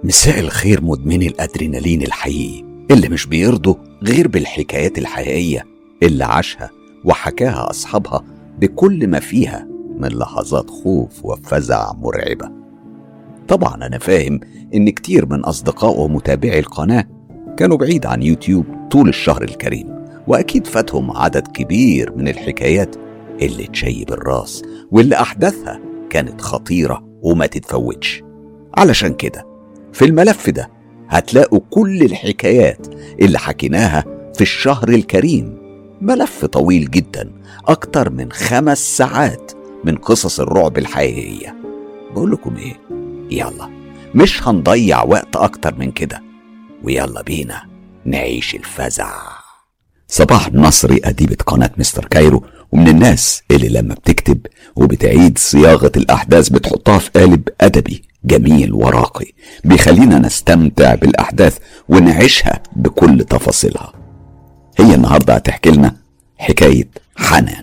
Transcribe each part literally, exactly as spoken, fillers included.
مساء الخير مدمني الأدرينالين الحقيقي اللي مش بيرضوا غير بالحكايات الحقيقية اللي عاشها وحكاها أصحابها بكل ما فيها من لحظات خوف وفزع مرعبة. طبعا أنا فاهم إن كتير من أصدقاء ومتابعي القناة كانوا بعيد عن يوتيوب طول الشهر الكريم، وأكيد فاتهم عدد كبير من الحكايات اللي تشيب الراس واللي أحداثها كانت خطيرة وما تتفوتش. علشان كده في الملف ده هتلاقوا كل الحكايات اللي حكيناها في الشهر الكريم، ملف طويل جدا أكتر من خمس ساعات من قصص الرعب الحقيقية. بقول لكم إيه، يلا مش هنضيع وقت أكتر من كده، ويلا بينا نعيش الفزع. صباح نصري أديبة قناة مستر كايرو، ومن الناس اللي لما بتكتب وبتعيد صياغة الأحداث بتحطها في قالب أدبي جميل وراقي بيخلينا نستمتع بالأحداث ونعيشها بكل تفاصيلها. هي النهاردة هتحكي لنا حكاية حنان.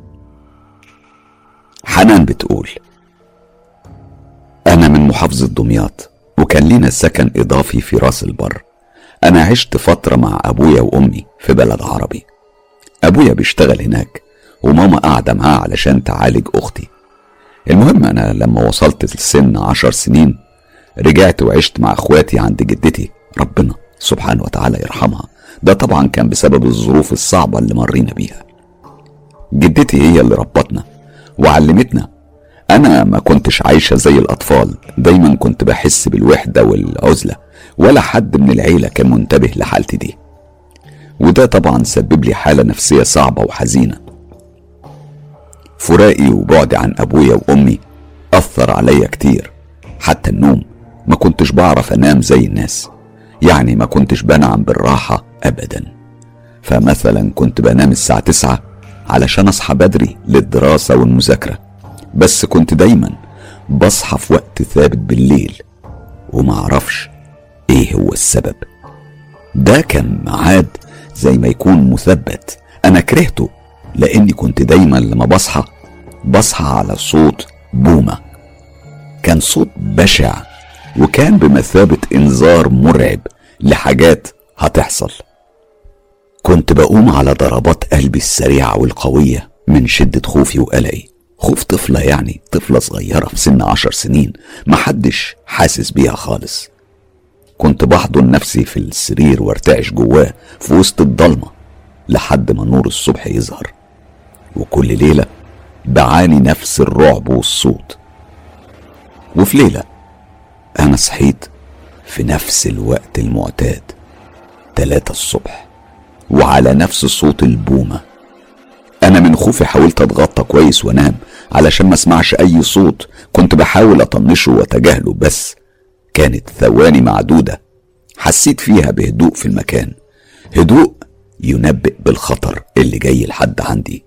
حنان بتقول: أنا من محافظة دمياط، وكان لينا سكن إضافي في راس البر. أنا عشت فترة مع أبويا وأمي في بلد عربي. أبويا بيشتغل هناك وماما قاعدة معاه علشان تعالج أختي. المهم أنا لما وصلت لسن عشر سنين رجعت وعشت مع أخواتي عند جدتي، ربنا سبحانه وتعالى يرحمها. ده طبعا كان بسبب الظروف الصعبة اللي مرينا بيها. جدتي هي اللي ربتنا وعلمتنا. أنا ما كنتش عايشة زي الأطفال، دايما كنت بحس بالوحدة والعزلة، ولا حد من العيلة كان منتبه لحالتي دي، وده طبعا سبب لي حالة نفسية صعبة وحزينة. فراقي وبعدي عن أبويا وأمي أثر عليا كتير، حتى النوم ما كنتش بعرف أنام زي الناس، يعني ما كنتش بنعم بالراحة أبدا. فمثلا كنت بنام الساعة تسعة علشان أصحى بدري للدراسة والمذاكرة، بس كنت دايما بصحى في وقت ثابت بالليل وما أعرفش إيه هو السبب. ده كان ميعاد زي ما يكون مثبت، أنا كرهته لأني كنت دايما لما بصحى بصحى على صوت بومة. كان صوت بشع وكان بمثابة إنذار مرعب لحاجات هتحصل. كنت بقوم على ضربات قلبي السريعة والقوية من شدة خوفي وقلقي. خوف طفلة، يعني طفلة صغيرة في سن عشر سنين محدش حاسس بيها خالص. كنت بحضن نفسي في السرير وارتعش جواه في وسط الضلمة لحد ما نور الصبح يظهر، وكل ليلة بعاني نفس الرعب والصوت. وفي ليلة أنا صحيت في نفس الوقت المعتاد، تلاتة الصبح، وعلى نفس صوت البومة. أنا من خوفي حاولت أتغطى كويس وأنام علشان ما اسمعش أي صوت، كنت بحاول أطنشه وأتجاهله، بس كانت ثواني معدودة حسيت فيها بهدوء في المكان، هدوء ينبئ بالخطر اللي جاي لحد عندي.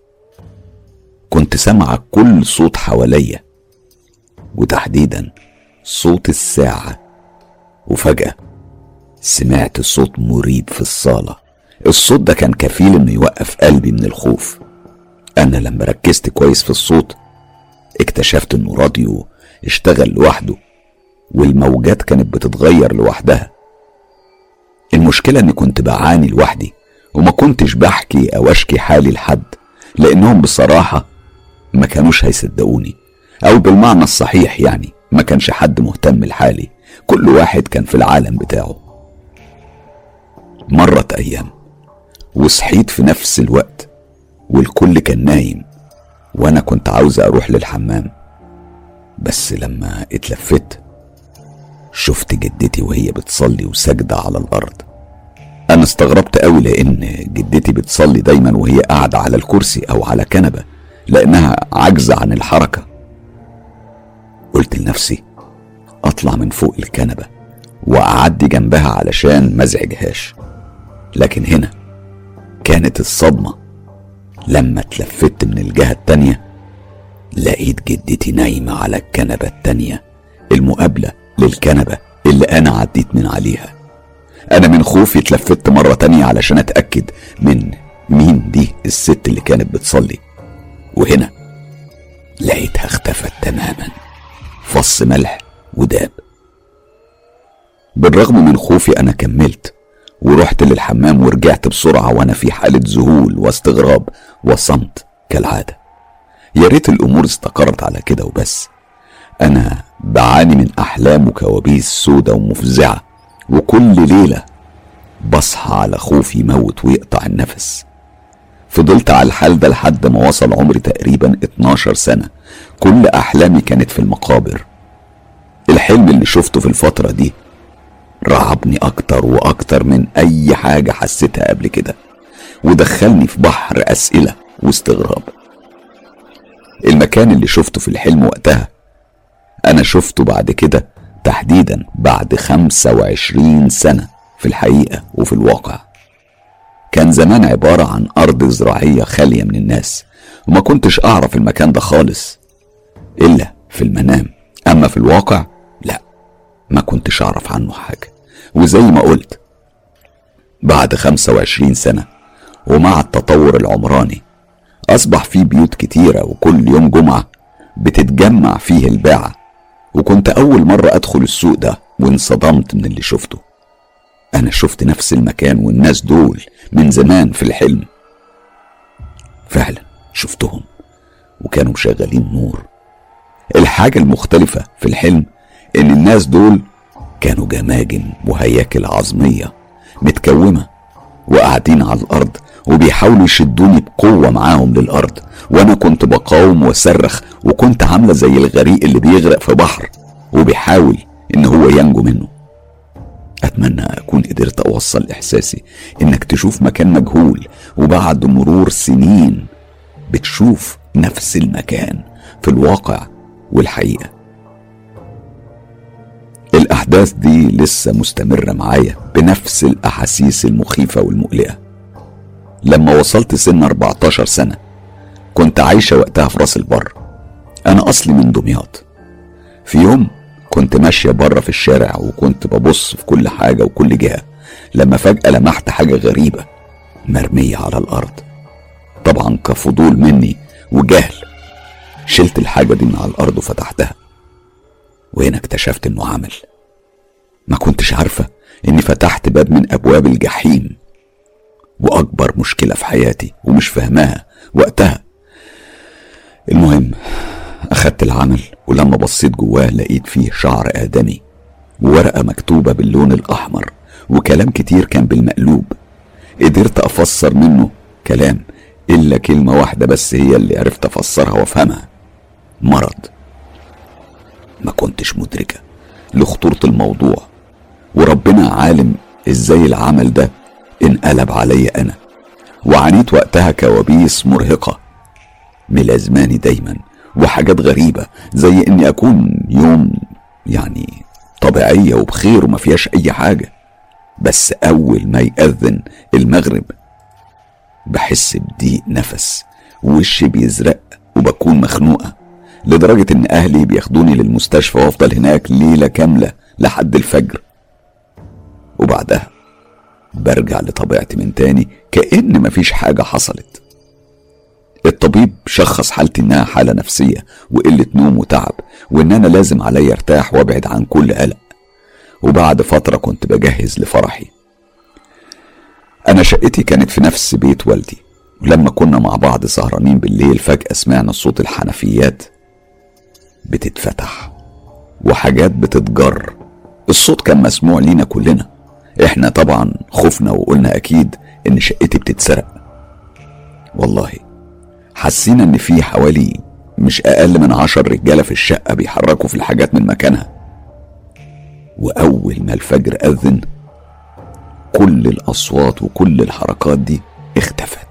كنت سامع كل صوت حواليا وتحديدا صوت الساعة، وفجأة سمعت صوت مريب في الصالة. الصوت ده كان كفيل انه يوقف قلبي من الخوف. انا لما ركزت كويس في الصوت اكتشفت انه راديو اشتغل لوحده والموجات كانت بتتغير لوحدها. المشكلة اني كنت بعاني لوحدي وما كنتش بحكي او اشكي حالي لحد، لانهم بصراحة ما كانوش هيصدقوني، او بالمعنى الصحيح يعني ما كانش حد مهتم لحالي، كل واحد كان في العالم بتاعه. مرت ايام وصحيت في نفس الوقت والكل كان نايم، وانا كنت عاوز اروح للحمام، بس لما اتلفت شفت جدتي وهي بتصلي وسجدة على الارض. انا استغربت قوي لان جدتي بتصلي دايما وهي قاعدة على الكرسي او على كنبة لانها عاجزة عن الحركة. قلت لنفسي اطلع من فوق الكنبة واعدي جنبها علشان ما ازعجهاش، لكن هنا كانت الصدمة لما اتلفت من الجهة التانية لقيت جدتي نايمة على الكنبة التانية المقابلة للكنبة اللي انا عديت من عليها. انا من خوفي اتلفت مرة تانية علشان اتأكد من مين دي الست اللي كانت بتصلي، وهنا لقيتها اختفت تماما، فص ملح وداب. بالرغم من خوفي أنا كملت ورحت للحمام ورجعت بسرعة وأنا في حالة ذهول واستغراب وصمت كالعادة. يا ريت الأمور استقرت على كده وبس. أنا بعاني من أحلام وكوابيس سودة ومفزعة، وكل ليلة بصحى على خوف يموت ويقطع النفس. فضلت على الحال ده لحد ما وصل عمري تقريبا اتناشر سنة. كل أحلامي كانت في المقابر. الحلم اللي شفته في الفترة دي رعبني أكتر وأكتر من أي حاجة حسيتها قبل كده، ودخلني في بحر أسئلة واستغراب. المكان اللي شفته في الحلم وقتها أنا شفته بعد كده تحديدا بعد خمسة وعشرين سنة في الحقيقة وفي الواقع. كان زمان عبارة عن أرض زراعية خالية من الناس، وما كنتش أعرف المكان ده خالص إلا في المنام. أما في الواقع لا، ما كنتش أعرف عنه حاجة. وزي ما قلت بعد خمسة وعشرين سنة ومع التطور العمراني أصبح فيه بيوت كتيرة، وكل يوم جمعة بتتجمع فيه الباعة. وكنت أول مرة أدخل السوق ده وانصدمت من اللي شفته. أنا شفت نفس المكان والناس دول من زمان في الحلم. فعلا شفتهم وكانوا مشغلين نور. الحاجة المختلفة في الحلم إن الناس دول كانوا جماجم وهياكل عظمية متكومة وقاعدين على الأرض وبيحاولوا يشدوني بقوة معاهم للأرض، وأنا كنت بقاوم وصرخ، وكنت عاملة زي الغريق اللي بيغرق في بحر وبيحاول إن هو ينجو منه. أتمنى أكون قدرت أوصل إحساسي إنك تشوف مكان مجهول وبعد مرور سنين بتشوف نفس المكان في الواقع والحقيقة. الأحداث دي لسه مستمرة معايا بنفس الأحاسيس المخيفة والمقلقة. لما وصلت سن أربعتاشر سنة كنت عايشة وقتها في راس البر. أنا أصلي من دمياط. في يوم كنت ماشية بره في الشارع وكنت ببص في كل حاجة وكل جهة، لما فجأة لمحت حاجة غريبة مرمية على الأرض. طبعا كفضول مني وجهل شلت الحاجة دي من على الأرض وفتحتها، وهنا اكتشفت إنه عمل. ما كنتش عارفة إني فتحت باب من أبواب الجحيم، وأكبر مشكلة في حياتي ومش فاهماها وقتها. المهم أخدت العمل، ولما بصيت جواه لقيت فيه شعر آدمي وورقة مكتوبة باللون الأحمر وكلام كتير كان بالمقلوب. قدرت أفسر منه كلام إلا كلمة واحدة بس هي اللي عرفت أفسرها وأفهمها: مرض. ما كنتش مدركة لخطورة الموضوع، وربنا عالم إزاي العمل ده انقلب عليا أنا. وعانيت وقتها كوابيس مرهقة ملازماني دايما، وحاجات غريبة زي إني أكون يوم يعني طبيعية وبخير وما فيهاش أي حاجة، بس أول ما يأذن المغرب بحس بضيق نفس ووشي بيزرق وبكون مخنوقة، لدرجة إن أهلي بياخدوني للمستشفى وأفضل هناك ليلة كاملة لحد الفجر، وبعدها برجع لطبيعتي من تاني كأن مفيش حاجة حصلت. الطبيب شخص حالتي إنها حالة نفسية وقلة نوم وتعب، وإن أنا لازم علي ارتاح وابعد عن كل قلق. وبعد فترة كنت بجهز لفرحي. أنا شقتي كانت في نفس بيت والدي، ولما كنا مع بعض سهرانين بالليل فجأة سمعنا صوت الحنفيات بتتفتح وحاجات بتتجر. الصوت كان مسموع لينا كلنا. احنا طبعا خفنا وقلنا اكيد ان شقتي بتتسرق. والله حسينا ان في حوالي مش اقل من عشر رجالة في الشقة بيحركوا في الحاجات من مكانها. واول ما الفجر اذن كل الاصوات وكل الحركات دي اختفت.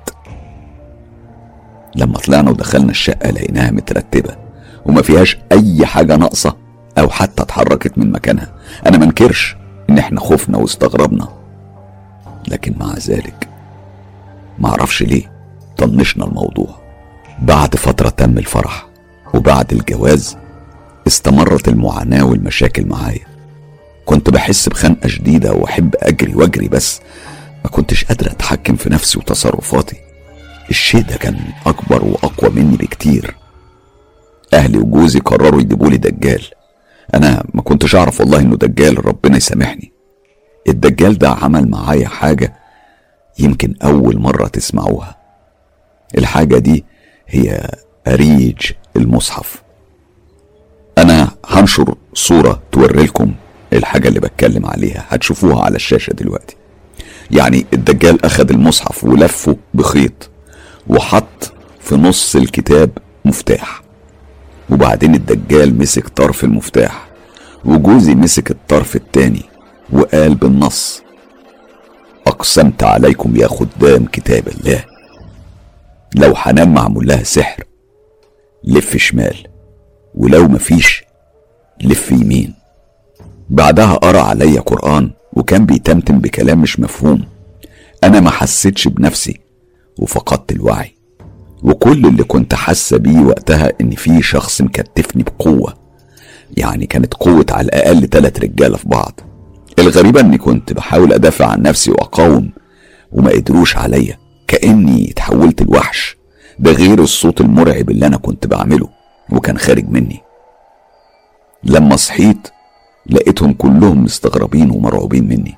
لما طلعنا ودخلنا الشقة لقيناها مترتبة وما فيهاش اي حاجة ناقصة او حتى اتحركت من مكانها. انا منكرش ان احنا خفنا واستغربنا، لكن مع ذلك معرفش ليه طنشنا الموضوع. بعد فترة تم الفرح وبعد الجواز استمرت المعاناة والمشاكل معايا. كنت بحس بخنقة شديدة واحب اجري واجري، بس ما كنتش قادر اتحكم في نفسي وتصرفاتي. الشيء ده كان اكبر واقوى مني بكتير. اهلي وجوزي قرروا يجيبولي دجال انا ما كنتش اعرف والله انه دجال، ربنا يسامحني. الدجال ده عمل معايا حاجة يمكن اول مرة تسمعوها. الحاجة دي هي أريج المصحف. انا هنشر صورة توري لكم الحاجة اللي بتكلم عليها، هتشوفوها على الشاشة دلوقتي. يعني الدجال اخد المصحف ولفه بخيط وحط في نص الكتاب مفتاح، وبعدين الدجال مسك طرف المفتاح وجوزي مسك الطرف التاني وقال بالنص: اقسمت عليكم يا خدام كتاب الله، لو حنان معمول لها سحر لف شمال، ولو مفيش لف يمين. بعدها قرأ عليا قرآن وكان بيتمتم بكلام مش مفهوم. انا ما حسيتش بنفسي وفقدت الوعي، وكل اللي كنت حاسه بيه وقتها ان في شخص مكتفني بقوه، يعني كانت قوه على الاقل تلات رجاله في بعض. الغريبه اني كنت بحاول ادافع عن نفسي واقاوم وما قدروش عليا، كاني اتحولت لوحش. ده غير الصوت المرعب اللي انا كنت بعمله وكان خارج مني. لما صحيت لقيتهم كلهم مستغربين ومرعوبين مني.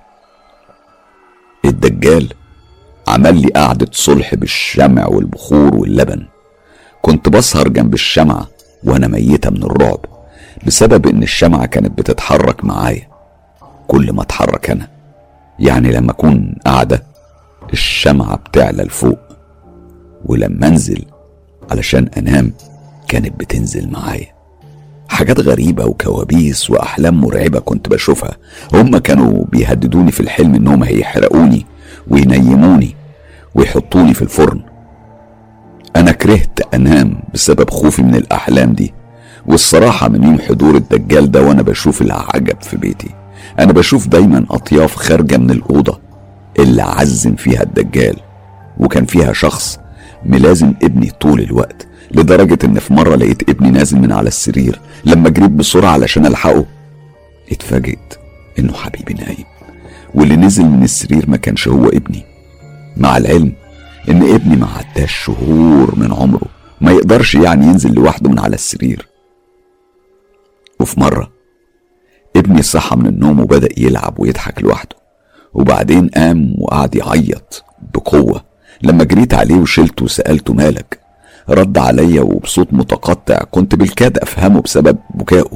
الدجال عمل لي قعدة صلح بالشمع والبخور واللبن. كنت بسهر جنب الشمعة وانا ميتة من الرعب بسبب ان الشمعة كانت بتتحرك معايا كل ما اتحرك انا. يعني لما اكون قاعدة الشمعة بتعلى لفوق، ولما انزل علشان انام كانت بتنزل معايا. حاجات غريبة وكوابيس واحلام مرعبة كنت بشوفها. هم كانوا بيهددوني في الحلم انهم هيحرقوني وينيموني ويحطوني في الفرن. انا كرهت انام بسبب خوفي من الاحلام دي. والصراحة من يوم حضور الدجال ده وانا بشوف العجب في بيتي. انا بشوف دايما اطياف خارجة من الاوضة اللي عزم فيها الدجال، وكان فيها شخص ملازم ابني طول الوقت، لدرجة ان في مرة لقيت ابني نازل من على السرير. لما جريت بسرعة علشان الحقه اتفاجئت انه حبيبي نايم، واللي نزل من السرير ما كانش هو ابني، مع العلم ان ابني ما عداش شهور من عمره، ما يقدرش يعني ينزل لوحده من على السرير. وفي مرة ابني صحى من النوم وبدأ يلعب ويضحك لوحده، وبعدين قام وقعد يعيط بقوة. لما جريت عليه وشلته وسألته مالك، رد عليا وبصوت متقطع كنت بالكاد افهمه بسبب بكائه.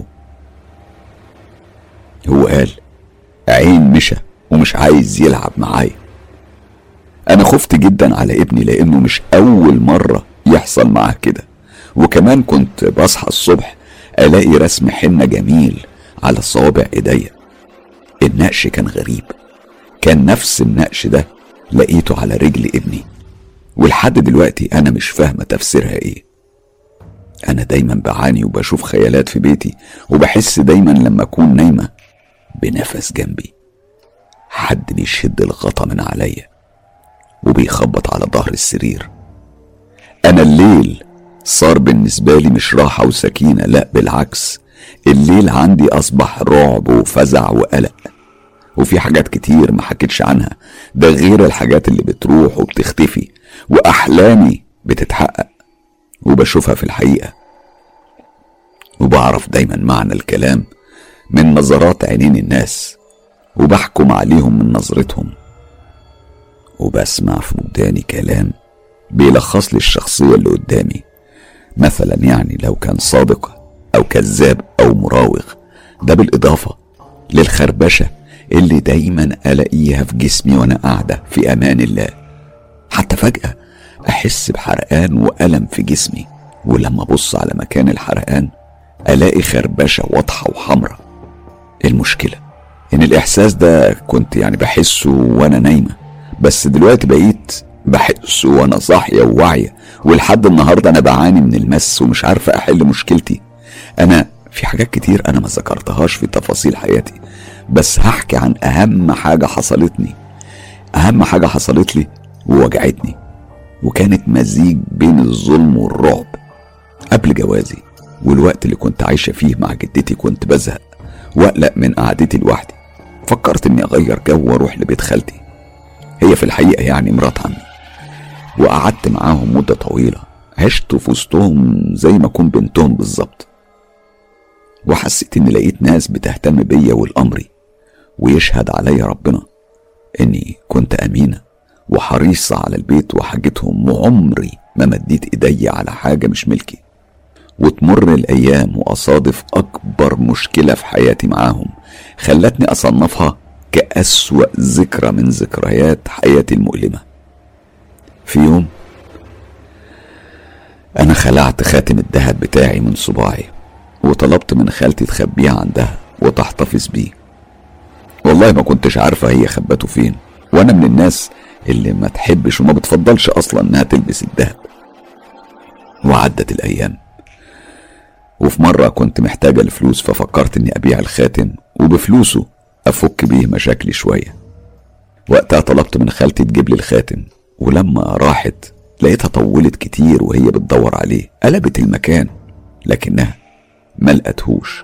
هو قال: عين مشى ومش عايز يلعب معايا. انا خفت جدا على ابني لانه مش اول مرة يحصل معاه كده، وكمان كنت بصحى الصبح الاقي رسم حنة جميل على صوابع ايديا. النقش كان غريب، كان نفس النقش ده لقيته على رجل ابني، ولحد دلوقتي انا مش فاهمة تفسيرها ايه. انا دايما بعاني وبشوف خيالات في بيتي، وبحس دايما لما اكون نايمة بنفس جنبي، حد بيشد الغطا من عليا وبيخبط على ظهر السرير. انا الليل صار بالنسبة لي مش راحة وسكينة، لا بالعكس، الليل عندي اصبح رعب وفزع وقلق. وفي حاجات كتير ما حكيتش عنها، ده غير الحاجات اللي بتروح وبتختفي واحلامي بتتحقق وبشوفها في الحقيقة، وبعرف دايما معنى الكلام من نظرات عينين الناس، وبحكم عليهم من نظرتهم، وبسمع في وداني كلام بيلخص لي الشخصية اللي قدامي. مثلا يعني لو كان صادق او كذاب او مراوغ، ده بالاضافة للخربشة اللي دايما الاقيها في جسمي وانا قاعدة في امان الله. حتى فجأة احس بحرقان والم في جسمي، ولما ابص على مكان الحرقان الاقي خربشة واضحة وحمرة. المشكلة ان الاحساس ده كنت يعني بحسه وانا نايمة، بس دلوقتي بقيت بحسه وانا صاحية وواعية، ولحد النهاردة انا بعاني من المس ومش عارفة احل مشكلتي. انا في حاجات كتير انا ما ذكرتهاش في تفاصيل حياتي، بس هحكي عن اهم حاجة حصلتني. اهم حاجة حصلت لي ووجعتني، وكانت مزيج بين الظلم والرعب. قبل جوازي والوقت اللي كنت عايشة فيه مع جدتي كنت بزهق واقلق من قعدتي لوحدي. فكرت اني اغير جو واروح لبيت خالتي، هي في الحقيقة يعني مرات عمي، وقعدت معاهم مدة طويلة. عشت في وسطهم زي ما كنت بنتهم بالظبط. وحسيت اني لقيت ناس بتهتم بيا والامري، ويشهد عليا ربنا اني كنت امينة وحريصة على البيت وحاجتهم، وعمري ما مديت ايدي على حاجة مش ملكي. وتمر الايام واصادف اكبر مشكلة في حياتي معاهم خلتني اصنفها كأسوأ ذكرى من ذكريات حياتي المؤلمة. في يوم انا خلعت خاتم الذهب بتاعي من صباعي وطلبت من خالتي تخبيه عندها وتحتفظ بيه. والله ما كنتش عارفة هي خبته فين، وانا من الناس اللي ما تحبش وما بتفضلش اصلا انها تلبس الذهب. وعدت الايام، وفي مرة كنت محتاجة الفلوس ففكرت اني ابيع الخاتم وبفلوسه افك بيه مشاكلي شوية. وقتها طلبت من خالتي تجيب لي الخاتم، ولما راحت لقيتها طولت كتير وهي بتدور عليه، قلبت المكان لكنها ما لقتهوش.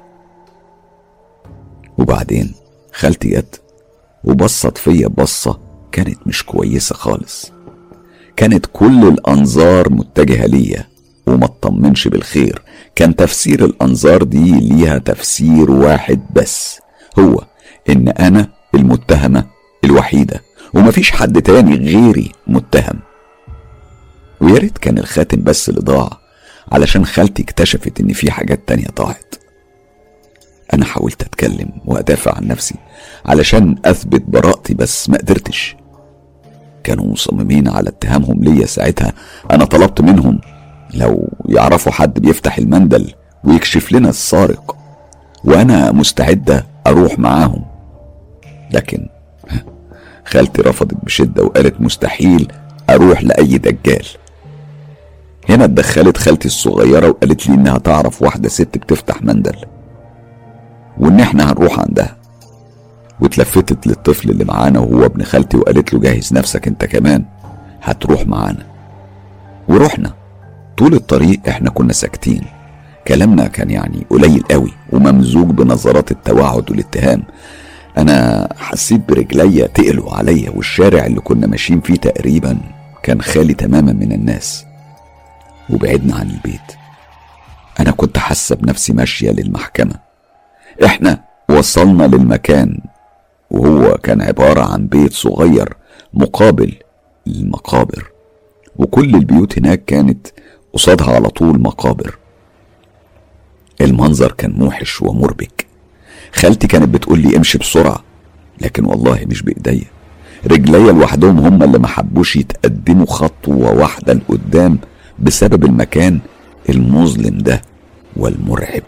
وبعدين خالتي جت وبصت فيا بصة كانت مش كويسة خالص. كانت كل الانظار متجهة ليا وما اطمنش بالخير. كان تفسير الانظار دي ليها تفسير واحد بس، هو ان انا المتهمة الوحيدة ومفيش حد تاني غيري متهم. وياريت كان الخاتم بس اللي ضاع، علشان خالتي اكتشفت ان في حاجات تانية ضاعت. انا حاولت اتكلم وادافع عن نفسي علشان اثبت براءتي بس ما قدرتش. كانوا مصممين على اتهامهم ليا ساعتها. انا طلبت منهم لو يعرفوا حد بيفتح المندل ويكشف لنا السارق، وانا مستعدة اروح معاهم. لكن خالتي رفضت بشدة وقالت مستحيل اروح لاي دجال. هنا اتدخلت خالتي الصغيرة وقالت لي انها تعرف واحدة ست بتفتح مندل وان احنا هنروح عندها. واتلفتت للطفل اللي معانا وهو ابن خالتي وقالت له جهز نفسك انت كمان هتروح معانا. ورحنا. طول الطريق احنا كنا ساكتين، كلامنا كان يعني قليل قوي وممزوج بنظرات التوعد والاتهام. انا حسيت برجليا تقلوا عليا، والشارع اللي كنا ماشيين فيه تقريبا كان خالي تماما من الناس. وبعدنا عن البيت. انا كنت حاسه بنفسي ماشيه للمحكمه. احنا وصلنا للمكان وهو كان عباره عن بيت صغير مقابل المقابر، وكل البيوت هناك كانت قصادها على طول مقابر. المنظر كان موحش ومربك. خالتي كانت بتقول لي امشي بسرعه، لكن والله مش بايديا، رجليا لوحدهم هم اللي ما حبوش يتقدموا خطوه واحده لقدام بسبب المكان المظلم ده والمرعب.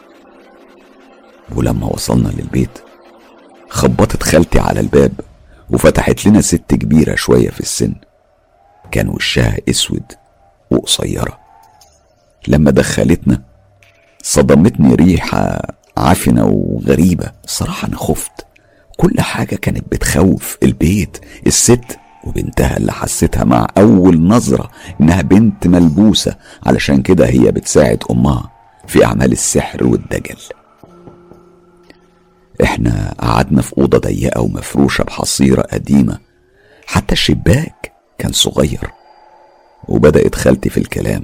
ولما وصلنا للبيت خبطت خالتي على الباب وفتحت لنا ست كبيرة شوية في السن، كان وشها اسود وقصيرة. لما دخلتنا صدمتني ريحة عفنة وغريبة. الصراحة انا خفت. كل حاجة كانت بتخوف، البيت، الست وبنتها اللي حسيتها مع اول نظرة انها بنت ملبوسة، علشان كده هي بتساعد امها في اعمال السحر والدجل. احنا قعدنا في اوضة ضيقة ومفروشة بحصيرة قديمة، حتى الشباك كان صغير. وبدأت خالتي في الكلام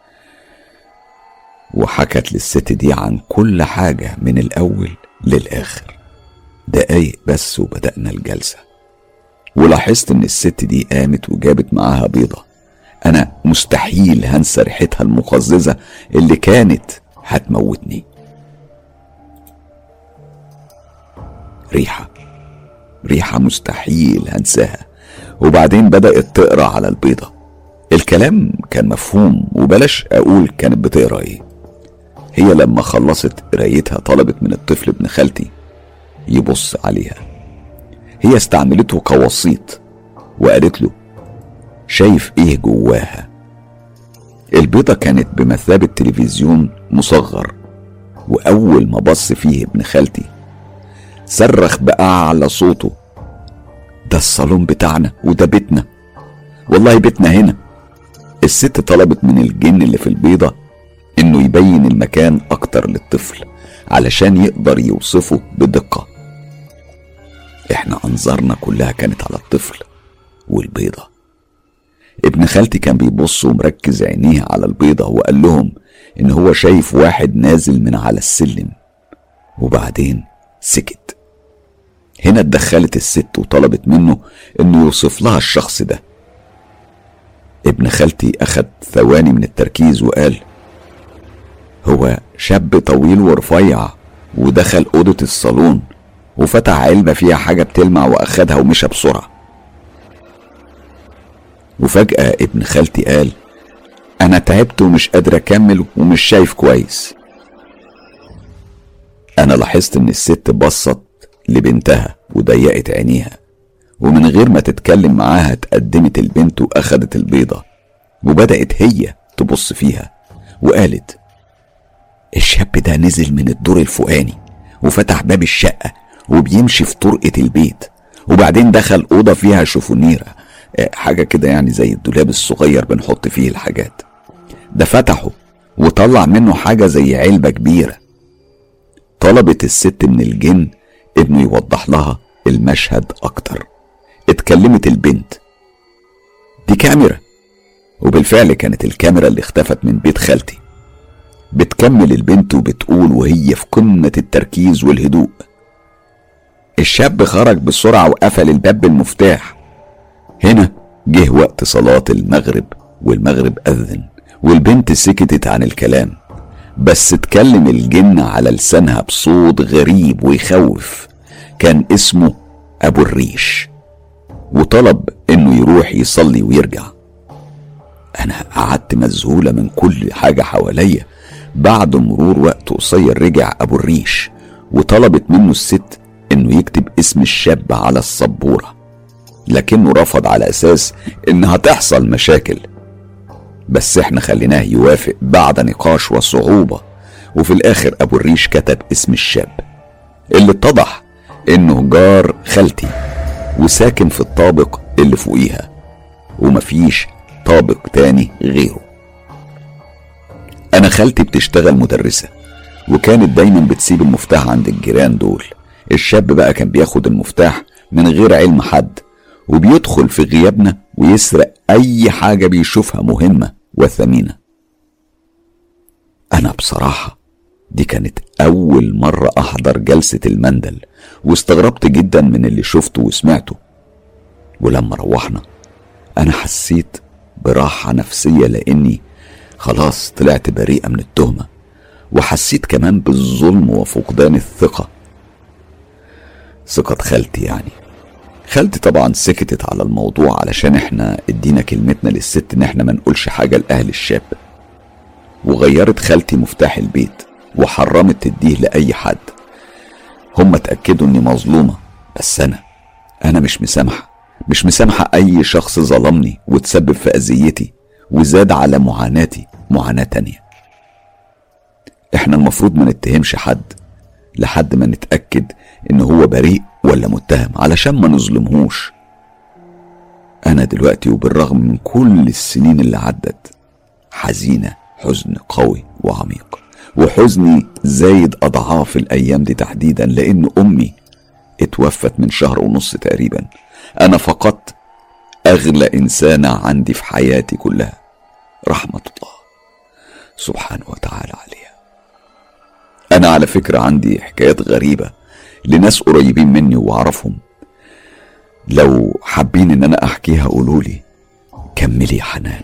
وحكت للست دي عن كل حاجة من الاول للاخر. دقايق بس وبدأنا الجلسة، ولاحظت ان الست دي قامت وجابت معاها بيضة. انا مستحيل هنسى ريحتها المقززة اللي كانت هتموتني. ريحة ريحة مستحيل هنساها. وبعدين بدأت تقرأ على البيضة. الكلام كان مفهوم، وبلاش اقول كانت بتقرأ ايه. هي لما خلصت قرايتها طلبت من الطفل ابن خالتي يبص عليها. هي استعملته كوسيط وقالت له شايف ايه جواها. البيضة كانت بمثابة تلفزيون مصغر، واول ما بص فيه ابن خالتي صرخ بأعلى صوته ده الصالون بتاعنا وده بيتنا، والله بيتنا هنا. الست طلبت من الجن اللي في البيضة انه يبين المكان اكتر للطفل علشان يقدر يوصفه بدقة. احنا انظارنا كلها كانت على الطفل والبيضة. ابن خالتي كان بيبص ومركز عينيه على البيضة، وقال لهم ان هو شايف واحد نازل من على السلم وبعدين سكت. هنا اتدخلت الست وطلبت منه انه يوصف لها الشخص ده. ابن خالتي اخد ثواني من التركيز وقال: هو شاب طويل ورفيع ودخل اوضة الصالون وفتح علبة فيها حاجة بتلمع واخدها ومشى بسرعة. وفجأة ابن خالتي قال: انا تعبت ومش قادر اكمل ومش شايف كويس. انا لاحظت ان الست بصت لبنتها وضيقت عينيها، ومن غير ما تتكلم معاها اتقدمت البنت واخدت البيضة وبدأت هي تبص فيها وقالت: الشاب ده نزل من الدور الفوقاني وفتح باب الشقة وبيمشي في طرقة البيت، وبعدين دخل أوضة فيها شوفونيرة، حاجة كده يعني زي الدولاب الصغير بنحط فيه الحاجات ده، فتحه وطلع منه حاجة زي علبة كبيرة. طلبت الست من الجن انه يوضح لها المشهد اكتر. اتكلمت البنت: دي كاميرا. وبالفعل كانت الكاميرا اللي اختفت من بيت خالتي. بتكمل البنت وبتقول وهي في قمة التركيز والهدوء: الشاب خرج بسرعة وقفل الباب بالمفتاح. هنا جه وقت صلاة المغرب والمغرب أذن والبنت سكتت عن الكلام، بس اتكلم الجن على لسانها بصوت غريب ويخوف. كان اسمه أبو الريش، وطلب انه يروح يصلي ويرجع. انا قعدت مذهولة من كل حاجة حواليا. بعد مرور وقت قصير رجع ابو الريش وطلبت منه الست انه يكتب اسم الشاب على السبورة، لكنه رفض على اساس انها تحصل مشاكل. بس احنا خليناه يوافق بعد نقاش وصعوبة، وفي الاخر ابو الريش كتب اسم الشاب اللي اتضح انه جار خالتي وساكن في الطابق اللي فوقيها ومفيش طابق تاني غيره. انا خالتي بتشتغل مدرسة وكانت دايما بتسيب المفتاح عند الجيران دول. الشاب بقى كان بياخد المفتاح من غير علم حد وبيدخل في غيابنا ويسرق اي حاجة بيشوفها مهمة وثمينة. انا بصراحة دي كانت اول مرة احضر جلسة المندل واستغربت جدا من اللي شفته وسمعته. ولما روحنا انا حسيت براحة نفسية لاني خلاص طلعت بريئة من التهمة، وحسيت كمان بالظلم وفقدان الثقة، ثقة خالتي يعني. خالتي طبعا سكتت على الموضوع علشان احنا ادينا كلمتنا للست ان احنا ما نقولش حاجة لأهل الشاب، وغيرت خالتي مفتاح البيت وحرمت تديه لأي حد. هم اتأكدوا اني مظلومة، بس انا انا مش مسامحة مش مسامحة اي شخص ظلمني وتسبب في اذيتي وزاد على معاناتي معاناة تانية. احنا المفروض ما نتهمش حد لحد ما نتأكد ان هو بريء ولا متهم علشان ما نظلمهوش. انا دلوقتي وبالرغم من كل السنين اللي عدت حزينة حزن قوي وعميق، وحزني زايد اضعاف الايام دي تحديدا لان امي اتوفت من شهر ونص تقريبا. انا فقدت اغلى انسانة عندي في حياتي كلها، رحمة الله سبحانه وتعالى عليها. انا على فكرة عندي حكايات غريبة لناس قريبين مني واعرفهم، لو حابين ان انا احكيها قولولي. كملي يا حنان.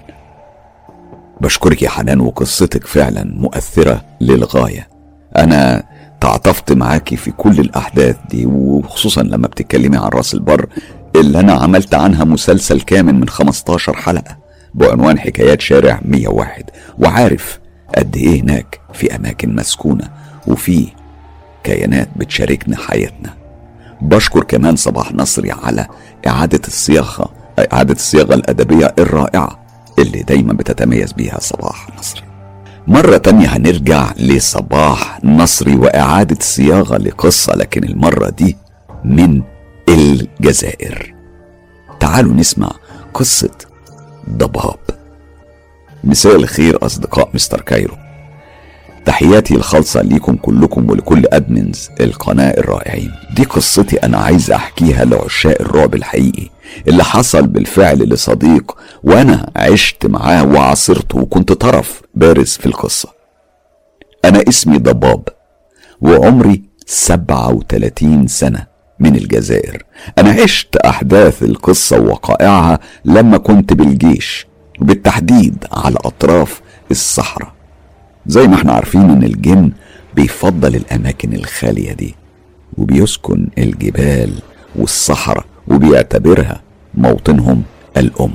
بشكرك يا حنان، وقصتك فعلا مؤثرة للغاية. انا تعاطفت معاكي في كل الاحداث دي، وخصوصا لما بتتكلمي عن راس البر اللي انا عملت عنها مسلسل كامل من خمستاشر حلقة بعنوان حكايات شارع مية وواحد، وعارف قد ايه هناك في اماكن مسكونة وفي كيانات بتشاركنا حياتنا. بشكر كمان صباح نصري على اعادة الصياغة اعادة الصياغة الادبية الرائعة اللي دايما بتتميز بيها صباح نصري. مرة تانية هنرجع لصباح نصري واعادة صياغة لقصة، لكن المرة دي من الجزائر. تعالوا نسمع قصة ضباب. مساء الخير أصدقاء مستر كايرو، تحياتي الخالصة ليكم كلكم ولكل أدمنز القناة الرائعين. دي قصتي أنا عايز أحكيها لعشاق الرعب الحقيقي اللي حصل بالفعل لصديق، وأنا عشت معاه وعاصرته وكنت طرف بارز في القصة. أنا اسمي ضباب وعمري سبعة وتلاتين سنة من الجزائر. أنا عشت أحداث القصة ووقائعها لما كنت بالجيش، وبالتحديد على أطراف الصحراء. زي ما احنا عارفين إن الجن بيفضل الأماكن الخالية دي، وبيسكن الجبال والصحراء، وبيعتبرها موطنهم الأم.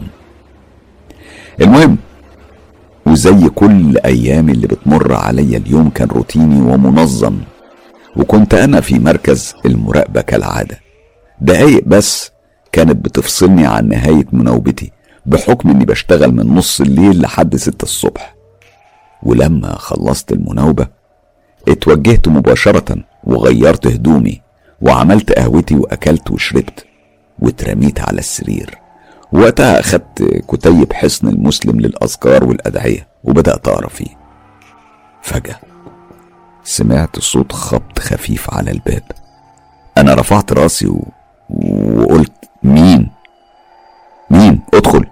المهم، وزي كل أيامي اللي بتمر عليا، اليوم كان روتيني ومنظم، وكنت أنا في مركز المراقبة كالعادة. دقايق بس كانت بتفصلني عن نهاية مناوبتي، بحكم إني بشتغل من نص الليل لحد ستة الصبح. ولما خلصت المناوبة اتوجهت مباشرة وغيرت هدومي وعملت قهوتي وأكلت وشربت واترميت على السرير. وقتها أخدت كتيب حصن المسلم للأذكار والأدعية وبدأت أقرأ فيه. فجأة سمعت صوت خبط خفيف على الباب. أنا رفعت راسي و... وقلت مين؟ مين؟ ادخل.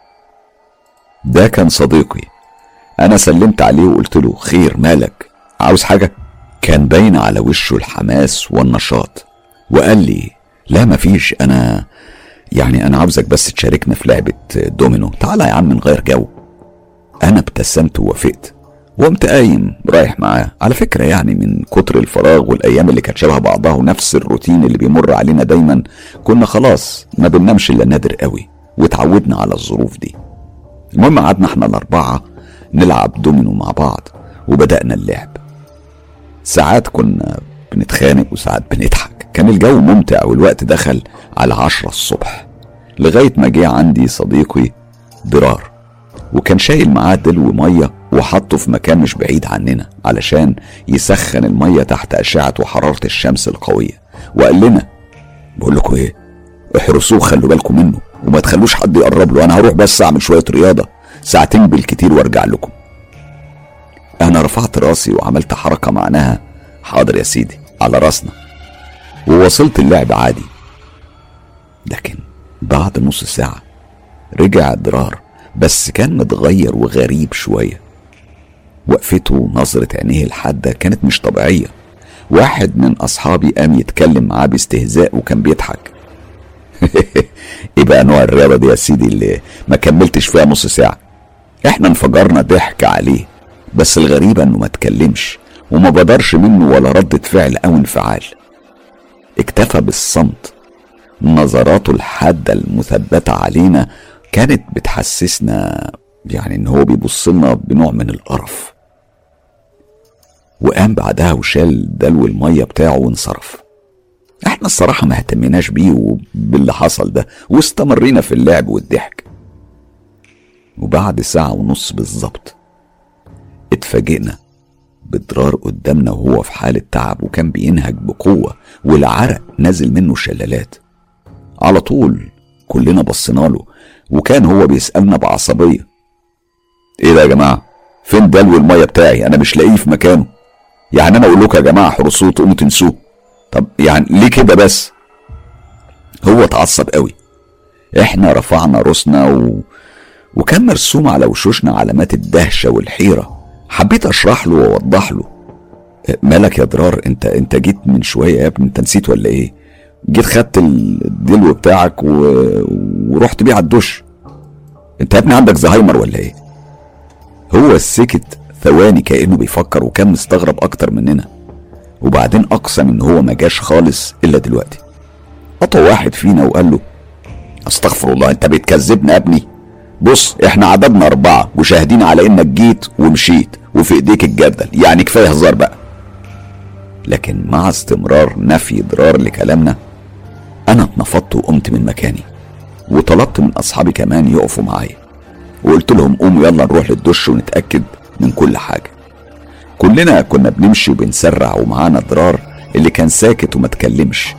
ده كان صديقي. أنا سلمت عليه وقلت له خير، مالك؟ عاوز حاجة؟ كان باين على وشه الحماس والنشاط، وقال لي لا مفيش، أنا يعني أنا عاوزك بس تشاركنا في لعبة دومينو، تعالى يا عم نغير جو. أنا ابتسمت ووافقت وقمت قايم رايح معاه. على فكرة يعني من كتر الفراغ والأيام اللي كانت شبه بعضها ونفس الروتين اللي بيمر علينا دايما، كنا خلاص ما بننامش إلا نادر قوي، وتعودنا على الظروف دي. المهم قعدنا احنا الأربعة نلعب دومينو مع بعض، وبدأنا اللعب. ساعات كنا بنتخانق وساعات بنضحك، كان الجو ممتع، والوقت دخل على عشرة الصبح، لغاية ما جه عندي صديقي ضرار، وكان شايل معاه دلو مية وحطه في مكان مش بعيد عننا علشان يسخن المية تحت أشعة وحرارة الشمس القوية. وقال لنا بقول لكم ايه، احرسوه، خلوا بالكم منه وما تخلوش حد يقرب له، انا هروح بس اعمل شوية رياضة ساعتين بالكتير وارجع لكم. انا رفعت راسي وعملت حركة معناها حاضر يا سيدي على راسنا، ووصلت اللعب عادي. لكن بعد نص ساعة رجع ضرار، بس كان متغير وغريب شوية. وقفته ونظرة عينيه الحادة كانت مش طبيعية. واحد من أصحابي قام يتكلم معاه باستهزاء وكان بيضحك. ايه بقى نوع الرياضة دي يا سيدي اللي ما كملتش فيها نص ساعة؟ احنا انفجرنا ضحك عليه، بس الغريبة انه ما تكلمش وما بدرش منه ولا ردة فعل او انفعال، اكتفى بالصمت. نظراته الحادة المثبتة علينا كانت بتحسسنا يعني ان هو بيبصلنا بنوع من القرف. وقام بعدها وشال دلو المية بتاعه وانصرف. احنا الصراحة ما اهتمناش بيه وباللي حصل ده، واستمرينا في اللعب والضحك. وبعد ساعة ونص بالظبط اتفاجئنا بضرار قدامنا وهو في حالة تعب، وكان بينهج بقوة والعرق نازل منه شلالات. على طول كلنا بصينا له، وكان هو بيسألنا بعصبية ايه ده يا جماعة؟ فين دلو المية بتاعي؟ انا مش لاقيه في مكانه. يعني انا اقول لكم يا جماعة حرسوه تقوموا تنسوه؟ طب يعني ليه كده بس؟ هو اتعصب قوي. احنا رفعنا راسنا و... وكان مرسوم على وشوشنا علامات الدهشة والحيرة. حبيت اشرح له واوضح له مالك يا ضرار، انت انت جيت من شوية يا ابني، انت نسيت ولا ايه؟ جيت خدت الدلو بتاعك و... ورحت بيه على الدش، انت يا ابني عندك زهايمر ولا ايه؟ هو سكت ثواني كأنه بيفكر، وكان مستغرب اكتر مننا. وبعدين اقسم ان هو ما جاش خالص الا دلوقتي. قطع واحد فينا وقال له استغفر الله، انت بتكذبنا يا ابني؟ بص احنا عددنا اربعة وشاهدين على انك جيت ومشيت وفي ايديك الجردل، يعني كفايه هزار بقى. لكن مع استمرار نفي ضرار لكلامنا انا اتنفضت وقمت من مكاني، وطلبت من اصحابي كمان يقفوا معايا، وقلت لهم قوموا يلا نروح للدش ونتأكد من كل حاجة. كلنا كنا بنمشي وبنسرع، ومعانا ضرار اللي كان ساكت وما تكلمش.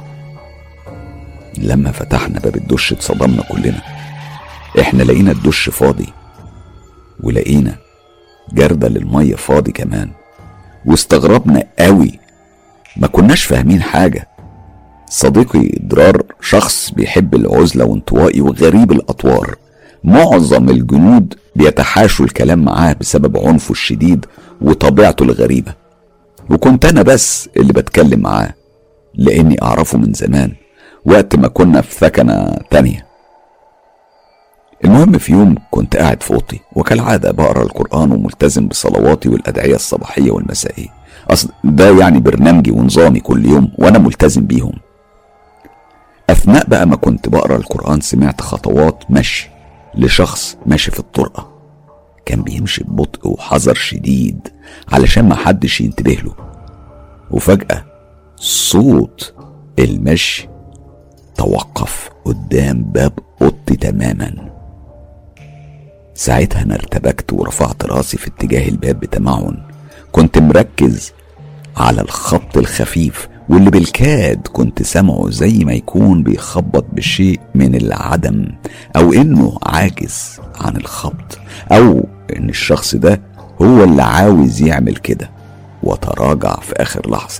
لما فتحنا باب الدش اتصدمنا كلنا. احنا لقينا الدش فاضي، ولقينا جردل المية فاضي كمان، واستغربنا قوي، ما كناش فاهمين حاجة. صديقي ضرار شخص بيحب العزلة وانطوائي وغريب الأطوار. معظم الجنود بيتحاشوا الكلام معاه بسبب عنفه الشديد وطبيعته الغريبة. وكنت أنا بس اللي بتكلم معاه، لأني أعرفه من زمان وقت ما كنا في ثكنة تانية. المهم في يوم كنت قاعد في أوضتي وكالعادة بقرأ القرآن وملتزم بصلواتي والأدعية الصباحية والمسائية، أصل ده يعني برنامجي ونظامي كل يوم وأنا ملتزم بيهم. أثناء بقى ما كنت بقرأ القرآن سمعت خطوات مشي لشخص ماشي في الطرقة، كان بيمشي ببطء وحذر شديد علشان ما حدش ينتبه له، وفجأة صوت المشي توقف قدام باب أوضتي تماما. ساعتها أنا ارتبكت ورفعت راسي في اتجاه الباب بتمعن، كنت مركز على الخبط الخفيف واللي بالكاد كنت سامعه زي ما يكون بيخبط بشيء من العدم، أو إنه عاجز عن الخبط، أو إن الشخص ده هو اللي عاوز يعمل كده وتراجع في آخر لحظة.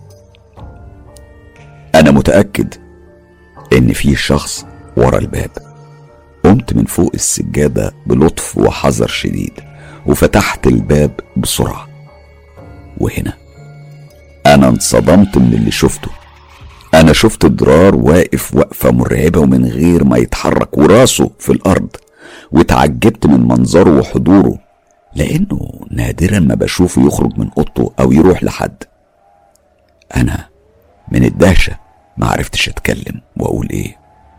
أنا متأكد إن في شخص ورا الباب. قمت من فوق السجادة بلطف وحذر شديد وفتحت الباب بسرعة، وهنا أنا انصدمت من اللي شفته. أنا شفت ضرار واقف وقفة مرعبة ومن غير ما يتحرك وراسه في الأرض، وتعجبت من منظره وحضوره، لأنه نادرا ما بشوفه يخرج من أوضته أو يروح لحد. أنا من الدهشة ما عرفتش أتكلم وأقول إيه.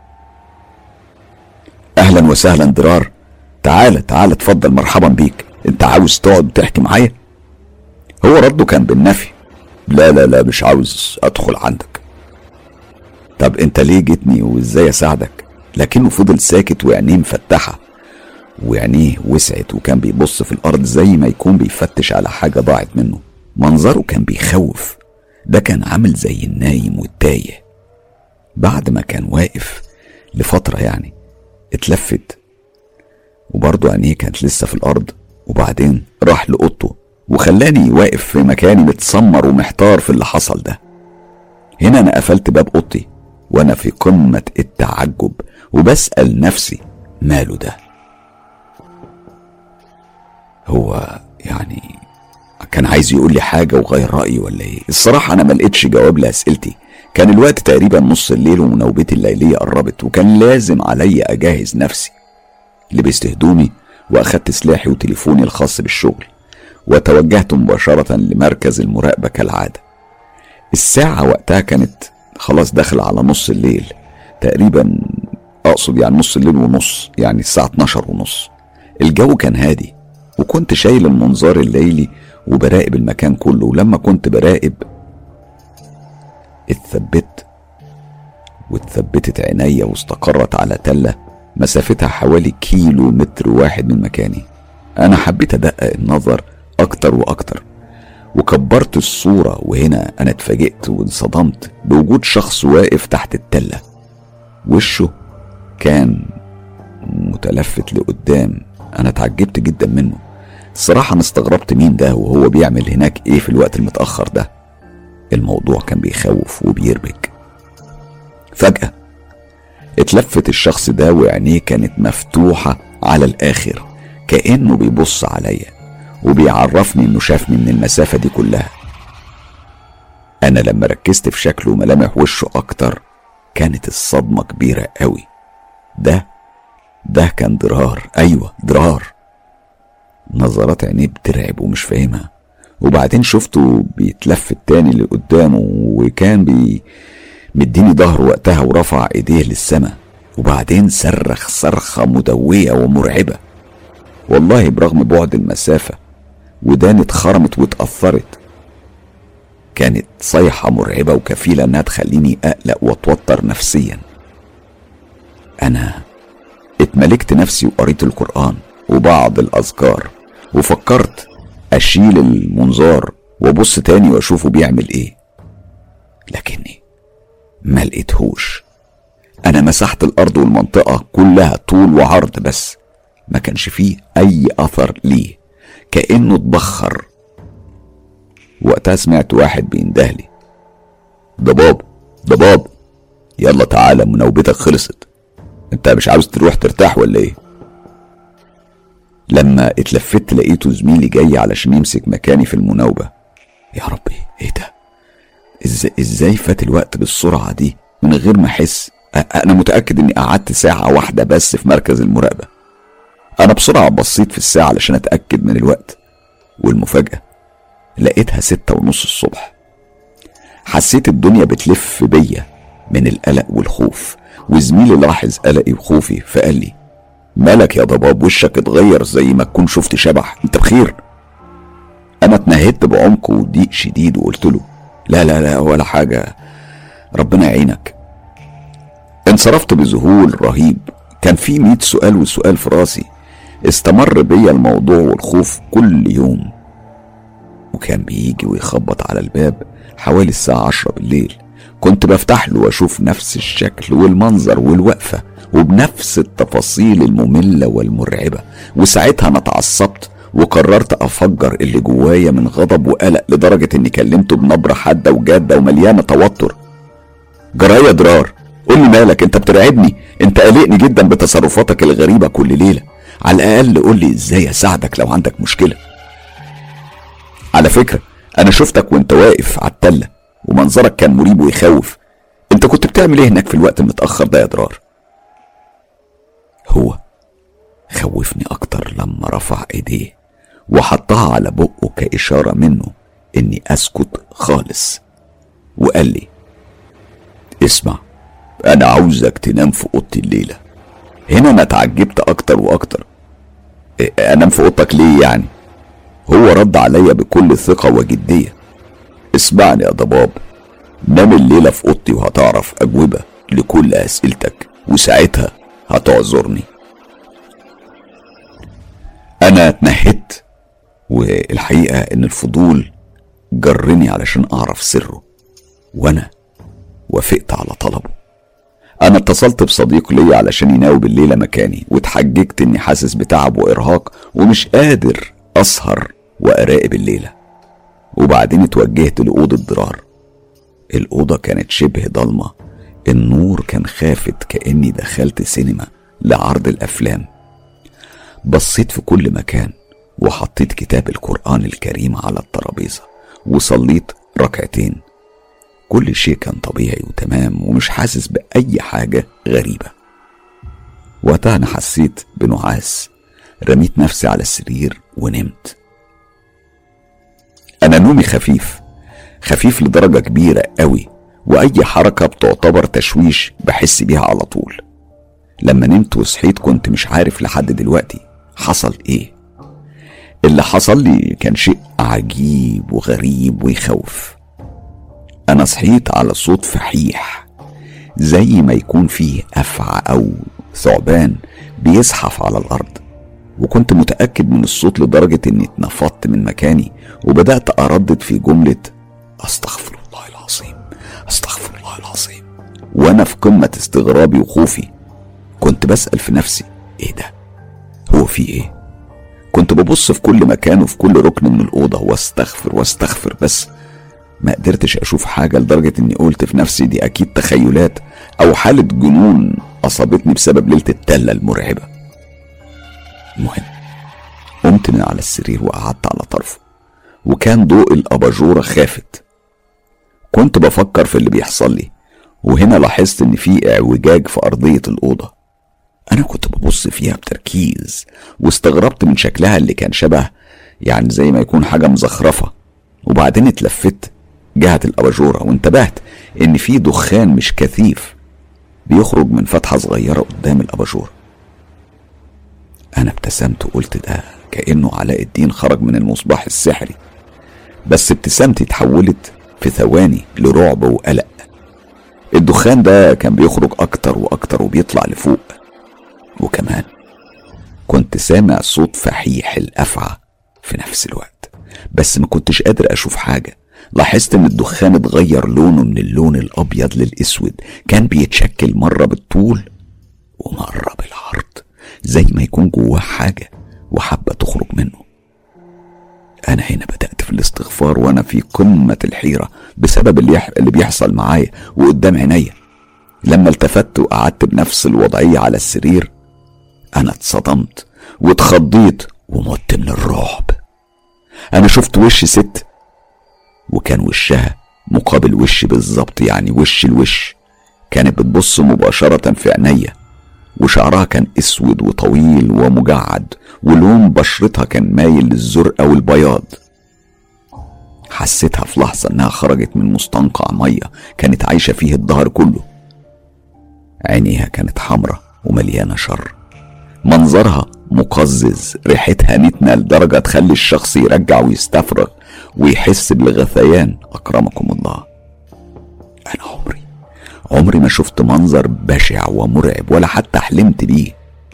أهلا وسهلا ضرار، تعالى تعالى اتفضل، مرحبا بيك، انت عاوز تقعد وتحكي معايا؟ هو رده كان بالنفي، لا لا لا مش عاوز ادخل عندك. طب انت ليه جيتني وازاي اساعدك؟ لكنه فضل ساكت وعينيه مفتحة، وعينيه وسعت وكان بيبص في الارض زي ما يكون بيفتش على حاجة ضاعت منه. منظره كان بيخوف، ده كان عامل زي النايم والتايه. بعد ما كان واقف لفترة يعني اتلفت وبرضه عينيه كانت لسه في الارض، وبعدين راح لأوضته وخلاني واقف في مكاني متسمر ومحتار في اللي حصل ده. هنا انا قفلت باب اوضتي وانا في قمة التعجب وبسأل نفسي ماله ده؟ هو يعني كان عايز يقول لي حاجة وغير رأيي ولا ايه؟ الصراحة انا ما لقيتش جواب لأسئلتي. كان الوقت تقريبا نص الليل ونوبتي الليلية قربت، وكان لازم عليا اجهز نفسي. لبست هدومي واخدت سلاحي وتليفوني الخاص بالشغل وتوجهت مباشرة لمركز المراقبة كالعادة. الساعة وقتها كانت خلاص داخل على نص الليل تقريبا، اقصد يعني نص الليل ونص، يعني الساعة اتناشر ونص. الجو كان هادي وكنت شايل المنظار الليلي وبراقب المكان كله، ولما كنت براقب اتثبت واتثبتت عينيا واستقرت على تلة مسافتها حوالي كيلو متر واحد من مكاني. انا حبيت ادقق النظر اكتر واكتر وكبرت الصورة، وهنا انا اتفاجئت وانصدمت بوجود شخص واقف تحت التلة. وشه كان متلفت لقدام. انا اتعجبت جدا منه الصراحة. انا استغربت مين ده وهو بيعمل هناك ايه في الوقت المتأخر ده. الموضوع كان بيخوف وبيربك. فجأة اتلفت الشخص ده وعينيه كانت مفتوحة على الاخر، كأنه بيبص عليا وبيعرفني انه شافني من المسافة دي كلها. انا لما ركزت في شكله وملامح وشه اكتر كانت الصدمة كبيرة قوي. ده ده كان ضرار، ايوه ضرار. نظرات عينيه بترعب ومش فاهمها، وبعدين شفته بيتلفت تاني لقدامه وكان بي مديني ظهره وقتها ورفع ايديه للسماء، وبعدين صرخ صرخة مدوية ومرعبة. والله برغم بعد المسافة وداني اتخرمت واتأثرت. كانت صيحة مرعبة وكفيلة انها تخليني اقلق واتوتر نفسيا. انا اتملكت نفسي وقريت القرآن وبعض الاذكار وفكرت اشيل المنظار وابص تاني واشوفه بيعمل ايه، لكني ما لقيتهوش. انا مسحت الارض والمنطقة كلها طول وعرض، بس ما كانش فيه اي اثر ليه، كأنه اتبخر. وقتها سمعت واحد بيندهلي، ضباب ضباب يلا تعالى منوبتك خلصت، انت مش عاوز تروح ترتاح ولا ايه؟ لما اتلفت لقيته زميلي جاي علشان يمسك مكاني في المناوبة. يا ربي ازاي, ازاي فات الوقت بالسرعة دي من غير ما احس؟ انا متأكد اني قعدت ساعة واحدة بس في مركز المراقبة. انا بسرعة بصيت في الساعة علشان اتأكد من الوقت، والمفاجأة لقيتها ستة ونص الصبح. حسيت الدنيا بتلف بيا من القلق والخوف، وزميلي لاحظ قلقي وخوفي فقال لي: مالك يا ضباب؟ وشك اتغير زي ما تكون شفت شبح، انت بخير؟ انا اتنهدت بعمق وضيق شديد وقلت له: لا لا لا ولا حاجة، ربنا يعينك. انصرفت بذهول رهيب، كان في مئة سؤال وسؤال في راسي. استمر بيا الموضوع والخوف كل يوم، وكان بيجي ويخبط على الباب حوالي الساعة عشرة بالليل. كنت بفتح له واشوف نفس الشكل والمنظر والوقفة وبنفس التفاصيل المملة والمرعبة. وساعتها انا اتعصبت وقررت افجر اللي جوايا من غضب وقلق، لدرجة اني كلمته بنبرة حادة وجادة ومليانة توتر: جرايه درار، قول لي مالك؟ انت بترعبني، انت قلقني جدا بتصرفاتك الغريبة كل ليلة. على الاقل قول لي ازاي اساعدك لو عندك مشكلة. على فكرة انا شفتك وانت واقف على التلة ومنظرك كان مريب ويخوف. انت كنت بتعمل ايه هناك في الوقت المتأخر ده يا درار؟ هو خوفني اكتر لما رفع ايديه وحطها على بقه كإشارة منه اني اسكت خالص، وقال لي: اسمع، انا عاوزك تنام في اوضتي الليلة. هنا انا اتعجبت اكتر واكتر. انام في اوضتك ليه يعني؟ هو رد عليا بكل ثقة وجدية: اسمعني يا ضباب، نام الليلة في اوضتي وهتعرف اجوبة لكل اسئلتك، وساعتها هتعذرني. انا اتنهدت، والحقيقة ان الفضول جرني علشان اعرف سره، وانا وافقت على طلبه. انا اتصلت بصديق لي علشان يناوب الليلة مكاني، واتحججت اني حاسس بتعب وارهاق ومش قادر اسهر واراقب الليلة. وبعدين اتوجهت لأوضة درار. الأوضة كانت شبه ضلمة، النور كان خافت كأني دخلت سينما لعرض الأفلام. بصيت في كل مكان وحطيت كتاب القرآن الكريم على الترابيزة وصليت ركعتين. كل شيء كان طبيعي وتمام ومش حاسس بأي حاجة غريبة. وقتها أنا حسيت بنعاس، رميت نفسي على السرير ونمت. أنا نومي خفيف خفيف لدرجة كبيرة قوي، وأي حركة بتعتبر تشويش بحس بيها على طول. لما نمت وصحيت كنت مش عارف لحد دلوقتي حصل ايه. اللي حصل لي كان شيء عجيب وغريب ويخوف. انا صحيت على صوت فحيح زي ما يكون فيه افعى او ثعبان بيزحف على الارض، وكنت متأكد من الصوت لدرجة اني اتنفضت من مكاني وبدأت اردد في جملة: استغفر الله العظيم، استغفر الله العظيم. وانا في قمة استغرابي وخوفي كنت بسأل في نفسي: ايه ده؟ هو في ايه؟ كنت ببص في كل مكان وفي كل ركن من الأوضة واستغفر واستغفر، بس ما قدرتش اشوف حاجة، لدرجة اني قلت في نفسي دي اكيد تخيلات او حالة جنون اصابتني بسبب ليلة التلة المرعبة. المهم قمت من على السرير وقعدت على طرفه، وكان ضوء الأباجورة خافت. كنت بفكر في اللي بيحصل لي، وهنا لاحظت ان في اعوجاج في أرضية الأوضة. انا كنت ببص فيها بتركيز واستغربت من شكلها اللي كان شبه يعني زي ما يكون حاجة مزخرفة. وبعدين اتلفت جهة الأباجورة وانتبهت ان في دخان مش كثيف بيخرج من فتحة صغيرة قدام الأباجورة. انا ابتسمت وقلت ده كأنه علاء الدين خرج من المصباح السحري، بس ابتسامتي اتحولت في ثواني لرعب وقلق. الدخان ده كان بيخرج اكتر واكتر وبيطلع لفوق، وكمان كنت سامع صوت فحيح الأفعى في نفس الوقت، بس ما كنتش قادر اشوف حاجة. لاحظت ان الدخان اتغير لونه من اللون الابيض للاسود، كان بيتشكل مرة بالطول ومرة بالعرض زي ما يكون جواه حاجة وحابة تخرج منه. انا هنا بدأت في الاستغفار وانا في قمة الحيرة بسبب اللي, يح... اللي بيحصل معايا وقدام عينيا. لما التفت وقعدت بنفس الوضعية على السرير انا اتصدمت واتخضيت ومت من الرعب. انا شفت وش ست وكان وشها مقابل وشي بالظبط، يعني وش الوش. كانت بتبص مباشرة في عينيا، وشعرها كان اسود وطويل ومجعد، ولون بشرتها كان مايل للزرقاء والبياض. حسيتها في لحظة انها خرجت من مستنقع مية كانت عايشة فيه الدهر كله. عينيها كانت حمرة ومليانة شر، منظرها مقزز، ريحتها نتنة لدرجة تخلي الشخص يرجع ويستفرغ ويحس بالغثيان. أكرمكم الله، أنا عمري عمري ما شفت منظر بشع ومرعب ولا حتى حلمت بيه.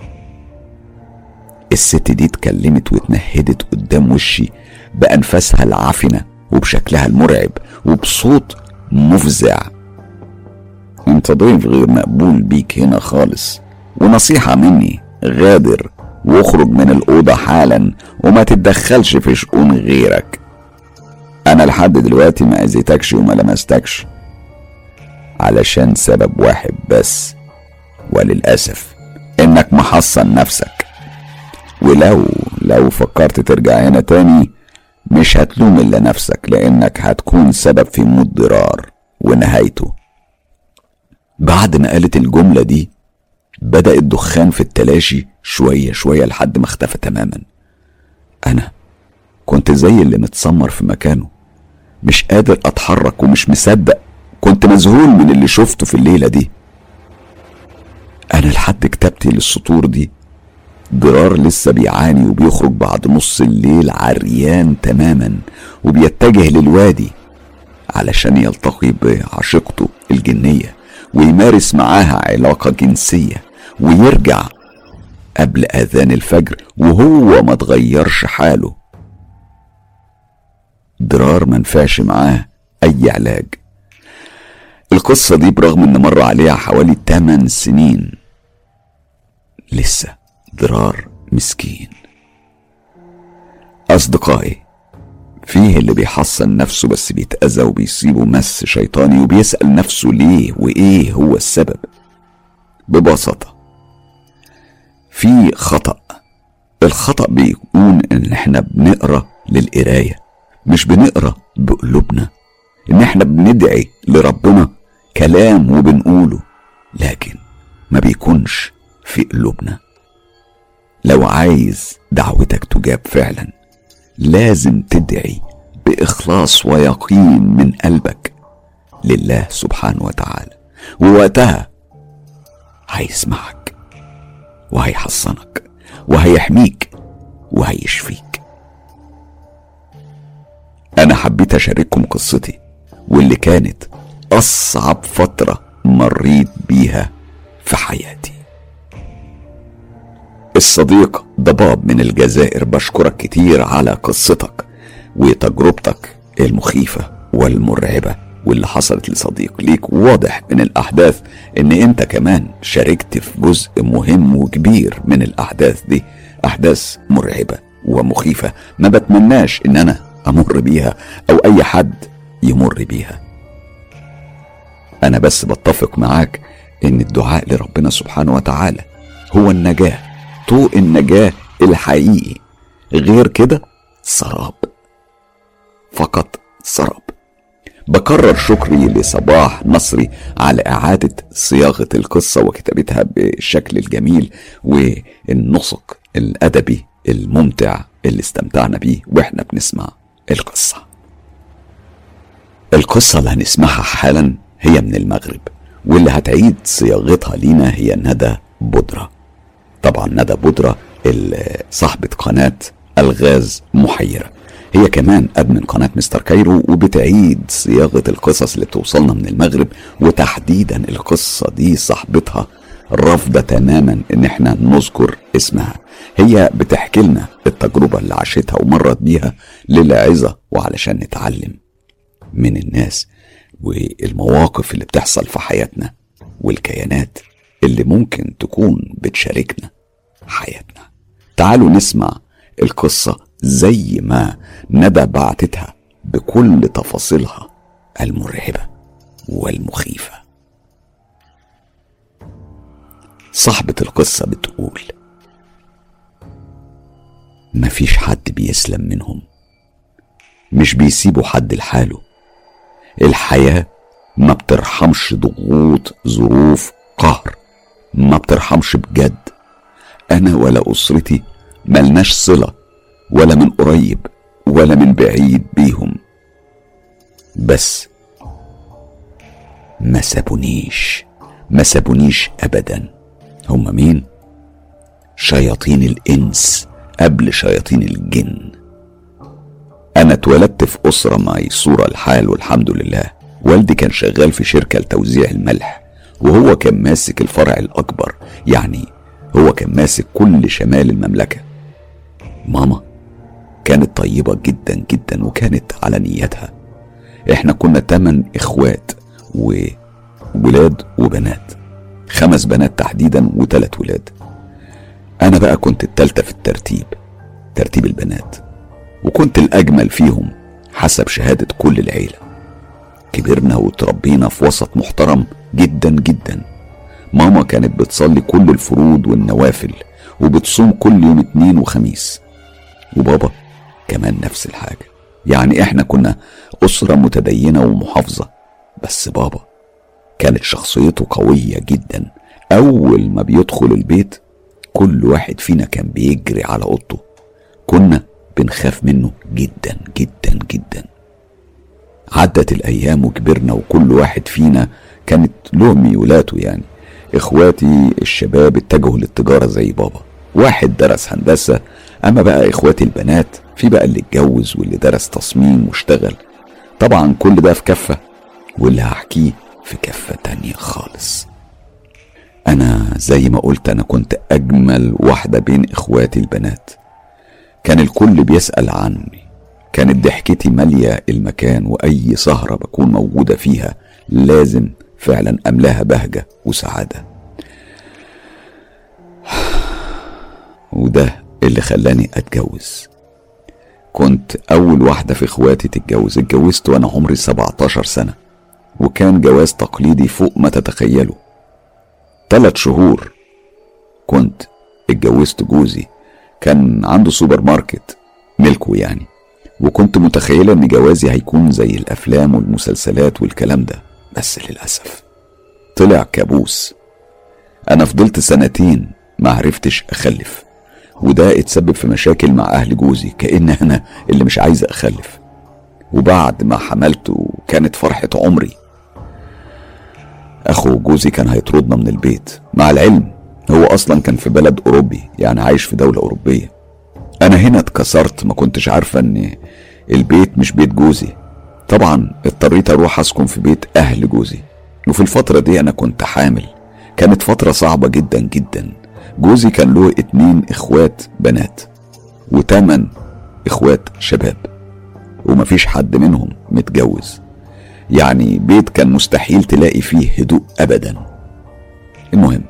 الست دي اتكلمت واتنهدت قدام وشي بأنفاسها العفنة وبشكلها المرعب وبصوت مفزع. انت ضيف غير مقبول بيك هنا خالص، ونصيحة مني، غادر واخرج من الأوضة حالا وما تتدخلش في شؤون غيرك. أنا لحد دلوقتي ما أذيتكش وما لمستكش علشان سبب واحد بس، وللأسف إنك محصن نفسك. ولو لو فكرت ترجع هنا تاني مش هتلوم إلا نفسك، لأنك هتكون سبب في موت ضرار ونهايته. بعد ما قالت الجملة دي بدأ الدخان في التلاشي شوية شوية لحد ما اختفى تماما. أنا كنت زي اللي متسمر في مكانه، مش قادر أتحرك ومش مصدق. كنت مذهول من اللي شفته في الليلة دي. أنا لحد كتابتي للسطور دي ضرار لسه بيعاني وبيخرج بعد نص الليل عريان تماما وبيتجه للوادي علشان يلتقي بعشيقته الجنية ويمارس معاها علاقة جنسية ويرجع قبل أذان الفجر وهو ما تغيرش حاله. ضرار منفعش معاه أي علاج. القصة دي برغم ان مر عليها حوالي تمن سنين لسه ضرار مسكين. أصدقائي، فيه اللي بيحصن نفسه بس بيتأذى وبيصيبه مس شيطاني وبيسأل نفسه ليه وإيه هو السبب. ببساطة في خطأ. الخطأ بيكون إن إحنا بنقرأ للقراية، مش بنقرأ بقلوبنا. إن إحنا بندعي لربنا كلام وبنقوله، لكن ما بيكونش في قلوبنا. لو عايز دعوتك تجاب فعلا لازم تدعي بإخلاص ويقين من قلبك لله سبحانه وتعالى، ووقتها هيسمعك وهيحصنك وهيحميك وهيشفيك. أنا حبيت أشارككم قصتي واللي كانت أصعب فترة مريت بيها في حياتي. الصديق ضباب من الجزائر، بشكرك كتير على قصتك وتجربتك المخيفة والمرعبة واللي حصلت لصديق ليك. واضح من الأحداث إن أنت كمان شاركت في جزء مهم وكبير من الأحداث دي، أحداث مرعبة ومخيفة ما بتمناش إن أنا أمر بيها أو أي حد يمر بيها. أنا بس بتفق معاك إن الدعاء لربنا سبحانه وتعالى هو النجاة، طوق النجاة الحقيقي. غير كده سراب، فقط سراب. بكرر شكري لصباح نصري على إعادة صياغة القصة وكتابتها بالشكل الجميل والنسق الأدبي الممتع اللي استمتعنا بيه وإحنا بنسمع القصة. القصة اللي هنسمعها حالا هي من المغرب، واللي هتعيد صياغتها لينا هي ندى بودرة. طبعا ندى بودرة صاحبة قناة الغاز محيرة، هي كمان أدمن قناة مستر كايرو، وبتعيد صياغة القصص اللي بتوصلنا من المغرب. وتحديدا القصة دي صاحبتها رافضة تماما ان احنا نذكر اسمها. هي بتحكي لنا التجربة اللي عاشتها ومرت بيها للعظة وعلشان نتعلم من الناس والمواقف اللي بتحصل في حياتنا والكيانات اللي ممكن تكون بتشاركنا حياتنا. تعالوا نسمع القصة زي ما ندى بعتتها بكل تفاصيلها المرعبة والمخيفة. صاحبة القصة بتقول: مفيش حد بيسلم منهم، مش بيسيبوا حد لحاله، الحياة ما بترحمش، ضغوط، ظروف، قهر، ما بترحمش بجد. انا ولا اسرتي ملناش صلة، ولا من قريب ولا من بعيد بيهم، بس ما سابونيش ما سابونيش ابدا. هم مين؟ شياطين الانس قبل شياطين الجن. انا اتولدت في اسرة ميسورة الحال والحمد لله. والدي كان شغال في شركة لتوزيع الملح، وهو كان ماسك الفرع الاكبر، يعني هو كان ماسك كل شمال المملكة. ماما كانت طيبة جدا جدا وكانت على نيتها. احنا كنا تمن اخوات، وولاد وبنات، خمس بنات تحديدا وثلاث ولاد. انا بقى كنت التالتة في الترتيب، ترتيب البنات، وكنت الاجمل فيهم حسب شهادة كل العيلة. كبرنا وتربينا في وسط محترم جدا جدا. ماما كانت بتصلي كل الفروض والنوافل، وبتصوم كل يوم اتنين وخميس، وبابا كمان نفس الحاجة. يعني احنا كنا أسرة متدينة ومحافظة، بس بابا كانت شخصيته قوية جدا. أول ما بيدخل البيت كل واحد فينا كان بيجري على أوضته، كنا بنخاف منه جدا جدا جدا. عدت الأيام وكبرنا، وكل واحد فينا كانت له ميولاته. يعني إخواتي الشباب اتجهوا للتجارة زي بابا، واحد درس هندسة، أما بقى إخواتي البنات في بقى اللي اتجوز واللي درس تصميم واشتغل. طبعا كل ده في كفة، واللي هحكيه في كفة تانية خالص. أنا زي ما قلت أنا كنت أجمل واحدة بين إخواتي البنات. كان الكل بيسأل عني، كانت ضحكتي مالية المكان، وأي سهرة بكون موجودة فيها لازم فعلا أملاها بهجة وسعادة. وده اللي خلاني أتجوز. كنت أول واحدة في إخواتي تتجوز. اتجوزت وأنا عمري سبعتاشر سنة، وكان جواز تقليدي فوق ما تتخيلوا. ثلاث شهور كنت اتجوزت جوزي، كان عنده سوبر ماركت ملكه يعني، وكنت متخيلة ان جوازي هيكون زي الافلام والمسلسلات والكلام ده، بس للأسف طلع كابوس. انا فضلت سنتين ما عرفتش اخلف، وده اتسبب في مشاكل مع اهل جوزي، كأن انا اللي مش عايزة اخلف. وبعد ما حملت كانت فرحة عمري. اخو جوزي كان هيطردنا من البيت، مع العلم هو اصلا كان في بلد اوروبي، يعني عايش في دولة اوروبية. انا هنا اتكسرت، ما كنتش عارفة ان البيت مش بيت جوزي. طبعا اضطريت اروح اسكن في بيت اهل جوزي. وفي الفترة دي انا كنت حامل، كانت فترة صعبة جدا جدا. جوزي كان له اتنين اخوات بنات وتمن اخوات شباب، ومفيش حد منهم متجوز. يعني بيت كان مستحيل تلاقي فيه هدوء ابدا. المهم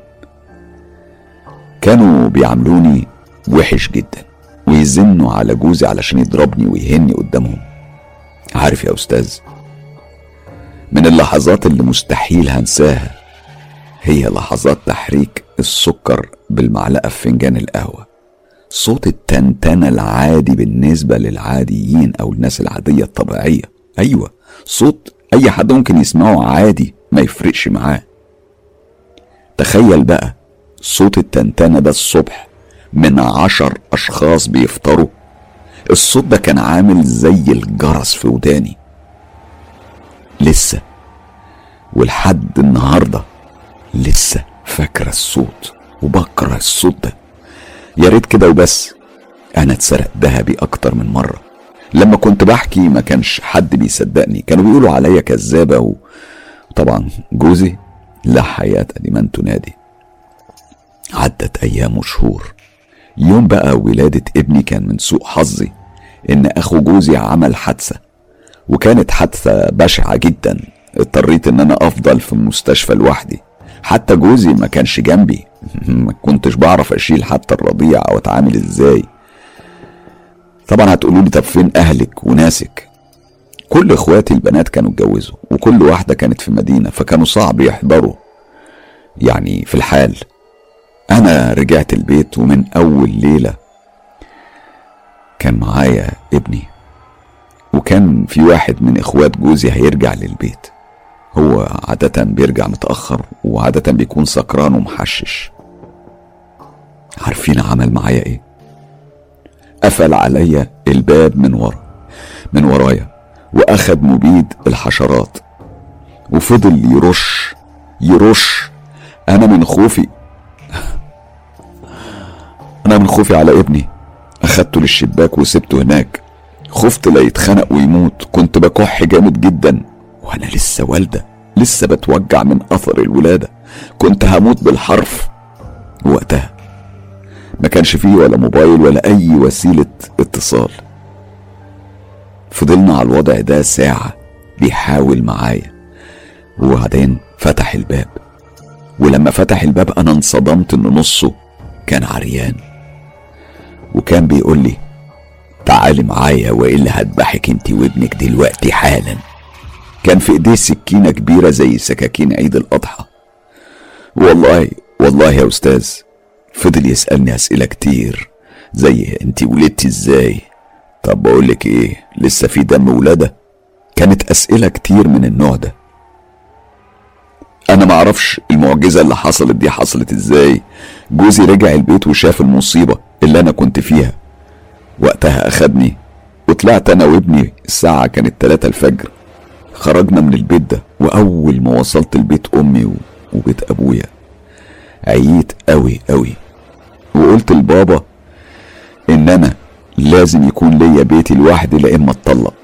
كانوا بيعاملوني وحش جدا، ويزنوا على جوزي علشان يضربني ويهني قدامهم. عارف يا استاذ، من اللحظات اللي مستحيل هنساها هي لحظات تحريك السكر بالمعلقة في فنجان القهوة. صوت التنتنة العادي بالنسبة للعاديين او الناس العادية الطبيعية، ايوه صوت اي حد ممكن يسمعه عادي ما يفرقش معاه. تخيل بقى صوت التنتنة ده الصبح من عشر اشخاص بيفطروا. الصوت ده كان عامل زي الجرس في وداني لسه، ولحد النهاردة لسه فاكرة الصوت وبكره الصوت ده. يا ريت كده وبس، انا اتسرق ذهبي اكتر من مرة. لما كنت بحكي ما كانش حد بيصدقني، كانوا بيقولوا عليا كذابة. وطبعا جوزي لا حياة لمن تنادي. عدت ايام وشهور. يوم بقى ولادة ابني كان من سوء حظي ان اخو جوزي عمل حادثة، وكانت حادثة بشعة جدا. اضطريت ان انا افضل في المستشفى لوحدي، حتى جوزي ما كانش جنبي. ما كنتش بعرف اشيل حتى الرضيع او اتعامل ازاي. طبعا هتقولوا لي طب فين اهلك وناسك؟ كل اخواتي البنات كانوا اتجوزوا، وكل واحدة كانت في مدينة، فكانوا صعب يحضروا يعني في الحال. انا رجعت البيت، ومن اول ليلة كان معايا ابني. وكان في واحد من اخوات جوزي هيرجع للبيت. هو عادة بيرجع متأخر وعادة بيكون سكران ومحشش. عارفين عمل معايا ايه؟ قفل عليا الباب من ورا من ورايا واخد مبيد الحشرات وفضل يرش يرش. انا من خوفي انا من خوفي على ابني اخدته للشباك وسبته هناك. خفت لا يتخنق ويموت. كنت بكح جامد جدا وانا لسه والدة، لسه بتوجع من اثر الولادة. كنت هموت بالحرف. وقتها ما كانش فيه ولا موبايل ولا اي وسيلة اتصال. فضلنا على الوضع ده ساعة بيحاول معايا، وبعدين فتح الباب. ولما فتح الباب انا انصدمت ان نصه كان عريان، وكان بيقول لي تعالي معايا والا هذبحك انت وابنك دلوقتي حالا. كان في ايديه سكينة كبيرة زي سكاكين عيد الاضحى. والله والله يا استاذ فضل يسألني اسئلة كتير زي انت ولدتي ازاي، طب بقولك ايه لسه في دم ولادة. كانت اسئلة كتير من النوع ده. انا معرفش المعجزة اللي حصلت دي حصلت ازاي. جوزي رجع البيت وشاف المصيبة اللي انا كنت فيها. وقتها اخدني وطلعت انا وابني. الساعة كانت تلاتة الفجر. خرجنا من البيت ده، واول ما وصلت البيت امي وبيت ابويا عييت قوي قوي، وقلت لبابا ان انا لازم يكون ليا بيتي لوحدي لا اما اتطلق.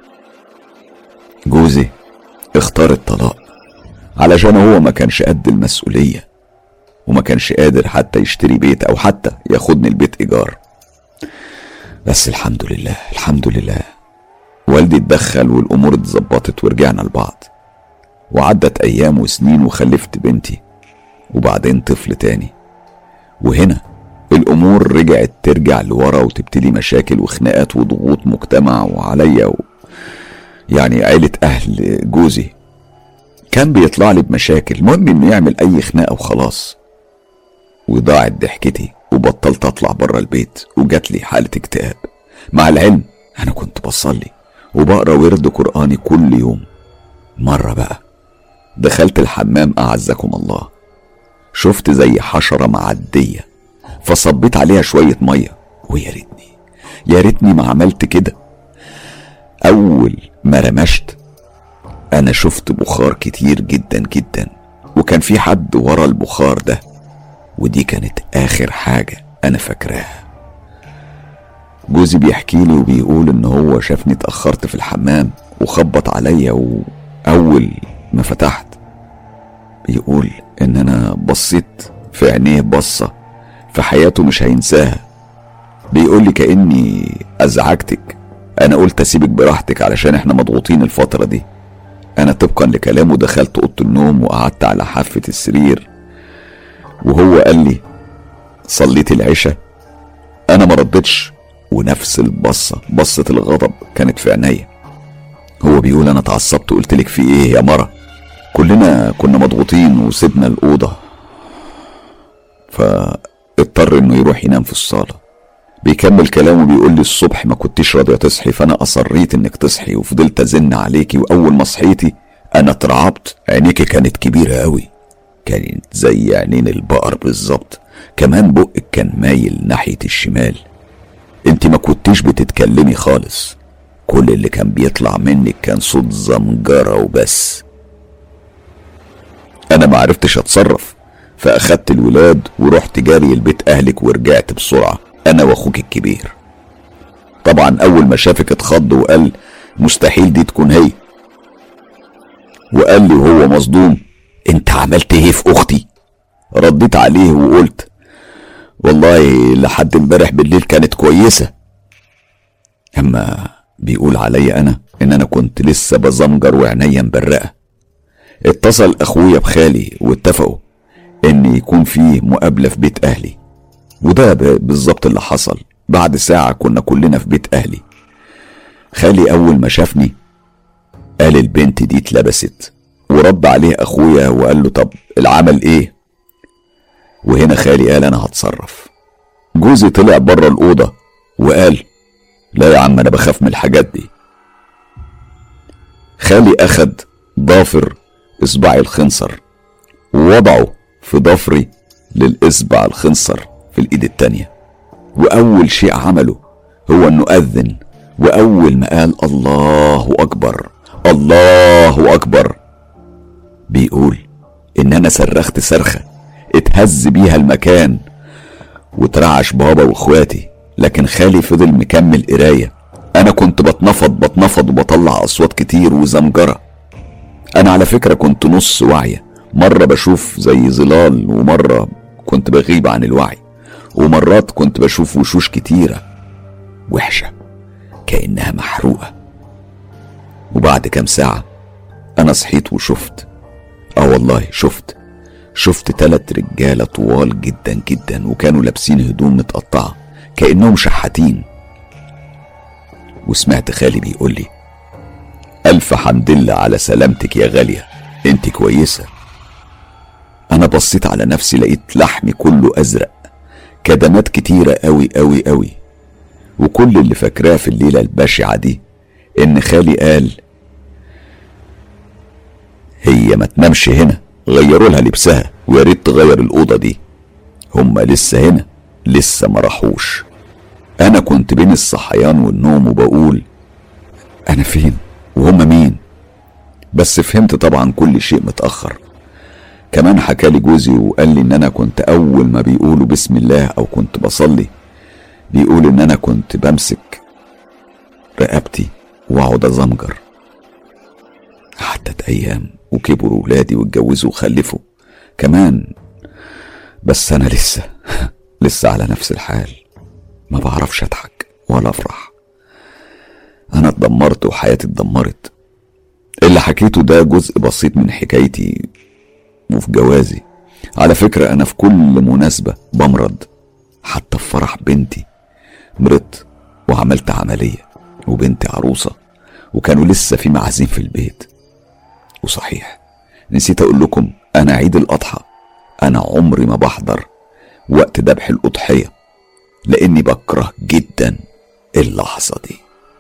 جوزي اختار الطلاق علشان هو ما كانش قد المسؤولية وما كانش قادر حتى يشتري بيت او حتى ياخدني البيت ايجار. بس الحمد لله الحمد لله والدي اتدخل والامور اتظبطت ورجعنا لبعض. وعدت ايام وسنين وخلفت بنتي وبعدين طفل تاني. وهنا الامور رجعت ترجع لورا وتبتدي مشاكل وخناقات وضغوط مجتمع وعليا و... يعني عيلة اهل جوزي كان بيطلع لي بمشاكل. المهم انه يعمل اي خناقة وخلاص. وضاعت ضحكتي وبطلت اطلع برا البيت وجات لي حالة اكتئاب. مع العلم انا كنت بصلي وبقرا ورد قرآني كل يوم. مرة بقى دخلت الحمام اعزكم الله، شفت زي حشرة معدية فصبيت عليها شوية مية. ويا ريتني يا ريتني ما عملت كده. اول ما رمشت انا شفت بخار كتير جدا جدا، وكان في حد ورا البخار ده، ودي كانت اخر حاجة انا فاكراها. جوزي بيحكي لي وبيقول ان هو شافني اتأخرت في الحمام وخبط عليا، واول ما فتحت بيقول ان انا بصيت في عينيه بصة في حياته مش هينساها. بيقول لي كأني ازعجتك، انا قلت اسيبك براحتك علشان احنا مضغوطين الفترة دي. انا طبقا لكلامه دخلت اوضه النوم وقعدت على حافة السرير، وهو قال لي صليت العشاء؟ انا ما ردتش، ونفس البصة بصة الغضب كانت في عينيا. هو بيقول انا اتعصبت وقلت لك في ايه يا مرة، كلنا كنا مضغوطين وسيبنا الأوضة. فاضطر انه يروح ينام في الصالة. بيكمل كلامه بيقول لي الصبح ما كنتش راضية تصحي، فانا اصريت انك تصحي وفضلت ازن عليكي، واول ما صحيتي انا اترعبت. عينيكي كانت كبيرة قوي، كانت زي عينين البقر بالظبط، كمان بقك كان مايل ناحية الشمال. انت ما كنتيش بتتكلمي خالص، كل اللي كان بيطلع منك كان صوت زمجرة وبس. انا ما عرفتش اتصرف، فاخدت الولاد ورحت جاري البيت اهلك ورجعت بسرعة انا واخوك الكبير. طبعا اول ما شافك اتخض وقال مستحيل دي تكون هي، وقال لي وهو مصدوم انت عملت ايه في اختي؟ رديت عليه وقلت والله لحد امبارح بالليل كانت كويسة. اما بيقول عليا انا ان انا كنت لسه بزمجر وعينيا مبرقة. اتصل اخويا بخالي واتفقوا ان يكون فيه مقابلة في بيت اهلي، وده بالظبط اللي حصل. بعد ساعة كنا كلنا في بيت اهلي. خالي اول ما شافني قال البنت دي اتلبست، ورد عليه اخويا وقال له طب العمل ايه؟ وهنا خالي قال انا هتصرف. جوزي طلع بره الاوضة وقال لا يا عم انا بخاف من الحاجات دي. خالي اخد ضافر اصبعي الخنصر ووضعه في ضفري للاصبع الخنصر في الايد التانية، واول شيء عمله هو انه اذن، واول ما قال الله اكبر الله اكبر بيقول ان انا صرخت صرخة اتهز بيها المكان وترعش بابا واخواتي، لكن خالي فضل مكمل قراية. انا كنت بتنفض بتنفض وبطلع اصوات كتير وزمجرة. انا على فكرة كنت نص واعية، مرة بشوف زي ظلال، ومرة كنت بغيب عن الوعي، ومرات كنت بشوف وشوش كتيرة وحشة كأنها محروقة. وبعد كام ساعة انا صحيت وشفت، اه والله شفت شفت تلات رجالة طوال جدا جدا، وكانوا لابسين هدوم متقطعة كأنهم شحاتين. وسمعت خالي بيقول لي ألف حمد لله على سلامتك يا غالية، انت كويسة. انا بصيت على نفسي لقيت لحمي كله ازرق، كدمات كتيرة قوي قوي قوي. وكل اللي فاكراه في الليلة البشعة دي ان خالي قال هي ما تنامش هنا، غيروا لها لبسها ويا ريت تغير الأوضة دي، هما لسه هنا لسه ما راحوش. انا كنت بين الصحيان والنوم وبقول انا فين وهما مين، بس فهمت طبعا كل شيء متأخر. كمان حكالي جوزي وقال لي ان انا كنت اول ما بيقولوا بسم الله او كنت بصلي بيقول ان انا كنت بمسك رقبتي واقعد ازمجر. عدت ايام وكبروا ولادي واتجوزوا وخلفوا كمان، بس انا لسه لسه على نفس الحال، ما بعرفش اضحك ولا افرح. انا اتدمرت وحياتي اتدمرت. اللي حكيته ده جزء بسيط من حكايتي وفي جوازي. على فكرة انا في كل مناسبة بمرض، حتى في فرح بنتي مرضت وعملت عملية وبنتي عروسة وكانوا لسه في معازيم في البيت. وصحيح نسيت اقول لكم، انا عيد الاضحى انا عمري ما بحضر وقت ذبح الاضحية لاني بكره جدا اللحظة دي.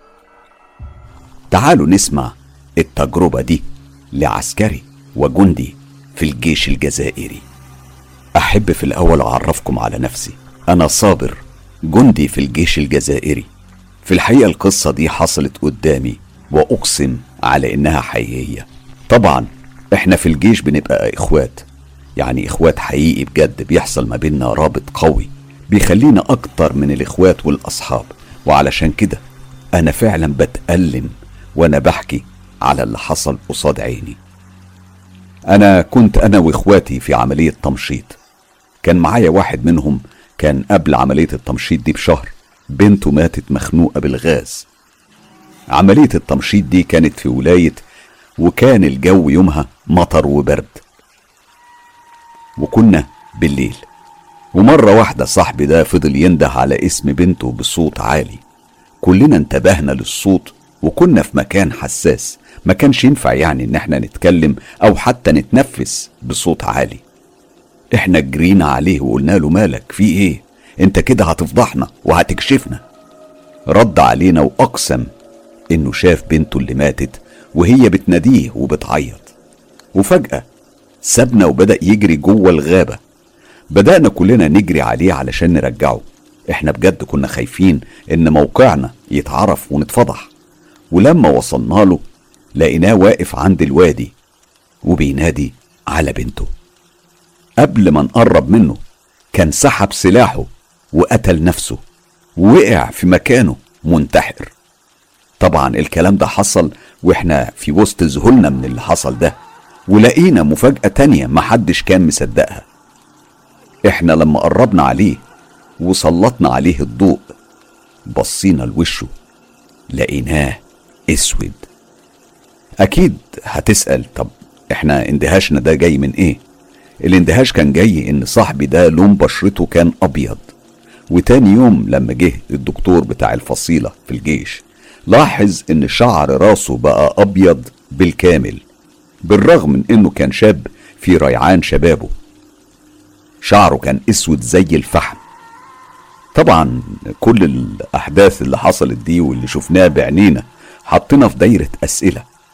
تعالوا نسمع التجربة دي لعسكري وجندي في الجيش الجزائري. أحب في الأول أعرفكم على نفسي، أنا صابر جندي في الجيش الجزائري. في الحقيقة القصة دي حصلت قدامي وأقسم على إنها حقيقية. طبعا إحنا في الجيش بنبقى إخوات، يعني إخوات حقيقي بجد، بيحصل ما بيننا رابط قوي بيخلينا أكتر من الإخوات والأصحاب. وعلشان كده أنا فعلا بتألم وأنا بحكي على اللي حصل قصاد عيني. أنا كنت أنا وإخواتي في عملية تمشيط، كان معايا واحد منهم كان قبل عملية التمشيط دي بشهر بنته ماتت مخنوقة بالغاز. عملية التمشيط دي كانت في ولاية، وكان الجو يومها مطر وبرد، وكنا بالليل. ومرة واحدة صاحبي ده فضل ينده على اسم بنته بصوت عالي. كلنا انتبهنا للصوت وكنا في مكان حساس، ما كانش ينفع يعني ان احنا نتكلم او حتى نتنفس بصوت عالي. احنا جرينا عليه وقلنا له مالك في ايه، انت كده هتفضحنا وهتكشفنا. رد علينا واقسم انه شاف بنته اللي ماتت وهي بتناديه وبتعيط. وفجأة سابنا وبدأ يجري جوه الغابة. بدأنا كلنا نجري عليه علشان نرجعه. احنا بجد كنا خايفين ان موقعنا يتعرف ونتفضح. ولما وصلنا له لقيناه واقف عند الوادي وبينادي على بنته. قبل ما نقرب منه كان سحب سلاحه وقتل نفسه ووقع في مكانه منتحر. طبعا الكلام ده حصل واحنا في وسط ذهولنا من اللي حصل ده، ولقينا مفاجأة تانية محدش كان مصدقها. احنا لما قربنا عليه وسلطنا عليه الضوء بصينا لوشه لقيناه اسود. اكيد هتسأل طب احنا اندهاشنا ده جاي من ايه؟ الاندهاش كان جاي ان صاحبي ده لون بشرته كان ابيض. وتاني يوم لما جه الدكتور بتاع الفصيلة في الجيش لاحظ ان شعر راسه بقى ابيض بالكامل، بالرغم من انه كان شاب في ريعان شبابه. شعره كان اسود زي الفحم. طبعا كل الاحداث اللي حصلت دي واللي شفناها بعينينا حطينا في دايرة اسئلة.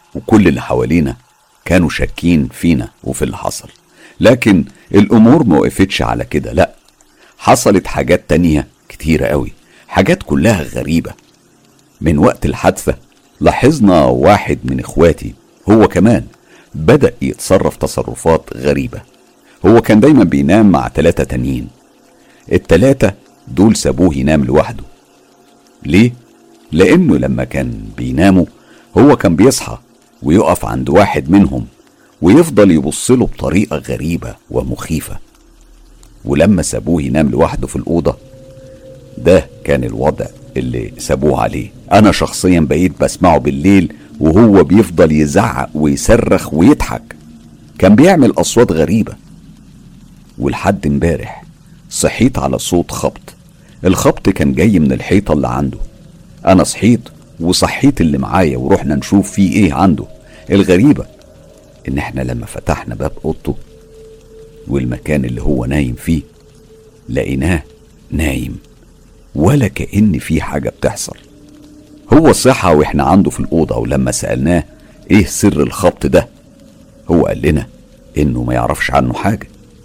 وكل اللي حوالينا كانوا شاكين فينا وفي اللي حصل. لكن الامور ما وقفتش على كده، لا، حصلت حاجات تانية كتيرة قوي، حاجات كلها غريبة. من وقت الحادثة لاحظنا واحد من اخواتي هو كمان بدأ يتصرف تصرفات غريبة. هو كان دايما بينام مع ثلاثة تانيين، التلاتة دول سابوه ينام لوحده. ليه؟ لانه لما كان بيناموا هو كان بيصحى ويقف عند واحد منهم ويفضل يبصله بطريقة غريبة ومخيفة. ولما سابوه ينام لوحده في الأوضة، ده كان الوضع اللي سابوه عليه. أنا شخصيا بقيت بسمعه بالليل وهو بيفضل يزعق ويصرخ ويضحك، كان بيعمل أصوات غريبة. ولحد امبارح صحيت على صوت خبط، الخبط كان جاي من الحيطة اللي عنده. أنا صحيت وصحيت اللي معايا ورحنا نشوف فيه ايه عنده. الغريبة ان احنا لما فتحنا باب اوضته والمكان اللي هو نايم فيه لقيناه نايم ولا كأن في حاجة بتحصل. هو صحى واحنا عنده في الأوضة، ولما سألناه ايه سر الخبط ده هو قال لنا انه ما يعرفش عنه حاجة.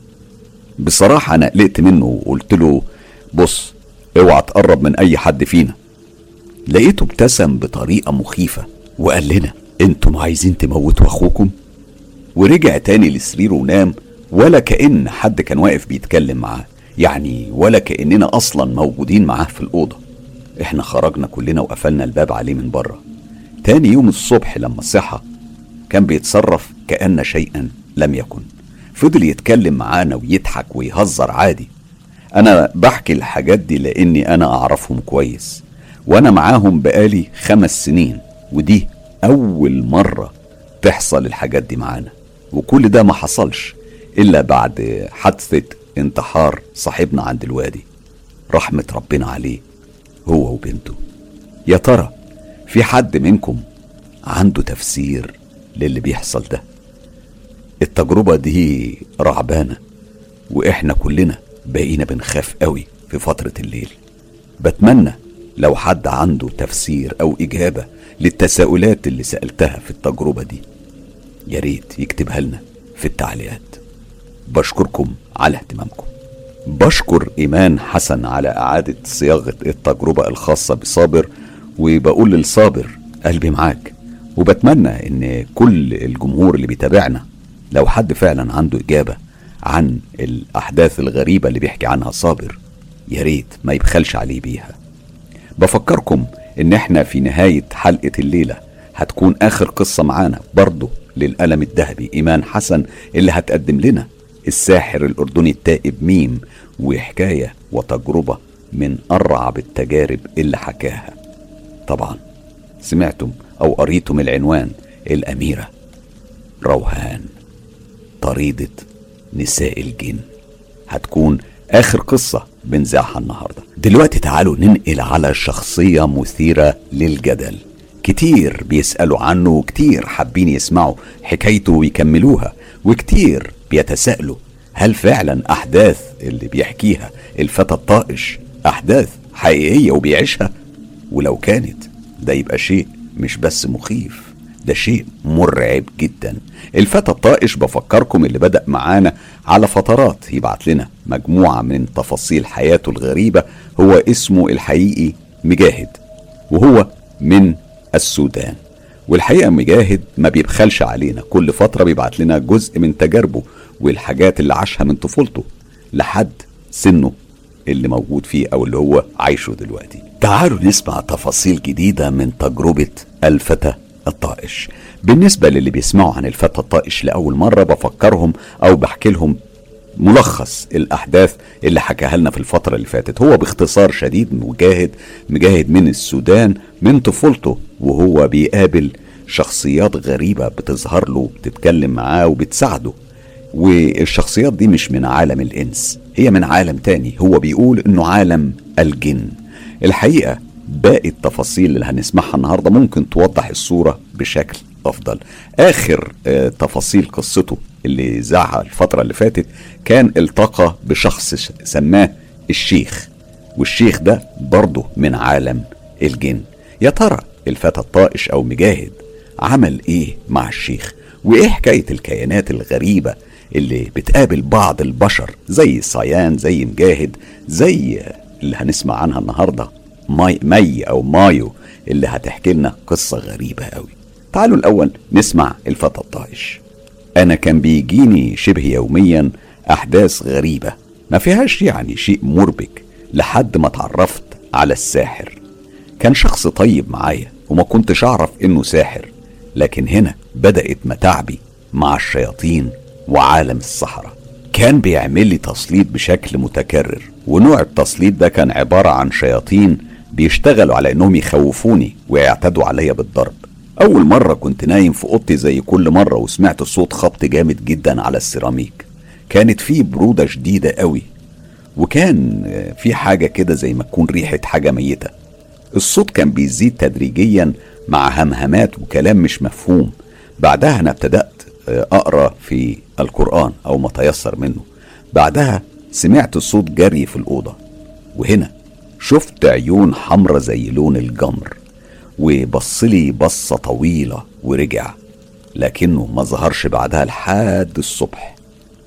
بصراحة انا قلقت منه وقلت له بص اوعى تقرب من اي حد فينا. لقيته ابتسم بطريقة مخيفة وقال لنا انتم عايزين تموتوا اخوكم؟ ورجع تاني لسريره ونام ولا كأن حد كان واقف بيتكلم معاه، يعني ولا كأننا اصلا موجودين معاه في الأوضة. احنا خرجنا كلنا وقفلنا الباب عليه من بره. تاني يوم الصبح لما صحى كان بيتصرف كأن شيئا لم يكن، فضل يتكلم معانا ويضحك ويهزر عادي. انا بحكي الحاجات دي لاني انا اعرفهم كويس، وانا معاهم بقالي خمس سنين، ودي اول مرة تحصل الحاجات دي معانا. وكل ده ما حصلش الا بعد حادثة انتحار صاحبنا عند الوادي، رحمة ربنا عليه هو وبنته. يا ترى في حد منكم عنده تفسير للي بيحصل ده؟ التجربة دي رعبانة واحنا كلنا بقينا بنخاف قوي في فترة الليل. بتمنى لو حد عنده تفسير او اجابة للتساؤلات اللي سألتها في التجربة دي يا ريت يكتبها لنا في التعليقات. بشكركم على اهتمامكم. بشكر ايمان حسن على اعادة صياغة التجربة الخاصة بصابر، وبقول للصابر قلبي معاك. وبتمنى ان كل الجمهور اللي بيتابعنا لو حد فعلا عنده اجابة عن الاحداث الغريبة اللي بيحكي عنها صابر يا ريت ما يبخلش عليه بيها. بفكركم ان احنا في نهاية حلقة الليلة هتكون اخر قصة معانا برضو للقلم الذهبي ايمان حسن، اللي هتقدم لنا الساحر الاردني التائب ميم، وحكاية وتجربة من ارعب التجارب اللي حكاها. طبعا سمعتم او قريتم العنوان، الاميرة روهان طريدة نساء الجن، هتكون اخر قصة بنزعها النهاردة. دلوقتي تعالوا ننقل على شخصية مثيرة للجدل، كتير بيسألوا عنه وكتير حابين يسمعوا حكايته ويكملوها، وكتير بيتساءلوا هل فعلا احداث اللي بيحكيها الفتى الطائش احداث حقيقية وبيعيشها؟ ولو كانت ده يبقى شيء مش بس مخيف، ده شيء مرعب جدا. الفتى الطائش بفكركم اللي بدأ معانا على فترات يبعت لنا مجموعة من تفاصيل حياته الغريبة، هو اسمه الحقيقي مجاهد وهو من السودان. والحقيقة مجاهد ما بيبخلش علينا، كل فترة بيبعت لنا جزء من تجاربه والحاجات اللي عاشها من طفولته لحد سنه اللي موجود فيه او اللي هو عايشه دلوقتي. تعالوا نسمع تفاصيل جديدة من تجربة الفتى الطائش. بالنسبة للي بيسمعوا عن الفتى الطائش لأول مرة بفكرهم أو بحكي لهم ملخص الأحداث اللي حكاها لنا في الفترة اللي فاتت. هو باختصار شديد مجاهد مجاهد من السودان، من طفولته وهو بيقابل شخصيات غريبة بتظهر له بتتكلم معاه وبتساعده، والشخصيات دي مش من عالم الإنس، هي من عالم تاني، هو بيقول إنه عالم الجن. الحقيقة باقي التفاصيل اللي هنسمعها النهاردة ممكن توضح الصورة بشكل أفضل. آخر آه تفاصيل قصته اللي زعها الفترة اللي فاتت كان التقى بشخص سماه الشيخ، والشيخ ده برضه من عالم الجن. يا ترى الفتى الطائش أو مجاهد عمل ايه مع الشيخ، وايه حكاية الكيانات الغريبة اللي بتقابل بعض البشر زي صيان، زي مجاهد، زي اللي هنسمع عنها النهاردة ماي, مي او مايو اللي هتحكي لنا قصة غريبة قوي. تعالوا الاول نسمع الفتى الطائش. انا كان بيجيني شبه يوميا احداث غريبة ما فيهاش يعني شيء مربك لحد ما اتعرفت على الساحر. كان شخص طيب معايا وما كنتش اعرف انه ساحر، لكن هنا بدأت متاعبي مع الشياطين وعالم السحرة. كان بيعمل لي تسليط بشكل متكرر، ونوع التسليط ده كان عبارة عن شياطين بيشتغلوا على انهم يخوفوني ويعتدوا عليا بالضرب. اول مرة كنت نايم في اوضتي زي كل مرة، وسمعت صوت خبط جامد جدا على السيراميك. كانت فيه برودة شديدة قوي، وكان في حاجة كده زي ما تكون ريحة حاجة ميتة. الصوت كان بيزيد تدريجيا مع همهمات وكلام مش مفهوم. بعدها انا ابتدأت اقرأ في القرآن او ما تيسر منه. بعدها سمعت صوت جري في الأوضة، وهنا شفت عيون حمرة زي لون الجمر، وبصلي بصة طويلة ورجع، لكنه ما ظهرش بعدها لحد الصبح.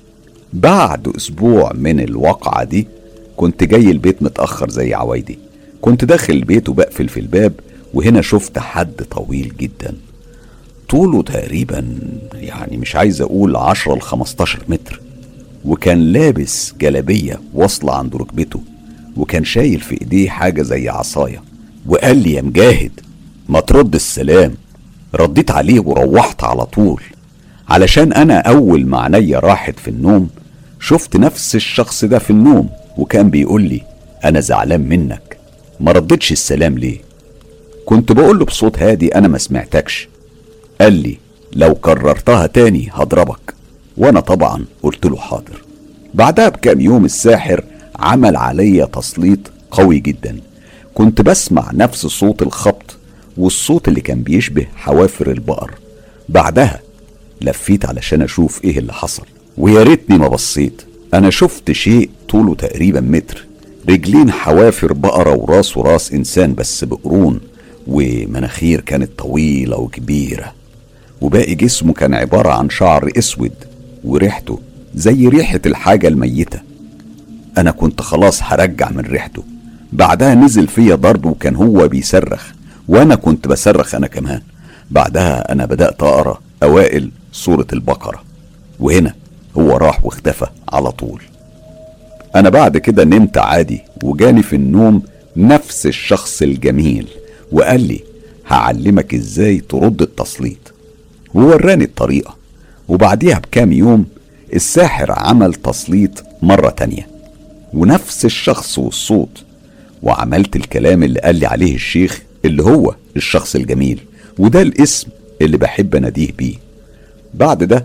بعد اسبوع من الواقعة دي كنت جاي البيت متأخر زي عوايدي. كنت داخل البيت وبقفل في الباب، وهنا شفت حد طويل جدا، طوله تقريبا يعني مش عايز اقول عشرة لخمستاشر متر، وكان لابس جلابية واصلة عند ركبته، وكان شايل في ايديه حاجة زي عصاية. وقال لي يا مجاهد ما ترد السلام. رديت عليه وروحت على طول، علشان انا اول ما عينيا راحت في النوم شفت نفس الشخص ده في النوم، وكان بيقول لي انا زعلان منك، ما ردتش السلام ليه؟ كنت بقول له بصوت هادي انا ما سمعتكش. قال لي لو كررتها تاني هضربك، وانا طبعا قلت له حاضر. بعدها بكام يوم الساحر عمل عليا تسليط قوي جدا. كنت بسمع نفس صوت الخبط والصوت اللي كان بيشبه حوافر البقر. بعدها لفيت علشان اشوف ايه اللي حصل، ويا ريتني ما بصيت. انا شفت شيء طوله تقريبا متر، رجلين حوافر بقرة وراس وراس انسان بس بقرون، ومناخير كانت طويلة وكبيرة، وباقي جسمه كان عبارة عن شعر اسود، وريحته زي ريحة الحاجة الميتة. انا كنت خلاص هرجع من ريحته. بعدها نزل فيا ضرب، وكان هو بيصرخ وانا كنت بصرخ انا كمان. بعدها انا بدأت اقرأ اوائل سورة البقرة، وهنا هو راح واختفى على طول. انا بعد كده نمت عادي، وجاني في النوم نفس الشخص الجميل، وقال لي هعلمك ازاي ترد التسليط، ووراني الطريقة. وبعديها بكام يوم الساحر عمل تسليط مرة تانية، ونفس الشخص والصوت، وعملت الكلام اللي قال لي عليه الشيخ اللي هو الشخص الجميل، وده الاسم اللي بحب اناديه بيه. بعد ده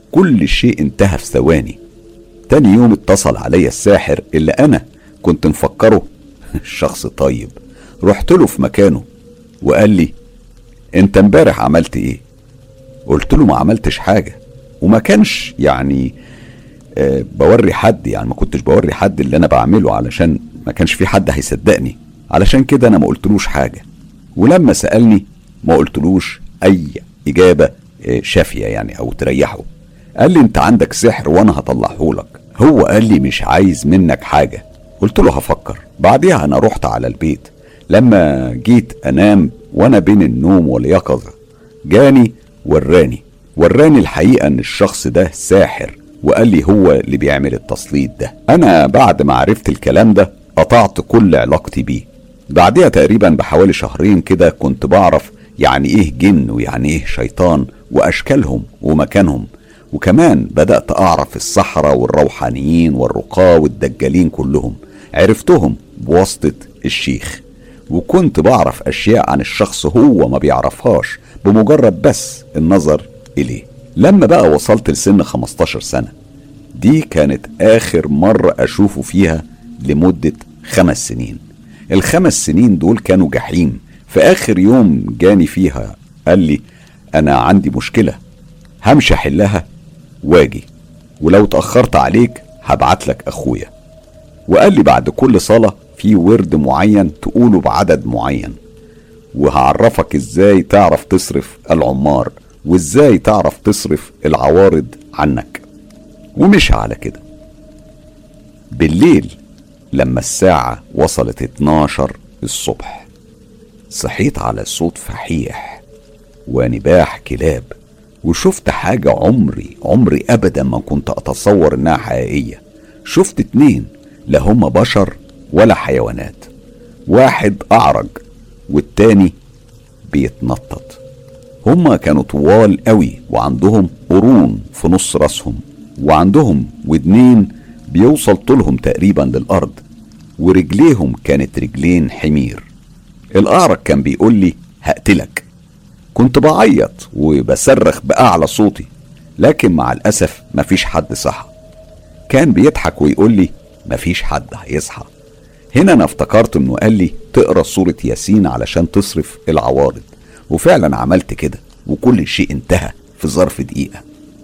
كل شيء انتهى في ثواني. تاني يوم اتصل عليا الساحر اللي انا كنت مفكره شخص طيب. رحت له في مكانه وقال لي انت امبارح عملت ايه؟ قلت له ما عملتش حاجة، وما كانش يعني آه بوري حد، يعني ما كنتش بوري حد اللي انا بعمله علشان ما كانش في حد هيصدقني، علشان كده انا ما قلتلوش حاجة. ولما سألني ما قلتلوش اي اجابة آه شافية يعني او تريحه. قال لي انت عندك سحر وانا هطلعه لك. هو قال لي مش عايز منك حاجة. قلت له هفكر. بعدها انا رحت على البيت. لما جيت انام وانا بين النوم واليقظة جاني وراني وراني الحقيقة ان الشخص ده ساحر، وقال لي هو اللي بيعمل التسليط ده. انا بعد ما عرفت الكلام ده قطعت كل علاقتي بيه. بعدها تقريبا بحوالي شهرين كده كنت بعرف يعني ايه جن ويعني ايه شيطان واشكالهم ومكانهم، وكمان بدأت اعرف السحرة والروحانيين والرقاة والدجالين كلهم عرفتهم بواسطة الشيخ، وكنت بعرف اشياء عن الشخص هو ما بيعرفهاش بمجرد بس النظر اليه. لما بقى وصلت لسن خمستاشر سنة، دي كانت اخر مرة اشوفه فيها لمدة خمس سنين. الخمس سنين دول كانوا جحيم. في اخر يوم جاني فيها قال لي انا عندي مشكلة همشي احلها واجي، ولو تأخرت عليك هبعت لك اخويا. وقال لي بعد كل صلاة في ورد معين تقوله بعدد معين، وهعرفك ازاي تعرف تصرف العمار وازاي تعرف تصرف العوارض عنك. ومشي على كده. بالليل لما الساعة وصلت اتناشر الصبح صحيت على صوت فحيح ونباح كلاب، وشفت حاجة عمري عمري أبدا ما كنت أتصور إنها حقيقية. شفت اتنين لا هم بشر ولا حيوانات، واحد أعرج والتاني بيتنطط. هما كانوا طوال قوي وعندهم قرون في نص راسهم، وعندهم ودنين بيوصل طولهم تقريبا للأرض، ورجليهم كانت رجلين حمير. الأعرج كان بيقول لي هقتلك. كنت بعيط وبصرخ بأعلى صوتي، لكن مع الأسف مفيش حد صحى. كان بيضحك ويقول لي مفيش حد هيصحى. هنا أنا افتكرت إنه قال لي تقرأ سورة ياسين علشان تصرف العوارض، وفعلا عملت كده وكل شيء انتهى في ظرف دقيقة.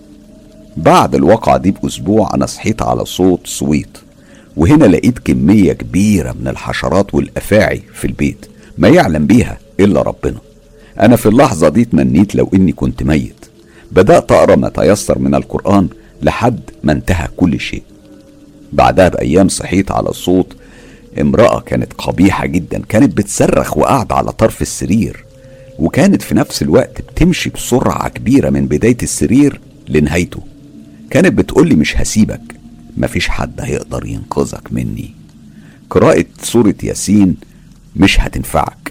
بعد الواقعة دي بأسبوع أنا صحيت على صوت صويت، وهنا لقيت كمية كبيرة من الحشرات والأفاعي في البيت ما يعلم بيها إلا ربنا. أنا في اللحظة دي تمنيت لو إني كنت ميت. بدأت أقرأ ما تيسر من القرآن لحد ما انتهى كل شيء. بعدها بأيام صحيت على صوت امرأة كانت قبيحة جدا، كانت بتصرخ وقاعدة على طرف السرير، وكانت في نفس الوقت بتمشي بسرعة كبيرة من بداية السرير لنهايته. كانت بتقولي مش هسيبك، مفيش حد هيقدر ينقذك مني. قراءة سورة ياسين مش هتنفعك.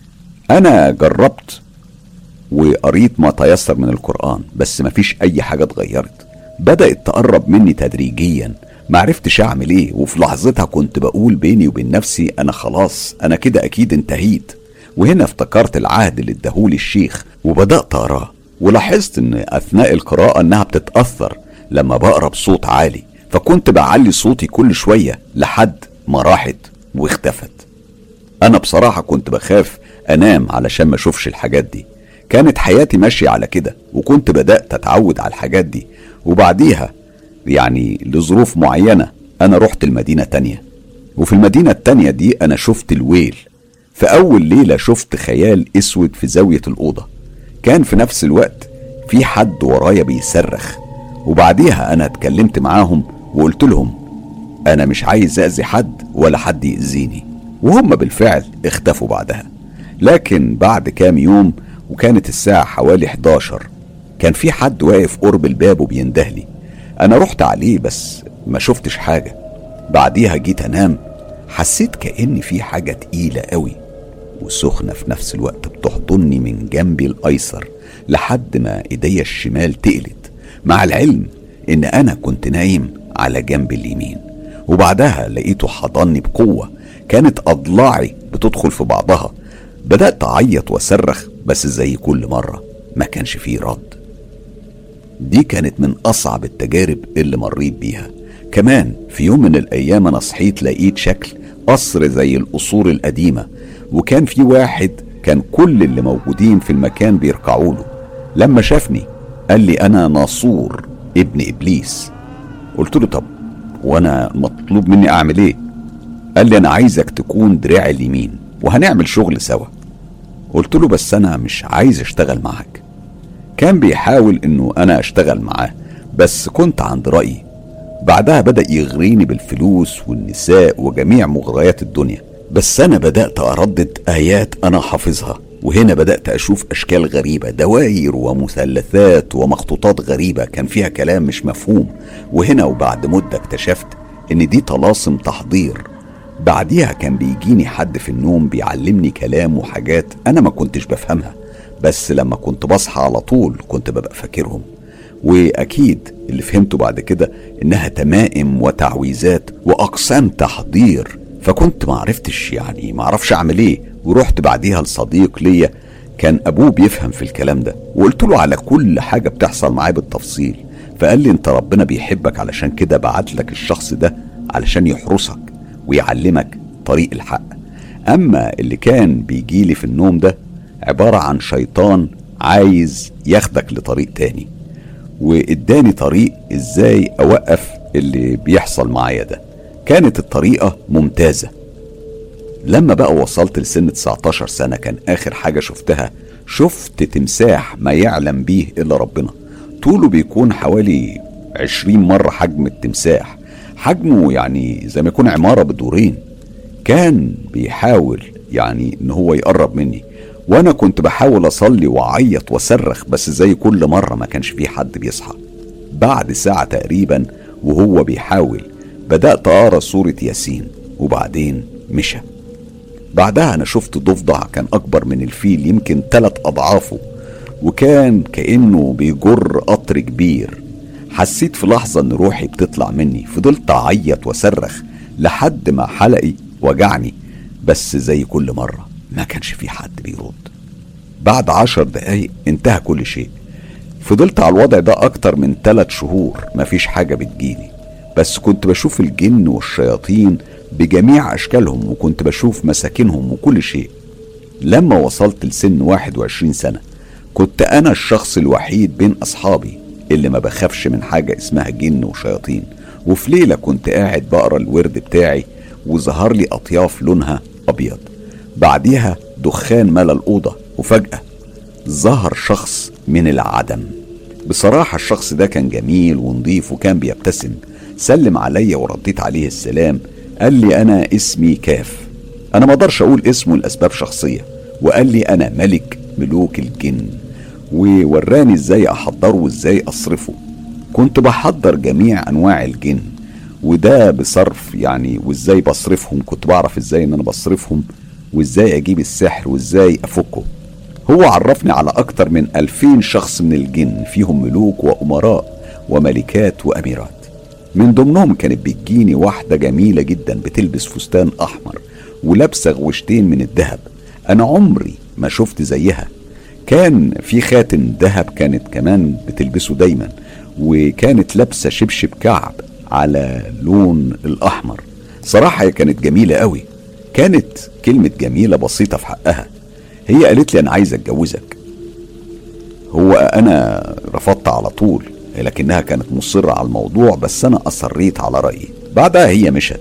أنا جربت وقريت ما تيسر من القرآن بس مفيش أي حاجة اتغيرت. بدأت تقرب مني تدريجيا، معرفتش أعمل إيه، وفي لحظتها كنت بقول بيني وبين نفسي أنا خلاص، أنا كده أكيد انتهيت. وهنا افتكرت العهد اللي اداهولي الشيخ وبدأت أقراه، ولاحظت إن أثناء القراءة إنها بتتأثر لما بقرا بصوت عالي، فكنت بعلي صوتي كل شوية لحد ما راحت واختفت. أنا بصراحة كنت بخاف أنام علشان ما أشوفش الحاجات دي. كانت حياتي ماشية على كده، وكنت بدأت أتعود على الحاجات دي. وبعديها يعني لظروف معينة أنا رحت المدينة تانية، وفي المدينة التانية دي أنا شفت الويل. في أول ليلة شفت خيال أسود في زاوية الأوضة، كان في نفس الوقت في حد ورايا بيصرخ. وبعديها أنا اتكلمت معاهم وقلت لهم أنا مش عايز أذي حد ولا حد يأذيني، وهم بالفعل اختفوا بعدها. لكن بعد كام يوم وكانت الساعة حوالي حداشر كان في حد واقف قرب الباب وبيندهلي. أنا رحت عليه بس ما شفتش حاجة. بعديها جيت أنام، حسيت كأن في حاجة تقيلة قوي وسخنة في نفس الوقت بتحضني من جنبي الأيسر لحد ما إيديا الشمال تقلت، مع العلم إن أنا كنت نايم على جنب اليمين. وبعدها لقيته حضني بقوة، كانت أضلاعي بتدخل في بعضها. بدأت أعيط وأصرخ بس زي كل مرة ما كانش فيه رد. دي كانت من أصعب التجارب اللي مريت بيها. كمان في يوم من الأيام أنا صحيت لقيت شكل قصر زي القصور القديمة، وكان في واحد كان كل اللي موجودين في المكان بيركعوا له. لما شافني قال لي أنا ناصور ابن إبليس. قلت له طب وأنا مطلوب مني أعمل إيه؟ قال لي أنا عايزك تكون دراعي اليمين وهنعمل شغل سوا. قلت له بس أنا مش عايز أشتغل معاك. كان بيحاول إنه أنا أشتغل معاه بس كنت عند رأيي. بعدها بدأ يغريني بالفلوس والنساء وجميع مغريات الدنيا، بس أنا بدأت أردد آيات أنا حافظها. وهنا بدأت أشوف أشكال غريبة، دوائر ومثلثات ومخطوطات غريبة كان فيها كلام مش مفهوم. وهنا وبعد مدة اكتشفت إن دي طلاسم تحضير. بعديها كان بيجيني حد في النوم بيعلمني كلام وحاجات أنا ما كنتش بفهمها، بس لما كنت بصحى على طول كنت ببقى فاكرهم. وأكيد اللي فهمته بعد كده إنها تمائم وتعويذات وأقسام تحضير. فكنت معرفتش يعني معرفش أعمل إيه. ورحت بعديها لصديق ليا كان أبوه بيفهم في الكلام ده، وقلت له على كل حاجة بتحصل معايا بالتفصيل. فقال لي أنت ربنا بيحبك علشان كده بعت لك الشخص ده علشان يحرسك ويعلمك طريق الحق. أما اللي كان بيجيلي في النوم ده عبارة عن شيطان عايز ياخدك لطريق تاني، وإداني طريق إزاي أوقف اللي بيحصل معايا ده. كانت الطريقة ممتازة، لما بقى وصلت لسن تسعتاشر سنة كان آخر حاجة شفتها شفت تمساح ما يعلم بيه إلا ربنا. طوله بيكون حوالي عشرين مرة حجم التمساح، حجمه يعني زي ما يكون عمارة بدورين. كان بيحاول يعني ان هو يقرب مني، وانا كنت بحاول اصلي واعيط واصرخ، بس زي كل مرة ما كانش فيه حد بيصحى. بعد ساعة تقريبا وهو بيحاول بدأت اقرا سورة ياسين، وبعدين مشى. بعدها انا شفت ضفدع كان اكبر من الفيل يمكن ثلاث اضعافه، وكان كأنه بيجر قطر كبير. حسيت في لحظة ان روحي بتطلع مني، فضلت اعيط واصرخ لحد ما حلقي وجعني، بس زي كل مرة ما كانش في حد بيرد. بعد عشر دقايق انتهى كل شيء. فضلت على الوضع ده اكتر من ثلاث شهور مفيش حاجة بتجيني، بس كنت بشوف الجن والشياطين بجميع اشكالهم، وكنت بشوف مساكنهم وكل شيء. لما وصلت لسن واحد وعشرين سنة كنت انا الشخص الوحيد بين اصحابي اللي ما بخافش من حاجة اسمها جن وشياطين. وفي ليلة كنت قاعد بقرا الورد بتاعي وظهر لي اطياف لونها ابيض، بعديها دخان ملا الاوضة، وفجأة ظهر شخص من العدم. بصراحة الشخص ده كان جميل ونضيف وكان بيبتسم. سلم عليا ورديت عليه السلام. قال لي انا اسمي كاف، انا ما اقدرش اقول اسمه لاسباب شخصية، وقال لي انا ملك ملوك الجن، ووراني ازاي احضره وازاي اصرفه. كنت بحضر جميع انواع الجن، وده بصرف يعني، وازاي بصرفهم كنت بعرف ازاي ان انا بصرفهم، وازاي اجيب السحر وازاي افكه. هو عرفني على اكتر من الفين شخص من الجن، فيهم ملوك وامراء وملكات واميرات. من ضمنهم كانت بتجيني واحدة جميلة جدا بتلبس فستان احمر ولابسة غوشتين من الذهب، انا عمري ما شفت زيها. كان في خاتم ذهب كانت كمان بتلبسه دايما، وكانت لابسة شبشب كعب على لون الاحمر. صراحة هي كانت جميلة قوي، كانت كلمة جميلة بسيطة في حقها. هي قالت لي انا عايزة اتجوزك. هو انا رفضت على طول، لكنها كانت مصرة على الموضوع، بس انا اصريت على رأيي. بعدها هي مشت.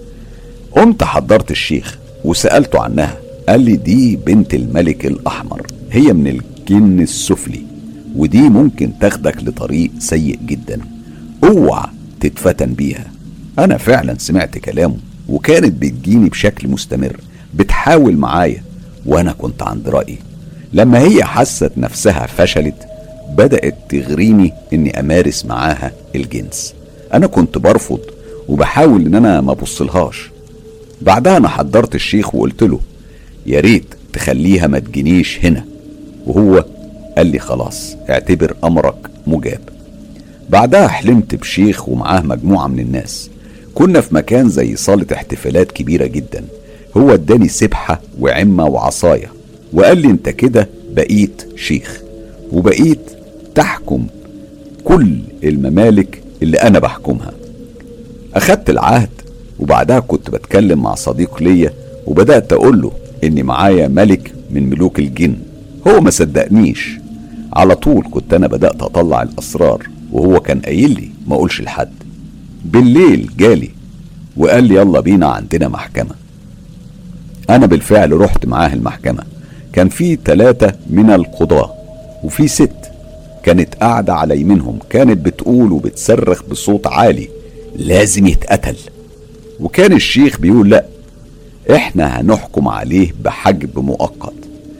قمت حضرت الشيخ وسألته عنها، قال لي دي بنت الملك الاحمر، هي من الجن السفلي، ودي ممكن تاخدك لطريق سيء جدا، اوعى تتفتن بيها. انا فعلا سمعت كلامه، وكانت بتجيني بشكل مستمر بتحاول معايا، وانا كنت عند رأيي. لما هي حست نفسها فشلت بدأت تغريني اني امارس معاها الجنس. انا كنت برفض وبحاول ان انا ما بصلهاش. بعدها انا حضرت الشيخ وقلت له يا ريت تخليها ما تجينيش هنا، وهو قال لي خلاص اعتبر امرك مجاب. بعدها حلمت بشيخ ومعاه مجموعة من الناس، كنا في مكان زي صالة احتفالات كبيرة جدا. هو اداني سبحة وعمة وعصاية، وقال لي انت كده بقيت شيخ، وبقيت تحكم كل الممالك اللي انا بحكمها. اخدت العهد، وبعدها كنت بتكلم مع صديق ليا وبدأت اقول له اني معايا ملك من ملوك الجن. هو ما صدقنيش. على طول كنت انا بدأت اطلع الاسرار، وهو كان قايل لي ما اقولش لحد. بالليل جالي وقال لي يلا بينا عندنا محكمة. انا بالفعل رحت معاه المحكمة. كان في ثلاثة من القضاة وفي ست كانت قاعدة على يمينهم، كانت بتقول وبتصرخ بصوت عالي لازم يتقتل. وكان الشيخ بيقول لا، احنا هنحكم عليه بحجب مؤقت،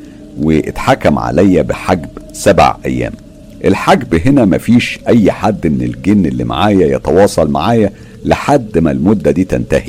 واتحكم عليا بحجب سبع ايام. الحجب هنا مفيش اي حد من الجن اللي معايا يتواصل معايا لحد ما المدة دي تنتهي،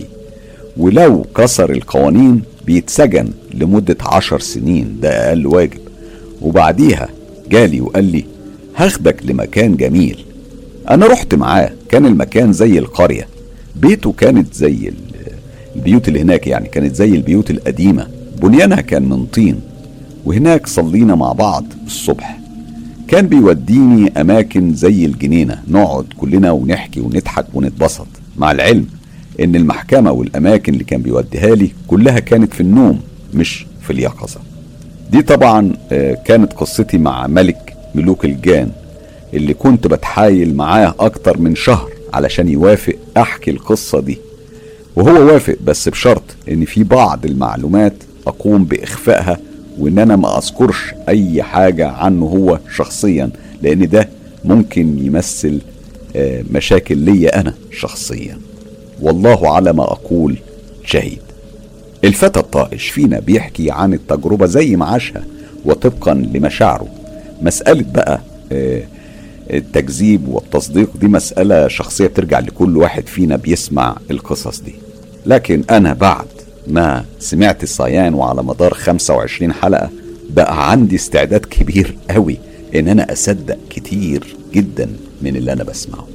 ولو كسر القوانين بيتسجن لمدة عشر سنين، ده اقل واجب. وبعديها جالي وقال لي هاخدك لمكان جميل. انا رحت معاه. كان المكان زي القرية، بيته كانت زي البيوت اللي هناك، يعني كانت زي البيوت القديمة، بنيانها كان من طين. وهناك صلينا مع بعض الصبح. كان بيوديني اماكن زي الجنينة نقعد كلنا ونحكي ونضحك ونتبسط، مع العلم ان المحكمة والاماكن اللي كان بيوديها لي كلها كانت في النوم مش في اليقظة. دي طبعا كانت قصتي مع ملك ملوك الجان اللي كنت بتحايل معاه اكتر من شهر علشان يوافق احكي القصة دي. وهو وافق بس بشرط ان في بعض المعلومات اقوم باخفائها، وان انا ما اذكرش اي حاجة عنه هو شخصيا، لان ده ممكن يمثل مشاكل ليا انا شخصيا. والله على ما اقول شهيد. الفتى الطائش فينا بيحكي عن التجربة زي ما عاشها وطبقا لمشاعره. مسألة بقى التكذيب والتصديق دي مسألة شخصية بترجع لكل واحد فينا بيسمع القصص دي. لكن انا بعد ما سمعت الصيان وعلى مدار خمسة وعشرين حلقة بقى عندي استعداد كبير قوي ان انا اصدق كتير جدا من اللي انا بسمعه.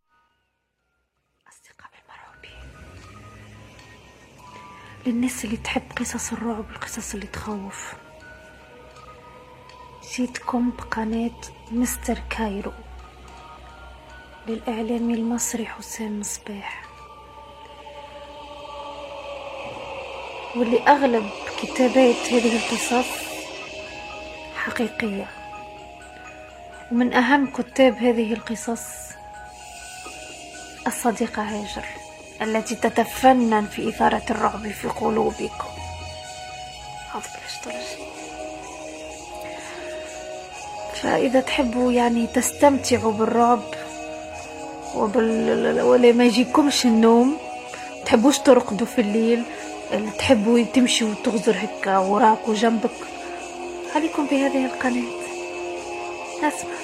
أصدقاء المرعوبين، للناس اللي تحب قصص الرعب، القصص اللي تخوف، جيتكم بقناة مستر كايرو للإعلامي المصري حسام مصباح، واللي أغلب كتابات هذه القصص حقيقية. ومن أهم كتاب هذه القصص الصديقة هاجر، التي تتفنن في إثارة الرعب في قلوبكم. فإذا تحبوا يعني تستمتعوا بالرعب وبال... ولا ما يجيكمش النوم، تحبوش ترقدوا في الليل، تحبوا تمشوا وتغزر هكا وراك وجنبك، عليكم بهذه القناة. اسمع.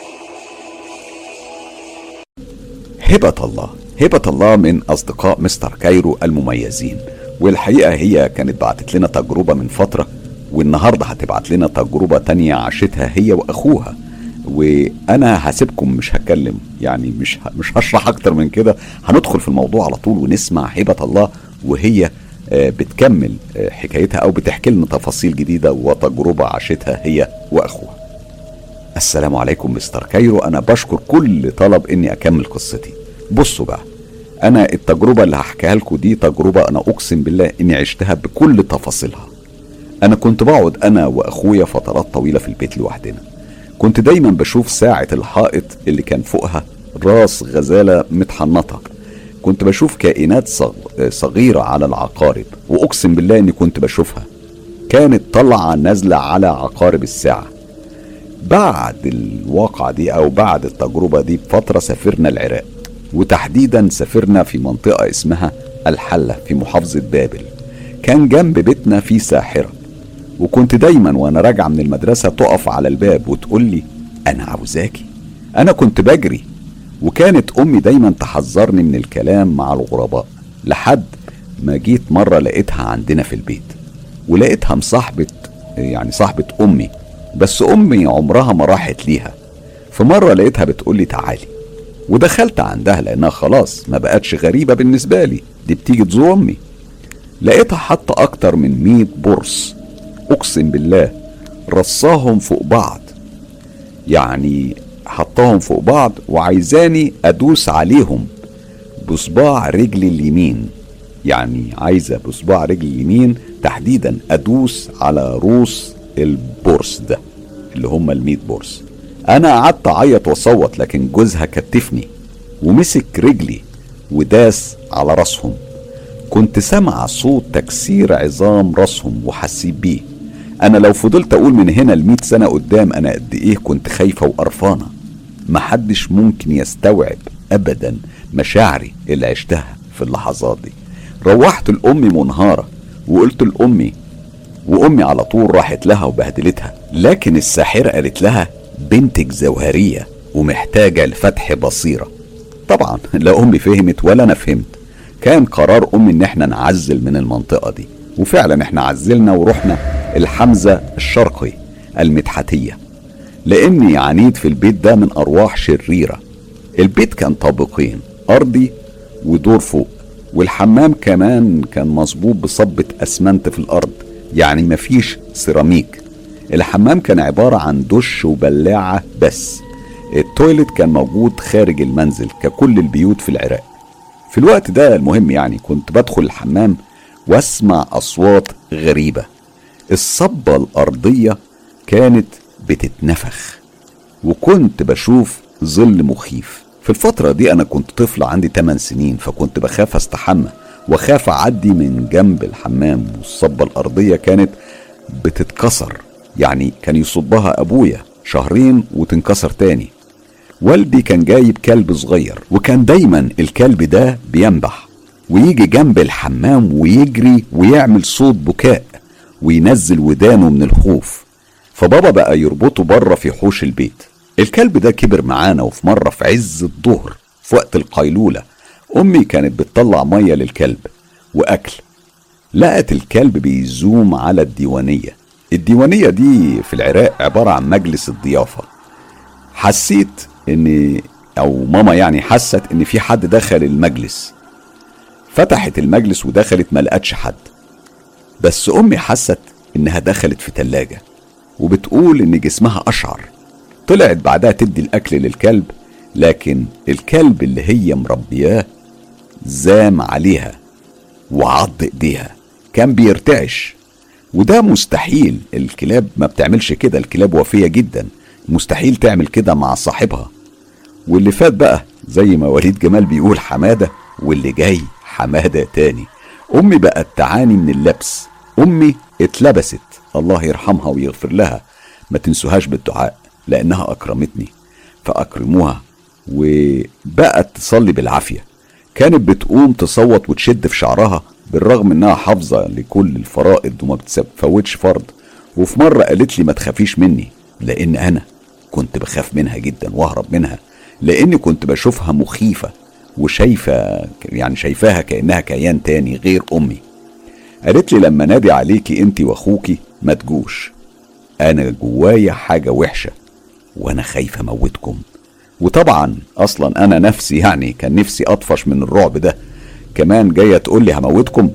هبة الله. هبة الله من أصدقاء مستر كايرو المميزين، والحقيقة هي كانت بعتت لنا تجربة من فترة، والنهاردة هتبعت لنا تجربة تانية عاشتها هي وأخوها. وأنا هسيبكم مش هتكلم، يعني مش مش هشرح أكتر من كده، هندخل في الموضوع على طول ونسمع هبة الله وهي بتكمل حكايتها أو بتحكي لنا تفاصيل جديدة وتجربة عاشتها هي وأخوها. السلام عليكم مستر كايرو، أنا بشكر كل طلب إني أكمل قصتي. بصوا بقى، أنا التجربة اللي هحكيها لكم دي تجربة أنا أقسم بالله إني عشتها بكل تفاصيلها. أنا كنت بقعد أنا وأخويا فترات طويلة في البيت لوحدنا. كنت دايما بشوف ساعة الحائط اللي كان فوقها راس غزالة متحنطة. كنت بشوف كائنات صغيرة على العقارب، وأقسم بالله إني كنت بشوفها. كانت طلعة نازلة على عقارب الساعة. بعد الواقعة دي أو بعد التجربة دي بفترة سافرنا العراق، وتحديدا سافرنا في منطقة اسمها الحلة في محافظة بابل. كان جنب بيتنا في ساحرة، وكنت دايما وانا راجعة من المدرسة تقف على الباب وتقولي أنا عاوزاكي. أنا كنت بجري، وكانت أمي دايما تحذرني من الكلام مع الغرباء، لحد ما جيت مرة لقيتها عندنا في البيت، ولقيتها مصاحبة يعني صاحبة أمي، بس أمي عمرها ما راحت ليها. فمرة لقيتها بتقولي تعالي، ودخلت عندها لأنها خلاص ما بقتش غريبة بالنسبة لي، دي بتيجي تزور أمي. لقيتها حاطة أكتر من مية برص، أقسم بالله رصاهم فوق بعض، يعني حطاهم فوق بعض وعايزاني أدوس عليهم بصباع رجلي اليمين، يعني عايزة بصباع رجلي اليمين تحديدا أدوس على روس البورس ده اللي هم الميت بورس. أنا قعدت أعيط وصوت، لكن جوزها كتفني ومسك رجلي وداس على راسهم. كنت سمع صوت تكسير عظام راسهم وحسيت بيه. أنا لو فضلت أقول من هنا لمئة سنة قدام أنا قد إيه كنت خايفة وقرفانة. محدش ممكن يستوعب أبدا مشاعري اللي عشتها في اللحظات دي. روحت لأمي منهارة وقلت لأمي، وأمي على طول راحت لها وبهدلتها، لكن الساحرة قالت لها بنتك زوهرية ومحتاجة لفتح بصيرة. طبعا لا أمي فهمت ولا أنا فهمت. كان قرار أمي إن احنا نعزل من المنطقة دي، وفعلا احنا عزلنا ورحنا الحمزة الشرقي المدحتية، لأني عانيت في البيت ده من أرواح شريرة. البيت كان طابقين، أرضي ودور فوق، والحمام كمان كان مصبوب بصبة أسمنت في الأرض، يعني مفيش سيراميك. الحمام كان عبارة عن دش وبلاعة بس. التويلت كان موجود خارج المنزل ككل البيوت في العراق في الوقت ده. المهم يعني كنت بدخل الحمام واسمع أصوات غريبة. الصبة الأرضية كانت بتتنفخ، وكنت بشوف ظل مخيف. في الفترة دي أنا كنت طفل عندي ثماني سنين، فكنت بخاف استحمى، وخاف أعدي من جنب الحمام، والصبة الأرضية كانت بتتكسر، يعني كان يصبها أبويا شهرين وتنكسر تاني. والدي كان جايب كلب صغير، وكان دايما الكلب ده بينبح ويجي جنب الحمام ويجري ويعمل صوت بكاء وينزل ودانه من الخوف، فبابا بقى يربطه بره في حوش البيت. الكلب ده كبر معانا، وفي مرة في عز الظهر في وقت القيلولة أمي كانت بتطلع مية للكلب وأكل، لقت الكلب بيزوم على الديوانية. الديوانية دي في العراق عبارة عن مجلس الضيافة. حسيت ان او ماما يعني حست ان في حد دخل المجلس، فتحت المجلس ودخلت ما لقتش حد، بس امي حست انها دخلت في تلاجة، وبتقول ان جسمها اشعر. طلعت بعدها تدي الاكل للكلب، لكن الكلب اللي هي مربياه زام عليها وعض ايديها، كان بيرتعش، وده مستحيل. الكلاب ما بتعملش كده، الكلاب وفية جدا، مستحيل تعمل كده مع صاحبها. واللي فات بقى زي ما وليد جمال بيقول حمادة، واللي جاي حمادة تاني. امي بقت تعاني من اللبس، امي اتلبست، الله يرحمها ويغفر لها، ما تنسوهاش بالدعاء لانها اكرمتني، فاكرموها. وبقت تصلي بالعافية، كانت بتقوم تصوت وتشد في شعرها بالرغم انها حافظة لكل الفرائض وما بتفوتش فرض. وفي مرة قالت لي ما تخافيش مني، لان انا كنت بخاف منها جدا واهرب منها، لاني كنت بشوفها مخيفة وشايفة يعني شايفاها كأنها كيان تاني غير امي. قالت لي لما نادي عليكي انتي واخوكي ما تجوش، انا جوايا حاجة وحشة وانا خايفة موتكم. وطبعا اصلا انا نفسي يعني كان نفسي اطفش من الرعب ده، كمان جاية تقول لي هموتكم.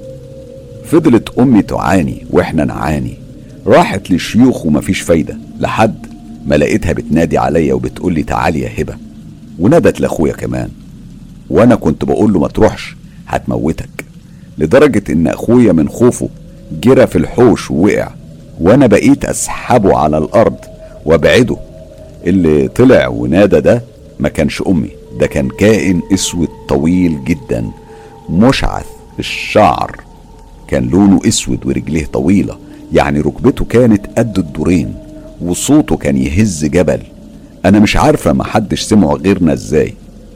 فضلت امي تعاني واحنا نعاني، راحت للشيوخ ومفيش فايدة، لحد ما لقيتها بتنادي عليا وبتقول لي تعالي يا هبة، ونادت لاخويا كمان، وانا كنت بقول له ما تروحش هتموتك، لدرجة ان اخويا من خوفه جرى في الحوش ووقع، وانا بقيت اسحبه على الارض وابعده. اللي طلع ونادى ده ما كانش امي، ده كان كائن اسود طويل جدا مشعث الشعر، كان لونه اسود ورجليه طويلة، يعني ركبته كانت قد الدورين، وصوته كان يهز جبل. انا مش عارفة ما حدش سمعه غيرنا ازاي.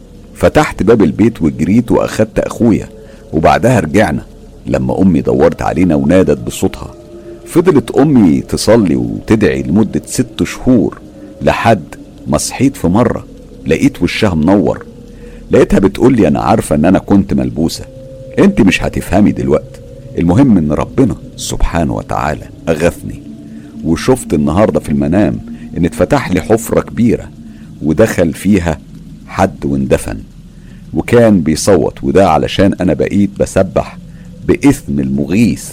فتحت باب البيت وجريت واخدت اخويا، وبعدها رجعنا. لما امي دورت علينا ونادت بصوتها، فضلت امي تصلي وتدعي لمدة ست شهور، لحد ما صحيت في مرة لقيت وشها منور. لقيتها بتقول لي انا عارفة ان انا كنت ملبوسة، انت مش هتفهمي دلوقتي، المهم ان ربنا سبحانه وتعالى اغثني، وشفت النهاردة في المنام ان اتفتح لي حفرة كبيرة ودخل فيها حد واندفن، وكان بيصوت، وده علشان انا بقيت بسبح باسم المغيث،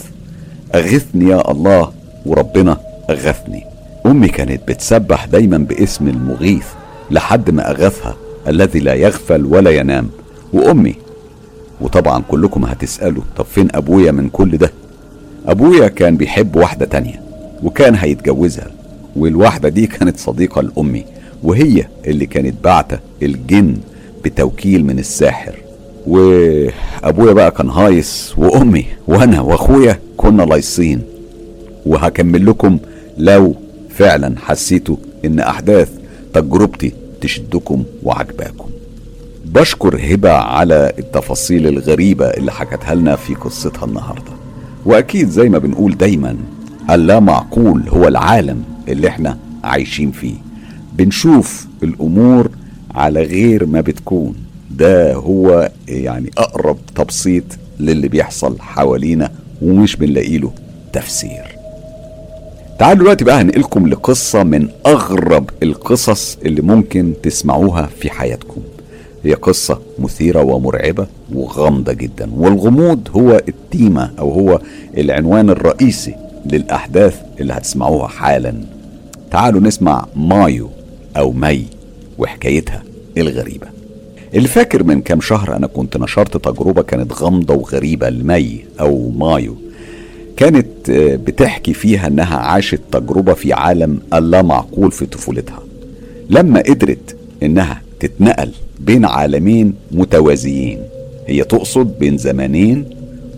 اغثني يا الله، وربنا اغثني. امي كانت بتسبح دايما باسم المغيث لحد ما اغثها الذي لا يغفل ولا ينام. وامي، وطبعا كلكم هتسألوا طب فين ابويا من كل ده؟ ابويا كان بيحب واحدة تانية وكان هيتجوزها، والواحدة دي كانت صديقة لأمي، وهي اللي كانت بعتة الجن بتوكيل من الساحر. وابويا بقى كان هايص، وامي وانا واخويا كنا لايصين. وهكمل لكم لو فعلا حسيتوا ان احداث تجربتي تشدكم وعجباكم. بشكر هبة على التفاصيل الغريبة اللي حكتها لنا في قصتها النهاردة. واكيد زي ما بنقول دايما، اللا معقول هو العالم اللي احنا عايشين فيه، بنشوف الامور على غير ما بتكون، ده هو يعني اقرب تبسيط للي بيحصل حوالينا ومش بنلاقي له تفسير. تعالوا دلوقتي بقى هنقلكم لقصة من اغرب القصص اللي ممكن تسمعوها في حياتكم. هي قصة مثيرة ومرعبة وغامضة جدا، والغموض هو التيمة او هو العنوان الرئيسي للاحداث اللي هتسمعوها حالا. تعالوا نسمع مايو او مي وحكايتها الغريبة. اللي فاكر من كام شهر انا كنت نشرت تجربة كانت غامضة وغريبة لمي او مايو، كانت بتحكي فيها انها عاشت تجربة في عالم اللا معقول في طفولتها، لما قدرت انها تتنقل بين عالمين متوازيين. هي تقصد بين زمانين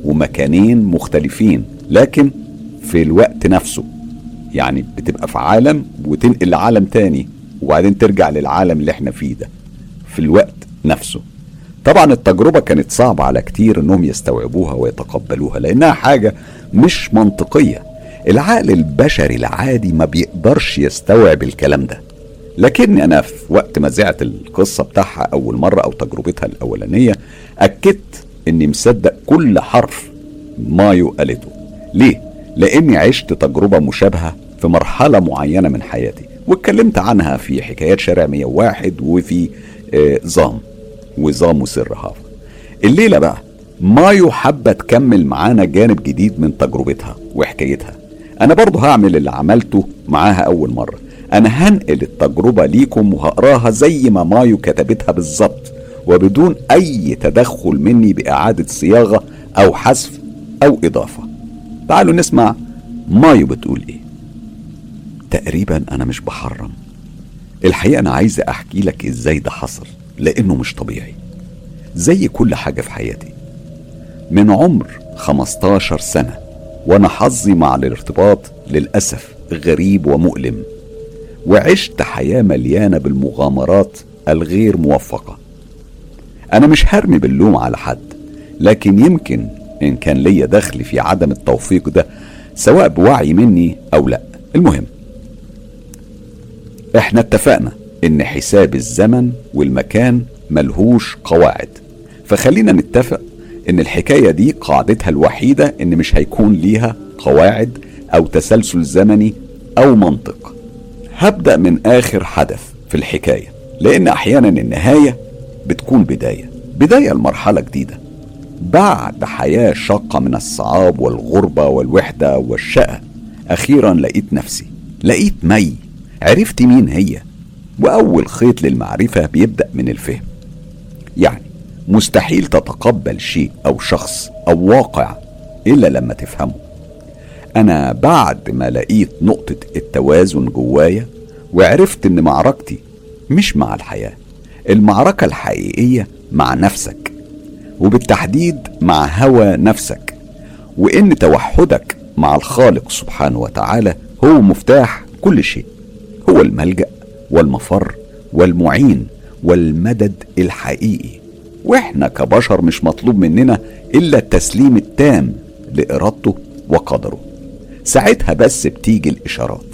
ومكانين مختلفين لكن في الوقت نفسه. يعني بتبقى في عالم وتنقل لعالم تاني وبعدين ترجع للعالم اللي احنا فيه ده في الوقت نفسه. طبعا التجربة كانت صعبة على كتير انهم يستوعبوها ويتقبلوها لانها حاجة مش منطقية. العقل البشري العادي ما بيقدرش يستوعب الكلام ده. لكن انا في وقت ما زعت القصة بتاعها اول مرة او تجربتها الاولانية اكدت اني مصدق كل حرف مايو قالته. ليه؟ لاني عشت تجربة مشابهة في مرحلة معينة من حياتي واتكلمت عنها في حكايات شارع مية وواحد وفي آه زام وزام وسر هافا. الليلة بقى مايو حابة تكمل معانا جانب جديد من تجربتها وحكايتها. انا برضو هعمل اللي عملته معاها اول مرة. انا هنقل التجربة ليكم وهقراها زي ما مايو كتبتها بالظبط وبدون اي تدخل مني باعادة صياغة او حذف او اضافة. تعالوا نسمع مايو بتقول ايه. تقريبا انا مش بحرم الحقيقة، انا عايز احكي لك ازاي ده حصل لانه مش طبيعي زي كل حاجة في حياتي. من عمر خمستاشر سنة وانا حظي مع الارتباط للأسف غريب ومؤلم، وعشت حياة مليانة بالمغامرات الغير موفقة. انا مش هرمي باللوم على حد، لكن يمكن ان كان ليا دخل في عدم التوفيق ده سواء بوعي مني او لا. المهم احنا اتفقنا ان حساب الزمن والمكان ملهوش قواعد، فخلينا نتفق ان الحكاية دي قاعدتها الوحيدة ان مش هيكون ليها قواعد او تسلسل زمني او منطق. هبدأ من اخر حدث في الحكاية لان احيانا النهاية بتكون بداية بداية لمرحلة جديدة. بعد حياة شاقة من الصعاب والغربة والوحدة والشقة اخيرا لقيت نفسي، لقيت مي، عرفت مين هي. واول خيط للمعرفة بيبدأ من الفهم. يعني مستحيل تتقبل شيء او شخص او واقع الا لما تفهمه. انا بعد ما لقيت نقطة التوازن جوايا وعرفت ان معركتي مش مع الحياة، المعركة الحقيقية مع نفسك، وبالتحديد مع هوى نفسك، وان توحدك مع الخالق سبحانه وتعالى هو مفتاح كل شيء، هو الملجأ والمفر والمعين والمدد الحقيقي. واحنا كبشر مش مطلوب مننا الا التسليم التام لارادته وقدره. ساعتها بس بتيجي الاشارات.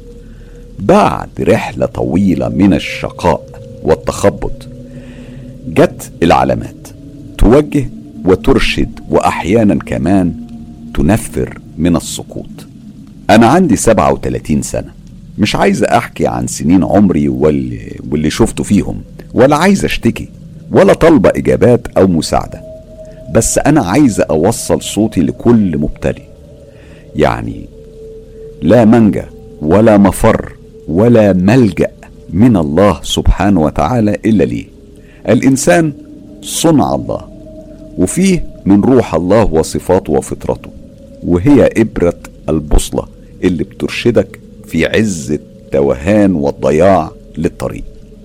بعد رحلة طويلة من الشقاء والتخبط جت العلامات توجه وترشد واحيانا كمان تنفر من السقوط. انا عندي سبعة وتلاتين سنة، مش عايز احكي عن سنين عمري واللي, واللي شفته فيهم، ولا عايز اشتكي ولا طلب اجابات او مساعدة، بس انا عايز اوصل صوتي لكل مبتلي. يعني لا منجا ولا مفر ولا ملجأ من الله سبحانه وتعالى الا ليه. الانسان صنع الله وفيه من روح الله وصفاته وفطرته، وهي ابرة البوصلة اللي بترشدك في عز التوهان والضياع للطريق.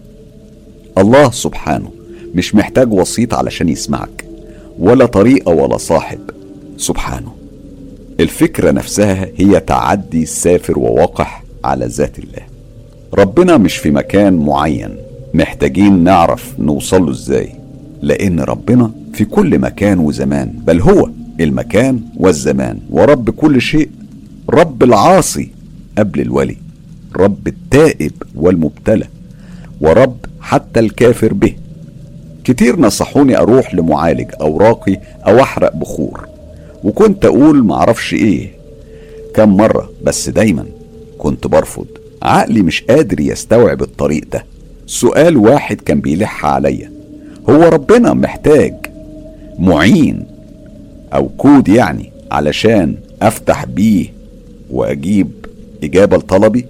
الله سبحانه مش محتاج وسيط علشان يسمعك، ولا طريقة ولا صاحب سبحانه. الفكرة نفسها هي تعدي سافر ووقح على ذات الله. ربنا مش في مكان معين محتاجين نعرف نوصله ازاي، لان ربنا في كل مكان وزمان، بل هو المكان والزمان ورب كل شيء. رب العاصي قبل الولي، رب التائب والمبتلى، ورب حتى الكافر به. كتير نصحوني اروح لمعالج او راقي او احرق بخور، وكنت اقول معرفش ايه كم مرة، بس دايما كنت برفض. عقلي مش قادر يستوعب الطريق ده. سؤال واحد كان بيلح عليا، هو ربنا محتاج معين او كود يعني علشان افتح بيه واجيب اجابة لطلبي؟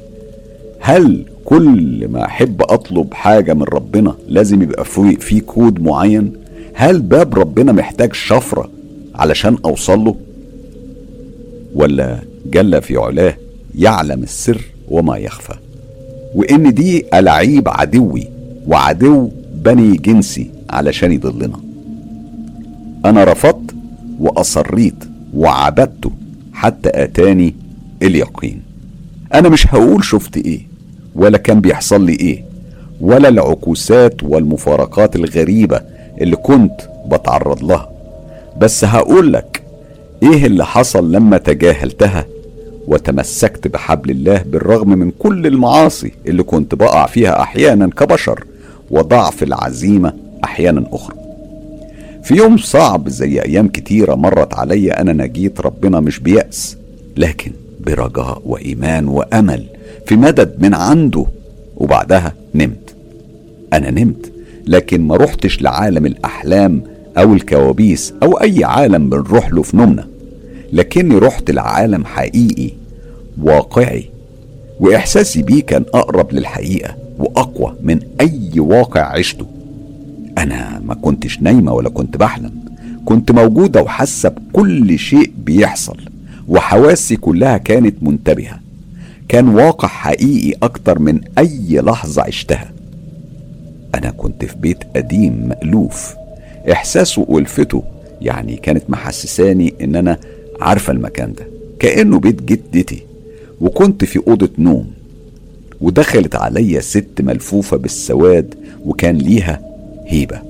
هل كل ما احب اطلب حاجة من ربنا لازم يبقى في كود معين؟ هل باب ربنا محتاج شفرة علشان اوصل له؟ ولا جل في علاه يعلم السر وما يخفى، وان دي ألعيب عدوي وعدو بني جنسي علشان يضلنا؟ انا رفضت وأصريت وعبدته حتى آتاني اليقين. أنا مش هقول شفت إيه ولا كان بيحصل لي إيه ولا العكوسات والمفارقات الغريبة اللي كنت بتعرض لها، بس هقول لك إيه اللي حصل لما تجاهلتها وتمسكت بحبل الله بالرغم من كل المعاصي اللي كنت بقع فيها أحيانا كبشر وضعف العزيمة أحيانا أخرى. في يوم صعب زي أيام كتيرة مرت عليا أنا نجيت ربنا مش بيأس لكن برجاء وإيمان وأمل في مدد من عنده، وبعدها نمت. أنا نمت لكن ما رحتش لعالم الأحلام أو الكوابيس أو أي عالم بنروح له في نومنا، لكني رحت لعالم حقيقي واقعي، وإحساسي بيه كان أقرب للحقيقة وأقوى من أي واقع عشته. أنا ما كنتش نايمة ولا كنت بحلم، كنت موجودة وحاسة بكل شيء بيحصل، وحواسي كلها كانت منتبهة. كان واقع حقيقي أكتر من أي لحظة عشتها. أنا كنت في بيت قديم مألوف، إحساسه وألفته يعني كانت محسساني إن أنا عارفة المكان ده كأنه بيت جدتي، وكنت في أوضة نوم ودخلت عليا ست ملفوفة بالسواد وكان ليها هيبة.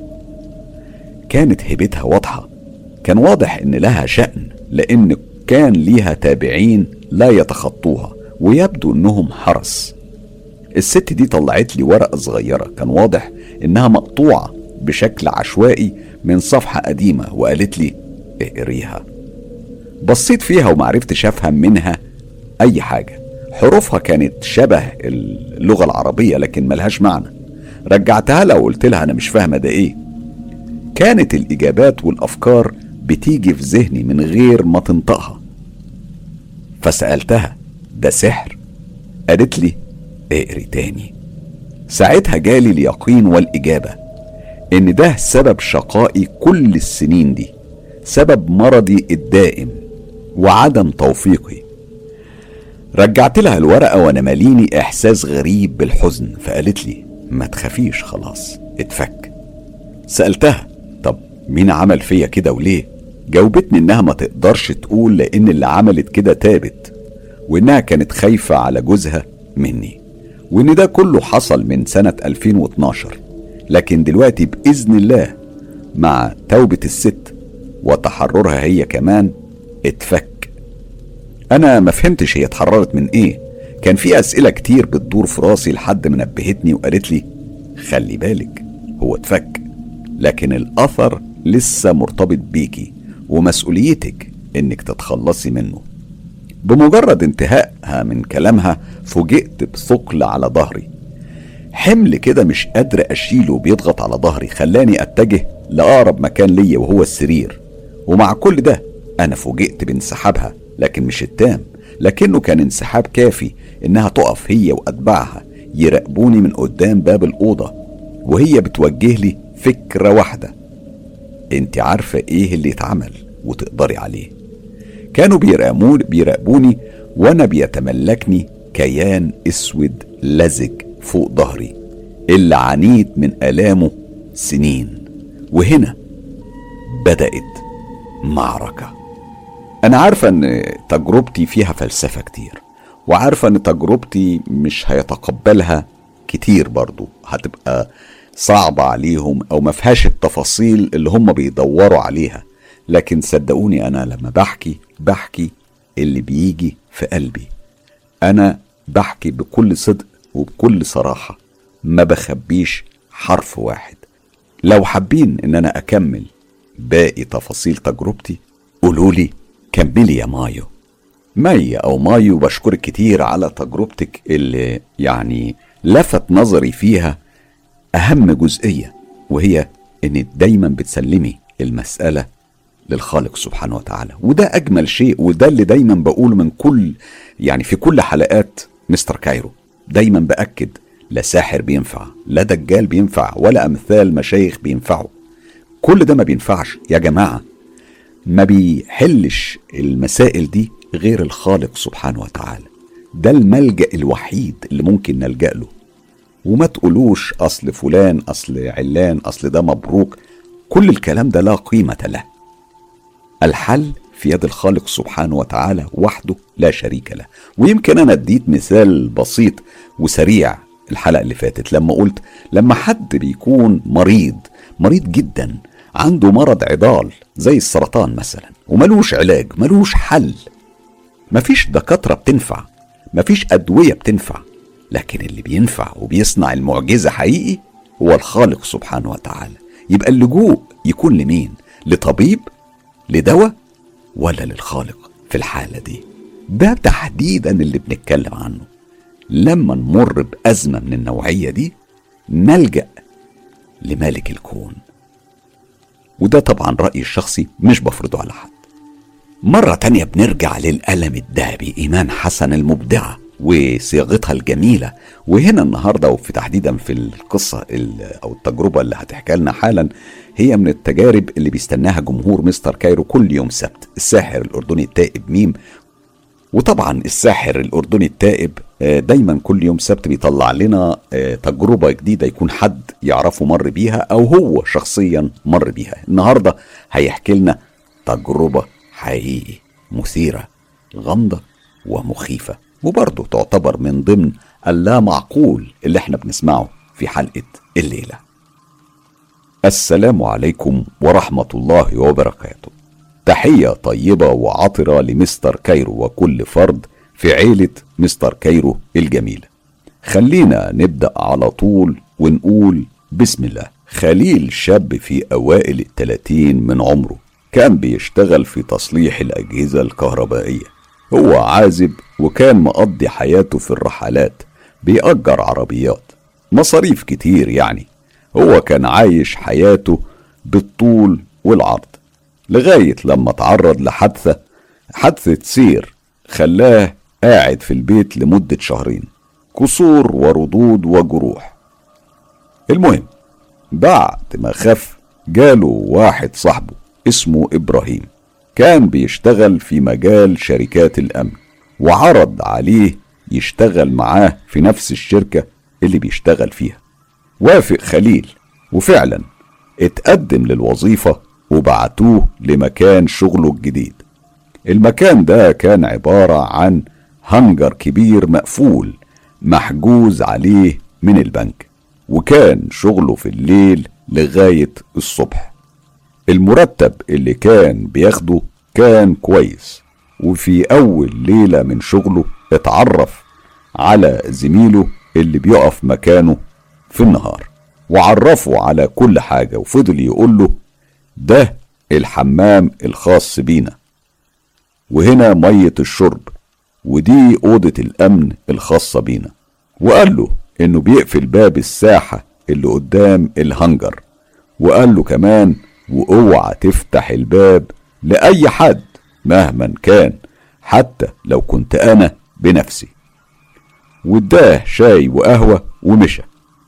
كانت هيبتها واضحة، كان واضح إن لها شأن لأن كان ليها تابعين لا يتخطوها ويبدو إنهم حرس. الست دي طلعت لي ورقة صغيرة كان واضح إنها مقطوعة بشكل عشوائي من صفحة قديمة وقالت لي اقريها. بصيت فيها ومعرفتش أفهم منها أي حاجة، حروفها كانت شبه اللغة العربية لكن ملهاش معنى. رجعتها لها وقلت لها أنا مش فاهمة ده إيه. كانت الإجابات والأفكار بتيجي في ذهني من غير ما تنطقها، فسألتها ده سحر؟ قالت لي اقري تاني. ساعتها جالي اليقين والإجابة إن ده سبب شقائي كل السنين دي، سبب مرضي الدائم وعدم توفيقي. رجعت لها الورقة وانا ماليني احساس غريب بالحزن، فقالت لي ما تخافيش خلاص اتفك. سألتها طب مين عمل فيا كده وليه؟ جاوبتني انها ما تقدرش تقول لان اللي عملت كده تابت، وانها كانت خايفة على جوزها مني، وان ده كله حصل من سنة ألفين واتناشر، لكن دلوقتي بإذن الله مع توبة الست وتحررها هي كمان اتفك. انا ما فهمتش هي اتحررت من ايه، كان في اسئلة كتير بتدور في راسي لحد ما نبهتني وقالت لي خلي بالك هو اتفك لكن الاثر لسه مرتبط بيكي ومسؤوليتك انك تتخلصي منه. بمجرد انتهائها من كلامها فوجئت بثقل على ظهري، حمل كده مش قادر اشيله بيضغط على ظهري، خلاني اتجه لاقرب مكان ليا وهو السرير. ومع كل ده انا فوجئت بانسحابها، لكن مش التام، لكنه كان انسحاب كافي انها تقف هي واتباعها يراقبوني من قدام باب الاوضه، وهي بتوجه لي فكره واحده: انت عارفه ايه اللي اتعمل وتقدري عليه. كانوا بيراقبوني بيراقبوني وانا بيتملكني كيان اسود لزج فوق ظهري اللي عانيت من آلامه سنين. وهنا بدأت معركة. أنا عارفة أن تجربتي فيها فلسفة كتير، وعارفة أن تجربتي مش هيتقبلها كتير، برضو هتبقى صعبة عليهم أو ما فيهاش التفاصيل اللي هم بيدوروا عليها، لكن صدقوني أنا لما بحكي بحكي اللي بيجي في قلبي. أنا بحكي بكل صدق وبكل صراحة، ما بخبيش حرف واحد. لو حابين ان انا اكمل باقي تفاصيل تجربتي قولولي كملي يا مايو. مي او مايو، بشكرك كتير على تجربتك اللي يعني لفت نظري فيها اهم جزئية، وهي ان دايما بتسلمي المسألة للخالق سبحانه وتعالى، وده اجمل شيء، وده اللي دايما بقوله من كل يعني في كل حلقات مستر كايرو. دايما بأكد لا ساحر بينفع، لا دجال بينفع، ولا أمثال مشايخ بينفعوا. كل ده ما بينفعش يا جماعة، ما بيحلش المسائل دي غير الخالق سبحانه وتعالى. ده الملجأ الوحيد اللي ممكن نلجأ له. وما تقولوش أصل فلان، أصل علان، أصل ده مبروك، كل الكلام ده لا قيمة له. الحل في يد الخالق سبحانه وتعالى وحده لا شريك له. ويمكن أنا اديت مثال بسيط وسريع الحلقة اللي فاتت لما قلت لما حد بيكون مريض مريض جدا، عنده مرض عضال زي السرطان مثلا، وملوش علاج، ملوش حل، مفيش دكاترة بتنفع، مفيش أدوية بتنفع، لكن اللي بينفع وبيصنع المعجزة حقيقي هو الخالق سبحانه وتعالى. يبقى اللجوء يكون لمين؟ لطبيب؟ لدواء؟ ولا للخالق في الحالة دي؟ ده تحديدا اللي بنتكلم عنه. لما نمر بأزمة من النوعية دي نلجأ لمالك الكون، وده طبعا رأيي الشخصي مش بفرضه على حد. مرة تانية بنرجع للقلم الذهبي إيمان حسن المبدعة وصياغتها الجميلة. وهنا النهاردة وفي تحديدا في القصة أو التجربة اللي هتحكي لنا حالا، هي من التجارب اللي بيستناها جمهور مستر كايرو كل يوم سبت. الساحر الأردني التائب ميم، وطبعا الساحر الأردني التائب دايما كل يوم سبت بيطلع لنا تجربة جديدة يكون حد يعرفه مر بيها أو هو شخصيا مر بيها. النهاردة هيحكي لنا تجربة حقيقي مثيرة غامضة ومخيفة، وبرضه تعتبر من ضمن اللا معقول اللي احنا بنسمعه في حلقة الليلة. السلام عليكم ورحمة الله وبركاته. تحية طيبة وعطرة لمستر كايرو وكل فرد في عيلة مستر كايرو الجميلة. خلينا نبدأ على طول ونقول بسم الله. خليل شاب في أوائل الثلاثين من عمره، كان بيشتغل في تصليح الأجهزة الكهربائية. هو عازب وكان مقضي حياته في الرحلات، بيأجر عربيات، مصاريف كتير يعني. هو كان عايش حياته بالطول والعرض لغاية لما تعرض لحادثة حادثة سير خلاه قاعد في البيت لمدة شهرين، كسور وردود وجروح. المهم بعد ما خف جاله واحد صاحبه اسمه إبراهيم، كان بيشتغل في مجال شركات الأمن، وعرض عليه يشتغل معاه في نفس الشركة اللي بيشتغل فيها. وافق خليل وفعلا اتقدم للوظيفة وبعتوه لمكان شغله الجديد. المكان ده كان عبارة عن هنجر كبير مقفول محجوز عليه من البنك، وكان شغله في الليل لغاية الصبح. المرتب اللي كان بياخده كان كويس، وفي أول ليلة من شغله اتعرف على زميله اللي بيقف مكانه في النهار، وعرفه على كل حاجة، وفضل يقول له ده الحمام الخاص بينا، وهنا مية الشرب، ودي أوضة الأمن الخاصة بينا. وقال له إنه بيقفل باب الساحة اللي قدام الهنجر، وقال له كمان واوعى تفتح الباب لأي حد مهما كان، حتى لو كنت أنا بنفسي. واداه شاي وقهوة ومشى.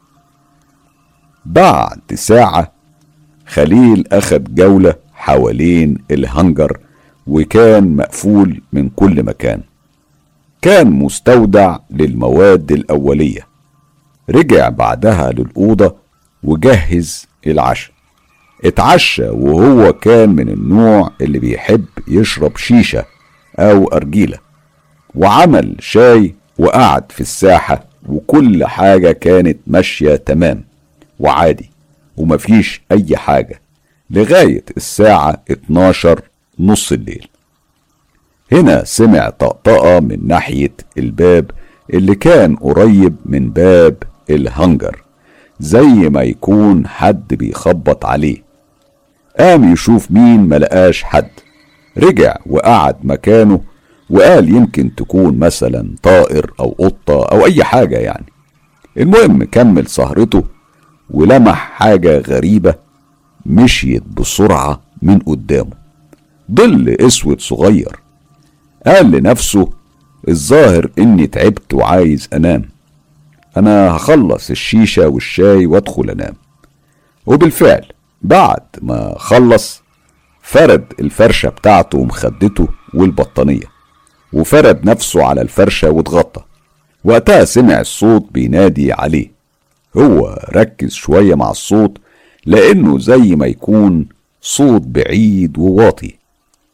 بعد ساعة خليل أخد جولة حوالين الهنجر، وكان مقفول من كل مكان، كان مستودع للمواد الأولية. رجع بعدها للأوضة وجهز العشاء. اتعشى وهو كان من النوع اللي بيحب يشرب شيشة أو أرجيلة، وعمل شاي وقعد في الساحة، وكل حاجة كانت ماشية تمام وعادي ومفيش أي حاجة لغاية الساعة اتناشر نص الليل. هنا سمع طقطقة من ناحية الباب اللي كان قريب من باب الهنجر، زي ما يكون حد بيخبط عليه. قام يشوف مين، ملقاش حد. رجع وقعد مكانه وقال يمكن تكون مثلا طائر أو قطة أو أي حاجة يعني. المهم كمل سهرته ولمح حاجة غريبة مشيت بسرعة من قدامه، ظل اسود صغير. قال لنفسه الظاهر اني تعبت وعايز انام، انا هخلص الشيشة والشاي وادخل انام. وبالفعل بعد ما خلص فرد الفرشة بتاعته ومخدته والبطانية، وفرد نفسه على الفرشة واتغطى. وقتها سمع الصوت بينادي عليه. هو ركز شوية مع الصوت لانه زي ما يكون صوت بعيد وواطي،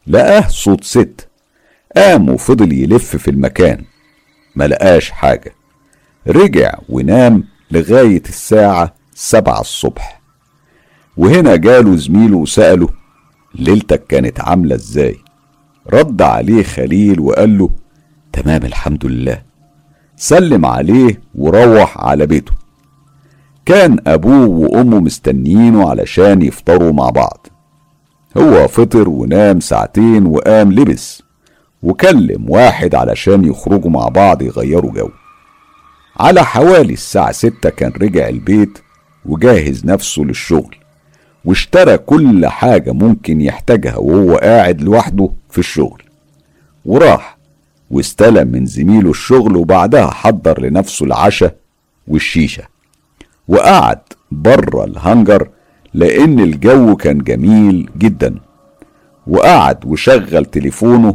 لقاه صوت ست. قام وفضل يلف في المكان، ما لقاش حاجة. رجع ونام لغاية الساعة سبعة الصبح. وهنا جاله زميله وسأله ليلتك كانت عاملة ازاي؟ رد عليه خليل وقال له تمام الحمد لله. سلم عليه وروح على بيته. كان أبوه وأمه مستنيينه علشان يفطروا مع بعض. هو فطر ونام ساعتين وقام لبس وكلم واحد علشان يخرجوا مع بعض يغيروا جو. على حوالي الساعة ستة كان رجع البيت وجاهز نفسه للشغل، واشترى كل حاجة ممكن يحتاجها وهو قاعد لوحده في الشغل، وراح واستلم من زميله الشغل، وبعدها حضر لنفسه العشاء والشيشة، وقعد بره الهنجر لأن الجو كان جميل جدا، وقعد وشغل تليفونه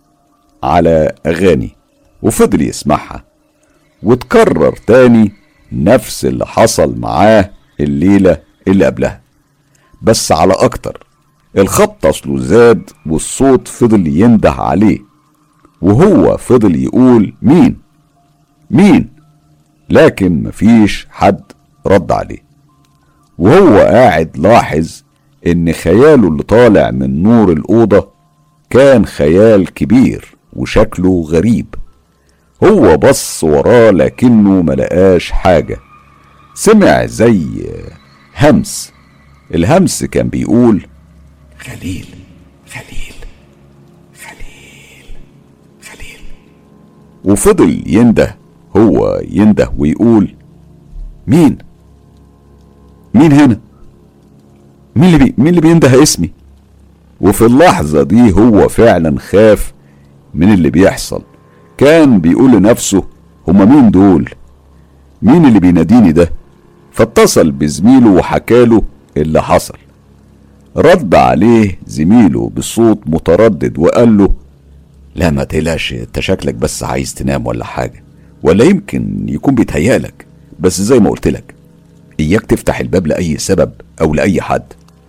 على أغاني وفضل يسمعها. وتكرر تاني نفس اللي حصل معاه الليلة اللي قبلها، بس على أكتر. الخبط أصله زاد والصوت فضل ينده عليه، وهو فضل يقول مين مين، لكن مفيش حد رد عليه. وهو قاعد لاحظ ان خياله اللي طالع من نور الأوضة كان خيال كبير وشكله غريب. هو بص وراه لكنه ملقاش حاجة. سمع زي همس. الهمس كان بيقول خليل خليل خليل خليل. وفضل ينده، هو ينده ويقول مين مين هنا، مين اللي, بي... مين اللي بينده اسمي. وفي اللحظة دي هو فعلا خاف من اللي بيحصل. كان بيقول لنفسه هما مين دول، مين اللي بيناديني ده. فاتصل بزميله وحكاله اللي حصل. رد عليه زميله بصوت متردد وقال له لا ما تقلقش، انت شكلك بس عايز تنام ولا حاجة، ولا يمكن يكون بيتهيألك، بس زي ما قلت لك اياك تفتح الباب لأي سبب او لأي حد.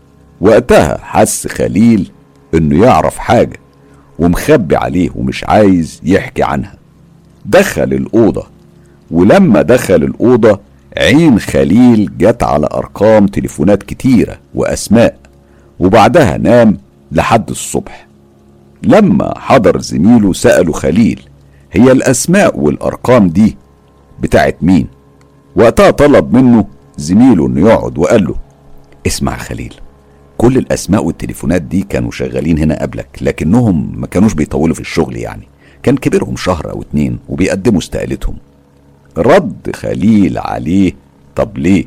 وقتها حس خليل انه يعرف حاجة ومخبي عليه ومش عايز يحكي عنها. دخل الأوضة، ولما دخل الأوضة عين خليل جت على أرقام تليفونات كتيرة وأسماء، وبعدها نام لحد الصبح. لما حضر زميله سأله خليل هي الأسماء والأرقام دي بتاعت مين. وقتها طلب منه زميله انه يقعد وقال له اسمع خليل، كل الأسماء والتليفونات دي كانوا شغالين هنا قبلك، لكنهم ما كانوش بيطولوا في الشغل، يعني كان كبيرهم شهر أو اتنين وبيقدموا استقالتهم. رد خليل عليه طب ليه؟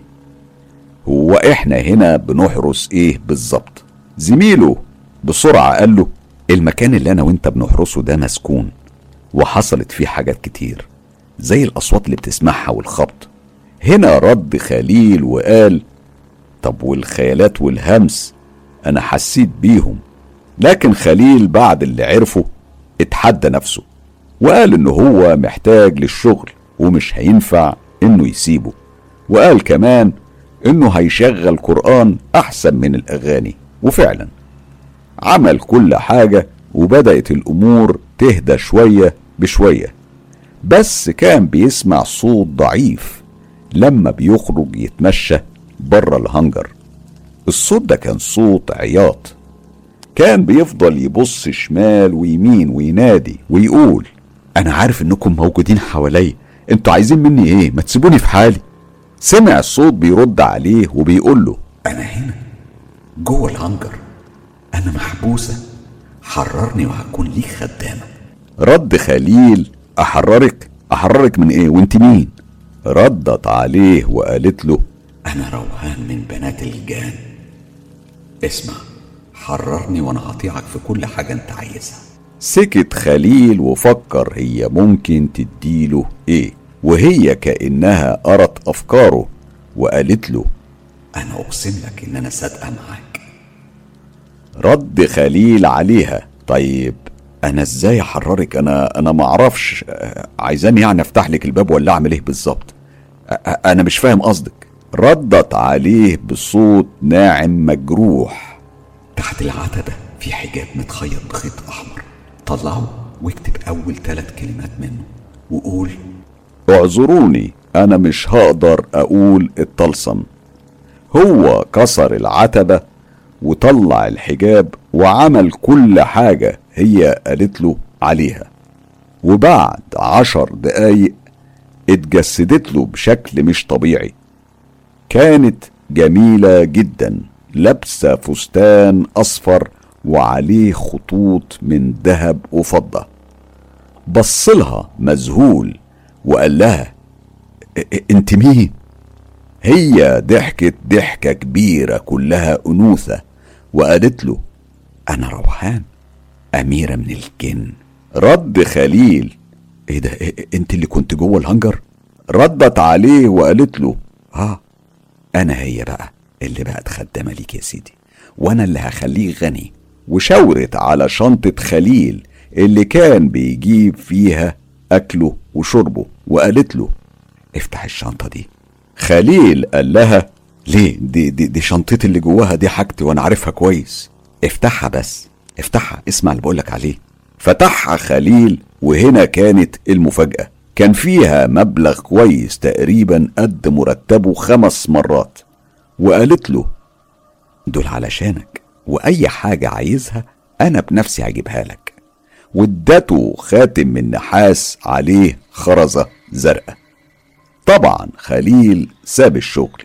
هو احنا هنا بنحرس ايه بالظبط؟ زميله بسرعة قال له المكان اللي انا وانت بنحرسه ده مسكون، وحصلت فيه حاجات كتير زي الأصوات اللي بتسمعها والخبط. هنا رد خليل وقال طب والخيالات والهمس انا حسيت بيهم. لكن خليل بعد اللي عرفه اتحدى نفسه وقال انه هو محتاج للشغل ومش هينفع انه يسيبه، وقال كمان انه هيشغل قرآن احسن من الاغاني. وفعلا عمل كل حاجة وبدأت الامور تهدى شوية بشوية، بس كان بيسمع صوت ضعيف لما بيخرج يتمشى بره الهنجر. الصوت ده كان صوت عياط. كان بيفضل يبص شمال ويمين وينادي ويقول انا عارف انكم موجودين حواليا، انتوا عايزين مني ايه؟ ما تسيبوني في حالي. سمع الصوت بيرد عليه وبيقول له انا هنا جوه الهنجر، انا محبوسة، حررني وهكون ليك خدامة. رد خليل احررك؟ احررك من ايه وانت مين؟ ردت عليه وقالت له انا روحان من بنات الجان. اسمع، حررني وانا هطيعك في كل حاجة انت عايزها. سكت خليل وفكر هي ممكن تديله ايه، وهي كأنها قرت افكاره وقالت له انا اقسم لك ان انا صادقة معاك. رد خليل عليها طيب انا ازاي احررك؟ انا انا ما اعرفش، عايزاني يعني افتح لك الباب ولا اعمل ايه بالظبط؟ انا مش فاهم قصدك. ردت عليه بصوت ناعم مجروح تحت العتبة في حجاب متخيط بخيط احمر، طلعه واكتب اول ثلاث كلمات منه وقول: اعذروني انا مش هقدر اقول الطلسم. هو كسر العتبة وطلع الحجاب وعمل كل حاجة هي قالت له عليها، وبعد عشر دقايق اتجسدت له بشكل مش طبيعي. كانت جميلة جدا، لابسة فستان اصفر وعليه خطوط من ذهب وفضة. بصلها مذهول وقال لها: انت مين؟ هي ضحكت ضحكة كبيرة كلها أنوثة وقالت له: أنا روحان، أميرة من الجن. رد خليل: ايه ده، إيه انت اللي كنت جوه الهنجر؟ ردت عليه وقالت له: اه انا هي بقى اللي بقت خدامة ليك يا سيدي، وانا اللي هخليه غني. وشاورت على شنطة خليل اللي كان بيجيب فيها اكله وشربه وقالت له: افتح الشنطة دي. خليل قال لها: ليه؟ دي, دي, دي شنطتي اللي جواها، دي حاجتي وانا عارفها كويس. افتحها بس، افتحها، اسمع اللي بقولك عليه. فتحها خليل، وهنا كانت المفاجأة. كان فيها مبلغ كويس تقريبا قد مرتبه خمس مرات. وقالت له: دول علشانك، واي حاجة عايزها انا بنفسي هجيبها لك. وادته خاتم من نحاس عليه خرزة زرقاء. طبعا خليل ساب الشغل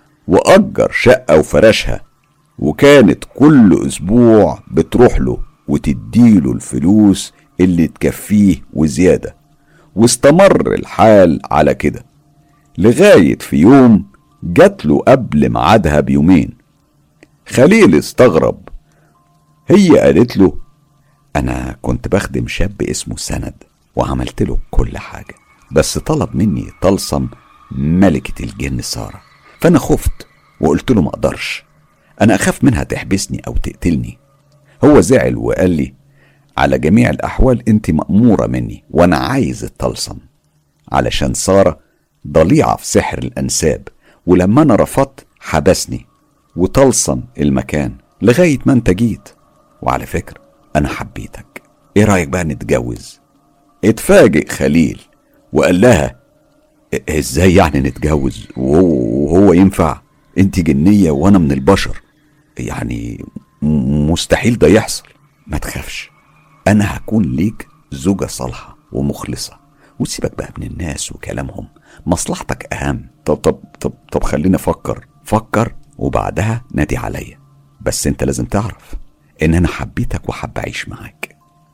وأجر شقة وفرشها، وكانت كل أسبوع بتروح له وتديله الفلوس اللي تكفيه وزيادة. واستمر الحال على كده لغاية في يوم جات له قبل ميعادها بيومين. خليل استغرب. هي قالت له: أنا كنت بخدم شاب اسمه سند وعملت له كل حاجة، بس طلب مني طلسم ملكة الجن سارة، فأنا خفت وقلت له ما أقدرش، أنا أخاف منها تحبسني أو تقتلني. هو زعل وقال لي: على جميع الأحوال أنت مأمورة مني، وأنا عايز الطلسم علشان سارة ضليعة في سحر الأنساب، ولما أنا رفضت حبسني وطلسم المكان لغاية ما أنت جيت. وعلى فكرة أنا حبيتك، إيه رأيك بقى نتجوز؟ اتفاجئ خليل وقال لها: ازاي يعني نتجوز وهو ينفع؟ انت جنية وانا من البشر، يعني مستحيل ده يحصل. ما تخافش، انا هكون ليك زوجة صالحة ومخلصة، وسيبك بقى من الناس وكلامهم، مصلحتك اهم. طب طب طب طب خليني افكر فكر وبعدها نادي عليا، بس انت لازم تعرف ان انا حبيتك وحب اعيش معاك.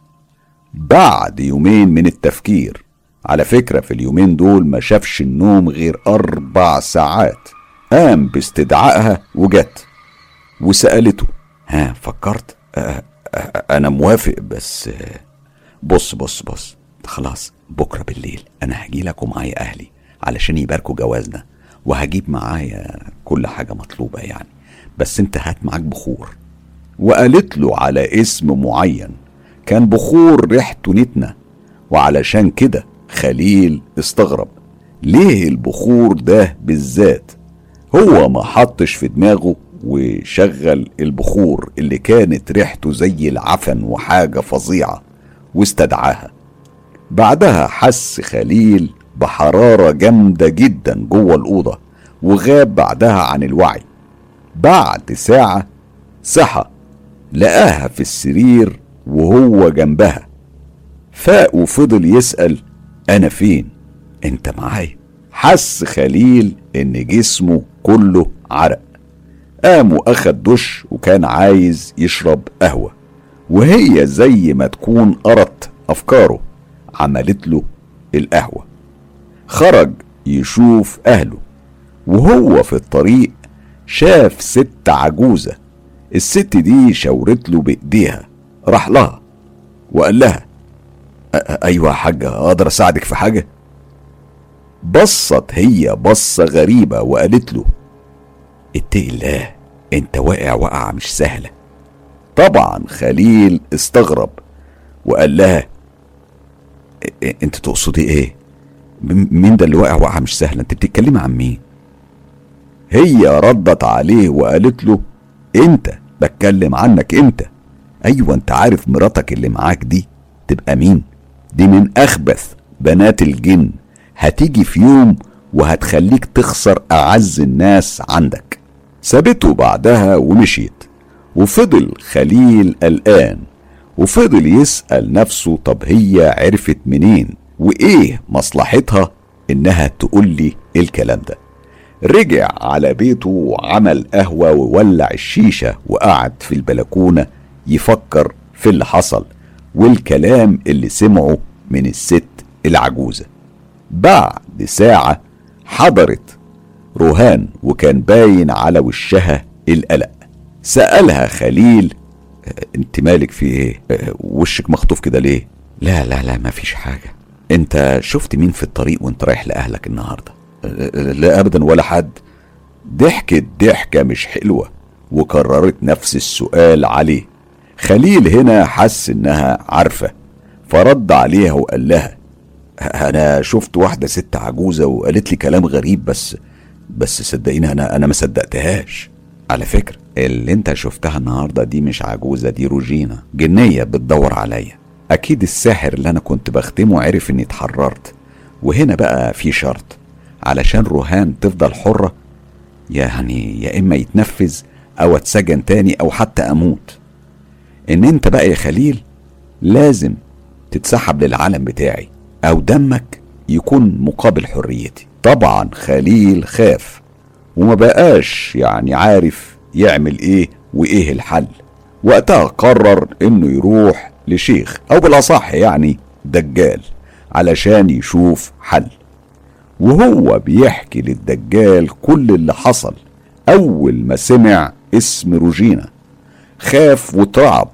بعد يومين من التفكير، على فكرة في اليومين دول ما شافش النوم غير أربع ساعات، قام باستدعائها وجت وسألته: ها فكرت؟ أه أه أنا موافق، بس أه بص بص بص خلاص، بكرة بالليل أنا هجيلك ومعايا أهلي علشان يباركوا جوازنا، وهجيب معايا كل حاجة مطلوبة يعني، بس انت هات معاك بخور. وقالت له على اسم معين، كان بخور ريحته نتنة، وعلشان كده خليل استغرب ليه البخور ده بالذات. هو ما حطش في دماغه وشغل البخور اللي كانت ريحته زي العفن وحاجة فظيعة واستدعاها. بعدها حس خليل بحرارة جامدة جدا جوه الأوضة، وغاب بعدها عن الوعي. بعد ساعة صحى لقاها في السرير وهو جنبها. فاق وفضل يسأل: أنا فين؟ أنت معايا؟ حس خليل إن جسمه كله عرق. قام وأخد دش وكان عايز يشرب قهوة، وهي زي ما تكون قرت أفكاره عملت له القهوة. خرج يشوف أهله، وهو في الطريق شاف ست عجوزة. الست دي شاورت له بإيديها، راح لها وقال لها: أيوة يا حاجة، أقدر أساعدك في حاجة؟ بصت هي بصة غريبة وقالت له: اتقي الله، انت واقع وقعة مش سهلة. طبعا خليل استغرب وقال لها: انت تقصدي ايه؟ مين ده اللي واقع وقعة مش سهلة؟ انت بتتكلمي عن مين؟ هي ردت عليه وقالت له: انت، بتكلم عنك انت، ايوه انت عارف مراتك اللي معاك دي تبقى مين؟ دي من اخبث بنات الجن، هتيجي في يوم وهتخليك تخسر اعز الناس عندك. سابته بعدها ومشيت، وفضل خليل قلقان وفضل يسأل نفسه طب هي عرفت منين وايه مصلحتها انها تقول لي الكلام ده. رجع على بيته وعمل قهوة وولع الشيشة وقعد في البلكونة يفكر في اللي حصل والكلام اللي سمعه من الست العجوزة. بعد ساعة حضرت روهان وكان باين على وشها القلق. سألها خليل انت مالك في ايه؟ وشك مخطوف كده ليه؟ لا لا لا مفيش حاجة. انت شفت مين في الطريق وانت رايح لأهلك النهاردة؟ لا ابدا ولا حد. ضحكت ضحكة مش حلوة وكررت نفس السؤال عليه. خليل هنا حس انها عارفة فرد عليها وقال لها انا شفت واحدة ست عجوزة وقالت لي كلام غريب بس بس صدقيني انا انا ما صدقتهاش. على فكرة اللي انت شفتها النهاردة دي مش عجوزة، دي روجينا جنية بتدور عليا. اكيد الساحر اللي انا كنت بختمه عرف اني اتحررت، وهنا بقى في شرط علشان روهان تفضل حرة، يعني يا اما يتنفذ او اتسجن تاني او حتى اموت. ان انت بقى يا خليل لازم تتسحب للعالم بتاعي او دمك يكون مقابل حريتي. طبعا خليل خاف وما بقاش يعني عارف يعمل ايه وايه الحل. وقتها قرر انه يروح لشيخ او بالاصح يعني دجال علشان يشوف حل. وهو بيحكي للدجال كل اللي حصل اول ما سمع اسم روجينا خاف وترعب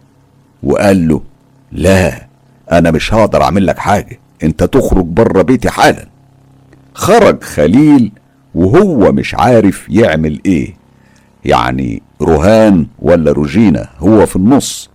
وقال له لا انا مش هقدر اعمل لك حاجة، انت تخرج بره بيتي حالا. خرج خليل وهو مش عارف يعمل ايه، يعني روهان ولا روجينا هو في النص.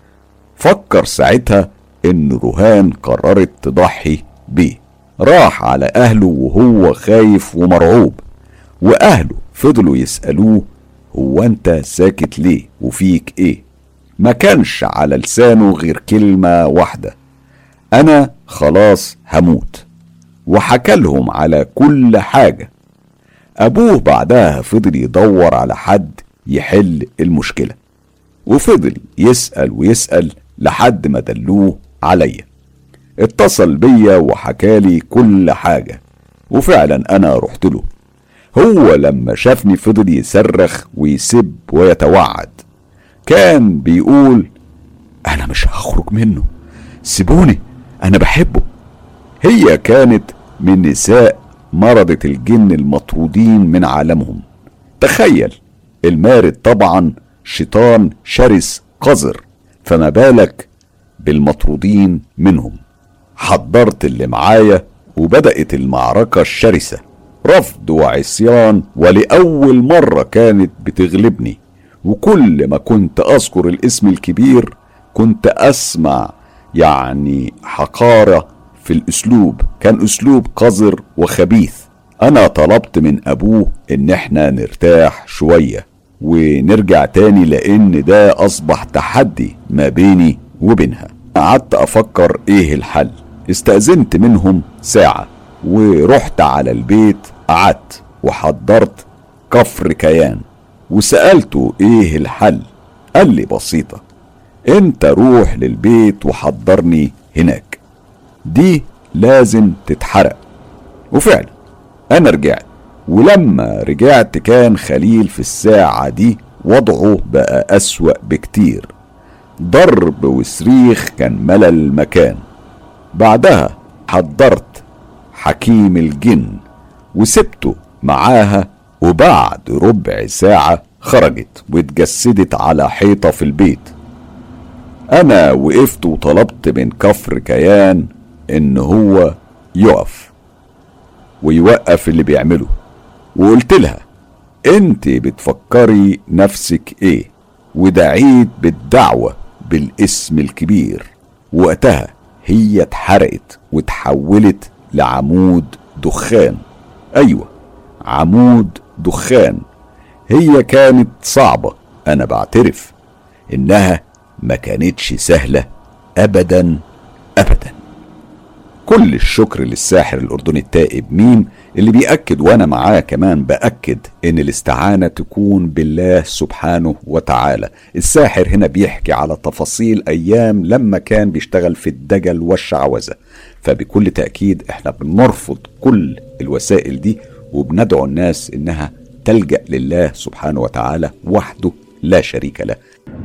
فكر ساعتها ان روهان قررت تضحي بيه. راح على اهله وهو خايف ومرعوب، واهله فضلوا يسألوه هو انت ساكت ليه وفيك ايه؟ ما كانش على لسانه غير كلمة واحدة، انا خلاص هموت. وحكى لهم على كل حاجة. ابوه بعدها فضل يدور على حد يحل المشكلة، وفضل يسأل ويسأل لحد ما دلوه عليا. اتصل بيا وحكالي كل حاجة، وفعلا انا رحت له. هو لما شافني فضل يصرخ ويسب ويتوعد، كان بيقول انا مش هخرج منه، سيبوني انا بحبه. هي كانت من نساء مرضة الجن المطرودين من عالمهم. تخيل المارد طبعا شيطان شرس قذر، فما بالك بالمطرودين منهم. حضرت اللي معايا وبدأت المعركة الشرسة، رفض وعصيان، ولأول مرة كانت بتغلبني. وكل ما كنت أذكر الاسم الكبير كنت أسمع يعني حقارة في الأسلوب، كان أسلوب قذر وخبيث. أنا طلبت من أبوه إن احنا نرتاح شوية ونرجع تاني، لأن ده أصبح تحدي ما بيني وبينها. قعدت أفكر إيه الحل. استأذنت منهم ساعة ورحت على البيت، قعدت وحضرت كفر كيان وسألته إيه الحل. قال لي بسيطة، انت روح للبيت وحضرني هناك، دي لازم تتحرق. وفعلا انا رجعت، ولما رجعت كان خليل في الساعة دي وضعه بقى أسوأ بكتير، ضرب وصريخ كان ملى المكان. بعدها حضرت حكيم الجن وسبته معاها، وبعد ربع ساعة خرجت واتجسدت على حيطة في البيت. انا وقفت وطلبت من كفر كيان ان هو يقف ويوقف اللي بيعمله، وقلت لها انت بتفكري نفسك ايه؟ ودعيت بالدعوة بالاسم الكبير. وقتها هي اتحرقت وتحولت لعمود دخان. ايوه عمود دخان. هي كانت صعبة، انا بعترف انها ما كانتش سهلة أبدا أبدا. كل الشكر للساحر الأردني التائب ميم اللي بيأكد وأنا معاه كمان بأكد إن الاستعانة تكون بالله سبحانه وتعالى. الساحر هنا بيحكي على تفاصيل أيام لما كان بيشتغل في الدجل والشعوذة، فبكل تأكيد احنا بنرفض كل الوسائل دي وبندعو الناس إنها تلجأ لله سبحانه وتعالى وحده لا شريك له.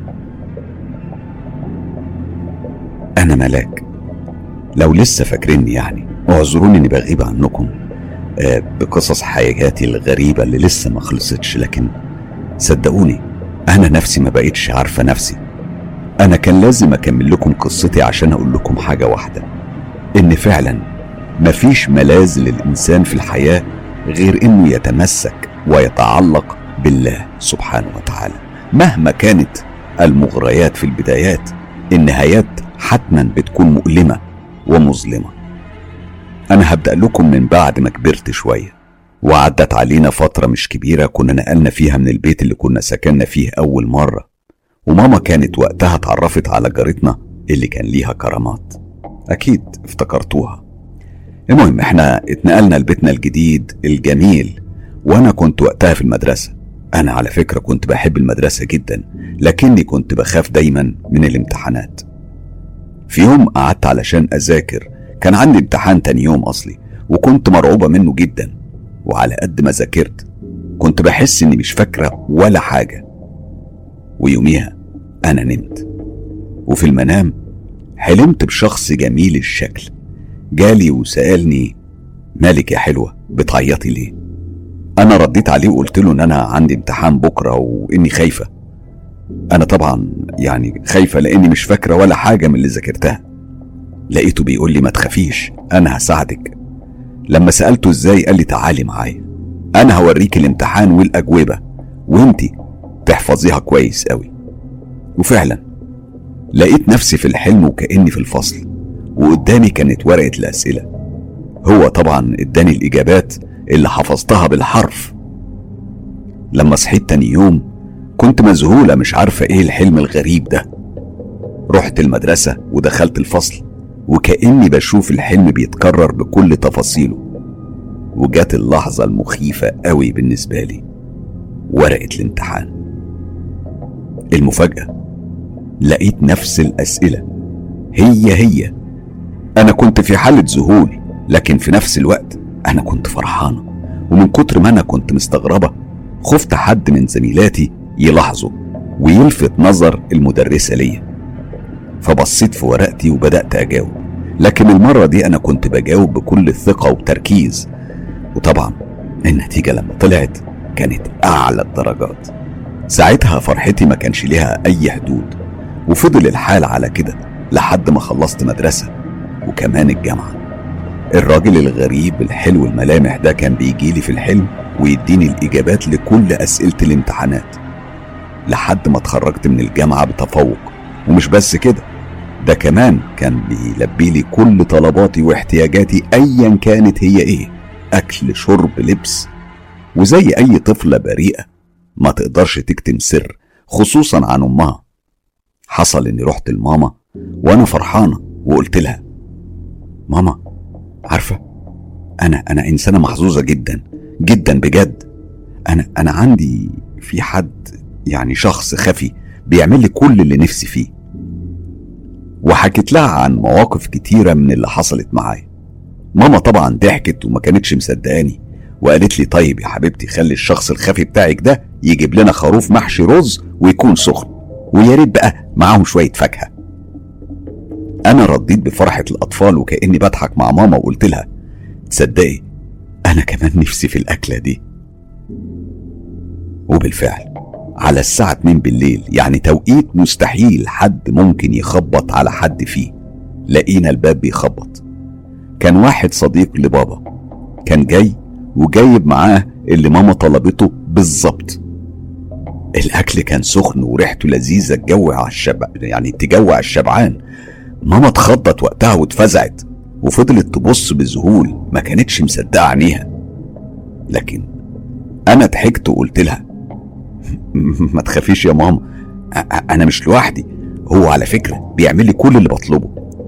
أنا ملاك، لو لسه فاكريني يعني اعذروني اني بغيب عنكم آه بقصص حياتي الغريبة اللي لسه ما خلصتش، لكن صدقوني انا نفسي ما بقيتش عارفة نفسي. انا كان لازم اكمل لكم قصتي عشان اقول لكم حاجة واحدة، ان فعلا مفيش ملاذ للانسان في الحياة غير انه يتمسك ويتعلق بالله سبحانه وتعالى. مهما كانت المغريات في البدايات، النهايات حتما بتكون مؤلمة ومظلمة. أنا هبدأ لكم من بعد ما كبرت شوية، وعدت علينا فترة مش كبيرة كنا نقلنا فيها من البيت اللي كنا سكننا فيه أول مرة، وماما كانت وقتها اتعرفت على جارتنا اللي كان ليها كرامات، أكيد افتكرتوها. المهم احنا اتنقلنا لبيتنا الجديد الجميل، وأنا كنت وقتها في المدرسة. أنا على فكرة كنت بحب المدرسة جدا، لكني كنت بخاف دايما من الامتحانات. في يوم قعدت علشان أذاكر، كان عندي امتحان تاني يوم أصلي وكنت مرعوبة منه جدا، وعلى قد ما ذاكرت كنت بحس إني مش فاكرة ولا حاجة. ويوميها أنا نمت، وفي المنام حلمت بشخص جميل الشكل جالي وسألني: مالك يا حلوة بتعيطي ليه؟ أنا رديت عليه وقلت له إن أنا عندي امتحان بكرة وإني خايفة. أنا طبعا يعني خايفة لأني مش فاكرة ولا حاجة من اللي ذاكرتها. لقيته بيقول لي: ما تخافيش أنا هساعدك. لما سألته إزاي قال لي: تعالي معايا أنا هوريك الامتحان والأجوبة وإنتي تحفظيها كويس قوي. وفعلا لقيت نفسي في الحلم وكأني في الفصل، وقدامي كانت ورقة الأسئلة. هو طبعا اداني الإجابات اللي حفظتها بالحرف. لما صحيت تاني يوم كنت مذهولة مش عارفة ايه الحلم الغريب ده. رحت المدرسة ودخلت الفصل وكأني بشوف الحلم بيتكرر بكل تفاصيله. وجات اللحظة المخيفة قوي بالنسبة لي، ورقة الامتحان. المفاجأة لقيت نفس الأسئلة هي هي. أنا كنت في حالة ذهول، لكن في نفس الوقت أنا كنت فرحانة، ومن كتر ما أنا كنت مستغربة خفت حد من زميلاتي يلاحظه ويلفت نظر المدرسة ليا. فبصيت في ورقتي وبدأت أجاوب، لكن المرة دي أنا كنت بجاوب بكل الثقة وتركيز. وطبعا النتيجة لما طلعت كانت أعلى الدرجات. ساعتها فرحتي ما كانش ليها أي حدود، وفضل الحال على كده لحد ما خلصت مدرسة وكمان الجامعة. الراجل الغريب الحلو الملامح ده كان بيجيلي في الحلم ويديني الإجابات لكل أسئلة الامتحانات لحد ما اتخرجت من الجامعة بتفوق. ومش بس كده، ده كمان كان بيلبي لي كل طلباتي واحتياجاتي أيا كانت هي ايه، أكل شرب لبس. وزي أي طفلة بريئة ما تقدرش تكتم سر خصوصا عن أمها. حصل إني رحت لماما وأنا فرحانة وقلت لها: ماما عارفة أنا أنا إنسانة محظوظة جدا جدا بجد. أنا أنا عندي في حد يعني شخص خفي بيعمل لي كل اللي نفسي فيه. وحكيت لها عن مواقف كتيرة من اللي حصلت معايا. ماما طبعا ضحكت وما كانتش مصدقاني، وقالت لي: طيب يا حبيبتي خلي الشخص الخفي بتاعك ده يجيب لنا خروف محشي رز ويكون سخن، ويا ريت بقى معاهم شوية فاكهة. أنا رديت بفرحة الأطفال وكأني بضحك مع ماما وقلت لها: تصدقي أنا كمان نفسي في الأكلة دي. وبالفعل على الساعة اتنين بالليل، يعني توقيت مستحيل حد ممكن يخبط على حد فيه، لقينا الباب بيخبط. كان واحد صديق لبابا كان جاي وجايب معاه اللي ماما طلبته بالظبط. الأكل كان سخن وريحته لذيذة تجوع الشبع، يعني تجوع الشبعان. ماما اتخضت وقتها واتفزعت وفضلت تبص بذهول، ما كانتش مصدقة عينيها. لكن أنا ضحكت وقلت لها: ما تخافيش يا ماما، أنا مش لوحدي، هو على فكرة بيعمل لي كل اللي بطلبه.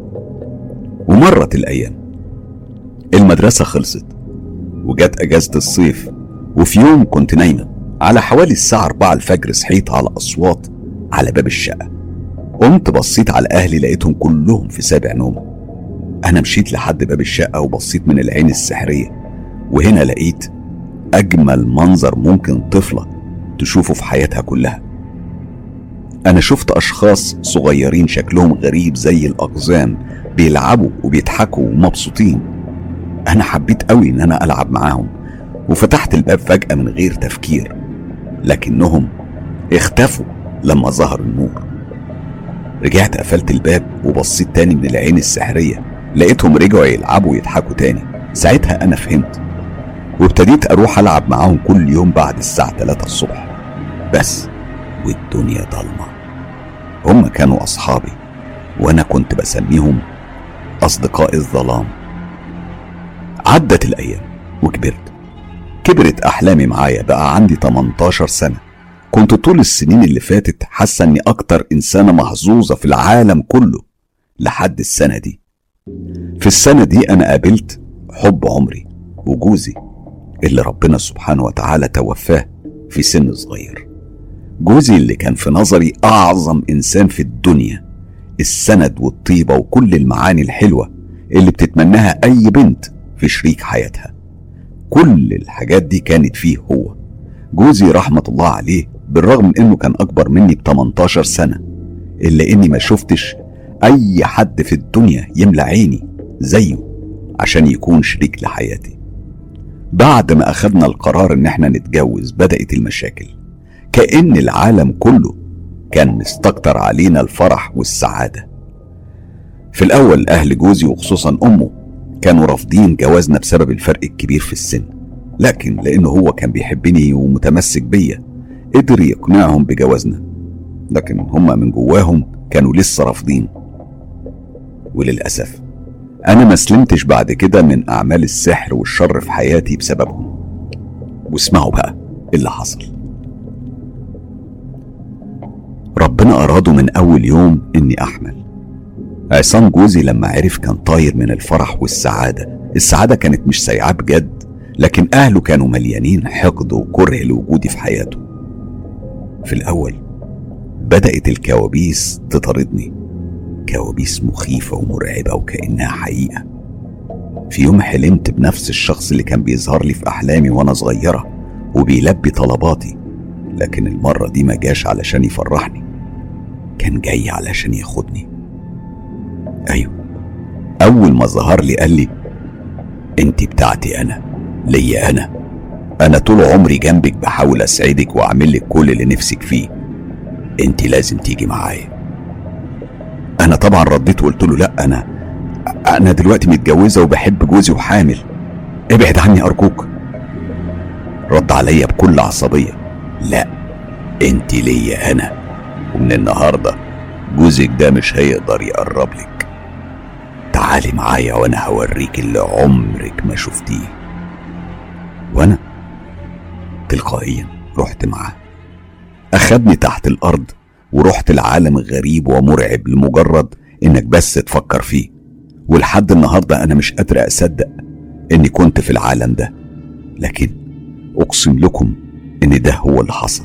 ومرت الأيام، المدرسة خلصت وجت أجازة الصيف، وفي يوم كنت نايمة على حوالي الساعة أربعة الفجر. صحيت على أصوات على باب الشقة. قمت بصيت على أهلي لقيتهم كلهم في سابع نوم. أنا مشيت لحد باب الشقة وبصيت من العين السحرية، وهنا لقيت أجمل منظر ممكن طفلة تشوفه في حياتها كلها. أنا شفت أشخاص صغيرين شكلهم غريب زي الأقزام بيلعبوا وبيضحكوا ومبسوطين. أنا حبيت قوي إن أنا ألعب معاهم، وفتحت الباب فجأة من غير تفكير، لكنهم اختفوا لما ظهر النور. رجعت قفلت الباب وبصيت تاني من العين السحرية، لقيتهم رجعوا يلعبوا ويضحكوا تاني. ساعتها أنا فهمت وابتديت أروح ألعب معاهم كل يوم بعد الساعة ثلاثة الصبح بس، والدنيا ضلمة. هم كانوا أصحابي وأنا كنت بسميهم أصدقاء الظلام. عدت الأيام وكبرت، كبرت أحلامي معايا. بقى عندي تمنتاشر سنة. كنت طول السنين اللي فاتت حاسة أني أكتر إنسانة محظوظة في العالم كله لحد السنة دي. في السنة دي أنا قابلت حب عمري وجوزي اللي ربنا سبحانه وتعالى توفاه في سن صغير. جوزي اللي كان في نظري أعظم إنسان في الدنيا، السند والطيبة وكل المعاني الحلوة اللي بتتمناها أي بنت في شريك حياتها. كل الحاجات دي كانت فيه هو. جوزي رحمة الله عليه، بالرغم من إنه كان أكبر مني ب تمنتاشر سنة، إلا إني ما شفتش أي حد في الدنيا يملى عيني زيه عشان يكون شريك لحياتي. بعد ما أخدنا القرار إن احنا نتجوز بدأت المشاكل، كأن العالم كله كان مستكتر علينا الفرح والسعادة. في الأول أهل جوزي وخصوصا أمه كانوا رافضين جوازنا بسبب الفرق الكبير في السن، لكن لأنه هو كان بيحبني ومتمسك بيا قدر يقنعهم بجوازنا، لكن هم من جواهم كانوا لسه رافضين. وللأسف أنا ما سلمتش بعد كده من أعمال السحر والشر في حياتي بسببهم. واسمعوا بقى اللي حصل. ربنا أراده من أول يوم إني أحمل. عصام جوزي لما عرف كان طاير من الفرح والسعادة. السعادة كانت مش سايعاه بجد، لكن أهله كانوا مليانين حقد وكره لوجودي في حياته. في الأول بدأت الكوابيس تطاردني، كوابيس مخيفة ومرعبة وكأنها حقيقة. في يوم حلمت بنفس الشخص اللي كان بيظهر لي في أحلامي وأنا صغيرة وبيلبي طلباتي، لكن المرة دي ما جاش علشان يفرحني، كان جاي علشان ياخدني. أيوة، أول ما ظهر لي قال لي أنت بتاعتي أنا، ليا أنا أنا طول عمري جنبك بحاول أسعدك وأعمل لك كل اللي نفسك فيه، أنت لازم تيجي معايا. أنا طبعا رديت وقلت له لا، أنا أنا دلوقتي متجوزة وبحب جوزي وحامل، ابعد عني أرجوك. رد عليا بكل عصبية، لا أنت ليا أنا، ومن النهاردة جوزك ده مش هيقدر يقرب لك. تعالي معايا وأنا هوريك اللي عمرك ما شفتيه. وأنا تلقائيا رحت معاه. أخدني تحت الأرض ورحت العالم غريب ومرعب لمجرد إنك بس تفكر فيه. ولحد النهاردة أنا مش قادر أصدق إني كنت في العالم ده، لكن أقسم لكم إن ده هو اللي حصل.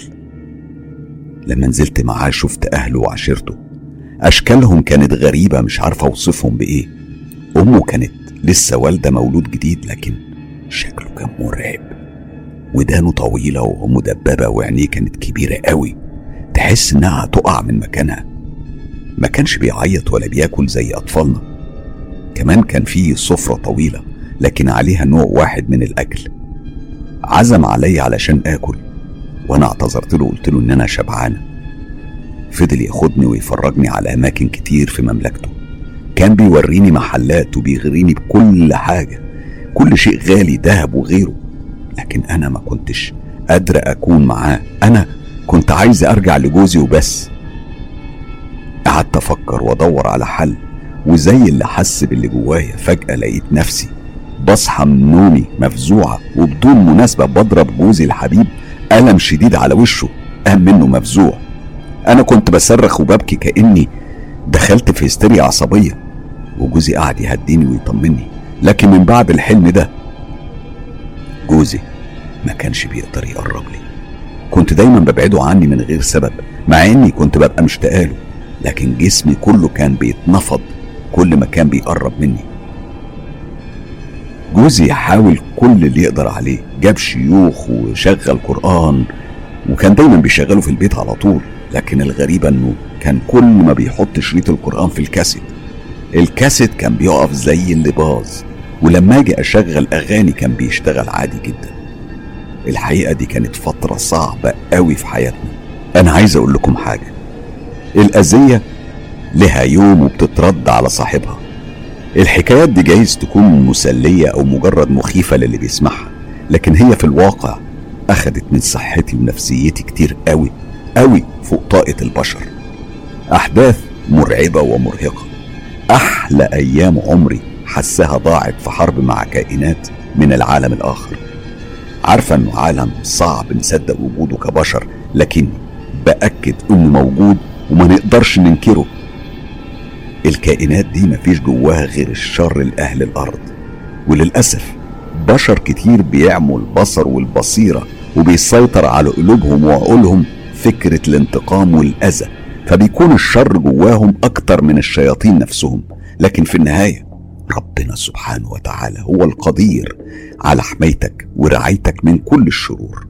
لما نزلت معاه شفت أهله وعشيرته، أشكالهم كانت غريبة مش عارفة أوصفهم بإيه. أمه كانت لسه والدة مولود جديد، لكن شكله كان مرعب، ودانه طويلة ومدببة وعينيه كانت كبيرة قوي، تحس إنها هتقع من مكانها. ما كانش بيعيط ولا بياكل زي أطفالنا. كمان كان فيه سفرة طويلة لكن عليها نوع واحد من الأكل. عزم علي علشان آكل، وأنا اعتذرت له وقلت له إن أنا شبعانة. فضل ياخدني ويفرجني على أماكن كتير في مملكته، كان بيوريني محلات وبيغريني بكل حاجة، كل شيء غالي، دهب وغيره، لكن أنا ما كنتش قادرة أكون معاه. أنا كنت عايز أرجع لجوزي وبس. قعدت أفكر وأدور على حل، وزي اللي حس باللي جوايا فجأة لقيت نفسي بصحى من نومي مفزوعة وبدون مناسبة بضرب جوزي الحبيب ألم شديد على وشه، قام منه مفزوع. أنا كنت بصرخ وببكي كأني دخلت في هستيريا عصبية، وجوزي قعد يهديني ويطمني. لكن من بعد الحلم ده جوزي ما كانش بيقدر يقرب لي. كنت دايما ببعده عني من غير سبب، مع اني كنت ببقى مشتاقله، لكن جسمي كله كان بيتنفض كل ما كان بيقرب مني. جوزي حاول كل اللي يقدر عليه، جاب شيوخ وشغل قرآن، وكان دايما بيشغله في البيت على طول. لكن الغريبة انه كان كل ما بيحط شريط القرآن في الكاسيت، الكاسيت كان بيقف زي اللي باظ، ولما اجي اشغل اغاني كان بيشتغل عادي جدا. الحقيقة دي كانت فترة صعبة قوي في حياتنا. انا عايز اقول لكم حاجة، الأذية لها يوم وبتترد على صاحبها. الحكايات دي جايز تكون مسلية او مجرد مخيفة للي بيسمعها، لكن هي في الواقع اخدت من صحتي ونفسيتي كتير قوي قوي فوق طاقة البشر. احداث مرعبة ومرهقة، احلى ايام عمري حسها ضاعت في حرب مع كائنات من العالم الاخر. عارفة انه عالم صعب نصدق وجوده كبشر، لكن بأكد انه موجود وما نقدرش ننكره. الكائنات دي مفيش جواها غير الشر لأهل الارض، وللأسف بشر كتير بيعموا البصر والبصيرة وبيسيطر على قلوبهم وعقولهم فكرة الانتقام والأذى، فبيكون الشر جواهم أكتر من الشياطين نفسهم. لكن في النهاية ربنا سبحانه وتعالى هو القدير على حمايتك ورعايتك من كل الشرور.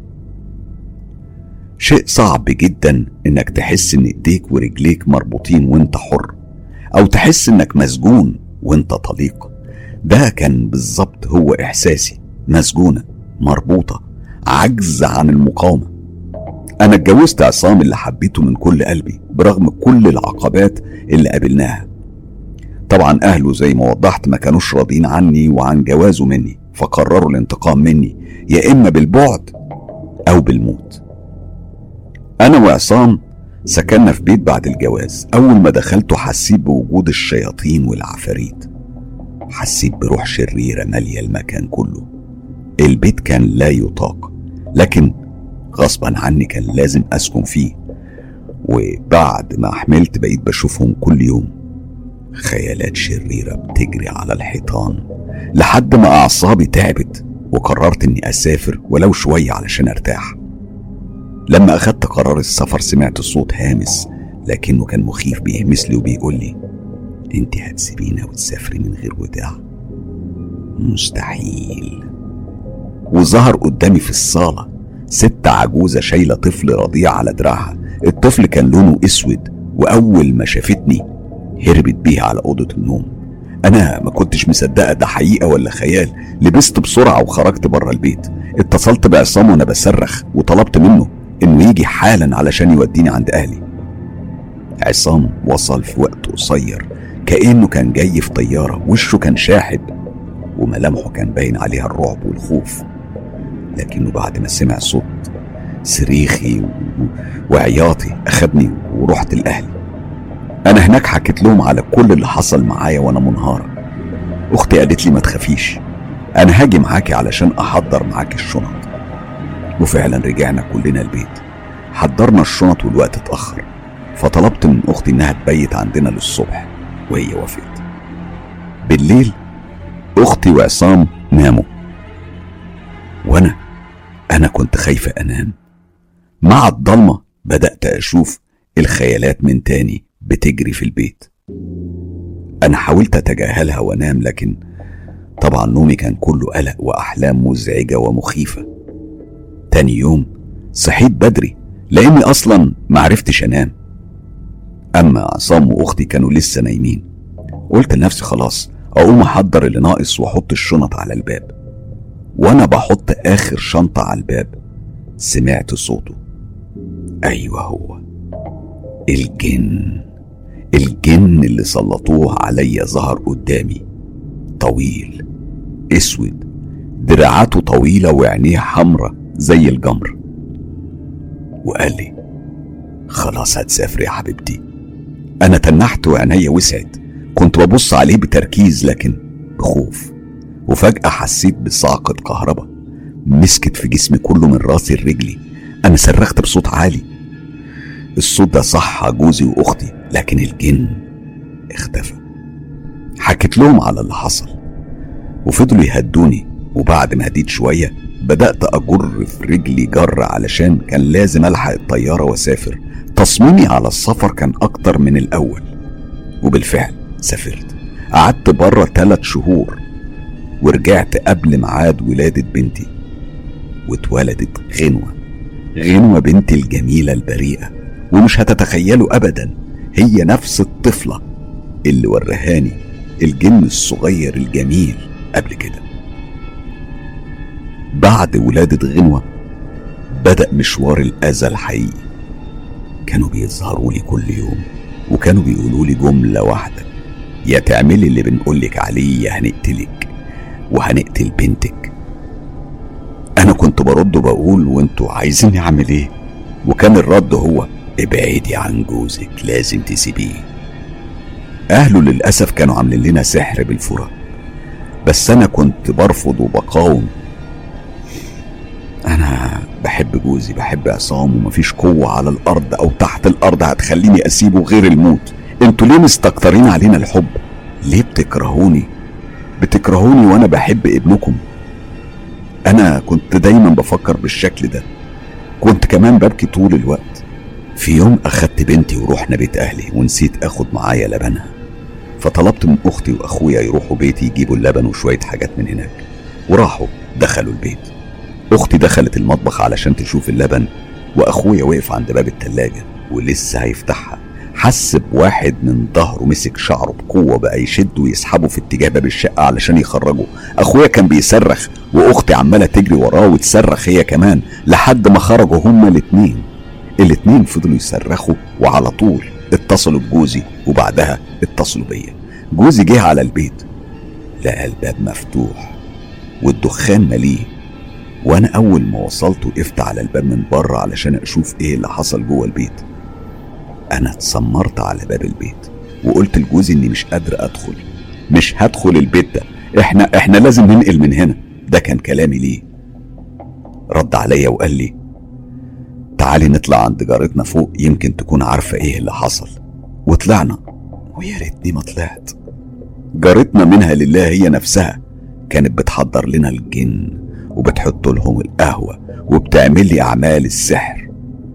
شيء صعب جدا انك تحس ان ايديك ورجليك مربوطين وانت حر، او تحس انك مسجون وانت طليق. ده كان بالظبط هو احساسي، مسجونة مربوطة، عجز عن المقاومة. انا اتجوزت عصام اللي حبيته من كل قلبي برغم كل العقبات اللي قابلناها. طبعا اهله زي ما وضحت ما كانوش راضين عني وعن جوازه مني، فقرروا الانتقام مني يا اما بالبعد او بالموت. انا وعصام سكننا في بيت بعد الجواز. اول ما دخلته حسيت بوجود الشياطين والعفاريت، حسيت بروح شريرة مالية المكان كله. البيت كان لا يطاق، لكن غصبا عني كان لازم اسكن فيه. وبعد ما حملت بقيت بشوفهم كل يوم، خيالات شريرة بتجري على الحيطان، لحد ما اعصابي تعبت وقررت اني اسافر ولو شوية علشان ارتاح. لما اخدت قرار السفر سمعت صوت هامس لكنه كان مخيف بيهمس لي وبيقول لي: انت هتسيبينا وتسافري من غير وداع؟ مستحيل. وظهر قدامي في الصالة ست عجوزة شايلة طفل رضيع على دراعها. الطفل كان لونه اسود، واول ما شافتني هربت بيها على اوضة النوم. انا ما كنتش مصدقة ده حقيقة ولا خيال. لبست بسرعة وخرجت بره البيت. اتصلت بعصام وانا بصرخ وطلبت منه انه يجي حالا علشان يوديني عند اهلي. عصام وصل في وقت قصير، كأنه كان جاي في طيارة. وشه كان شاحب وملامحه كان باين عليها الرعب والخوف، لكنه بعد ما سمع صوت صريخي وعياطي اخدني ورحت لأهلي. انا هناك حكيت لهم على كل اللي حصل معايا وانا منهارة. اختي قالت لي: ما تخافيش، انا هاجي معاكي علشان احضر معاكي الشنط. وفعلا رجعنا كلنا البيت، حضرنا الشنط والوقت اتأخر، فطلبت من اختي انها تبيت عندنا للصبح وهي وافقت. بالليل اختي وعصام ناموا، وانا انا كنت خايفة انام. مع الضلمة بدأت اشوف الخيالات من تاني بتجري في البيت. انا حاولت اتجاهلها وانام، لكن طبعا نومي كان كله قلق واحلام مزعجة ومخيفة. تاني يوم صحيت بدري لاني اصلا معرفتش انام. اما عصام واختي كانوا لسه نايمين. قلت لنفسي خلاص اقوم احضر اللي ناقص واحط الشنط على الباب. وانا بحط اخر شنطة على الباب سمعت صوته. ايوه هو الجن. الجن اللي سلطوه عليا ظهر قدامي، طويل اسود، دراعاته طويلة وعينيه حمرة زي الجمر، وقال لي: خلاص هتسافر يا حبيبتي. انا تنحت وعينيا وسعت، كنت ببص عليه بتركيز لكن بخوف. وفجأة حسيت بصعقة كهرباء مسكت في جسمي كله من راسي لرجلي. انا صرخت بصوت عالي. الصوت ده صح جوزي واختي، لكن الجن اختفى. حكيت لهم على اللي حصل وفضلوا يهدوني، وبعد ما هديت شوية بدأت أجر في رجلي جر علشان كان لازم ألحق الطيارة وأسافر. تصميمي على السفر كان أكتر من الأول، وبالفعل سافرت. قعدت بره ثلاث شهور ورجعت قبل ميعاد ولادة بنتي، واتولدت غنوة. غنوة بنتي الجميلة البريئة، ومش هتتخيلوا أبدا هي نفس الطفلة اللي ورهاني الجن الصغير الجميل قبل كده. بعد ولادة غنوة بدأ مشوار الأذى الحقيقي. كانوا بيظهروا لي كل يوم وكانوا بيقولوا لي جملة واحدة: يا تعملي اللي بنقولك عليه يا هنقتلك وهنقتل بنتك. أنا كنت برد وبقول: وانتوا عايزيني أعمل إيه؟ وكان الرد هو: ابعدي عن جوزك، لازم تسيبيه. أهله للأسف كانوا عاملين لنا سحر بالفرة، بس أنا كنت برفض وبقاوم. أنا بحب جوزي، بحب عصام، ومفيش قوة على الأرض أو تحت الأرض هتخليني أسيبه غير الموت. انتوا ليه مستكترين علينا الحب؟ ليه بتكرهوني؟ بتكرهوني وأنا بحب ابنكم. أنا كنت دايما بفكر بالشكل ده، كنت كمان ببكي طول الوقت. في يوم أخدت بنتي ورحنا بيت أهلي ونسيت أخد معايا لبنها، فطلبت من أختي وأخويا يروحوا بيتي يجيبوا اللبن وشوية حاجات من هناك، وراحوا دخلوا البيت. أختي دخلت المطبخ علشان تشوف اللبن، وأخويا وقف عند باب التلاجة ولسه هيفتحها، حس بواحد من ظهره مسك شعره بقوة بقى يشد ويسحبه في اتجاه باب الشقة علشان يخرجه. أخويا كان بيصرخ وأختي عمالة تجري وراه وتصرخ هي كمان، لحد ما خرجوا هما الاتنين. الاتنين فضلوا يصرخوا وعلى طول اتصلوا بجوزي وبعدها اتصلوا بيا. جوزي جه على البيت لقى الباب مفتوح والدخان مليه، وانا اول ما وصلت وقفت على الباب من بره علشان اشوف ايه اللي حصل جوه البيت. انا اتسمرت على باب البيت وقلت لجوزي اني مش قادر ادخل، مش هدخل البيت ده، احنا احنا لازم ننقل من هنا. ده كان كلامي ليه. رد عليا وقال لي: تعالي نطلع عند جارتنا فوق، يمكن تكون عارفة ايه اللي حصل. وطلعنا، ويا ريتني ما طلعت. جارتنا منها لله هي نفسها كانت بتحضر لنا الجن وبتحط لهم القهوة وبتعمل لي أعمال السحر.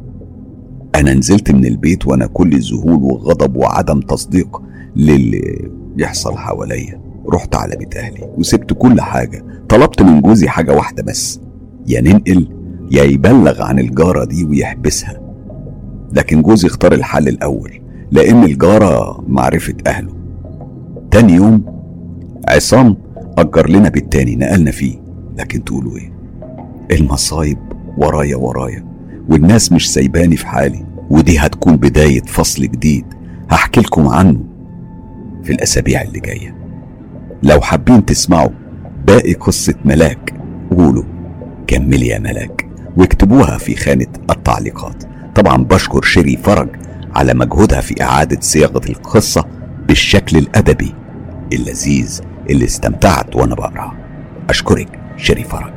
أنا نزلت من البيت وأنا كل ذهول وغضب وعدم تصديق للي يحصل حواليا. رحت على بيت أهلي وسبت كل حاجة، طلبت من جوزي حاجة واحدة بس: يا ننقل يا يبلغ عن الجارة دي ويحبسها. لكن جوزي اختار الحل الأول، لأن الجارة معرفة أهله. تاني يوم عصام أجر لنا بيت تاني نقلنا فيه. لكن تقولوا ايه؟ المصايب ورايا ورايا والناس مش سايباني في حالي، ودي هتكون بداية فصل جديد هحكي لكم عنه في الأسابيع اللي جاية. لو حابين تسمعوا باقي قصة ملاك قولوا كمل يا ملاك واكتبوها في خانة التعليقات. طبعا بشكر شيري فرج على مجهودها في إعادة صياغة القصة بالشكل الأدبي اللذيذ اللي استمتعت وأنا بقرأ. أشكرك شيري فرج.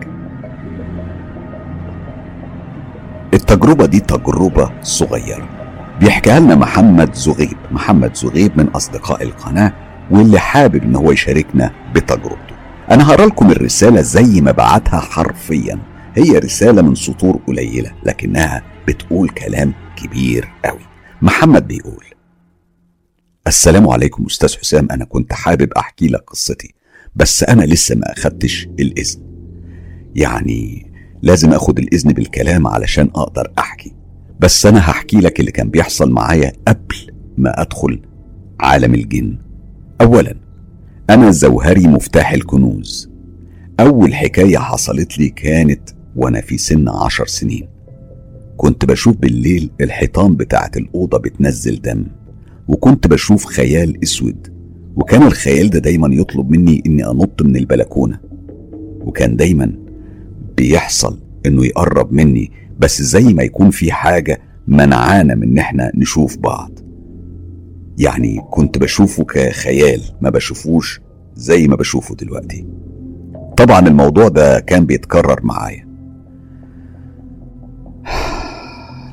التجربة دي تجربة صغيرة بيحكيها لنا محمد زغيب. محمد زغيب من أصدقاء القناة واللي حابب إن هو يشاركنا بتجربته. أنا هقرأ لكم الرسالة زي ما بعتها حرفيا. هي رسالة من سطور قليلة لكنها بتقول كلام كبير قوي. محمد بيقول: السلام عليكم أستاذ حسام، أنا كنت حابب أحكي لك قصتي بس أنا لسه ما أخدتش الإذن، يعني لازم أخد الإذن بالكلام علشان أقدر أحكي. بس أنا هحكي لك اللي كان بيحصل معايا قبل ما أدخل عالم الجن. أولا، أنا زوهري مفتاح الكنوز. أول حكاية حصلت لي كانت وأنا في سن عشر سنين. كنت بشوف بالليل الحيطان بتاعت الأوضة بتنزل دم، وكنت بشوف خيال أسود، وكان الخيال ده دايما يطلب مني إني أنط من البلكونة، وكان دايما بيحصل إنه يقرب مني بس زي ما يكون في حاجة منعانا من إن احنا نشوف بعض. يعني كنت بشوفه كخيال ما بشوفوش زي ما بشوفه دلوقتي. طبعا الموضوع ده كان بيتكرر معايا.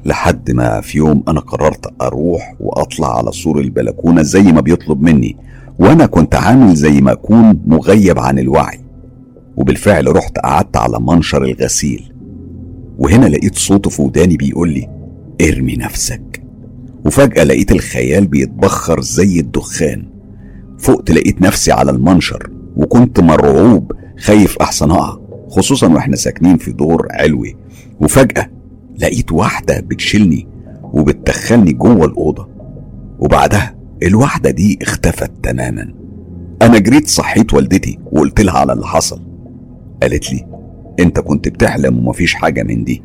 لحد ما في يوم أنا قررت أروح وأطلع على سور البلكونة زي ما بيطلب مني، وأنا كنت عامل زي ما أكون مغيب عن الوعي. وبالفعل رحت قعدت على منشر الغسيل، وهنا لقيت صوته في وداني بيقول لي ارمي نفسك. وفجأة لقيت الخيال بيتبخر زي الدخان. فقت لقيت نفسي على المنشر، وكنت مرعوب خايف أحسن أقع، خصوصا وإحنا ساكنين في دور علوي. وفجأة لقيت واحدة بتشيلني وبتدخلني جوه الأوضة، وبعدها الواحدة دي اختفت تماما. أنا جريت صحيت والدتي وقلت لها على اللي حصل. قالت لي انت كنت بتحلم ومفيش حاجة من دي.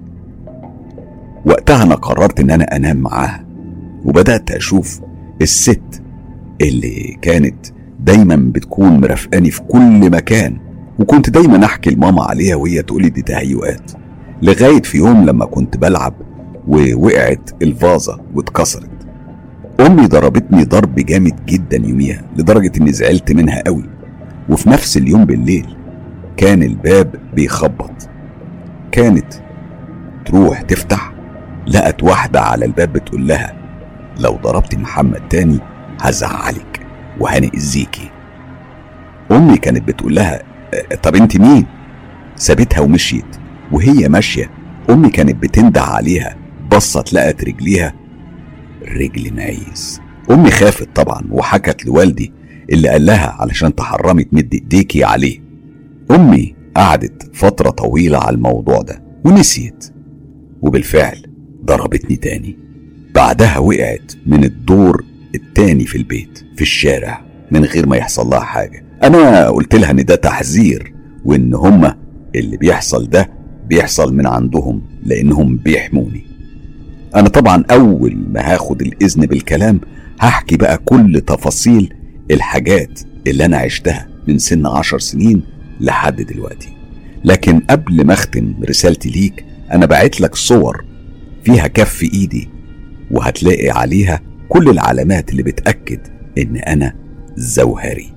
وقتها أنا قررت إن أنا أنام معاها، وبدأت أشوف الست اللي كانت دايما بتكون مرافقاني في كل مكان، وكنت دايما أحكي لماما عليها وهي تقولي دي تهيؤات. لغاية في يوم لما كنت بلعب ووقعت الفازة واتكسرت. أمي ضربتني ضرب جامد جدا يوميها لدرجة إني زعلت منها قوي. وفي نفس اليوم بالليل كان الباب بيخبط، كانت تروح تفتح لقت واحدة على الباب بتقول لها لو ضربت محمد تاني هزعلك وهنأذيكي. أمي كانت بتقول لها طب انت مين؟ سابتها ومشيت. وهي ماشية أمي كانت بتنده عليها، بصت لقت رجليها رجل معيز. أمي خافت طبعا وحكت لوالدي اللي قال لها علشان تحرمي تمد ايديكي عليه. أمي قعدت فترة طويلة على الموضوع ده ونسيت، وبالفعل ضربتني تاني. بعدها وقعت من الدور التاني في البيت في الشارع من غير ما يحصل لها حاجة. أنا قلت لها إن ده تحذير، وإن هما اللي بيحصل ده بيحصل من عندهم لأنهم بيحموني. أنا طبعا أول ما هاخد الإذن بالكلام هحكي بقى كل تفاصيل الحاجات اللي أنا عشتها من سن عشر سنين لحد دلوقتي. لكن قبل ما أختم رسالتي ليك أنا بعت لك صور فيها كف إيدي، وهتلاقي عليها كل العلامات اللي بتأكد إن أنا زوهري.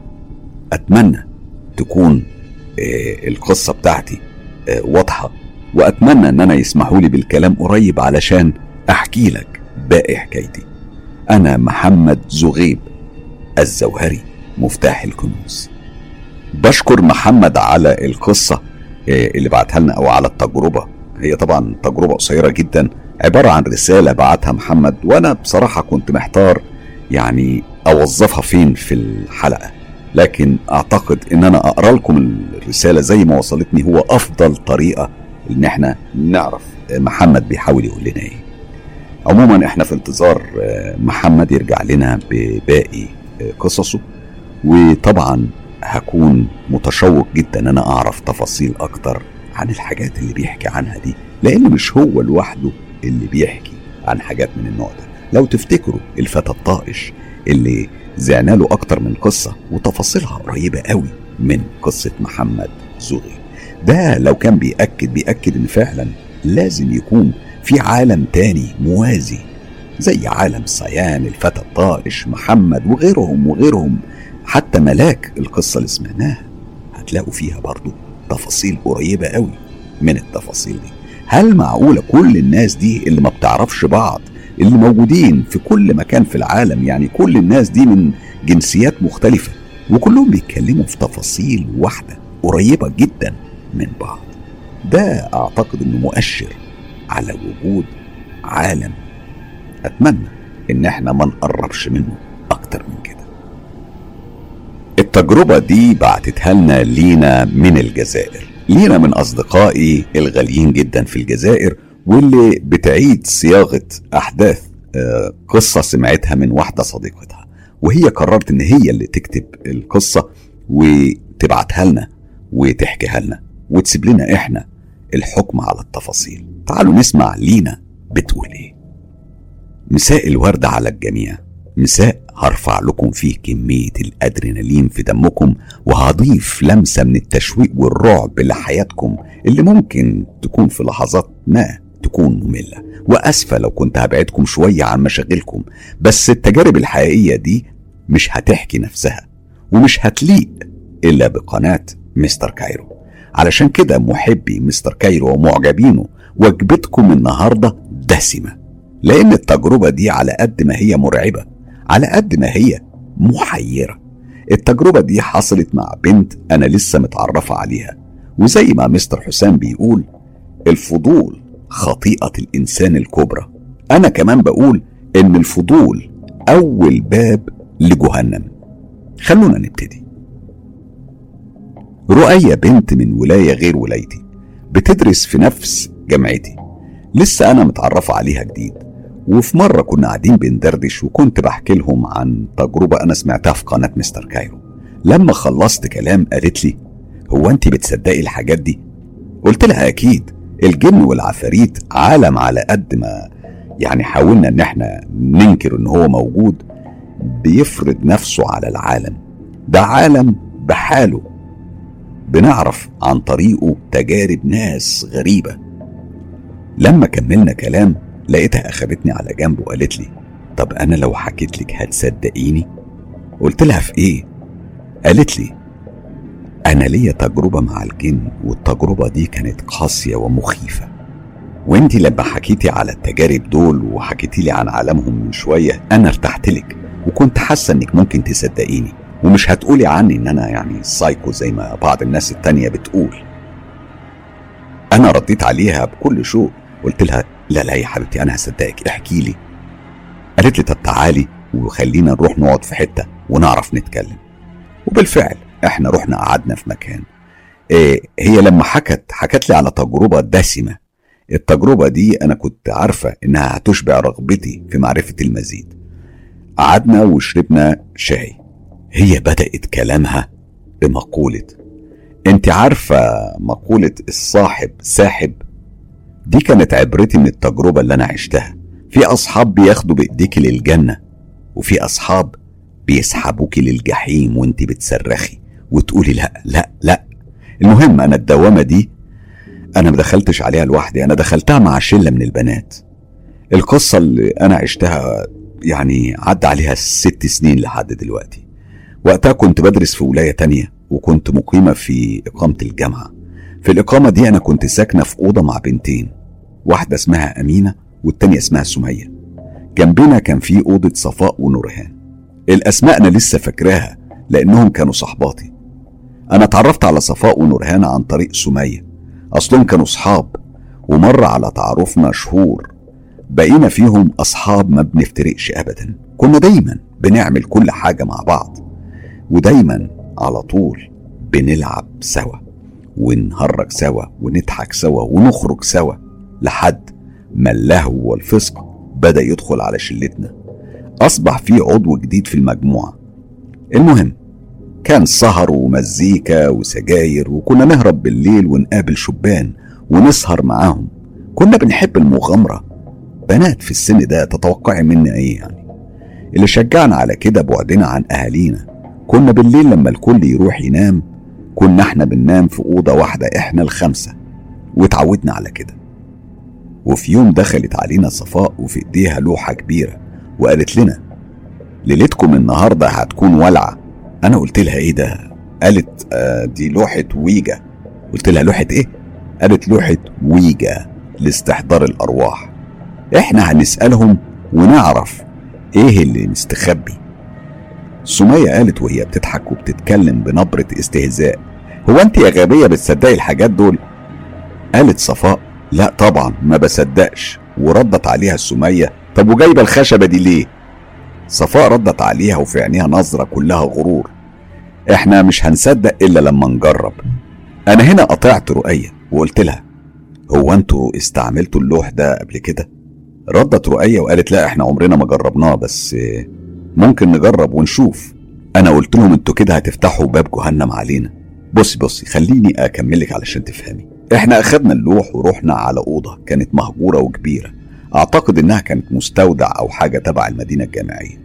أتمنى تكون آه القصة بتاعتي آه واضحة، وأتمنى إن أنا يسمحوا لي بالكلام قريب علشان أحكي لك باقي حكايتي. أنا محمد زغيب الزوهري مفتاح الكنوز. بشكر محمد على القصة اللي بعتها لنا أو على التجربة. هي طبعا تجربة قصيرة جدا عبارة عن رسالة بعتها محمد، وأنا بصراحة كنت محتار يعني أوظفها فين في الحلقة، لكن أعتقد إن أنا أقرأ لكم الرسالة زي ما وصلتني هو أفضل طريقة إن احنا نعرف محمد بيحاول يقول لنا إيه. عموما احنا في انتظار محمد يرجع لنا بباقي قصصه، وطبعا هكون متشوق جدا ان انا اعرف تفاصيل اكتر عن الحاجات اللي بيحكي عنها دي، لان مش هو لوحده اللي بيحكي عن حاجات من النوع ده. لو تفتكروا الفتى الطائش اللي زعنا له اكتر من قصة وتفاصيلها قريبة قوي من قصة محمد زغيب، ده لو كان بيأكد بيأكد ان فعلا لازم يكون في عالم تاني موازي زي عالم صيان، الفتى الطائش، محمد وغيرهم وغيرهم. حتى ملاك القصة اللي سمعناها هتلاقوا فيها برضو تفاصيل قريبة قوي من التفاصيل دي. هل معقولة كل الناس دي اللي ما بتعرفش بعض اللي موجودين في كل مكان في العالم، يعني كل الناس دي من جنسيات مختلفة وكلهم بيتكلموا في تفاصيل واحدة قريبة جدا من بعض؟ ده أعتقد أنه مؤشر على وجود عالم أتمنى إن احنا ما نقربش منه أكتر من كده. التجربة دي بعتتها لنا لينا من الجزائر. لينا من أصدقائي الغاليين جدا في الجزائر، واللي بتعيد صياغة أحداث قصة سمعتها من واحدة صديقتها، وهي قررت إن هي اللي تكتب القصة وتبعتها لنا وتحكيها لنا وتسيب لنا إحنا الحكم على التفاصيل. تعالوا نسمع لينا بتقول إيه. مساء الورد على الجميع، مساء هرفع لكم فيه كمية الأدرينالين في دمكم، وهضيف لمسة من التشويق والرعب لحياتكم اللي ممكن تكون في لحظات ما تكون مملة. وأسفة لو كنت هبعدكم شوية عن مشاغلكم، بس التجارب الحقيقية دي مش هتحكي نفسها ومش هتليق إلا بقناة مستر كايرو. علشان كده محبي مستر كايرو ومعجبينه، وجبتكم النهاردة دسمة، لأن التجربة دي على قد ما هي مرعبة على قد ما هي محيرة. التجربة دي حصلت مع بنت أنا لسه متعرفة عليها، وزي ما مستر حسام بيقول الفضول خطيئة الإنسان الكبرى، أنا كمان بقول إن الفضول أول باب لجهنم. خلونا نبتدي. رؤية بنت من ولاية غير ولايتي، بتدرس في نفس جامعتي، لسه أنا متعرفة عليها جديد. وفي مرة كنا قاعدين بندردش وكنت بحكي لهم عن تجربة أنا سمعتها في قناة مستر كايرو. لما خلصت كلام قالت لي هو أنت بتصدقي الحاجات دي؟ قلت لها أكيد، الجن والعفاريت عالم على قد ما يعني حاولنا ان احنا ننكر ان هو موجود بيفرض نفسه على العالم ده، عالم بحاله بنعرف عن طريقه تجارب ناس غريبة. لما كملنا كلام لقيتها اخدتني على جنب وقالت لي طب انا لو حكيت لك هتصدقيني؟ قلت لها في ايه؟ قالت لي انا ليا تجربة مع الجن، والتجربة دي كانت قاسية ومخيفة، وانتي لما حكيتي على التجارب دول وحكيتي لي عن عالمهم من شوية انا ارتحت لك، وكنت حاسة انك ممكن تصدقيني ومش هتقولي عني ان انا يعني سايكو زي ما بعض الناس التانية بتقول. انا رديت عليها بكل شوق، قلت لها لا لا يا حبيبتي انا هصدقك، احكي لي. قالت لي طب تعالي وخلينا نروح نقعد في حتة ونعرف نتكلم. وبالفعل احنا رحنا قعدنا في مكان. إيه هي لما حكت حكت لي على تجربة دسمة. التجربة دي انا كنت عارفة انها هتشبع رغبتي في معرفة المزيد. قعدنا وشربنا شاي. هي بدأت كلامها بمقولة انت عارفة مقولة الصاحب ساحب؟ دي كانت عبرتي من التجربة اللي انا عشتها. في اصحاب بياخدوا بايديك للجنة، وفي اصحاب بيسحبوك للجحيم وانت بتصرخي وتقولي لا لا لا. المهم انا الدوامة دي انا ما دخلتش عليها لوحدي، انا دخلتها مع شلة من البنات. القصة اللي انا عشتها يعني عدى عليها ست سنين لحد دلوقتي. وقتها كنت بدرس في ولاية تانية وكنت مقيمة في إقامة الجامعة. في الإقامة دي أنا كنت ساكنة في أوضة مع بنتين، واحدة اسمها أمينة والتانية اسمها سمية. جنبنا كان في أوضة صفاء ونورهان. الأسماء أنا لسه فاكراها لأنهم كانوا صحباتي. أنا اتعرفت على صفاء ونورهان عن طريق سمية، أصلهم كانوا صحاب ومر على تعرفنا شهور بقينا فيهم أصحاب ما بنفترقش أبدا. كنا دايما بنعمل كل حاجة مع بعض، ودايما على طول بنلعب سوا ونهرج سوا ونضحك سوا ونخرج سوا، لحد ما اللهو والفسق بدأ يدخل على شلتنا. أصبح في عضو جديد في المجموعة. المهم كان سهر ومزيكا وسجاير، وكنا نهرب بالليل ونقابل شبان ونسهر معاهم. كنا بنحب المغامرة. بنات في السن ده تتوقعي مني ايه يعني؟ اللي شجعنا على كده بعدنا عن اهالينا. كنا بالليل لما الكل يروح ينام كنا احنا بننام في اوضة واحدة احنا الخمسة، واتعودنا على كده. وفي يوم دخلت علينا صفاء وفي ايديها لوحة كبيرة وقالت لنا ليلتكم النهاردة هتكون ولعة. انا قلت لها ايه ده؟ قالت آه دي لوحة ويجا. قلت لها لوحة ايه؟ قالت لوحة ويجا لاستحضار الارواح. احنا هنسألهم ونعرف ايه اللي مستخبي. سمية قالت وهي بتضحك وبتتكلم بنبرة استهزاء هو انت يا غبية بتصدقي الحاجات دول؟ قالت صفاء لا طبعا ما بصدقش. وردت عليها سمية طب وجايبة الخشبة دي ليه؟ صفاء ردت عليها وفي عينيها نظرة كلها غرور احنا مش هنصدق الا لما نجرب. انا هنا قطعت رؤية وقلت لها هو انتوا استعملتوا اللوح ده قبل كده؟ ردت رؤية وقالت لا احنا عمرنا ما جربناه، بس ممكن نجرب ونشوف. انا قلت لهم انتوا كده هتفتحوا باب جهنم علينا. بصي بصي خليني اكملك علشان تفهمي. احنا اخدنا اللوح ورحنا على اوضة كانت مهجورة وكبيرة، اعتقد انها كانت مستودع او حاجة تبع المدينة الجامعية.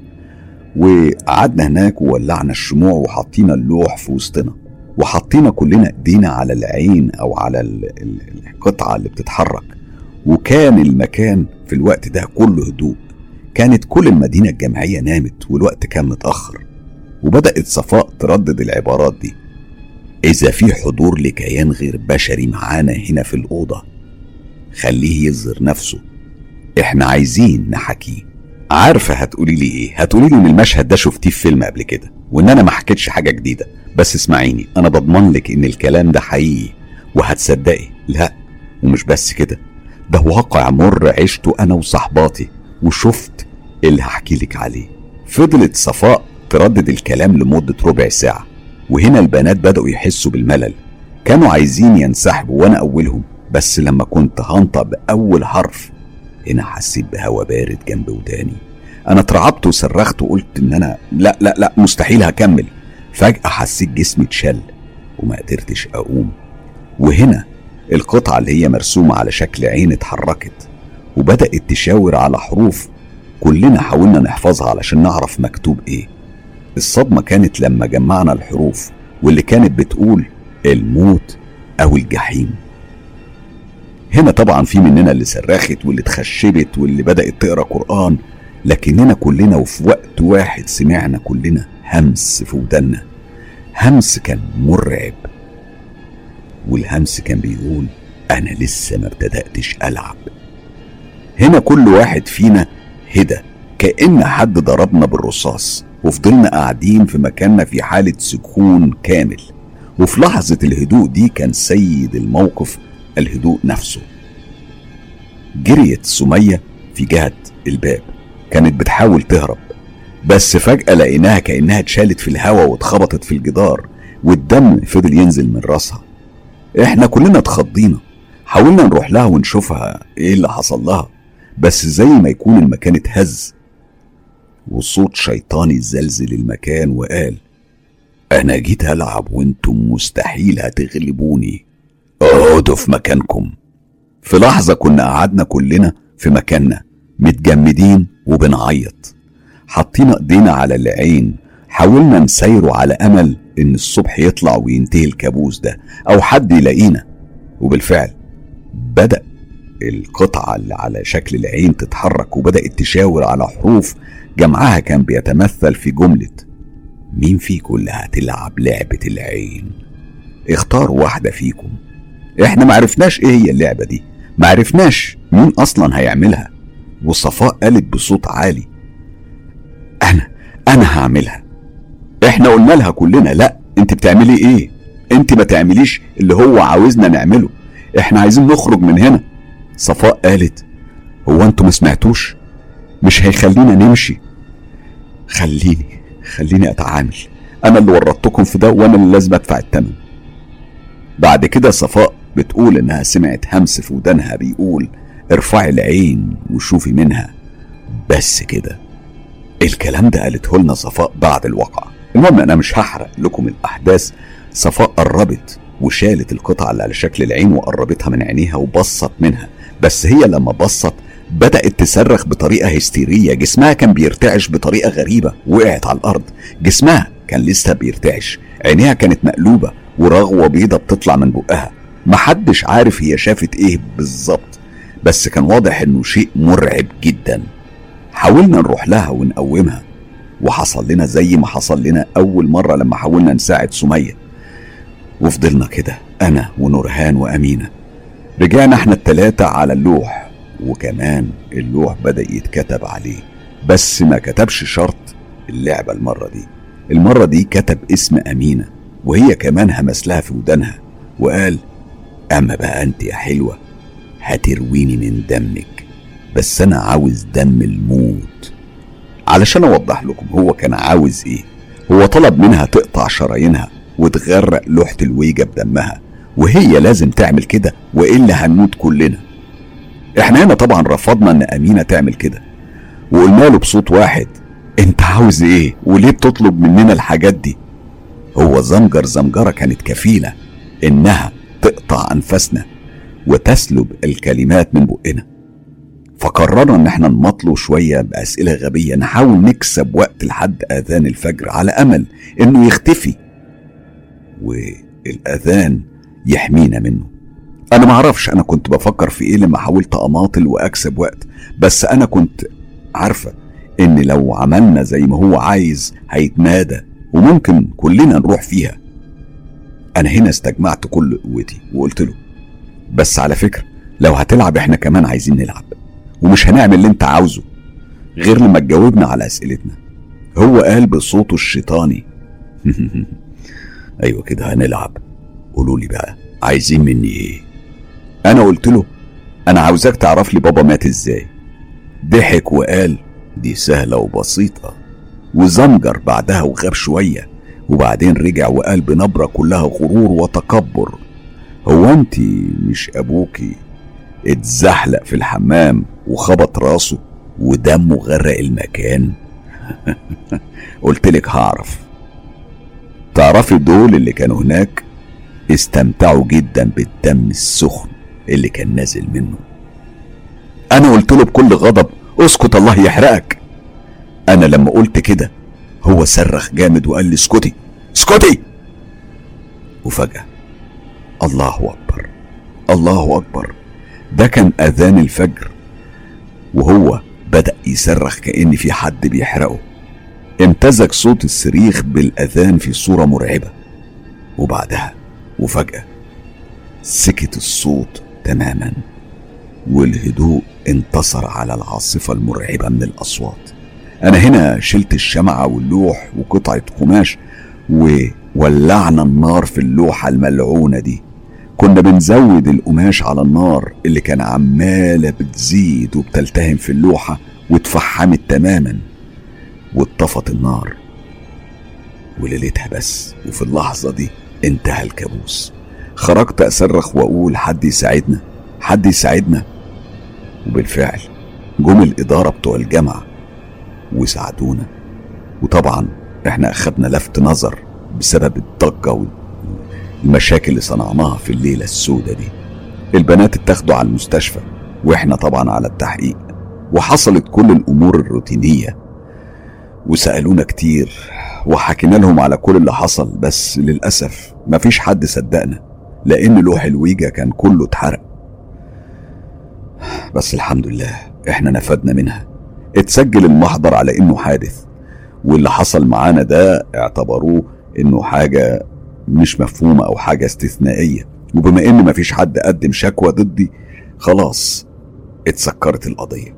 وقعدنا هناك وولعنا الشموع وحطينا اللوح في وسطنا، وحطينا كلنا ايدينا على العين او على القطعة اللي بتتحرك. وكان المكان في الوقت ده كله هدوء. كانت كل المدينة الجامعية نامت والوقت كان متأخر. وبدأت صفاء تردد العبارات دي إذا في حضور لكيان غير بشري معانا هنا في الأوضة خليه يظهر نفسه احنا عايزين نحكيه. عارفة هتقولي لي ايه؟ هتقولي لي ان المشهد ده شفتيه في فيلم قبل كده وان انا ما حكيتش حاجة جديدة. بس اسمعيني، انا بضمن لك ان الكلام ده حقيقي وهتصدقي. لا ومش بس كده، ده واقع مر عشته انا وصحباتي وشفت اللي هحكي لك عليه. فضلت صفاء تردد الكلام لمدة ربع ساعة، وهنا البنات بدأوا يحسوا بالملل. كانوا عايزين ينسحبوا وانا اولهم، بس لما كنت هنطق باول حرف هنا حسيت بهوا بارد جنب وداني. انا اترعبت وصرخت وقلت ان انا لا لا لا مستحيل هكمل. فجأة حسيت جسمي اتشل وما قدرتش اقوم، وهنا القطعة اللي هي مرسومة على شكل عين اتحركت وبدأت تشاور على حروف كلنا حاولنا نحفظها علشان نعرف مكتوب ايه. الصدمة كانت لما جمعنا الحروف واللي كانت بتقول الموت او الجحيم. هنا طبعا في مننا اللي صرخت واللي اتخشبت واللي بدأت تقرأ قرآن، لكننا كلنا وفي وقت واحد سمعنا كلنا همس في ودنا. همس كان مرعب، والهمس كان بيقول انا لسه ما ابتدأتش العب. هنا كل واحد فينا هدى كأن حد ضربنا بالرصاص، وفضلنا قاعدين في مكاننا في حالة سكون كامل. وفي لحظة الهدوء دي كان سيد الموقف الهدوء نفسه. جريت سمية في جهة الباب، كانت بتحاول تهرب، بس فجأة لقيناها كأنها اتشالت في الهواء واتخبطت في الجدار والدم فضل ينزل من راسها. احنا كلنا اتخضينا، حاولنا نروح لها ونشوفها ايه اللي حصل لها، بس زي ما يكون المكان اتهز وصوت شيطاني زلزل المكان وقال انا جيت العب وانتم مستحيل هتغلبوني، اقعدوا في مكانكم. في لحظة كنا قعدنا كلنا في مكاننا متجمدين وبنعيط، حطينا ايدينا على العين، حاولنا نسيره على امل ان الصبح يطلع وينتهي الكابوس ده او حد يلاقينا. وبالفعل بدأ القطعة اللي على شكل العين تتحرك وبدأت تشاور على حروف جمعها كان بيتمثل في جملة مين فيكم اللي هتلعب لعبة العين؟ اختاروا واحدة فيكم. احنا معرفناش ايه هي اللعبة دي، معرفناش مين اصلا هيعملها. وصفاء قالت بصوت عالي انا انا هعملها. احنا قلنا لها كلنا لا انت بتعملي ايه؟ انت ما تعمليش اللي هو عاوزنا نعمله، احنا عايزين نخرج من هنا. صفاء قالت هو انتوا ما سمعتوش؟ مش هيخلينا نمشي. خليني خليني اتعامل، انا اللي ورطتكم في ده وانا اللي لازم ادفع الثمن. بعد كده صفاء بتقول انها سمعت همس في ودانها بيقول ارفعي العين وشوفي منها. بس كده الكلام ده قالته لنا صفاء بعد الواقعة. المهم انا مش هحرق لكم الاحداث. صفاء قربت وشالت القطعة اللي على شكل العين وقربتها من عينيها وبصت منها، بس هي لما بصت بدأت تصرخ بطريقة هستيرية، جسمها كان بيرتعش بطريقة غريبة، وقعت على الأرض. جسمها كان لسه بيرتعش، عينيها كانت مقلوبة ورغوة بيضة بتطلع من بقها. محدش عارف هي شافت ايه بالظبط، بس كان واضح انه شيء مرعب جدا. حاولنا نروح لها ونقومها، وحصل لنا زي ما حصل لنا أول مرة لما حاولنا نساعد سمية. وفضلنا كده أنا ونورهان وأمينة. رجعنا احنا التلاتة على اللوح، وكمان اللوح بدأ يتكتب عليه، بس ما كتبش شرط اللعبة المرة دي. المرة دي كتب اسم أمينة، وهي كمان همس لها في ودانها وقال أما بقى أنت يا حلوة هترويني من دمك، بس أنا عاوز دم الموت. علشان أوضح لكم هو كان عاوز إيه، هو طلب منها تقطع شرايينها وتغرق لوحة الويجة بدمها، وهي لازم تعمل كده وإلا هنموت كلنا. احنا هنا طبعا رفضنا ان امينة تعمل كده، وقلنا له بصوت واحد انت عاوز ايه وليه بتطلب مننا الحاجات دي؟ هو زمجر زمجرة كانت كفيلة انها تقطع انفاسنا وتسلب الكلمات من بقنا. فقررنا ان احنا نمطله شوية باسئلة غبية نحاول نكسب وقت لحد اذان الفجر على امل انه يختفي والاذان يحمينا منه. انا معرفش انا كنت بفكر في ايه لما حاولت اماطل واكسب وقت، بس انا كنت عارفة ان لو عملنا زي ما هو عايز هيتمادى وممكن كلنا نروح فيها. انا هنا استجمعت كل قوتي وقلت له بس على فكرة لو هتلعب احنا كمان عايزين نلعب، ومش هنعمل اللي انت عاوزه غير لما تجاوبنا على اسئلتنا. هو قال بصوته الشيطاني ايوه كده هنلعب، قولوا لي بقى عايزين مني ايه؟ انا قلت له انا عاوزك تعرف لي بابا مات ازاي. ضحك وقال دي سهلة وبسيطة، وزمجر بعدها وغاب شوية، وبعدين رجع وقال بنبرة كلها غرور وتكبر، هو انت مش ابوكي اتزحلق في الحمام وخبط راسه ودمه غرق المكان؟ قلتلك هعرف. تعرفي دول اللي كانوا هناك استمتعوا جدا بالدم السخن اللي كان نازل منه. انا قلت له بكل غضب اسكت الله يحرقك. انا لما قلت كده هو صرخ جامد وقال لي اسكتي اسكتي. وفجأة الله اكبر الله اكبر، ده كان اذان الفجر، وهو بدأ يصرخ كأن في حد بيحرقه. امتزج صوت الصريخ بالاذان في صورة مرعبة، وبعدها وفجأة سكت الصوت تماما، والهدوء انتصر على العاصفة المرعبة من الأصوات. أنا هنا شلت الشمعة واللوح وقطعة قماش وولعنا النار في اللوحة الملعونة دي. كنا بنزود القماش على النار اللي كان عمالة بتزيد وبتلتهم في اللوحة واتفحمت تماما، واتطفت النار وليلتها بس. وفي اللحظة دي انتهى الكابوس. خرجت أصرخ وأقول حد يساعدنا حد يساعدنا، وبالفعل جم الإدارة بتوع الجامعة وساعدونا. وطبعا احنا أخدنا لفت نظر بسبب الضجة والمشاكل اللي صنعناها في الليلة السودة دي. البنات اتاخدوا على المستشفى واحنا طبعا على التحقيق، وحصلت كل الأمور الروتينية، وسألونا كتير وحكينا لهم على كل اللي حصل، بس للأسف مفيش حد صدقنا لأن لوح الويجا كان كله اتحرق. بس الحمد لله احنا نفدنا منها. اتسجل المحضر على انه حادث، واللي حصل معانا ده اعتبروه انه حاجة مش مفهومة او حاجة استثنائية، وبما ان مفيش حد قدم شكوى ضدي خلاص اتسكرت القضية.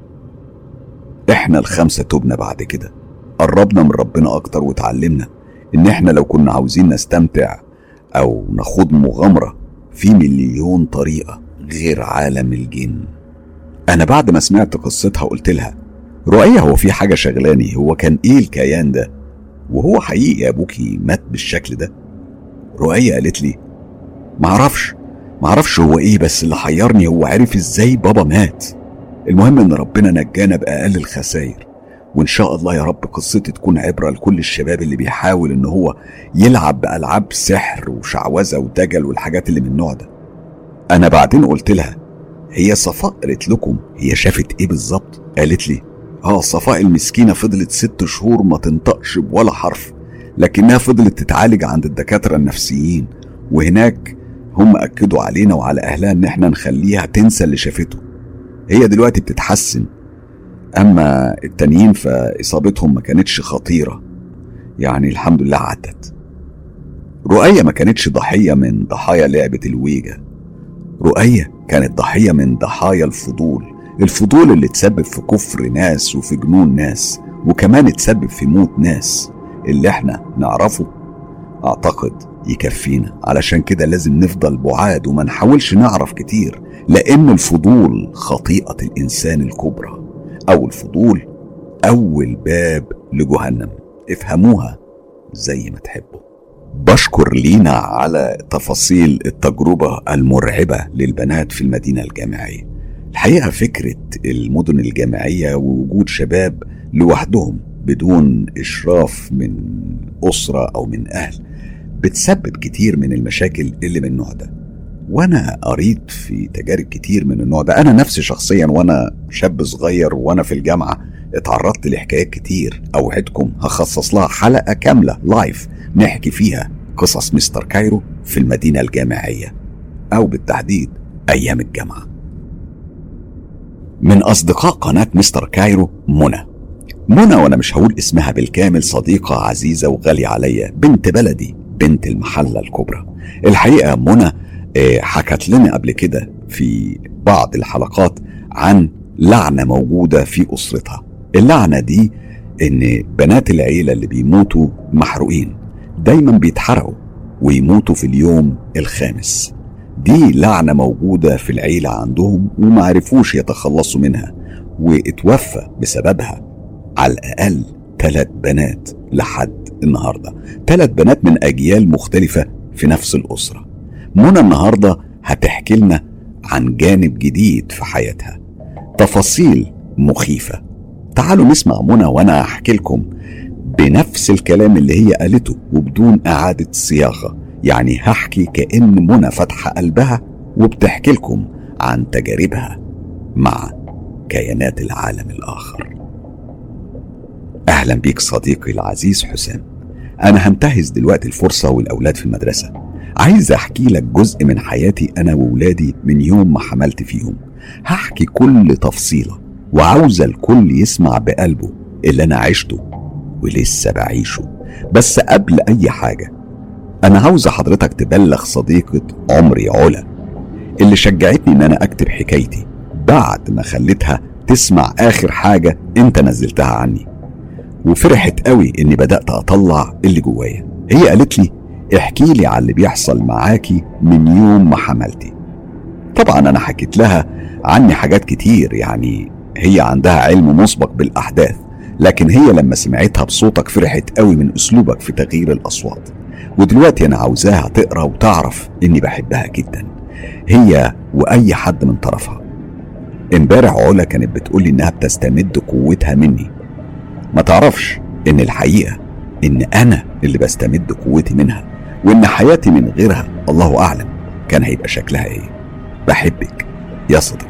احنا الخمسة تبنا بعد كده، قربنا من ربنا اكتر وتعلمنا ان احنا لو كنا عاوزين نستمتع او نخوض مغامرة في مليون طريقة غير عالم الجن. انا بعد ما سمعت قصتها قلت لها رؤية هو في حاجة شغلاني، هو كان ايه الكيان ده؟ وهو حقيقي ابوكي مات بالشكل ده؟ رؤية قالت لي معرفش معرفش هو ايه، بس اللي حيرني هو عرف ازاي بابا مات. المهم ان ربنا نجانا بأقل الخسائر، وان شاء الله يا رب قصتي تكون عبرة لكل الشباب اللي بيحاول ان هو يلعب بألعاب سحر وشعوذة ودجل والحاجات اللي من النوع ده. انا بعدين قلت لها هي صفاء قالت لكم هي شافت ايه بالظبط؟ قالت لي اه صفاء المسكينة فضلت ست شهور ما تنطقش بولا حرف، لكنها فضلت تتعالج عند الدكاترة النفسيين، وهناك هم اكدوا علينا وعلى اهلها ان احنا نخليها تنسى اللي شافته. هي دلوقتي بتتحسن، اما التانيين فاصابتهم ما كانتش خطيرة، يعني الحمد لله عدت. رؤية ما كانتش ضحية من ضحايا لعبة الويجا، رؤية كانت ضحية من ضحايا الفضول، الفضول اللي تسبب في كفر ناس وفي جنون ناس، وكمان تسبب في موت ناس. اللي احنا نعرفه اعتقد يكفينا، علشان كده لازم نفضل بعاد وما نحاولش نعرف كتير، لان الفضول خطيئة الانسان الكبرى، او الفضول اول باب لجهنم. افهموها زي ما تحبوا. بشكر لينا على تفاصيل التجربة المرعبة للبنات في المدينة الجامعية. الحقيقة فكرة المدن الجامعية ووجود شباب لوحدهم بدون إشراف من أسرة أو من أهل بتسبب كتير من المشاكل اللي من النوع ده، وأنا قريت في تجارب كتير من النوع ده. أنا نفسي شخصيا وأنا شاب صغير وأنا في الجامعة اتعرضت لحكايات كتير، أوعدكم هخصص لها حلقة كاملة لايف نحكي فيها قصص مستر كايرو في المدينة الجامعية، أو بالتحديد أيام الجامعة. من أصدقاء قناة مستر كايرو منى. منى وأنا مش هقول اسمها بالكامل، صديقة عزيزة وغالية عليا، بنت بلدي، بنت المحلة الكبرى. الحقيقة منى حكت لنا قبل كده في بعض الحلقات عن لعنة موجودة في أسرتها. اللعنة دي إن بنات العيلة اللي بيموتوا محروقين دايما بيتحرقوا ويموتوا في اليوم الخامس. دي لعنة موجودة في العيلة عندهم ومعرفوش يتخلصوا منها، واتوفى بسببها على الأقل ثلاث بنات لحد النهاردة، ثلاث بنات من أجيال مختلفة في نفس الأسرة. منى النهاردة هتحكي لنا عن جانب جديد في حياتها، تفاصيل مخيفة. تعالوا نسمع منى وأنا أحكي لكم بنفس الكلام اللي هي قالته وبدون إعادة صياغة. يعني هحكي كأن منى فتح قلبها وبتحكي لكم عن تجاربها مع كيانات العالم الآخر. أهلا بيك صديقي العزيز حسام. أنا هنتهز دلوقتي الفرصة والأولاد في المدرسة، عايز أحكي لك جزء من حياتي أنا وولادي من يوم ما حملت فيهم. هحكي كل تفصيلة وعاوز الكل يسمع بقلبه اللي أنا عشته ولسه بعيشه. بس قبل أي حاجة أنا عاوز حضرتك تبلغ صديقة عمري علا اللي شجعتني إن أنا أكتب حكايتي بعد ما خليتها تسمع آخر حاجة أنت نزلتها عني، وفرحت قوي إني بدأت أطلع اللي جوايا. هي قالت لي احكي لي على اللي بيحصل معاكي من يوم ما حملتي. طبعا أنا حكيت لها عني حاجات كتير، يعني هي عندها علم مسبق بالأحداث، لكن هي لما سمعتها بصوتك فرحت قوي من أسلوبك في تغيير الأصوات. ودلوقتي أنا عاوزاها تقرأ وتعرف إني بحبها جدا، هي وأي حد من طرفها. امبارح علا كانت بتقولي إنها بتستمد قوتها مني. ما تعرفش إن الحقيقة إن أنا اللي بستمد قوتي منها، وإن حياتي من غيرها الله أعلم كان هيبقى شكلها إيه. بحبك يا صديقتي.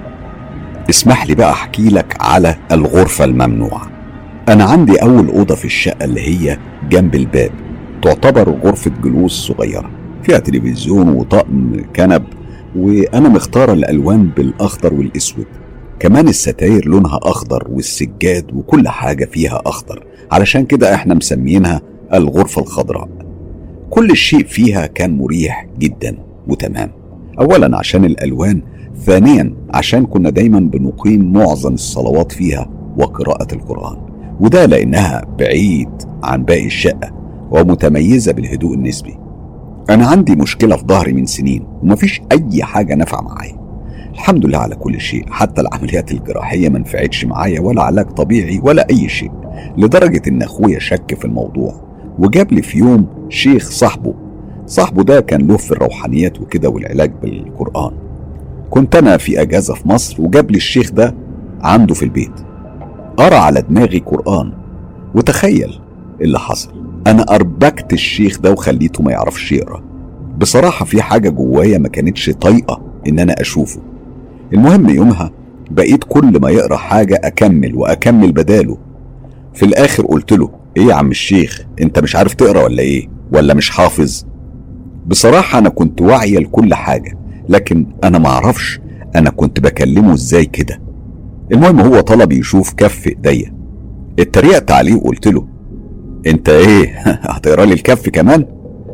اسمح لي بقى أحكي لك على الغرفة الممنوعة. أنا عندي أول أوضة في الشقة اللي هي جنب الباب، تعتبر غرفة جلوس صغيرة فيها تلفزيون وطقم كنب، وأنا مختارة الألوان بالأخضر والأسود. كمان الستاير لونها أخضر والسجاد وكل حاجة فيها أخضر، علشان كده احنا مسمينها الغرفة الخضراء. كل شيء فيها كان مريح جدا وتمام، أولا عشان الألوان، ثانيا عشان كنا دايما بنقيم معظم الصلوات فيها وقراءة القرآن، وده لأنها بعيد عن باقي الشقة ومتميزة بالهدوء النسبي. أنا عندي مشكلة في ظهري من سنين ومفيش أي حاجة نافعة معايا. الحمد لله على كل شيء، حتى العمليات الجراحية ما نفعتش معايا ولا علاج طبيعي ولا أي شيء، لدرجة إن أخويا شك في الموضوع وجاب لي في يوم شيخ صاحبه. صاحبه ده كان له في الروحانيات وكده والعلاج بالقرآن. كنت أنا في أجازة في مصر وجاب لي الشيخ ده عنده في البيت، قرأ على دماغي قرآن. وتخيل اللي حصل، أنا أربكت الشيخ ده وخليته ما يعرفش يقرأ. بصراحة في حاجة جوايا ما كانتش طايقة إن أنا أشوفه. المهم يومها بقيت كل ما يقرأ حاجة أكمل وأكمل بداله. في الآخر قلت له إيه يا عم الشيخ، أنت مش عارف تقرأ ولا إيه، ولا مش حافظ؟ بصراحة أنا كنت واعية لكل حاجة، لكن أنا معرفش أنا كنت بكلمه إزاي كده. المهم هو طلب يشوف كف إيديا. اتريقت عليه وقلت له أنت إيه هتقرأ لي الكف كمان؟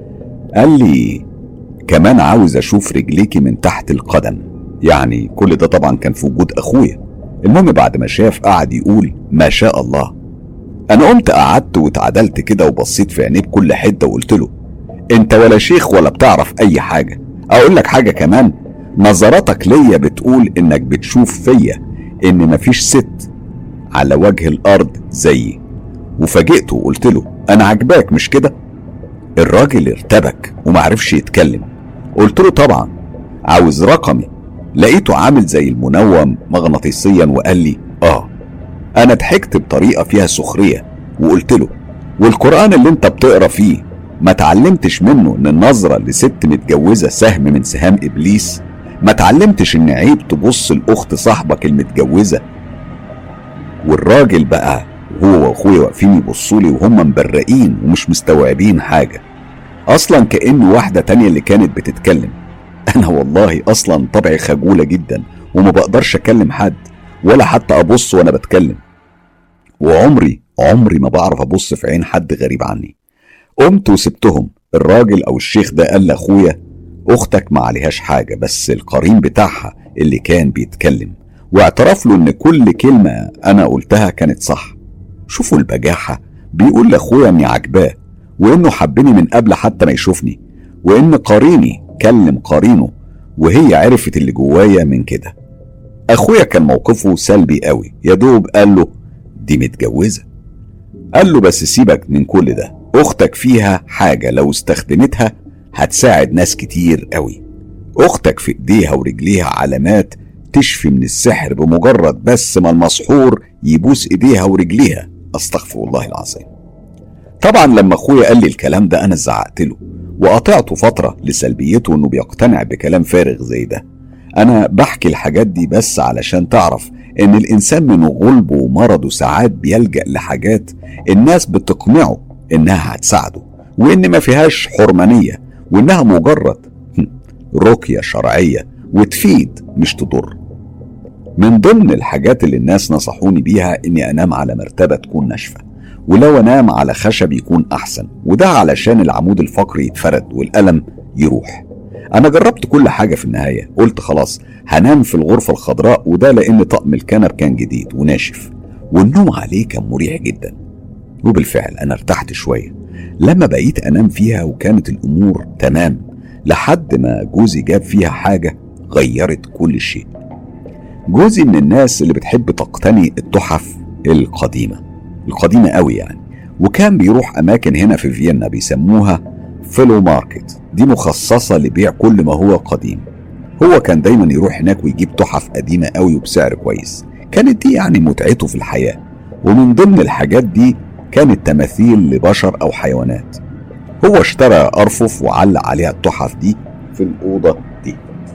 قال لي كمان عاوز أشوف رجليكي من تحت القدم. يعني كل ده طبعا كان في وجود أخويا. المهم بعد ما شاف قعد يقول ما شاء الله. أنا قمت قعدت واتعدلت كده وبصيت في عينيه بكل حدة وقلت له أنت ولا شيخ ولا بتعرف أي حاجة. أقول لك حاجة كمان، نظراتك ليا بتقول إنك بتشوف فيا إن مفيش ست على وجه الأرض زيي. وفاجئته وقلت له أنا عجباك مش كده؟ الراجل ارتبك ومعرفش يتكلم. قلت له طبعا عاوز رقمي. لقيته عامل زي المنوم مغناطيسيا وقال لي آه. أنا ضحكت بطريقة فيها سخرية وقلت له والقرآن اللي انت بتقرأ فيه ما تعلمتش منه ان النظرة لست متجوزة سهم من سهام إبليس؟ ما تعلمتش ان عيب تبص الأخت صاحبك المتجوزة؟ والراجل بقى هو واخويا واقفين يبصولي وهم مبرقين ومش مستوعبين حاجة، اصلا كأن واحدة تانية اللي كانت بتتكلم. انا والله اصلا طبعي خجولة جدا وما بقدرش اكلم حد ولا حتى ابص وانا بتكلم، وعمري عمري ما بعرف ابص في عين حد غريب عني. قمت وسبتهم. الراجل او الشيخ ده قال لاخويا اختك ما عليهاش حاجة، بس القرين بتاعها اللي كان بيتكلم واعترف له ان كل كلمة انا قلتها كانت صح. شوفوا البجاحة، بيقول لاخويا اني عجباه وانه حبني من قبل حتى ما يشوفني، وان قريني كلم قرينه وهي عرفت اللي جوايا من كده. اخويا كان موقفه سلبي قوي، يا دوب قال له دي متجوزة. قال له بس سيبك من كل ده، اختك فيها حاجة لو استخدمتها هتساعد ناس كتير قوي. اختك في ايديها ورجليها علامات تشفي من السحر بمجرد بس ما المسحور يبوس ايديها ورجليها. استغفر الله العظيم. طبعا لما اخويا قال لي الكلام ده انا زعقت له وقطعته فترة لسلبيته انه بيقتنع بكلام فارغ زي ده. انا بحكي الحاجات دي بس علشان تعرف ان الانسان من غلبه ومرضه ساعات بيلجأ لحاجات الناس بتقنعه انها هتساعده، وان ما فيهاش حرمانية، وانها مجرد رقية شرعية وتفيد مش تضر. من ضمن الحاجات اللي الناس نصحوني بيها اني انام على مرتبة تكون ناشفة، ولو انام على خشب يكون احسن، وده علشان العمود الفقري يتفرد والألم يروح. انا جربت كل حاجة في النهاية، قلت خلاص هنام في الغرفة الخضراء، وده لان طقم الكنب كان جديد وناشف والنوم عليه كان مريح جدا. وبالفعل انا ارتحت شوية لما بقيت انام فيها، وكانت الامور تمام لحد ما جوزي جاب فيها حاجة غيرت كل شيء. جوزي من الناس اللي بتحب تقتني التحف القديمة القديمة قوي يعني، وكان بيروح اماكن هنا في فيينا بيسموها فيلو ماركت، دي مخصصة لبيع كل ما هو قديم. هو كان دايما يروح هناك ويجيب تحف قديمة قوي وبسعر كويس، كانت دي يعني متعته في الحياة. ومن ضمن الحاجات دي كانت تماثيل لبشر او حيوانات. هو اشترى ارفف وعلق عليها التحف دي في الأوضة دي.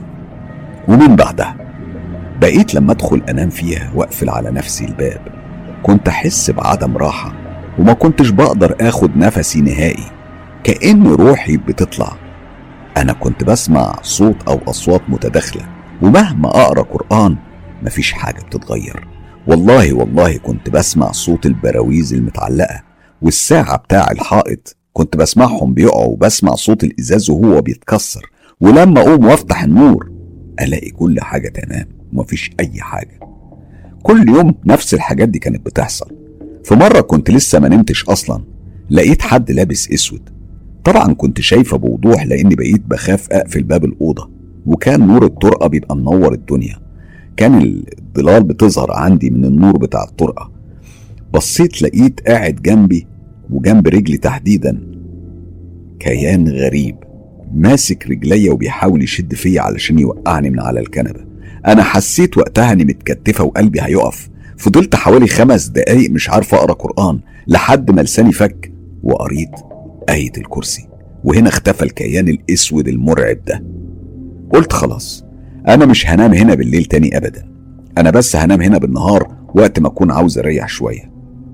ومن بعدها بقيت لما ادخل انام فيها واقفل على نفسي الباب كنت احس بعدم راحة، وما كنتش بقدر اخد نفسي نهائي، كأن روحي بتطلع. انا كنت بسمع صوت او اصوات متداخلة، ومهما اقرأ قرآن مفيش حاجة بتتغير. والله والله كنت بسمع صوت البراويز المتعلقة والساعة بتاع الحائط كنت بسمعهم بيقعوا، وبسمع صوت الازاز وهو بيتكسر، ولما اقوم وافتح النور الاقي كل حاجة تمام ومفيش اي حاجة. كل يوم نفس الحاجات دي كانت بتحصل. في مرة كنت لسه ما نمتش اصلا، لقيت حد لابس اسود. طبعا كنت شايفة بوضوح لاني بقيت بخاف اقفل باب الأوضة، وكان نور الطرقة بيبقى منور الدنيا، كان الظلال بتظهر عندي من النور بتاع الطرقة. بصيت لقيت قاعد جنبي وجنب رجلي تحديدا كيان غريب ماسك رجلي وبيحاول يشد فيا علشان يوقعني من على الكنبة. انا حسيت وقتها اني متكتفة وقلبي هيقف. فضلت حوالي خمس دقايق مش عارف اقرا قرآن لحد ما لساني فك وقريت آية الكرسي، وهنا اختفى الكيان الاسود المرعب ده. قلت خلاص انا مش هنام هنا بالليل تاني ابدا، انا بس هنام هنا بالنهار وقت ما اكون عاوز اريح شوية.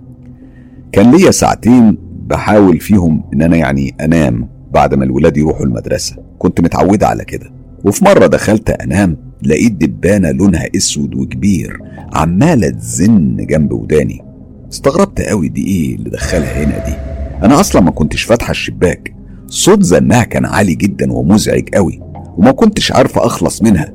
كان ليا ساعتين بحاول فيهم ان انا يعني انام بعد ما الولاد يروحوا المدرسة، كنت متعودة على كده. وفي مرة دخلت انام لقيت دبانة لونها اسود وكبير عمالة تزن جنب وداني. استغربت قوي دي ايه اللي دخلها هنا دي، انا اصلا ما كنتش فاتحة الشباك. صوت زنها كان عالي جدا ومزعج قوي وما كنتش عارفة اخلص منها.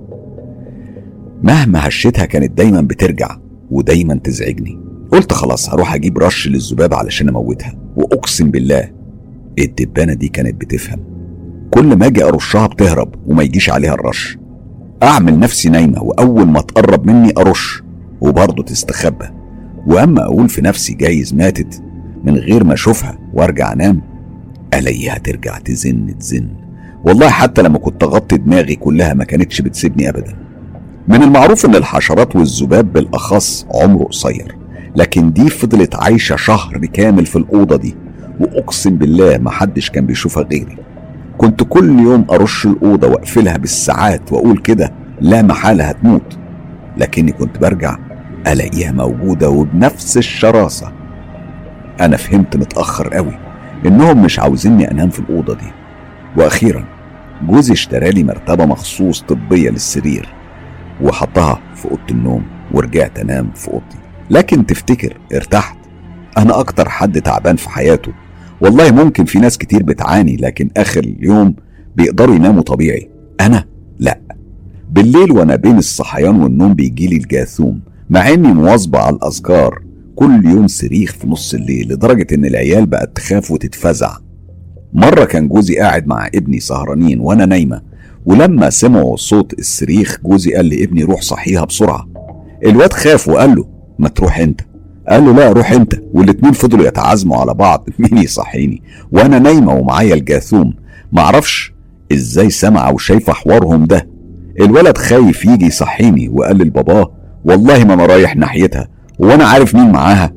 مهما هشتها كانت دايما بترجع ودايما تزعجني. قلت خلاص هروح اجيب رش للذباب علشان اموتها، واقسم بالله الدبانة دي كانت بتفهم. كل ما اجي ارشها بتهرب وما يجيش عليها الرش. اعمل نفسي نايمة واول ما تقرب مني ارش وبرضه تستخبى، واما اقول في نفسي جايز ماتت من غير ما اشوفها وارجع انام الاقيها ترجع تزن تزن. والله حتى لما كنت اغطي دماغي كلها ما كانتش بتسيبني ابدا. من المعروف ان الحشرات والذباب بالاخص عمره قصير، لكن دي فضلت عايشة شهر كامل في الأوضة دي، وأقسم بالله ما حدش كان بيشوفها غيري. كنت كل يوم أرش الأوضة وأقفلها بالساعات وأقول كده لا محالة هتموت، لكني كنت برجع ألاقيها موجودة وبنفس الشراسة. أنا فهمت متأخر قوي إنهم مش عاوزيني أنام في الأوضة دي. وأخيرا جوزي اشترالي مرتبة مخصوص طبية للسرير وحطها في أوضة النوم، ورجعت أنام في أوضتي. لكن تفتكر ارتحت؟ انا اكتر حد تعبان في حياته. والله ممكن في ناس كتير بتعاني لكن اخر اليوم بيقدروا يناموا طبيعي، انا لا، بالليل وانا بين الصحيان والنوم بيجيلي الجاثوم، مع اني مواظبة على الاذكار. كل يوم صريخ في نص الليل لدرجة ان العيال بقت تخاف وتتفزع. مرة كان جوزي قاعد مع ابني سهرانين وانا نايمة، ولما سمعوا صوت الصريخ جوزي قال لابني روح صحيها بسرعة. الواد خاف وقال له ما تروح انت، قال له لا روح انت، والاتنين فضلوا يتعازموا على بعض مين يصحيني وانا نايمة ومعايا الجاثوم. معرفش ازاي سمع وشايفة حوارهم ده. الولد خايف يجي يصحيني وقال لباباه والله ما انا رايح ناحيتها وانا عارف مين معاها.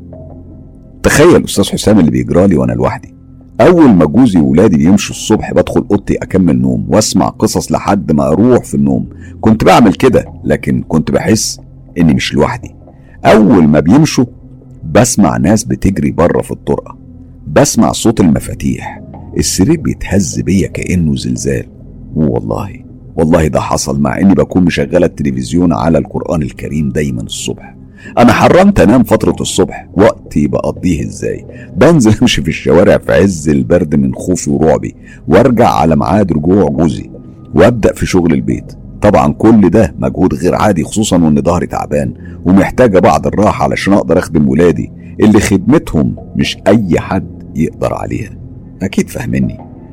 تخيل استاذ حسام اللي بيجرالي وانا لوحدي. اول ما جوزي وولادي بيمشوا الصبح بدخل اوضتي اكمل نوم واسمع قصص لحد ما اروح في النوم. كنت بعمل كده لكن كنت بحس اني مش لوحدي. اول ما بيمشوا بسمع ناس بتجري بره في الطرقة، بسمع صوت المفاتيح، السرير بيتهز بيا كأنه زلزال. والله والله ده حصل مع اني بكون مشغلة التلفزيون على القرآن الكريم دايما الصبح. انا حرمت انام فترة الصبح. وقتي بقضيه ازاي؟ بنزل امشي في الشوارع في عز البرد من خوفي ورعبي، وارجع على ميعاد رجوع جوزي وابدأ في شغل البيت. طبعا كل ده مجهود غير عادي، خصوصا وان ظهري تعبان ومحتاجة بعض الراحة علشان اقدر اخدم ولادي اللي خدمتهم مش اي حد يقدر عليها. اكيد فاهمني.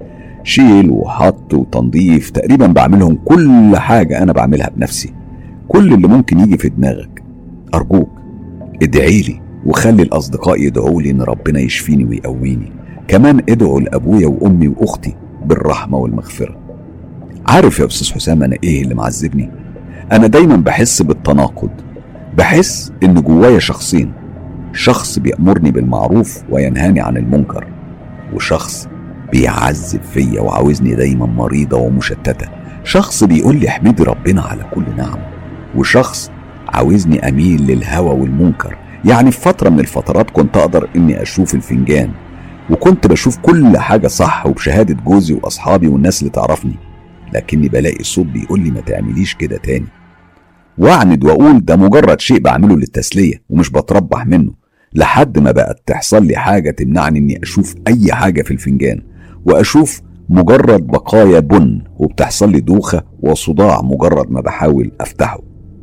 شيل وحط وتنظيف، تقريبا بعملهم كل حاجة انا بعملها بنفسي. كل اللي ممكن يجي في دماغك. ارجوك ادعي لي وخلي الاصدقاء يدعوا لي ان ربنا يشفيني ويقويني. كمان ادعوا لابويا وامي واختي بالرحمة والمغفرة. عارف يا استاذ حسام انا ايه اللي معذبني؟ انا دايما بحس بالتناقض. بحس ان جوايا شخصين، شخص بيأمرني بالمعروف وينهاني عن المنكر، وشخص بيعذب فيا وعاوزني دايما مريضة ومشتتة. شخص بيقول لي احمدي ربنا على كل نعم، وشخص عاوزني اميل للهوى والمنكر. يعني في فترة من الفترات كنت اقدر اني اشوف الفنجان وكنت بشوف كل حاجة صح وبشهادة جوزي واصحابي والناس اللي تعرفني، لكني بلاقي صوت بيقول لي ما تعمليش كده تاني، واعند واقول ده مجرد شيء بعمله للتسلية ومش بتربح منه. لحد ما بقت تحصل لي حاجة تمنعني اني اشوف اي حاجة في الفنجان، واشوف مجرد بقايا بن، وبتحصل لي دوخة وصداع مجرد ما بحاول افتحه.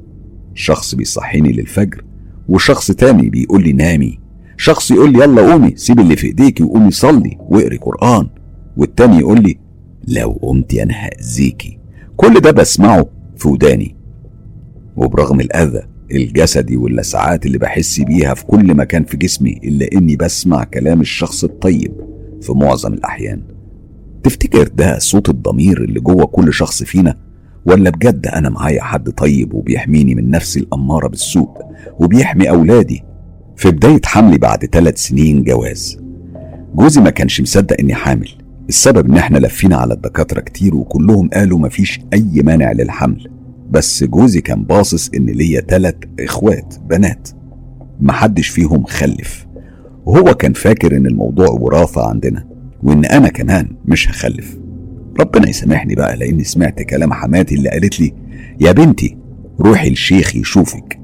شخص بيصحيني للفجر، وشخص تاني بيقول لي نامي. شخص يقول لي يلا قومي سيب اللي في ايديكي وقومي صلي واقري قرآن، والتاني يقول لي لو قمتي انا هأذيكي. كل ده بسمعه في وداني، وبرغم الأذى الجسدي واللسعات اللي بحس بيها في كل مكان في جسمي إلا إني بسمع كلام الشخص الطيب في معظم الأحيان. تفتكر ده صوت الضمير اللي جوه كل شخص فينا، ولا بجد أنا معايا حد طيب وبيحميني من نفسي الأمارة بالسوء وبيحمي أولادي؟ في بداية حملي بعد ثلاث سنين جواز، جوزي ما كانش مصدق إني حامل. السبب إن إحنا لفينا على الدكاترة كتير وكلهم قالوا مفيش أي مانع للحمل، بس جوزي كان باصص إن ليا ثلاث إخوات بنات محدش فيهم خلف، وهو كان فاكر إن الموضوع وراثة عندنا وإن أنا كمان مش هخلف. ربنا يسامحني بقى لأني سمعت كلام حماتي اللي قالت لي يا بنتي روحي الشيخ يشوفك،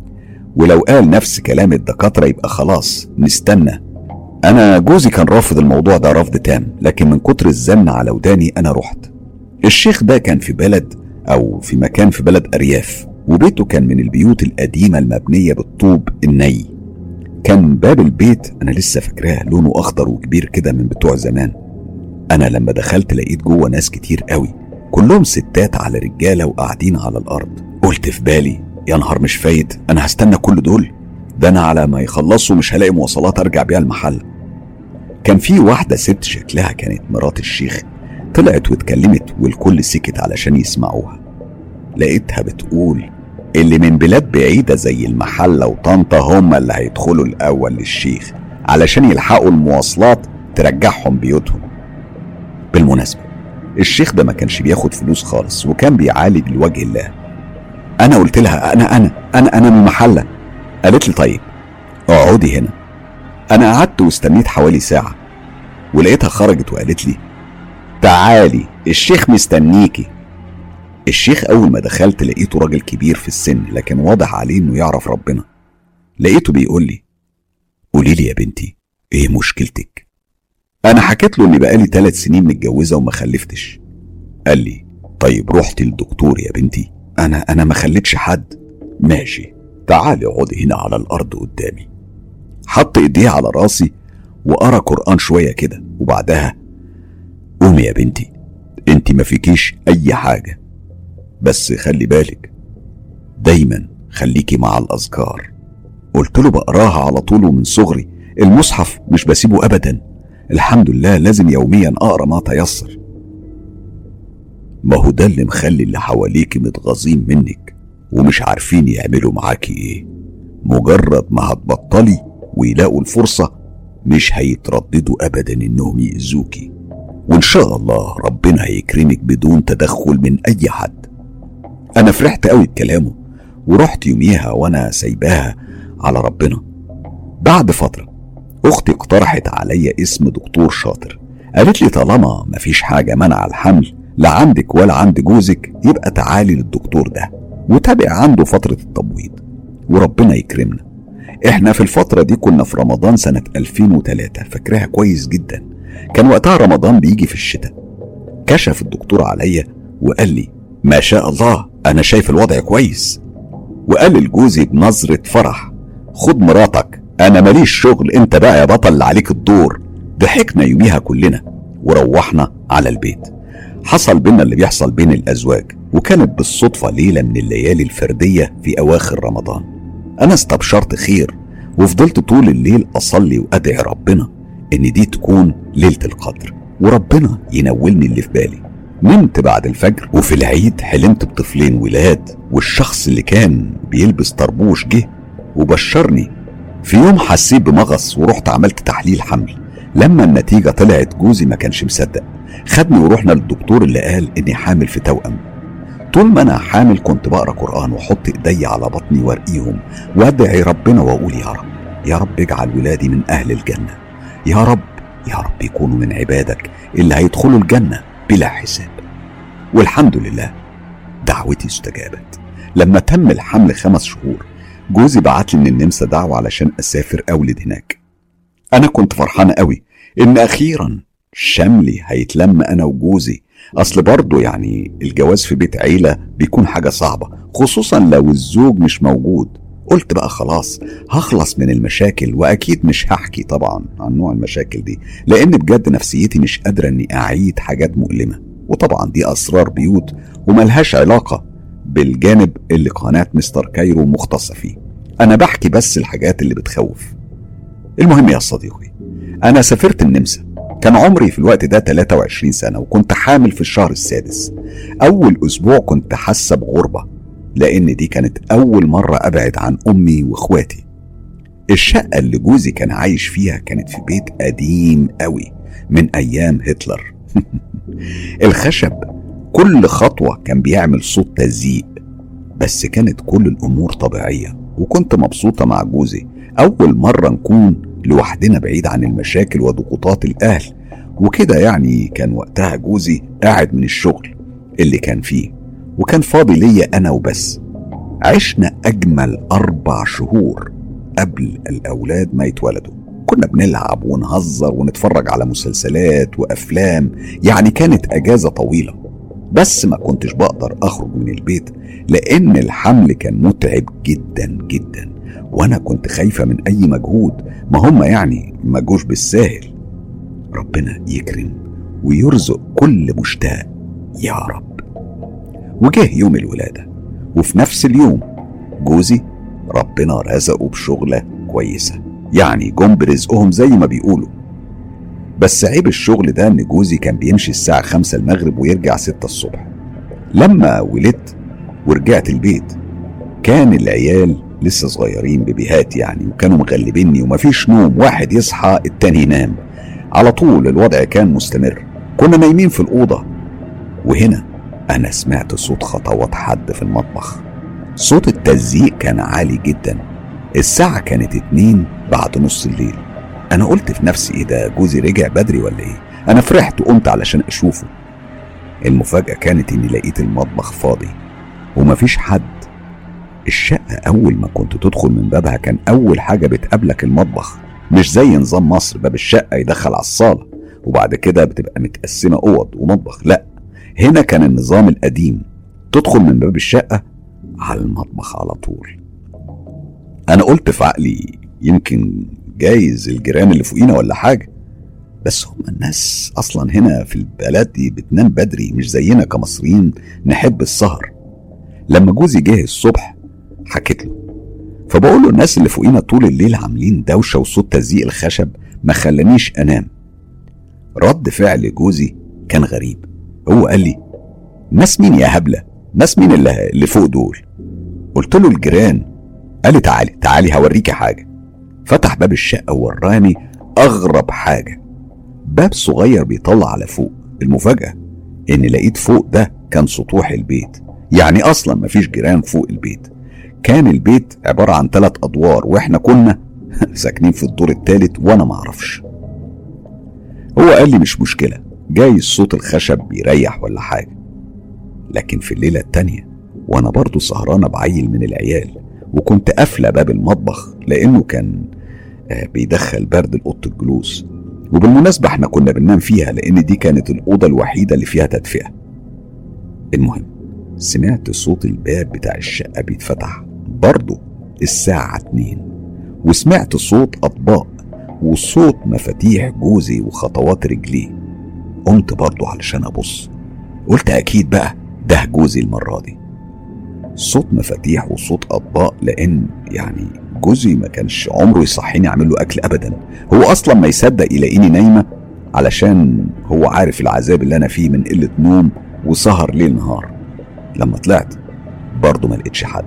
ولو قال نفس كلام الدكاترة يبقى خلاص نستنى. أنا جوزي كان رافض الموضوع ده رفض تام، لكن من كتر الزن على وداني أنا رحت. الشيخ ده كان في بلد أو في مكان في بلد أرياف، وبيته كان من البيوت القديمة المبنية بالطوب الني. كان باب البيت أنا لسه فاكراه لونه أخضر وكبير كده من بتوع زمان. أنا لما دخلت لقيت جوه ناس كتير قوي، كلهم ستات على رجالة وقاعدين على الأرض. قلت في بالي يا نهار مش فايت، أنا هستنى كل دول؟ ده أنا على ما يخلصوا مش هلاقي مواصلات أرجع بيها المحل. كان في واحدة ست شكلها كانت مرات الشيخ، طلعت واتكلمت والكل سكت علشان يسمعوها. لقيتها بتقول اللي من بلاد بعيدة زي المحلة وطنطا هم اللي هيدخلوا الأول للشيخ علشان يلحقوا المواصلات ترجعهم بيوتهم. بالمناسبة الشيخ ده ما كانش بياخد فلوس خالص وكان بيعالج لوجه الله. أنا قلت لها أنا أنا أنا أنا من المحلة. قالت لي طيب اقعدي هنا. أنا قعدت واستنيت حوالي ساعة ولقيتها خرجت وقالت لي تعالي الشيخ مستنيكي. الشيخ أول ما دخلت لقيته راجل كبير في السن لكن واضح عليه إنه يعرف ربنا. لقيته بيقول لي قولي لي يا بنتي إيه مشكلتك؟ أنا حكيت له إني بقالي ثلاث سنين متجوزة وما خلفتش. قال لي طيب رحت للدكتور يا بنتي؟ انا انا ما خليتش حد. ماشي، تعالي اقعدي هنا على الارض قدامي. حط ايديه على راسي وقرا قرآن شوية كده، وبعدها قومي يا بنتي، انت ما فيكيش اي حاجة، بس خلي بالك دايما خليكي مع الاذكار. قلت له بقراها على طول ومن صغري، المصحف مش بسيبه ابدا، الحمد لله لازم يوميا اقرا ما تيسر. ما هو ده اللي مخلي اللي حواليكي متغاظين منك ومش عارفين يعملوا معاكي ايه. مجرد ما هتبطلي ويلاقوا الفرصة مش هيترددوا ابدا انهم يأذوكي، وان شاء الله ربنا هيكرمك بدون تدخل من اي حد. انا فرحت قوي بكلامه ورحت يوميها وانا سايباها على ربنا. بعد فترة اختي اقترحت عليا اسم دكتور شاطر، قالت لي طالما مفيش حاجة منع الحمل لا عندك ولا عند جوزك يبقى تعالي للدكتور ده وتابع عنده فترة التبويض وربنا يكرمنا. احنا في الفترة دي كنا في رمضان سنة ألفين وثلاثة، فاكراها كويس جدا، كان وقتها رمضان بيجي في الشتاء. كشف الدكتور عليا وقال لي ما شاء الله انا شايف الوضع كويس، وقال لجوزي بنظرة فرح خد مراتك، انا ماليش شغل، انت بقى يا بطل اللي عليك الدور. ضحكنا يوميها كلنا وروحنا على البيت. حصل بينا اللي بيحصل بين الازواج، وكانت بالصدفة ليلة من الليالي الفردية في اواخر رمضان. انا استبشرت خير وفضلت طول الليل اصلي وادعي ربنا ان دي تكون ليلة القدر وربنا ينولني اللي في بالي. نمت بعد الفجر، وفي العيد حلمت بطفلين ولاد، والشخص اللي كان بيلبس طربوش جه وبشرني. في يوم حسيت بمغص ورحت عملت تحليل حمل. لما النتيجة طلعت جوزي ما كانش مصدق، خدني ورحنا للدكتور اللي قال اني حامل في توأم. طول ما انا حامل كنت بقرا قرآن واحط ايدي على بطني وارقيهم وادعي ربنا واقول يا رب يا رب اجعل ولادي من اهل الجنة، يا رب يا رب يكونوا من عبادك اللي هيدخلوا الجنة بلا حساب. والحمد لله دعوتي استجابت. لما تم الحمل خمس شهور جوزي بعت لي من النمسا دعوة علشان اسافر اولد هناك. انا كنت فرحان قوي ان اخيرا شملي هيتلم انا وجوزي، اصل برضه يعني الجواز في بيت عيلة بيكون حاجة صعبة خصوصا لو الزوج مش موجود. قلت بقى خلاص هخلص من المشاكل، واكيد مش هحكي طبعا عن نوع المشاكل دي لان بجد نفسيتي مش قادرة اني اعيد حاجات مؤلمة، وطبعا دي اسرار بيوت وملهاش علاقة بالجانب اللي قناة مستر كايرو مختصة فيه. انا بحكي بس الحاجات اللي بتخوف. المهم يا صديقي، انا سافرت النمسا، كان عمري في الوقت ده ثلاثة وعشرين سنة وكنت حامل في الشهر السادس. اول اسبوع كنت حاسة بغربة لان دي كانت اول مرة ابعد عن امي واخواتي. الشقة اللي جوزي كان عايش فيها كانت في بيت قديم قوي من ايام هتلر. الخشب كل خطوة كان بيعمل صوت تزييق، بس كانت كل الامور طبيعية وكنت مبسوطة مع جوزي. اول مرة نكون لوحدنا بعيد عن المشاكل وضغوطات الاهل وكده. يعني كان وقتها جوزي قاعد من الشغل اللي كان فيه وكان فاضي ليا انا وبس. عشنا اجمل اربع شهور قبل الاولاد ما يتولدوا. كنا بنلعب ونهزر ونتفرج على مسلسلات وافلام، يعني كانت اجازة طويلة. بس ما كنتش بقدر اخرج من البيت لان الحمل كان متعب جدا جدا، وانا كنت خايفة من اي مجهود، ما هم يعني ما جوش بالساهل. ربنا يكرم ويرزق كل مشتاق يا رب. وجه يوم الولادة، وفي نفس اليوم جوزي ربنا رزقه بشغلة كويسة، يعني جم برزقهم زي ما بيقولوا. بس عيب الشغل ده ان جوزي كان بيمشي الساعة خمسة المغرب ويرجع ستة الصبح. لما ولدت ورجعت البيت كان العيال لسه صغيرين بيبيهات يعني، وكانوا مغلبيني ومفيش نوم، واحد يصحى التاني ينام على طول. الوضع كان مستمر، كنا نايمين في الأوضة. وهنا أنا سمعت صوت خطوات حد في المطبخ. صوت التزييق كان عالي جدا. الساعة كانت اتنين بعد نص الليل. أنا قلت في نفسي إيه ده، جوزي رجع بدري ولا إيه؟ أنا فرحت وقمت علشان أشوفه. المفاجأة كانت إني لقيت المطبخ فاضي ومفيش حد. الشقة أول ما كنت تدخل من بابها كان أول حاجة بتقابلك المطبخ، مش زي نظام مصر باب الشقة يدخل على الصالة وبعد كده بتبقى متقسمة أوض ومطبخ. لأ، هنا كان النظام القديم، تدخل من باب الشقة على المطبخ على طول. أنا قلت في عقلي يمكن جايز الجيران اللي فوقينا ولا حاجة، بس هم الناس أصلا هنا في البلد دي بتنام بدري، مش زينا كمصريين نحب السهر. لما جوزي جه الصبح حكيت له، فبقول له الناس اللي فوقينا طول الليل عاملين دوشة وصوت تزييق الخشب ما خلانيش أنام. رد فعل جوزي كان غريب، هو قال لي ناس مين يا هبلة؟ ناس مين اللي, اللي فوق دول؟ قلت له الجيران. قال لي تعالي تعالي هوريكي حاجة. فتح باب الشقة ووراني أغرب حاجة، باب صغير بيطلع على فوق. المفاجأة إن لقيت فوق ده كان سطوح البيت، يعني أصلا مفيش جيران فوق البيت. كان البيت عبارة عن ثلاث أدوار وإحنا كنا ساكنين في الدور الثالث وأنا معرفش. هو قال لي مش مشكلة، جاي صوت الخشب بيريح ولا حاجة. لكن في الليلة التانية وأنا برضو سهرانة بعيل من العيال، وكنت قافلة باب المطبخ لأنه كان بيدخل برد لأوضة الجلوس، وبالمناسبة احنا كنا بننام فيها لأن دي كانت الأوضة الوحيدة اللي فيها تدفئة. المهم سمعت صوت الباب بتاع الشقة بيتفتح برضو الساعة اتنين، وسمعت صوت أطباق وصوت مفاتيح جوزي وخطوات رجليه. قمت برضو علشان أبص، قلت أكيد بقى ده جوزي المرة دي. صوت مفاتيح وصوت أطباق، لأن يعني جوزي ما كانش عمره يصحيني أعمل له أكل أبدا. هو أصلا ما يصدق يلاقيني نايمة علشان هو عارف العذاب اللي أنا فيه من قلة نوم وسهر ليل نهار. لما طلعت برضو ما لقيتش حد.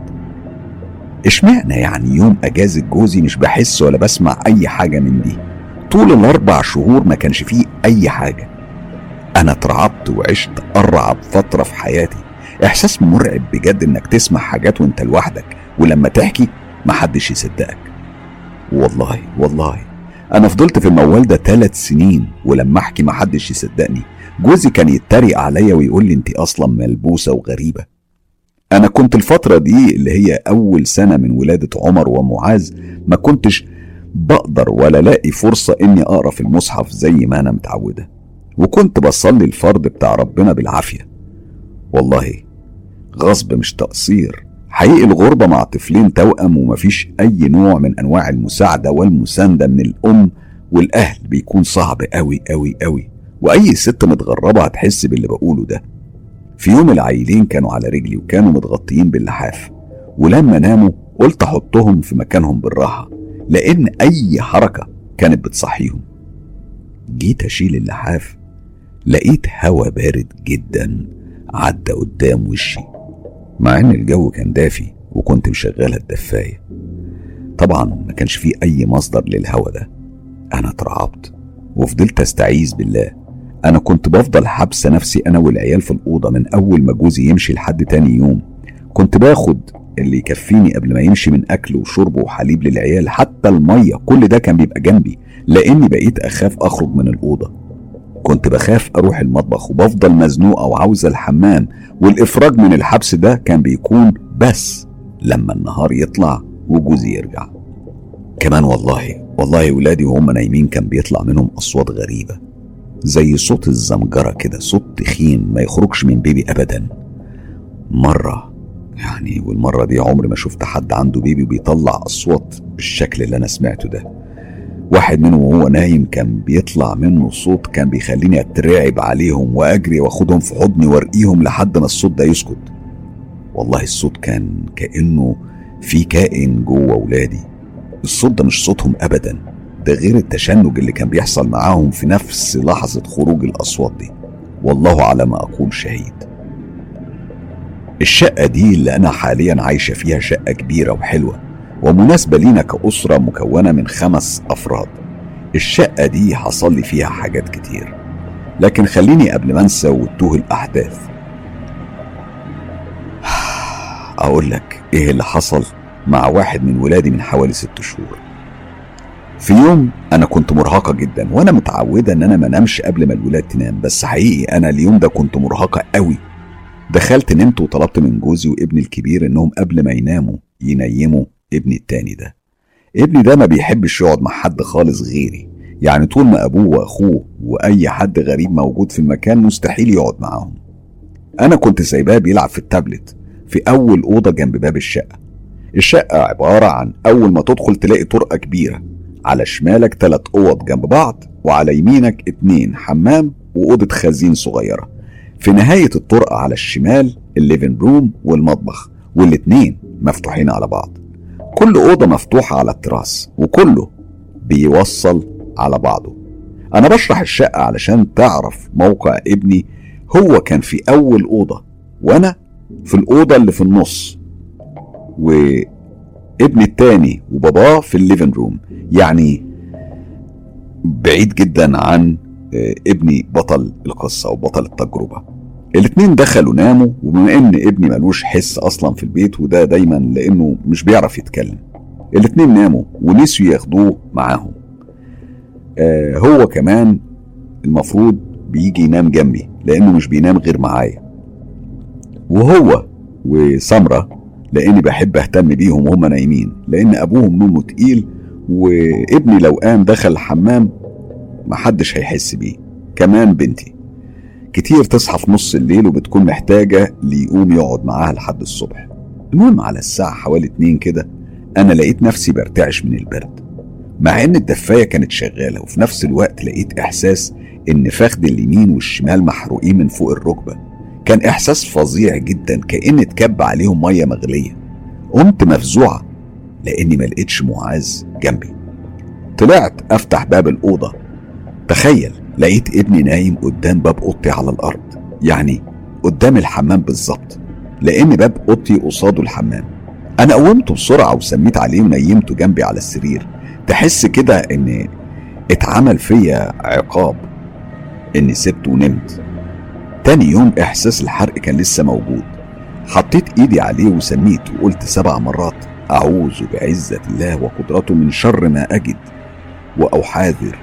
اشمعنى يعني يوم أجازة جوزي مش بحس ولا بسمع أي حاجة من دي؟ طول الأربع شهور ما كانش فيه أي حاجة. أنا اترعبت وعشت أرعب فترة في حياتي. إحساس مرعب بجد إنك تسمع حاجات وإنت لوحدك، ولما تحكي محدش يصدقك. والله والله أنا فضلت في الموال ده ثلاث سنين، ولما أحكي محدش يصدقني. جوزي كان يتريق عليا ويقول لي أنت أصلا ملبوسة وغريبة. أنا كنت الفترة دي اللي هي أول سنة من ولادة عمر ومعاذ ما كنتش بقدر ولا لاقي فرصة إني أقرأ في المصحف زي ما أنا متعودة، وكنت بصلي الفرض بتاع ربنا بالعافية. والله غصب مش تقصير، حقيقي الغربة مع طفلين توأم ومفيش أي نوع من أنواع المساعدة والمساندة من الأم والأهل بيكون صعب أوي أوي أوي، وأي ست متغربة هتحس باللي بقوله ده. في يوم العيلين كانوا على رجلي وكانوا متغطيين باللحاف، ولما ناموا قلت أحطهم في مكانهم بالراحة لأن أي حركة كانت بتصحيهم. جيت أشيل اللحاف لقيت هوا بارد جدا عدى قدام وشي، مع ان الجو كان دافي وكنت مشغلة الدفاية. طبعا ما كانش فيه اي مصدر للهوا ده. انا اترعبت وفضلت استعيذ بالله. انا كنت بفضل حبس نفسي انا والعيال في الأوضة من اول ما جوزي يمشي لحد تاني يوم. كنت باخد اللي يكفيني قبل ما يمشي من اكل وشرب وحليب للعيال، حتى المية كل ده كان بيبقى جنبي لاني بقيت اخاف اخرج من الأوضة. كنت بخاف اروح المطبخ وبفضل مزنوقة وعاوزة الحمام، والافراج من الحبس ده كان بيكون بس لما النهار يطلع وجوزي يرجع. كمان والله والله ولادي وهم نايمين كان بيطلع منهم اصوات غريبة زي صوت الزمجرة كده، صوت تخين ما يخرجش من بيبي ابدا. مرة يعني والمرة دي عمري ما شفت حد عنده بيبي بيطلع اصوات بالشكل اللي انا سمعته ده. واحد منهم وهو نايم كان بيطلع منه صوت كان بيخليني اترعب عليهم واجري واخدهم في حضني وارقيهم لحد ما الصوت ده يسكت. والله الصوت كان كأنه في كائن جوه ولادي. الصوت ده مش صوتهم ابدا، ده غير التشنج اللي كان بيحصل معاهم في نفس لحظة خروج الاصوات دي. والله على ما اقول شهيد. الشقة دي اللي انا حاليا عايشة فيها شقة كبيرة وحلوة ومناسبة لينا كأسرة مكونة من خمس أفراد. الشقة دي حصل لي فيها حاجات كتير، لكن خليني قبل ما انسى وتوه الأحداث أقول لك إيه اللي حصل مع واحد من ولادي من حوالي ست شهور. في يوم أنا كنت مرهقة جدا، وأنا متعودة إن أنا ما نامش قبل ما الولاد تنام، بس حقيقي أنا اليوم ده كنت مرهقة قوي. دخلت نمت وطلبت من جوزي وابني الكبير إنهم قبل ما يناموا ينيموا ابني التاني ده. ابني ده ما بيحبش يقعد مع حد خالص غيري، يعني طول ما ابوه واخوه واي حد غريب موجود في المكان مستحيل يقعد معاهم. أنا كنت سايباه بيلعب في التابلت في أول أوضة جنب باب الشقة. الشقة عبارة عن أول ما تدخل تلاقي طرقة كبيرة، على شمالك تلات أوض جنب بعض، وعلى يمينك اتنين حمام وأوضة خزين صغيرة. في نهاية الطرقة على الشمال الليفين روم والمطبخ، والاتنين مفتوحين على بعض. كل أوضة مفتوحة على التراس وكله بيوصل على بعضه. أنا بشرح الشقة علشان تعرف موقع ابني. هو كان في أول أوضة وأنا في الأوضة اللي في النص، وابني التاني وباباه في الليفين روم، يعني بعيد جدا عن ابني بطل القصة وبطل التجربة. الاتنين دخلوا ناموا، وبما ان ابني ملوش حس اصلا في البيت، وده دايما لانه مش بيعرف يتكلم، الاتنين ناموا ونسيوا ياخدوه معاهم. آه هو كمان المفروض بيجي ينام جنبي لانه مش بينام غير معايا، وهو وسمرة لاني بحب اهتم بيهم وهم نايمين، لان ابوهم نومه تقيل، وابني لو قام دخل الحمام محدش هيحس بيه. كمان بنتي كتير تصحى في نص الليل وبتكون محتاجة ليقوم يقعد معاها لحد الصبح. المهم على الساعة حوالي اتنين كده أنا لقيت نفسي برتعش من البرد، مع إن الدفاية كانت شغالة، وفي نفس الوقت لقيت إحساس إن فخد اليمين والشمال محروقين من فوق الركبة. كان إحساس فظيع جدا، كأن اتكب عليهم مية مغلية. قمت مفزوعة لأني ما لقيتش معاذ جنبي. طلعت أفتح باب الأوضة، تخيل لقيت ابني نايم قدام باب اوضتي على الارض، يعني قدام الحمام بالظبط، لان باب اوضتي قصاده الحمام. انا قومته بسرعه وسميت عليه ونيمته جنبي على السرير. تحس كده ان اتعمل فيا عقاب اني سبته ونمت. تاني يوم احساس الحرق كان لسه موجود. حطيت ايدي عليه وسميت وقلت سبع مرات اعوذ بعزة الله وقدرته من شر ما اجد واحاذر.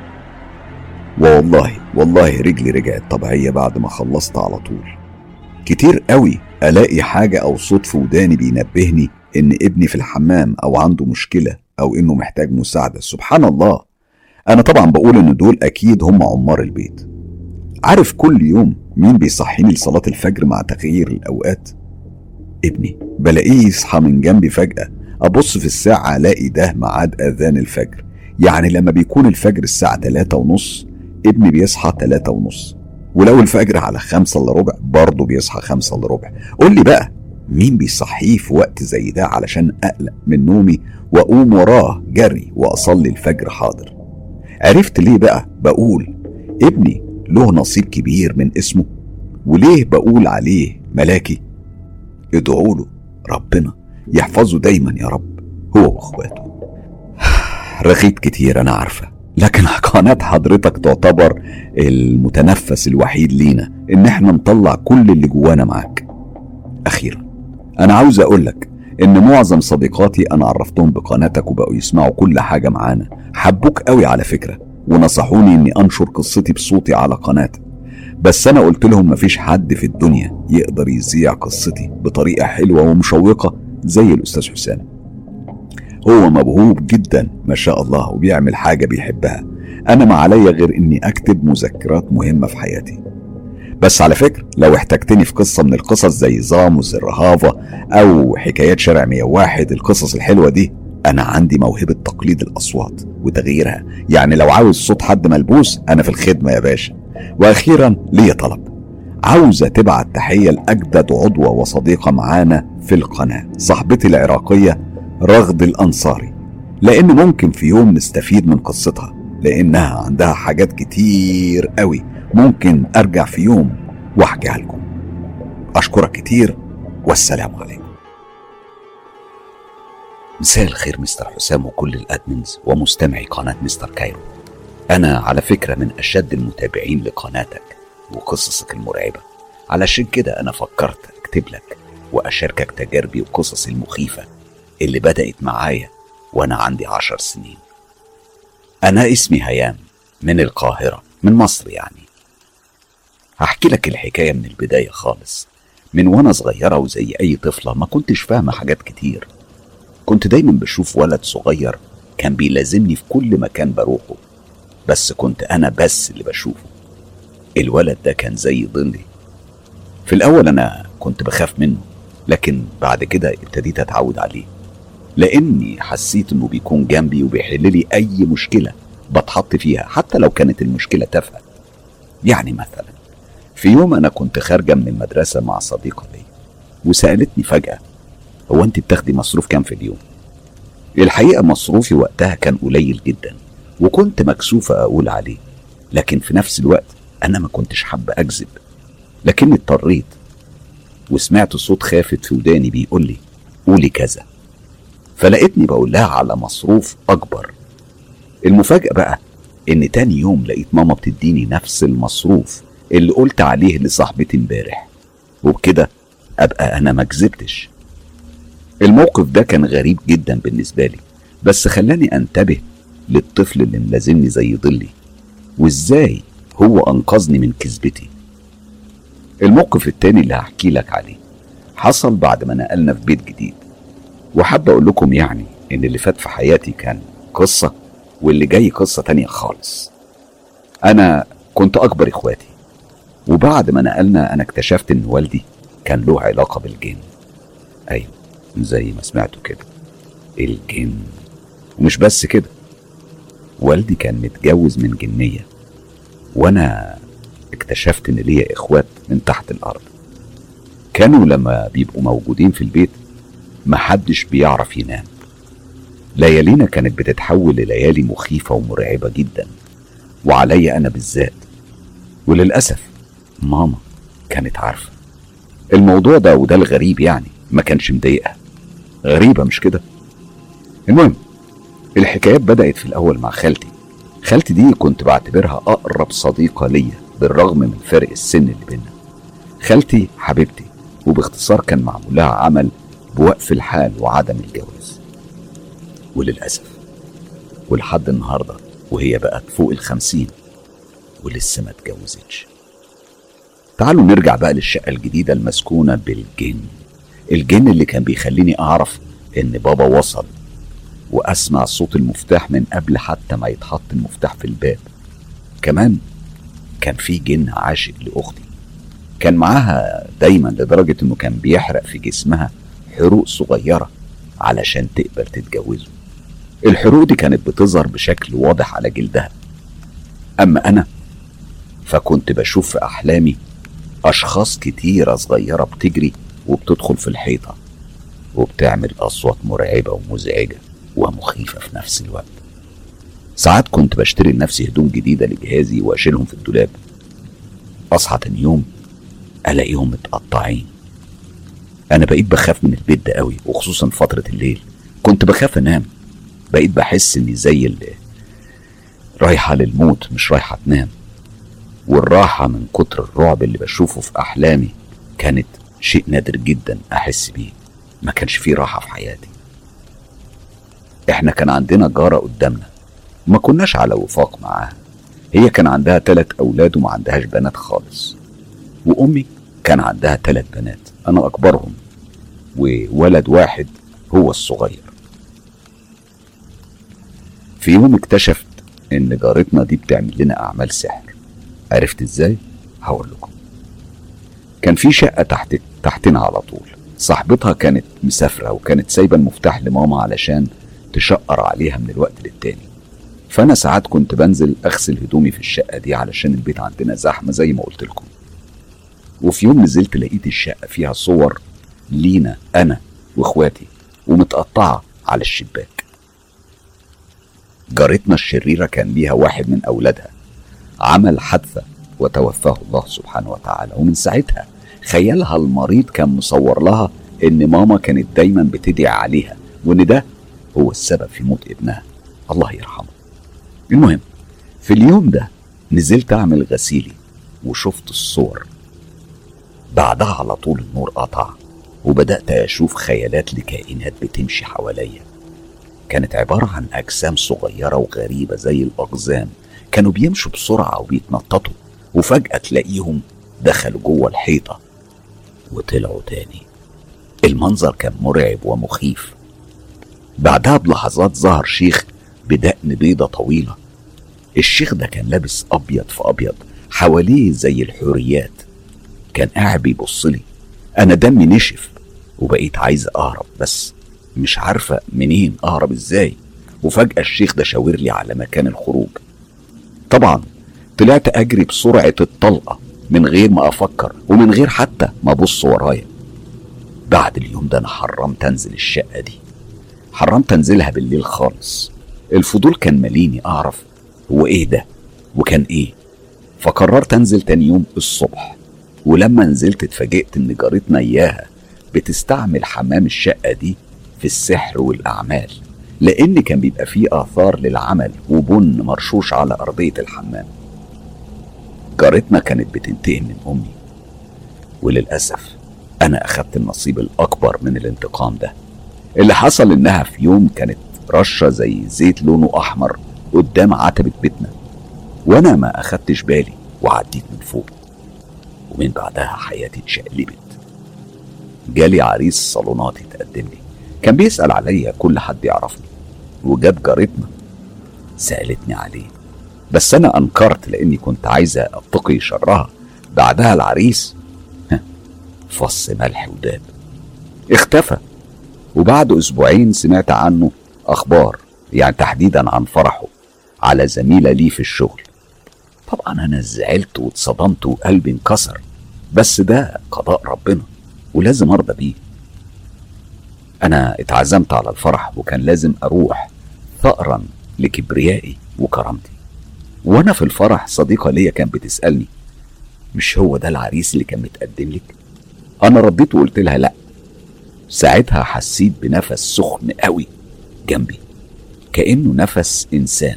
والله والله رجلي رجعت طبيعية بعد ما خلصت على طول. كتير قوي الاقي حاجة او صوت في وداني بينبهني ان ابني في الحمام او عنده مشكلة او انه محتاج مساعدة. سبحان الله، انا طبعا بقول ان دول اكيد هم عمار البيت. عارف كل يوم مين بيصحيني لصلاة الفجر مع تغيير الاوقات؟ ابني. بلاقيه يصحى من جنبي فجأة، ابص في الساعة الاقي ده ميعاد اذان الفجر. يعني لما بيكون الفجر الساعة تلاتة ونص ابني بيصحى تلاتة ونص، ولو الفجر على خمسة الا ربع برضه بيصحى خمسة الا ربع. قول لي بقى مين بيصحيه في وقت زي ده علشان اقلق من نومي واقوم وراه جري واصلي الفجر؟ حاضر. عرفت ليه بقى بقول ابني له نصيب كبير من اسمه، وليه بقول عليه ملاكي؟ ادعوا له ربنا يحفظه دايما يا رب هو واخواته. رغيت كتير انا عارفة، لكن قناة حضرتك تعتبر المتنفس الوحيد لينا ان احنا نطلع كل اللي جوانا معاك. اخيرا انا عاوز اقولك ان معظم صديقاتي انا عرفتهم بقناتك وبقوا يسمعوا كل حاجة معانا. حبوك قوي على فكرة، ونصحوني اني انشر قصتي بصوتي على قناتك، بس انا قلت لهم مفيش حد في الدنيا يقدر يذيع قصتي بطريقة حلوة ومشوقة زي الاستاذ حسام. هو موهوب جدا ما شاء الله وبيعمل حاجة بيحبها. انا ما عليا غير اني اكتب مذكرات مهمة في حياتي. بس على فكرة لو احتجتني في قصة من القصص زي زام والزرهافة او حكايات شارع مية وواحد، القصص الحلوة دي، انا عندي موهبة تقليد الاصوات وتغييرها. يعني لو عاوز صوت حد ملبوس انا في الخدمة يا باشا. واخيرا ليا طلب، عاوزة تبعت تحية لأجدد عضوة وصديقة معانا في القناة، صاحبتي العراقية رغد الأنصاري، لأن ممكن في يوم نستفيد من قصتها، لأنها عندها حاجات كتير قوي ممكن أرجع في يوم وأحكيها لكم. أشكرك كتير والسلام عليكم. مساء الخير مستر حسام وكل الأدمنز ومستمعي قناة مستر كايرو. أنا على فكرة من أشد المتابعين لقناتك وقصصك المرعبة، علشان كده أنا فكرت أكتب لك وأشاركك تجاربي وقصصي المخيفة اللي بدأت معايا وأنا عندي عشر سنين. أنا اسمي هيام من القاهرة، من مصر يعني. هحكي لك الحكاية من البداية خالص. من وأنا صغيرة وزي أي طفلة ما كنتش فاهمة حاجات كتير. كنت دايما بشوف ولد صغير كان بيلازمني في كل مكان بروحه، بس كنت أنا بس اللي بشوفه. الولد ده كان زي ظلي، في الأول أنا كنت بخاف منه، لكن بعد كده ابتديت أتعود عليه، لأني حسيت إنه بيكون جنبي وبيحل لي أي مشكلة بتحط فيها، حتى لو كانت المشكلة تافهة. يعني مثلا في يوم أنا كنت خارجة من المدرسة مع صديقة لي، وسألتني فجأة: هو أنت بتاخدي مصروف كام في اليوم؟ الحقيقة مصروفي وقتها كان قليل جدا، وكنت مكسوفة أقول عليه، لكن في نفس الوقت أنا ما كنتش حابة أكذب، لكني اضطريت. وسمعت صوت خافت في وداني بيقول لي: قولي كذا. فلقيتني بقول لها على مصروف أكبر. المفاجأة بقى إن تاني يوم لقيت ماما بتديني نفس المصروف اللي قلت عليه لصاحبتي امبارح، وبكده أبقى أنا ما كذبتش. الموقف ده كان غريب جدا بالنسبة لي، بس خلاني أنتبه للطفل اللي ملازمني زي ظلي، وإزاي هو أنقذني من كذبتي. الموقف التاني اللي هحكي لك عليه حصل بعد ما نقلنا في بيت جديد، وحابة أقول لكم يعني إن اللي فات في حياتي كان قصة، واللي جاي قصة تانية خالص. أنا كنت أكبر إخواتي، وبعد ما نقلنا أنا اكتشفت إن والدي كان له علاقة بالجن. أيوة، زي ما سمعتوا كده، الجن. ومش بس كده، والدي كان متجوز من جنية، وأنا اكتشفت إن ليا إخوات من تحت الأرض. كانوا لما بيبقوا موجودين في البيت محدش بيعرف ينام. ليالينا كانت بتتحول لليالي مخيفة ومرعبة جدا، وعليا أنا بالذات. وللأسف ماما كانت عارفة الموضوع ده، وده الغريب يعني ما كانش مضايقها. غريبة مش كده؟ المهم، الحكايات بدأت في الأول مع خالتي. خالتي دي كنت بعتبرها أقرب صديقة ليا بالرغم من فرق السن اللي بينا. خالتي حبيبتي، وباختصار كان معمول لها عمل بوقف الحال وعدم الجواز. وللأسف ولحد النهاردة وهي بقت فوق الخمسين ولسه ما اتجوزتش. تعالوا نرجع بقى للشقة الجديدة المسكونة بالجن. الجن اللي كان بيخليني أعرف إن بابا وصل، وأسمع صوت المفتاح من قبل حتى ما يتحط المفتاح في الباب. كمان كان في جن عاشق لأختي، كان معاها دايما لدرجة إنه كان بيحرق في جسمها حروق صغيرة علشان تقبل تتجوزه. الحروق دي كانت بتظهر بشكل واضح على جلدها. أما أنا فكنت بشوف في أحلامي أشخاص كتيرة صغيرة بتجري وبتدخل في الحيطة وبتعمل أصوات مرعبة ومزعجة ومخيفة في نفس الوقت. ساعات كنت بشتري لنفسي هدوم جديدة لجهازي وأشيلهم في الدولاب، أصحى تاني يوم ألاقيهم متقطعين. أنا بقيت بخاف من البيت ده قوي، وخصوصا فترة الليل كنت بخاف أنام. بقيت بحس إني زي اللي رايحة للموت مش رايحة تنام. والراحة من كتر الرعب اللي بشوفه في أحلامي كانت شيء نادر جدا أحس بيه. ما كانش فيه راحة في حياتي. احنا كان عندنا جارة قدامنا ما كناش على وفاق معاها. هي كان عندها ثلاث أولاد وما عندهاش بنات خالص، وأمي كان عندها ثلاث بنات، أنا أكبرهم، وولد واحد هو الصغير. في يوم اكتشفت إن جارتنا دي بتعمل لنا أعمال سحر. عرفت إزاي؟ هقول لكم. كان في شقة تحت تحتنا على طول، صاحبتها كانت مسافرة وكانت سايبة المفتاح لماما علشان تشقر عليها من الوقت للتاني. فأنا ساعات كنت بنزل أغسل هدومي في الشقة دي علشان البيت عندنا زحمة زي ما قلت لكم. وفي يوم نزلت لقيت الشقة فيها صور لينا أنا وإخواتي ومتقطعة على الشباك. جارتنا الشريرة كان ليها واحد من أولادها عمل حادثة وتوفاه الله سبحانه وتعالى، ومن ساعتها خيالها المريض كان مصور لها إن ماما كانت دايما بتدعي عليها وإن ده هو السبب في موت ابنها، الله يرحمه. المهم، في اليوم ده نزلت أعمل غسيلي وشفت الصور. بعدها على طول النور قطع وبدأت أشوف خيالات لكائنات بتمشي حواليا. كانت عبارة عن أجسام صغيرة وغريبة زي الأقزام، كانوا بيمشوا بسرعة وبيتنططوا، وفجأة تلاقيهم دخلوا جوه الحيطة وطلعوا تاني. المنظر كان مرعب ومخيف. بعدها بلحظات ظهر شيخ بدقن بيضة طويلة. الشيخ ده كان لابس أبيض في أبيض، حواليه زي الحوريات، كان قاعد بيبصلي. انا دمي نشف وبقيت عايز اهرب، بس مش عارفة منين اهرب ازاي. وفجأة الشيخ ده شاور لي على مكان الخروج. طبعا طلعت اجري بسرعة الطلقة من غير ما افكر ومن غير حتى ما ابص ورايا. بعد اليوم ده انا حرمت انزل الشقة دي، حرمت انزلها بالليل خالص. الفضول كان ماليني اعرف هو ايه ده وكان ايه، فقررت انزل تاني يوم الصبح. ولما نزلت اتفاجئت ان جارتنا اياها بتستعمل حمام الشقة دي في السحر والاعمال، لان كان بيبقى فيه اثار للعمل وبن مرشوش على ارضية الحمام. جارتنا كانت بتنتقم من امي، وللأسف انا اخدت النصيب الاكبر من الانتقام ده. اللي حصل انها في يوم كانت رشة زي زيت لونه احمر قدام عتبة بيتنا، وانا ما اخدتش بالي وعديت من فوق، ومن بعدها حياتي اتشقلبت. جالي عريس صالونات يتقدم لي، كان بيسأل عليا كل حد يعرفني، وجاب جارتنا سألتني عليه، بس انا انكرت لاني كنت عايزة اتقي شرها. بعدها العريس فص ملح وداب، اختفى. وبعد اسبوعين سمعت عنه اخبار، يعني تحديدا عن فرحه على زميلة لي في الشغل. طبعا انا زعلت واتصدمت وقلبي انكسر، بس ده قضاء ربنا ولازم ارضى بيه. انا اتعزمت على الفرح وكان لازم اروح ثأرا لكبريائي وكرامتي. وانا في الفرح صديقة ليا كانت بتسألني مش هو ده العريس اللي كان متقدم لك؟ انا رديت وقلت لها لا. ساعتها حسيت بنفس سخن قوي جنبي كأنه نفس انسان،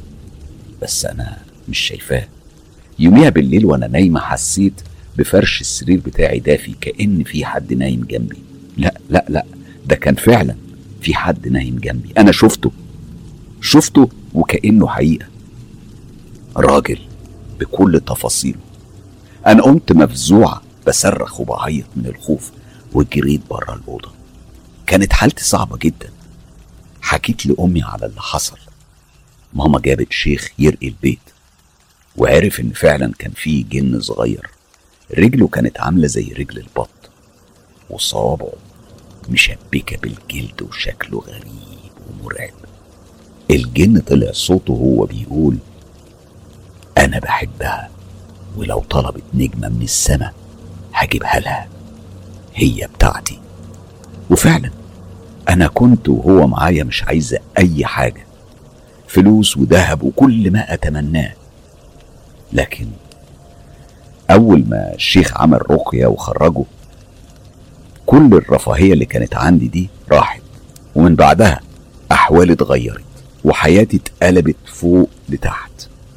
بس انا مش شايفاه. يوميها بالليل وانا نايمة حسيت بفرش السرير بتاعي دافي، كأن في حد نايم جنبي. لا لا لا ده كان فعلا في حد نايم جنبي. انا شفته شفته وكأنه حقيقة، راجل بكل تفاصيله. انا قمت مفزوعة بصرخ وبعيط من الخوف وجريت برا الأوضة. كانت حالتي صعبة جدا. حكيت لأمي على اللي حصل. ماما جابت شيخ يرقي البيت وعرف ان فعلا كان فيه جن صغير، رجله كانت عاملة زي رجل البط وصابعه مشبكة بالجلد وشكله غريب ومرعب. الجن طلع صوته هو بيقول انا بحبها، ولو طلبت نجمة من السماء هجيبها لها، هي بتاعتي. وفعلا انا كنت وهو معايا مش عايزة اي حاجة، فلوس وذهب وكل ما اتمناه. لكن اول ما الشيخ عمل رقية وخرجه، كل الرفاهية اللي كانت عندي دي راحت، ومن بعدها احوالي اتغيرت وحياتي اتقلبت فوق لتحت.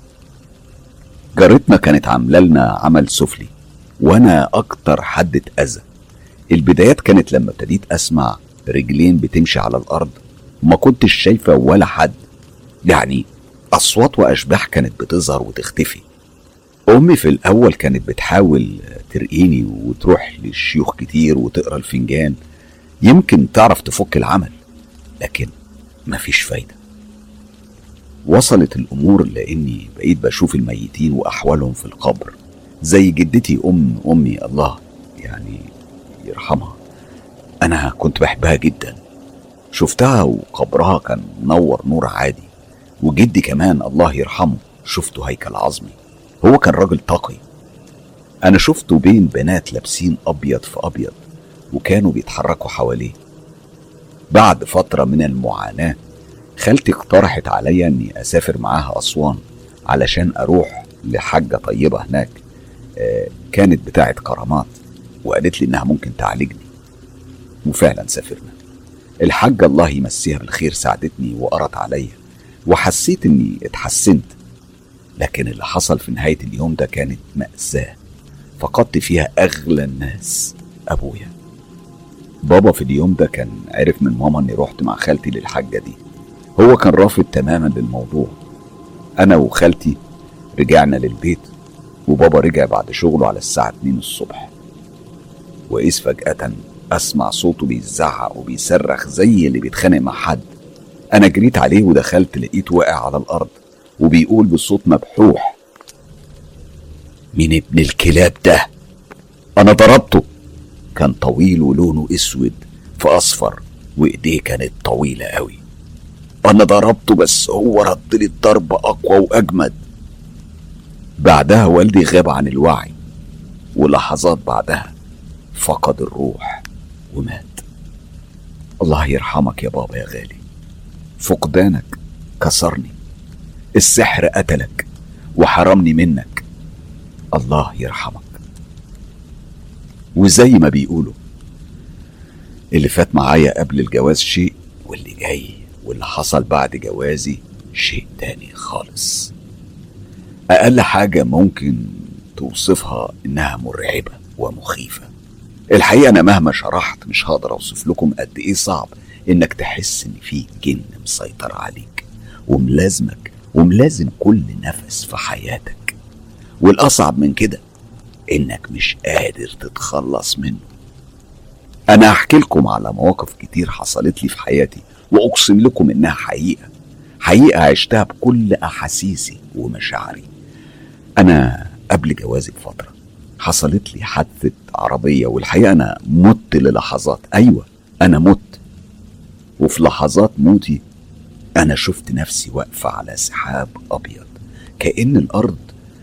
جارتنا كانت عامله لنا عمل سفلي وانا اكتر حد اتأذى. البدايات كانت لما ابتديت اسمع رجلين بتمشي على الارض وما كنتش شايفة ولا حد، يعني اصوات واشباح كانت بتظهر وتختفي. امي في الاول كانت بتحاول ترقيني وتروح للشيوخ كتير وتقرا الفنجان يمكن تعرف تفك العمل، لكن مفيش فايدة. وصلت الامور لاني بقيت بشوف الميتين واحوالهم في القبر، زي جدتي ام امي الله يعني يرحمها. انا كنت بحبها جدا، شفتها وقبرها كان منور نور عادي. وجدي كمان الله يرحمه شفته هيكل عظمي، هو كان راجل تقي. انا شفته بين بنات لابسين ابيض في ابيض وكانوا بيتحركوا حواليه. بعد فترة من المعاناة خالتي اقترحت عليا اني اسافر معاها اسوان علشان اروح لحاجة طيبة هناك آه كانت بتاعة كرامات، وقالت لي انها ممكن تعالجني. وفعلا سافرنا. الحاجة الله يمسيها بالخير ساعدتني وقرت عليا وحسيت اني اتحسنت. لكن اللي حصل في نهاية اليوم ده كانت مأساة فقدت فيها اغلى الناس، ابويا. بابا في اليوم ده كان عرف من ماما اني رحت مع خالتي للحاجة دي، هو كان رافض تماما للموضوع. انا وخالتي رجعنا للبيت وبابا رجع بعد شغله على الساعة اتنين الصبح، وإذ فجأة اسمع صوته بيزعق وبيصرخ زي اللي بيتخانق مع حد. انا جريت عليه ودخلت لقيته واقع على الارض وبيقول بصوت مبحوح مين ابن الكلاب ده؟ انا ضربته. كان طويل ولونه اسود في اصفر وايديه كانت طويلة قوي. انا ضربته بس هو رد لي الضرب اقوى واجمد. بعدها والدي غاب عن الوعي، ولحظات بعدها فقد الروح ومات. الله يرحمك يا بابا يا غالي، فقدانك كسرني، السحر قتلك وحرمني منك. الله يرحمك. وزي ما بيقولوا اللي فات معايا قبل الجواز شيء، واللي جاي واللي حصل بعد جوازي شيء تاني خالص. اقل حاجة ممكن توصفها انها مرعبة ومخيفة. الحقيقة انا مهما شرحت مش هقدر اوصف لكم قد ايه صعب انك تحس ان في جن مسيطر عليك وملازمك وملازم كل نفس في حياتك، والاصعب من كده انك مش قادر تتخلص منه. انا هحكي لكم على مواقف كتير حصلت لي في حياتي، واقسم لكم انها حقيقة حقيقة عشتها بكل احاسيسي ومشاعري. انا قبل جوازي بفترة حصلت لي حادثة عربية، والحقيقة انا مت للحظات. ايوه انا مت، وفي لحظات موتي انا شفت نفسي واقفة على سحاب ابيض، كأن الارض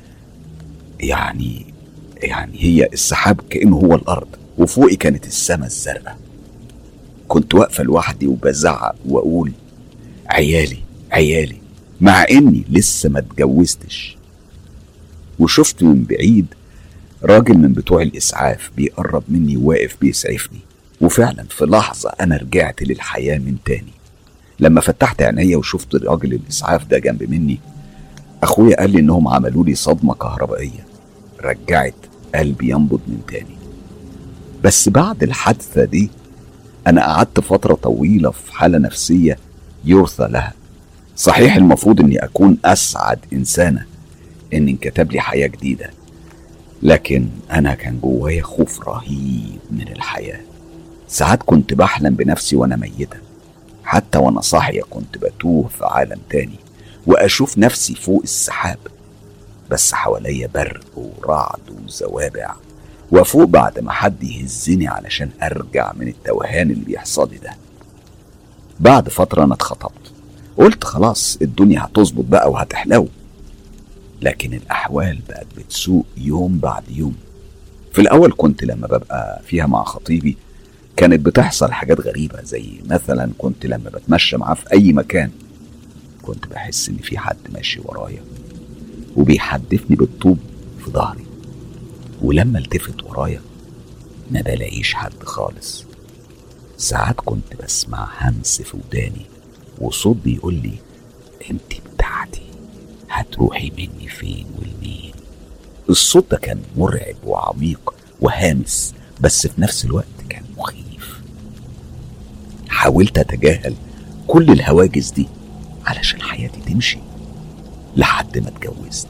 يعني يعني هي السحاب كأنه هو الارض، وفوقي كانت السماء الزرقاء. كنت واقفة لوحدي وبزعق واقول عيالي عيالي، مع اني لسه ما اتجوزتش. وشفت من بعيد راجل من بتوع الاسعاف بيقرب مني واقف بيسعفني، وفعلا في لحظة انا رجعت للحياة من تاني. لما فتحت عينيا وشفت راجل الاسعاف ده جنب مني، اخويا قال لي انهم عملوا لي صدمة كهربائية رجعت قلبي ينبض من تاني. بس بعد الحادثة دي انا قعدت فترة طويلة في حالة نفسية يرثى لها. صحيح المفروض اني اكون اسعد انسانة ان انكتب لي حياة جديدة، لكن انا كان جوايا خوف رهيب من الحياة. ساعات كنت بحلم بنفسي وانا ميتة، حتى وانا صاحية كنت بتوه في عالم تاني واشوف نفسي فوق السحاب، بس حواليا برق ورعد وزوابع، وفوق بعد ما حد يهزني علشان ارجع من التوهان اللي بيحصل لي ده. بعد فترة انا اتخطبت، قلت خلاص الدنيا هتظبط بقى وهتحلو، لكن الاحوال بقت بتسوء يوم بعد يوم. في الاول كنت لما ببقى فيها مع خطيبي كانت بتحصل حاجات غريبة، زي مثلا كنت لما بتمشى معاه في اي مكان كنت بحس ان في حد ماشي ورايا وبيحدفني بالطوب في ظهري، ولما التفت ورايا ما بلاقيش حد خالص. ساعات كنت بسمع همس في وداني وصوت بيقول لي انت بتاعتي، هتروحي مني فين والمين. الصوت ده كان مرعب وعميق وهامس، بس في نفس الوقت كان مخيف. حاولت اتجاهل كل الهواجس دي علشان حياتي تمشي لحد ما اتجوزت.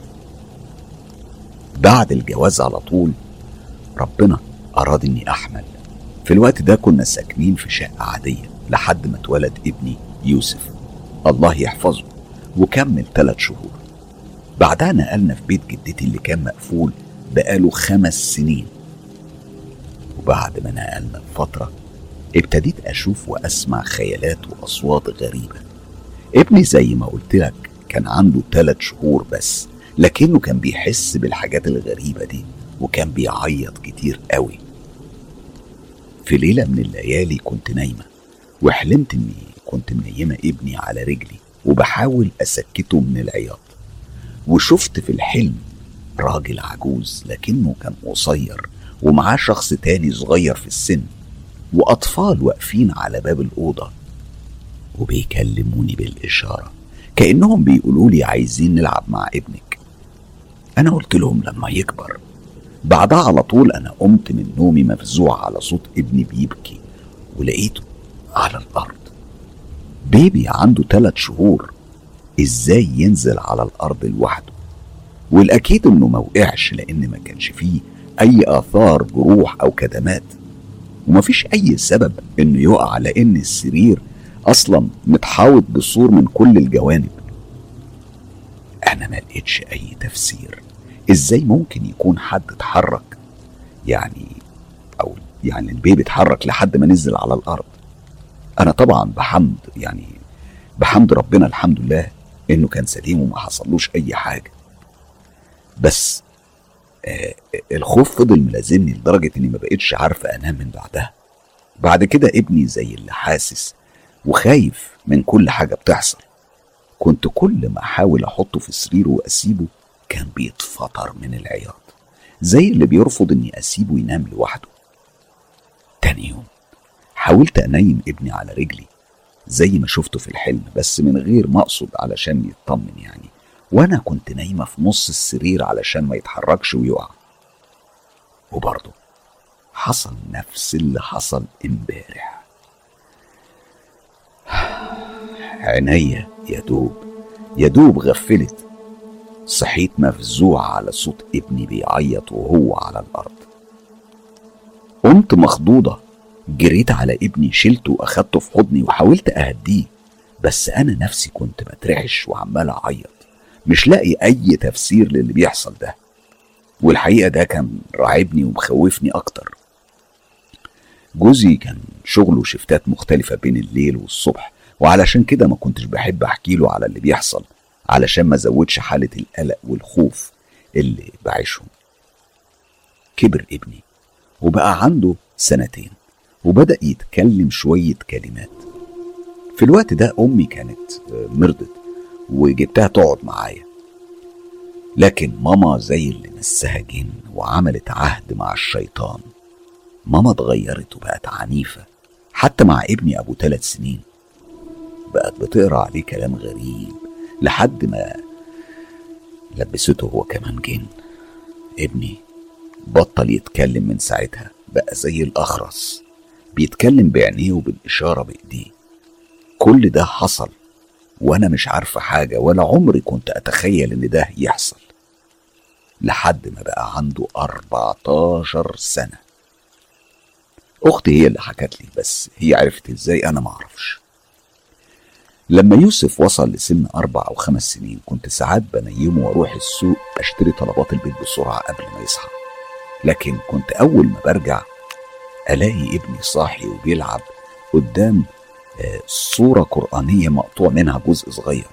بعد الجواز على طول ربنا اراد اني احمل. في الوقت ده كنا ساكنين في شقة عادية لحد ما اتولد ابني يوسف الله يحفظه، وكمل ثلاث شهور. بعدها نقلنا في بيت جدتي اللي كان مقفول بقاله خمس سنين. وبعد ما نقلنا بفترة ابتديت اشوف واسمع خيالات واصوات غريبة. ابني زي ما قلت لك كان عنده ثلاث شهور بس، لكنه كان بيحس بالحاجات الغريبة دي وكان بيعيط كتير قوي. في ليلة من الليالي كنت نايمة وحلمت اني كنت منيمة ابني على رجلي وبحاول اسكته من العياط، وشفت في الحلم راجل عجوز لكنه كان قصير ومعاه شخص تاني صغير في السن، واطفال واقفين على باب الأوضة وبيكلموني بالإشارة كأنهم بيقولوا لي عايزين نلعب مع ابنك. انا قلت لهم لما يكبر. بعدها على طول انا قمت من نومي مفزوع على صوت ابني بيبكي، ولقيته على الارض. بيبي عنده ثلاث شهور، ازاي ينزل على الارض لوحده؟ والاكيد انه ما وقعش لان ما كانش فيه اي اثار جروح او كدمات، ومفيش اي سبب انه يقع لان السرير اصلا متحاوط بسور من كل الجوانب. انا ما لقيتش اي تفسير ازاي ممكن يكون حد اتحرك، يعني او يعني البيبي اتحرك لحد ما نزل على الارض. انا طبعا بحمد يعني بحمد ربنا الحمد لله انه كان سليم وما حصلوش اي حاجة. بس آه الخوف فضل ملازمني لدرجة اني ما بقتش عارفة انام من بعدها. بعد كده ابني زي اللي حاسس وخايف من كل حاجة بتحصل. كنت كل ما احاول احطه في سريره واسيبه كان بيتفطر من العياط، زي اللي بيرفض اني اسيبه ينام لوحده. تاني يوم حاولت انيم ابني على رجلي زي ما شفته في الحلم، بس من غير ما اقصد علشان يطمن يعني، وانا كنت نايمة في نص السرير علشان ما يتحركش ويقع. وبرضه حصل نفس اللي حصل امبارح. عينيا يا دوب يا دوب غفلت، صحيت مفزوع على صوت ابني بيعيط وهو على الارض. قمت مخضوضة، جريت على ابني، شلته واخدته في حضني وحاولت اهديه، بس انا نفسي كنت بترعش وعمال اعيط مش لاقي اي تفسير للي بيحصل ده. والحقيقة ده كان راعبني ومخوفني اكتر. جوزي كان شغله شفتات مختلفة بين الليل والصبح، وعلشان كده ما كنتش بحب احكي له على اللي بيحصل علشان ما زودش حالة القلق والخوف اللي بعيشهم. كبر ابني وبقى عنده سنتين وبدأ يتكلم شوية كلمات. في الوقت ده امي كانت مرضت وجبتها تقعد معايا، لكن ماما زي اللي مسها جن وعملت عهد مع الشيطان. ماما اتغيرت وبقت عنيفة حتى مع ابني ابو ثلاث سنين. بقت بتقرأ عليه كلام غريب لحد ما لبسته هو كمان جن. ابني بطل يتكلم من ساعتها، بقى زي الأخرس، بيتكلم بعينيه وبالإشارة بإيديه. كل ده حصل وأنا مش عارفة حاجة، ولا عمري كنت أتخيل إن ده يحصل، لحد ما بقى عنده أربعتاشر سنة. أختي هي اللي حكت لي، بس هي عرفت إزاي أنا معرفش. لما يوسف وصل لسن أربع أو خمس سنين كنت ساعات بنيمه وأروح السوق أشتري طلبات البيت بسرعة قبل ما يصحى، لكن كنت أول ما برجع ألاقي ابني صاحي وبيلعب قدام صورة قرآنية مقطوع منها جزء صغير.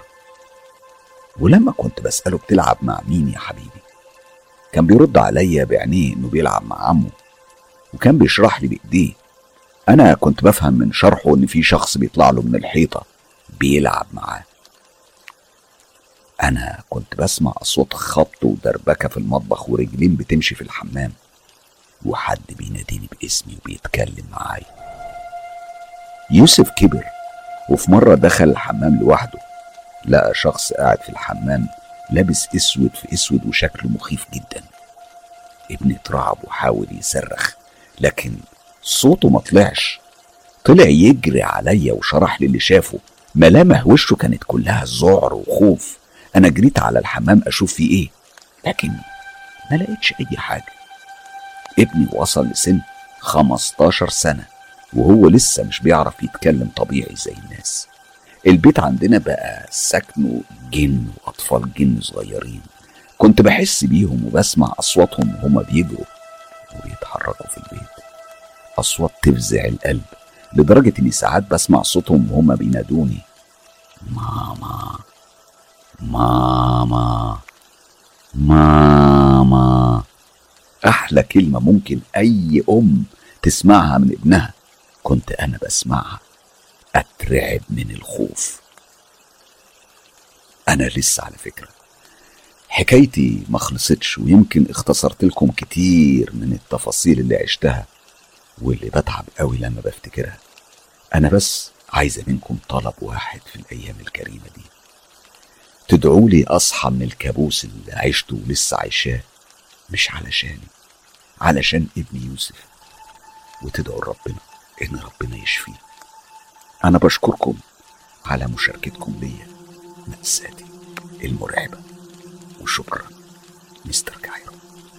ولما كنت بسأله بتلعب مع مين يا حبيبي، كان بيرد عليا بعينيه إنه بيلعب مع عمه، وكان بيشرح لي بإيديه. أنا كنت بفهم من شرحه إن في شخص بيطلع له من الحيطة بيلعب معاه. أنا كنت بسمع أصوات خبط ودربكة في المطبخ ورجلين بتمشي في الحمام، وحد بيناديني باسمي وبيتكلم معايا. يوسف كبر وفي مرة دخل الحمام لوحده، لقى شخص قاعد في الحمام لابس اسود في اسود وشكله مخيف جدا. ابني اترعب وحاول يصرخ لكن صوته ما طلعش. طلع يجري عليا وشرح لي اللي شافه. ملامح وشه كانت كلها ذعر وخوف. انا جريت على الحمام اشوف فيه ايه، لكن ما لقيتش اي حاجة. ابني وصل لسن خمستاشر سنة وهو لسه مش بيعرف يتكلم طبيعي زي الناس. البيت عندنا بقى سكنه جن واطفال جن صغيرين، كنت بحس بيهم وبسمع اصواتهم وهما بيجروا وبيتحركوا في البيت. اصوات تفزع القلب لدرجة اني ساعات بسمع صوتهم وهما بينادوني ماما ماما ماما. احلى كلمة ممكن اي ام تسمعها من ابنها كنت انا بسمعها. اترعب من الخوف. انا لسه على فكرة حكايتي ما خلصتش، ويمكن اختصرت لكم كتير من التفاصيل اللي عشتها واللي بتعب قوي لما بفتكرها. انا بس عايزة منكم طلب واحد في الايام الكريمة دي، تدعوا لي اصحى من الكابوس اللي عشته ولسه عايشاه، مش علشاني، علشان ابني يوسف، وتدعوا ربنا ان ربنا يشفيه. انا بشكركم على مشاركتكم ليا مأساتي المرعبة، وشكرا مستر كايرو.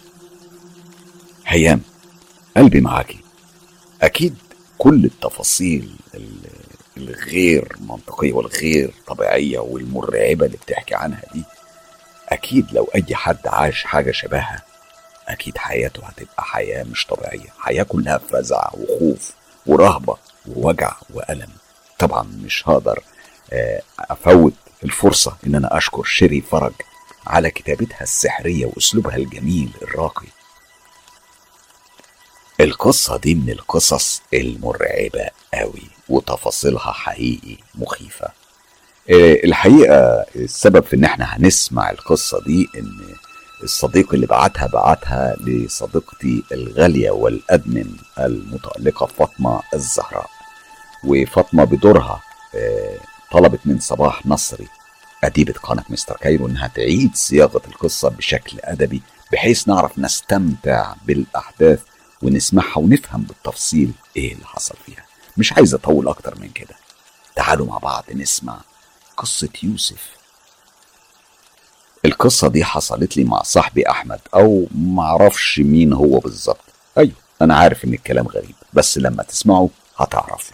هيام قلبي معاكي. اكيد كل التفاصيل الغير منطقية والغير طبيعية والمرعبة اللي بتحكي عنها دي، اكيد لو اي حد عاش حاجة شبهها اكيد حياته هتبقى حياة مش طبيعية، حياة كلها فزع وخوف ورهبة ووجع وألم. طبعا مش هقدر افوت الفرصة ان انا اشكر شيري فرج على كتابتها السحرية واسلوبها الجميل الراقي. القصة دي من القصص المرعبة قوي وتفاصيلها حقيقي مخيفة. الحقيقة السبب في ان احنا هنسمع القصة دي ان الصديق اللي بعتها بعتها لصديقتي الغالية والأدمن المتألقة فاطمة الزهراء، وفاطمة بدورها طلبت من صباح نصري أديبة قناة مستر كايرو انها تعيد صياغة القصة بشكل أدبي بحيث نعرف نستمتع بالأحداث ونسمعها ونفهم بالتفصيل ايه اللي حصل فيها. مش عايز اطول اكتر من كده، تعالوا مع بعض نسمع قصة يوسف. القصة دي حصلت لي مع صاحبي احمد، او معرفش مين هو بالظبط. ايوه انا عارف ان الكلام غريب بس لما تسمعوا هتعرفوا.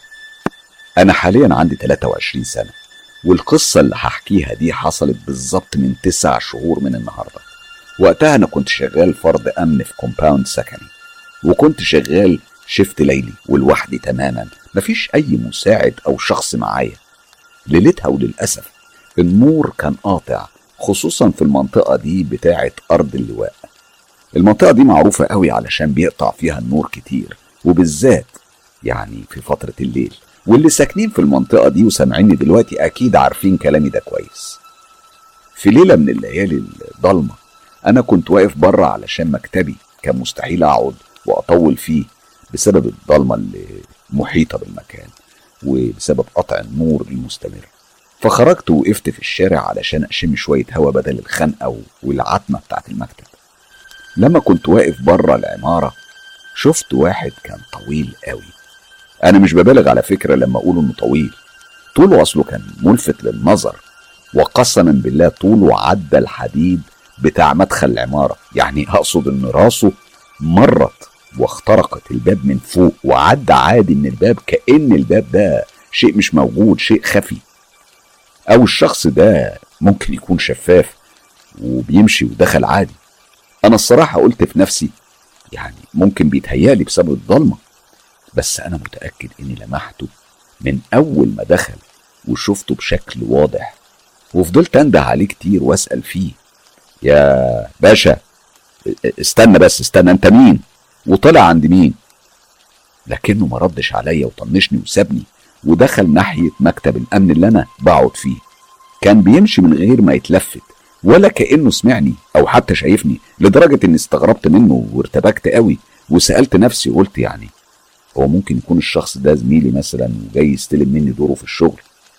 انا حاليا عندي ثلاثة وعشرين سنة، والقصة اللي هحكيها دي حصلت بالظبط من تسع شهور من النهاردة. وقتها انا كنت شغال فرد امن في كومباوند سكني، وكنت شغال شفت ليلي ولوحدي تماما، مفيش اي مساعد او شخص معايا. ليلتها وللأسف النور كان قاطع، خصوصا في المنطقة دي بتاعة ارض اللواء. المنطقة دي معروفة قوي علشان بيقطع فيها النور كتير، وبالذات يعني في فترة الليل. واللي ساكنين في المنطقة دي وسامعيني دلوقتي اكيد عارفين كلامي ده كويس. في ليلة من الليالي الضلمة انا كنت واقف بره علشان مكتبي كان مستحيل اقعد واطول فيه بسبب الضلمة اللي محيطة بالمكان وبسبب قطع النور المستمر. فخرجت ووقفت في الشارع علشان اشم شوية هوا بدل الخنقة والعتمة بتاعت المكتب. لما كنت واقف بره العمارة شفت واحد كان طويل قوي. انا مش ببالغ على فكرة لما اقول انه طويل، طوله اصله كان ملفت للنظر، وقسما بالله طوله عدى الحديد بتاع مدخل العمارة. يعني اقصد ان راسه مرت واخترقت الباب من فوق وعدى عادي من الباب، كأن الباب ده شيء مش موجود، شيء خفي، او الشخص ده ممكن يكون شفاف وبيمشي ودخل عادي. انا الصراحة قلت في نفسي يعني ممكن بيتهيالي بسبب الضلمة، بس انا متأكد اني لمحته من اول ما دخل وشفته بشكل واضح. وفضلت انده عليه كتير واسأل فيه، يا باشا استنى بس استنى، انت مين وطلع عند مين؟ لكنه ما ردش عليا وطنشني وسابني ودخل ناحية مكتب الامن اللي انا بقعد فيه. كان بيمشي من غير ما يتلفت ولا كأنه سمعني او حتى شايفني، لدرجة اني استغربت منه وارتبكت قوي وسألت نفسي وقلت يعني هو ممكن يكون الشخص ده زميلي مثلا وجاي يستلم مني دوره في الشغل.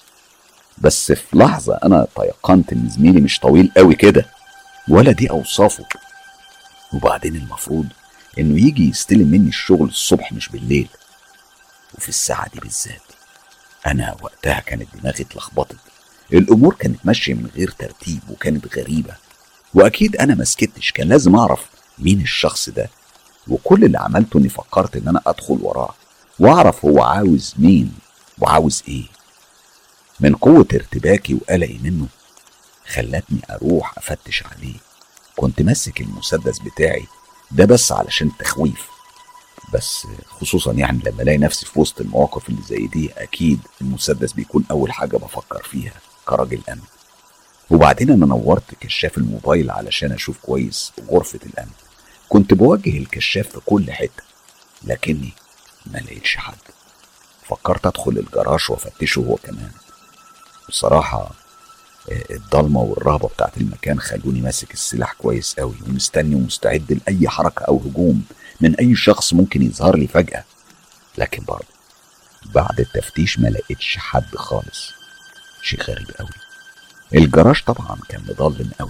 بس في لحظة انا تيقنت ان زميلي مش طويل قوي كده ولا دي اوصافه، وبعدين المفروض انه يجي يستلم مني الشغل الصبح مش بالليل وفي الساعة دي بالذات. انا وقتها كانت دماغي اتلخبطت، الامور كانت ماشية من غير ترتيب وكانت غريبة، واكيد انا ما سكتش، كان لازم اعرف مين الشخص ده. وكل اللي عملته اني فكرت ان انا ادخل وراه واعرف هو عاوز مين وعاوز ايه. من قوة ارتباكي وقلقي منه خلتني اروح افتش عليه. كنت ماسك المسدس بتاعي ده بس علشان التخويف، بس خصوصا يعني لما الاقي نفسي في وسط المواقف اللي زي دي اكيد المسدس بيكون اول حاجة بفكر فيها كراجل امن. وبعدين انا نورت كشاف الموبايل علشان اشوف كويس غرفة الامن. كنت بوجه الكشاف في كل حتة لكني ما لقيتش حد. فكرت ادخل الجراج وافتشه هو كمان. بصراحة الضلمة والرهبة بتاعت المكان خلوني ماسك السلاح كويس قوي ومستني ومستعد لأي حركة أو هجوم من أي شخص ممكن يظهر لي فجأة. لكن برضه بعد التفتيش ما لقيتش حد خالص. شيء غريب قوي. الجراج طبعا كان مظلم قوي،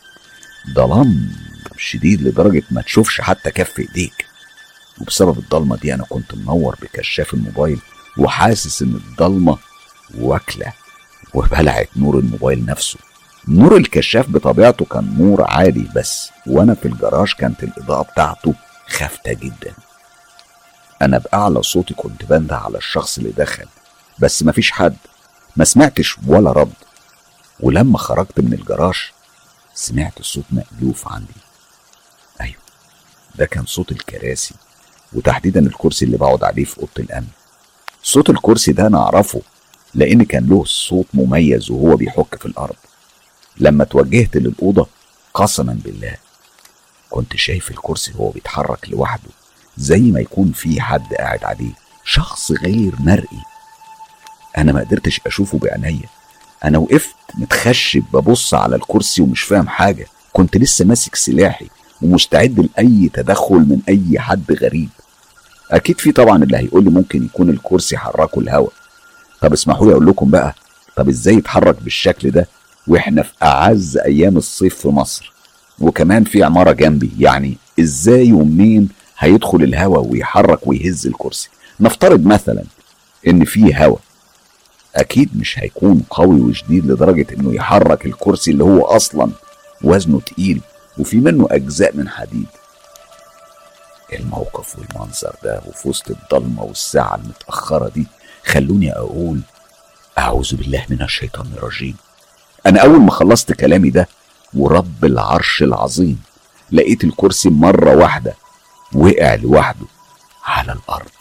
ظلام شديد لدرجة ما تشوفش حتى كف ايديك. وبسبب الضلمة دي انا كنت منور بكشاف الموبايل وحاسس ان الضلمة واكلة وبلعت نور الموبايل نفسه. نور الكشاف بطبيعته كان نور عادي، بس وانا في الجراج كانت الاضاءة بتاعته خافتة جدا. انا بأعلى صوتي كنت بنده على الشخص اللي دخل بس مفيش حد، ما سمعتش ولا رد. ولما خرجت من الجراج سمعت صوت مألوف عندي. ايوه ده كان صوت الكراسي، وتحديدا الكرسي اللي بقعد عليه في اوضه الامن. صوت الكرسي ده انا اعرفه لان كان له صوت مميز وهو بيحك في الارض. لما توجهت للاوضه قسما بالله كنت شايف الكرسي وهو بيتحرك لوحده، زي ما يكون في حد قاعد عليه، شخص غير مرئي. انا ما قدرتش اشوفه بعينيا، انا وقفت متخشب ببص على الكرسي ومش فاهم حاجه. كنت لسه ماسك سلاحي ومستعد لاي تدخل من اي حد غريب. اكيد في طبعا اللي هيقول لي ممكن يكون الكرسي حركه الهوا. طب اسمحوا لي اقول لكم بقى، طب ازاي يتحرك بالشكل ده واحنا في اعز ايام الصيف في مصر، وكمان في عماره جنبي؟ يعني ازاي ومنين هيدخل الهوا ويحرك ويهز الكرسي؟ نفترض مثلا ان في هوا، اكيد مش هيكون قوي وشديد لدرجه انه يحرك الكرسي اللي هو اصلا وزنه تقيل وفي منه اجزاء من حديد. الموقف والمنظر ده وفي وسط الضلمه والساعه المتاخره دي خلوني اقول اعوذ بالله من الشيطان الرجيم. انا اول ما خلصت كلامي ده ورب العرش العظيم لقيت الكرسي مره واحده وقع لوحده على الارض.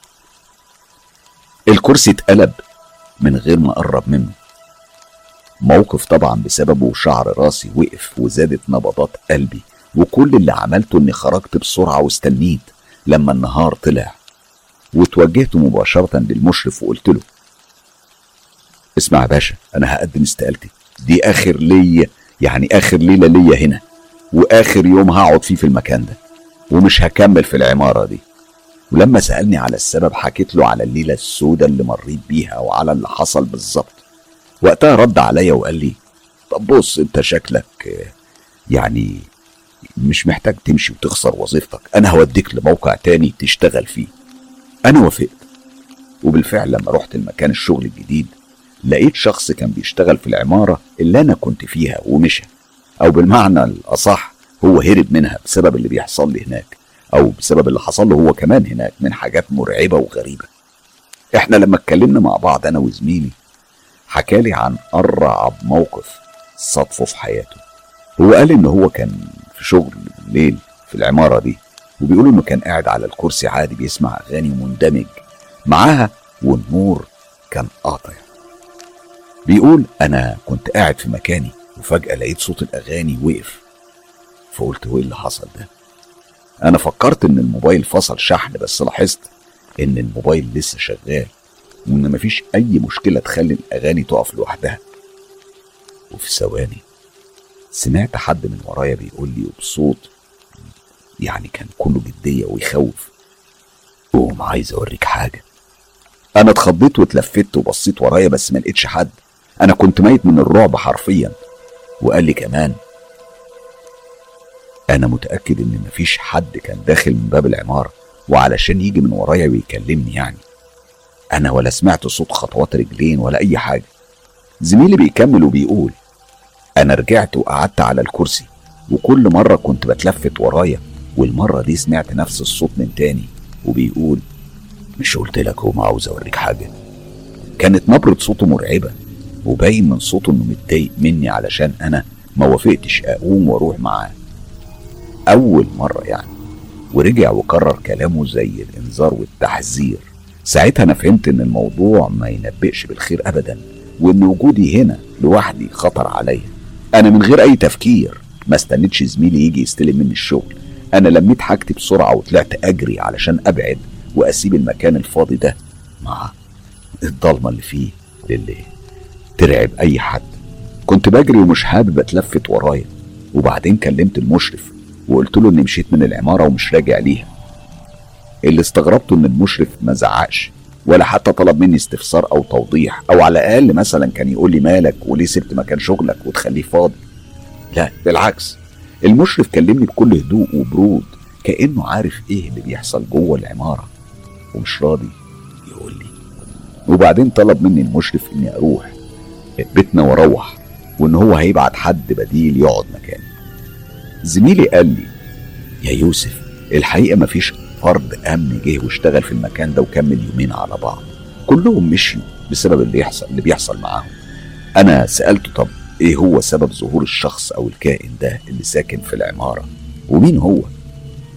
الكرسي اتقلب من غير ما اقرب منه. موقف طبعا بسببه شعر راسي وقف وزادت نبضات قلبي، وكل اللي عملته اني خرجت بسرعه واستنيت لما النهار طلع، وتوجهت مباشره للمشرف وقلت له اسمع يا باشا، انا هقدم استقالتي، دي اخر ليا، يعني اخر ليله ليا هنا واخر يوم هقعد فيه في المكان ده، ومش هكمل في العماره دي. ولما سالني على السبب حكيت له على الليله السوداء اللي مريت بيها وعلى اللي حصل بالظبط. وقتها رد عليا وقال لي طب بص، انت شكلك يعني مش محتاج تمشي وتخسر وظيفتك، انا هوديك لموقع تاني تشتغل فيه. انا وافقت، وبالفعل لما رحت المكان الشغل الجديد لقيت شخص كان بيشتغل في العمارة اللي انا كنت فيها ومشى، او بالمعنى الاصح هو هرب منها بسبب اللي بيحصل لي هناك، او بسبب اللي حصل له هو كمان هناك من حاجات مرعبة وغريبة. احنا لما اتكلمنا مع بعض انا وزميلي حكالي عن ارعب موقف صادفه في حياته. هو قال ان هو كان في شغل بالليل في العمارة دي، وبيقول انه كان قاعد على الكرسي عادي بيسمع اغاني مندمج معاها والنور كان قاطع. بيقول انا كنت قاعد في مكاني وفجأة لقيت صوت الاغاني وقف، فقلت هو ايه اللي حصل ده؟ انا فكرت ان الموبايل فصل شحن، بس لاحظت ان الموبايل لسه شغال وان مفيش اي مشكلة تخلي الاغاني تقف لوحدها. وفي ثواني سمعت حد من ورايا بيقول لي وبصوت يعني كان كله جدية ويخوف، قوم عايز اوريك حاجة. انا اتخضيت واتلفت وبصيت ورايا بس ما لقيتش حد، انا كنت ميت من الرعب حرفيا. وقال لي كمان انا متأكد ان مفيش حد كان داخل من باب العمارة وعلشان يجي من ورايا ويكلمني، يعني انا ولا سمعت صوت خطوات رجلين ولا اي حاجة. زميلي بيكمل وبيقول انا رجعت وقعدت على الكرسي، وكل مرة كنت بتلفت ورايا، والمرة دي سمعت نفس الصوت من تاني وبيقول مش قلت لك قوم عاوز اوريك حاجة؟ كانت نبرة صوته مرعبة، وباين من صوته انه متضايق مني علشان انا ما وافقتش اقوم واروح معاه اول مرة يعني. ورجع وكرر كلامه زي الانذار والتحذير. ساعتها انا فهمت ان الموضوع ما ينبئش بالخير ابدا، وان وجودي هنا لوحدي خطر عليا. انا من غير اي تفكير ما استنيتش زميلي يجي يستلم مني الشغل، انا لميت حاجتي بسرعة وطلعت اجري علشان ابعد واسيب المكان الفاضي ده مع الضلمة اللي فيه اللي ترعب اي حد. كنت بجري ومش حابب اتلفت ورايا. وبعدين كلمت المشرف وقلت له اني مشيت من العمارة ومش راجع ليها. اللي استغربته ان المشرف ما زعقش ولا حتى طلب مني استفسار او توضيح، او على الاقل مثلا كان يقول لي مالك وليه سبت مكان شغلك وتخليه فاضي. لا بالعكس، المشرف كلمني بكل هدوء وبرود كأنه عارف ايه اللي بيحصل جوه العمارة ومش راضي يقول لي. وبعدين طلب مني المشرف اني اروح بيتنا واروح، وان هو هيبعت حد بديل يقعد مكاني. زميلي قال لي يا يوسف الحقيقة مفيش فرد امن جه واشتغل في المكان ده وكمل يومين على بعض، كلهم مشيوا بسبب اللي يحصل اللي بيحصل معاهم. انا سألته طب ايه هو سبب ظهور الشخص او الكائن ده اللي ساكن في العمارة ومين هو؟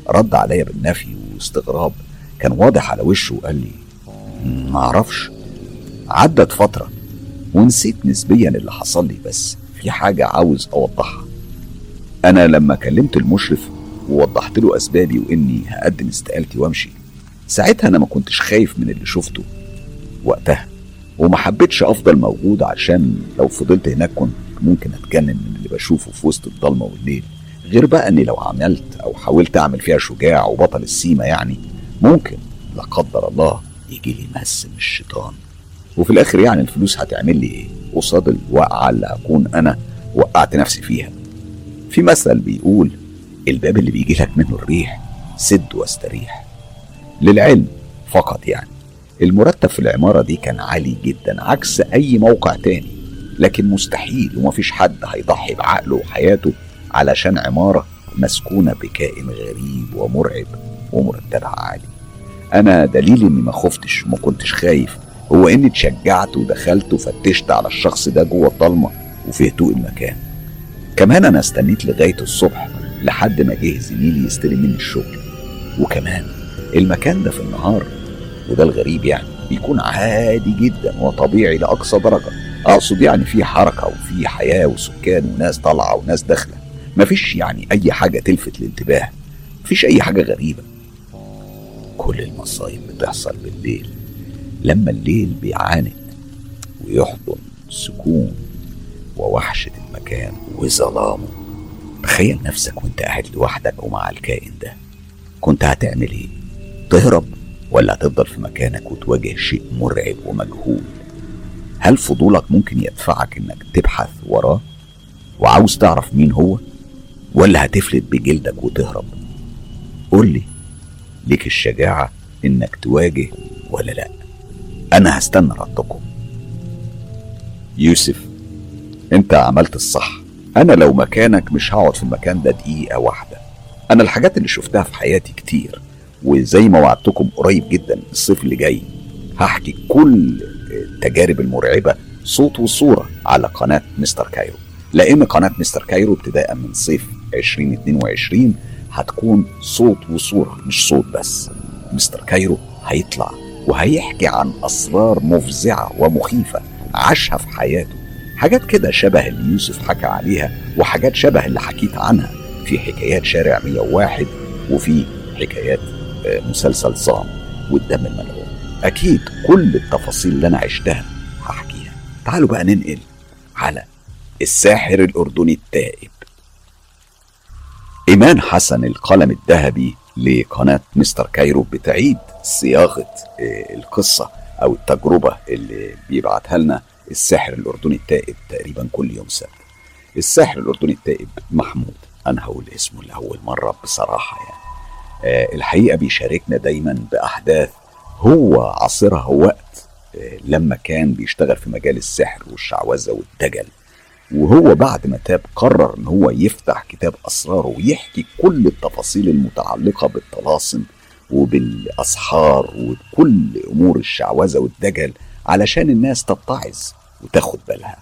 رد عليا بالنفي واستغراب كان واضح على وشه وقال لي معرفش. عدت فترة ونسيت نسبيا اللي حصل لي، بس في حاجة عاوز أوضحها. أنا لما كلمت المشرف ووضحت له أسبابي وإني هقدم استقالتي وامشي، ساعتها أنا ما كنتش خايف من اللي شفته وقتها، وما حبيتش أفضل موجود عشان لو فضلت هناك كنت ممكن أتجنن من اللي بشوفه في وسط الضلمة والليل. غير بقى إني لو عملت أو حاولت أعمل فيها شجاع وبطل السيمة يعني ممكن لا قدر الله يجي لي مس من الشيطان، وفي الآخر يعني الفلوس هتعمل لي إيه قصاد الوقعة اللي هكون أنا وقعت نفسي فيها. في مثل بيقول الباب اللي بيجي لك منه الريح سد واستريح. للعلم فقط يعني المرتب في العمارة دي كان عالي جدا عكس أي موقع تاني، لكن مستحيل ومفيش حد هيضحي بعقله وحياته علشان عمارة مسكونة بكائن غريب ومرعب ومرتبها عالي. أنا دليل إني ما خفتش وما كنتش خايف هو إني اتشجعت ودخلت وفتشت على الشخص ده جوه الضلمة وفي هدوء المكان. كمان أنا استنيت لغاية الصبح لحد ما جه زميلي يستلم مني الشغل، وكمان المكان ده في النهار وده الغريب يعني بيكون عادي جدا وطبيعي لأقصى درجة. أقصد يعني في حركة وفي حياة وسكان وناس طالعة وناس داخلة، مفيش يعني أي حاجة تلفت الانتباه، مفيش أي حاجة غريبة. كل المصايب بتحصل بالليل، لما الليل بيعاند ويحضن سكون ووحشة المكان وظلامه. تخيل نفسك وانت قاعد لوحدك ومع الكائن ده، كنت هتعمل ايه؟ تهرب ولا هتفضل في مكانك وتواجه شيء مرعب ومجهول؟ هل فضولك ممكن يدفعك انك تبحث وراه وعاوز تعرف مين هو، ولا هتفلت بجلدك وتهرب؟ قولي، ليك الشجاعة انك تواجه ولا لا؟ انا هستنى ردكم. يوسف، انت عملت الصح. انا لو مكانك مش هقعد في المكان ده دقيقة واحدة. انا الحاجات اللي شفتها في حياتي كتير، وزي ما وعدتكم قريب جدا الصيف اللي جاي هحكي كل التجارب المرعبة صوت وصورة على قناة مستر كايرو، لان قناة مستر كايرو ابتداء من صيف عشرين اتنين وعشرين هتكون صوت وصورة مش صوت بس. مستر كايرو هيطلع وهيحكي عن اسرار مفزعة ومخيفة عاشها في حياته، حاجات كده شبه اللي يوسف حكى عليها وحاجات شبه اللي حكيت عنها في حكايات شارع مية وواحد وفي حكايات مسلسل صام والدم الملعون. اكيد كل التفاصيل اللي انا عشتها هحكيها. تعالوا بقى ننقل على الساحر الاردني التائب. ايمان حسن القلم الذهبي لقناة مستر كايرو بتعيد صياغة القصة او التجربة اللي بيبعتها لنا الساحر الاردني التائب تقريبا كل يوم سبت. الساحر الاردني التائب محمود، انا هقول اسمه لاول مرة بصراحة يعني. أه الحقيقة بيشاركنا دايما باحداث هو عاصرها وقت أه لما كان بيشتغل في مجال السحر والشعوذة والدجل، وهو بعد ما تاب قرر ان هو يفتح كتاب اسراره ويحكي كل التفاصيل المتعلقة بالطلاسم وبالاسحار وكل امور الشعوذة والدجل علشان الناس تتعظ وتاخد بالها.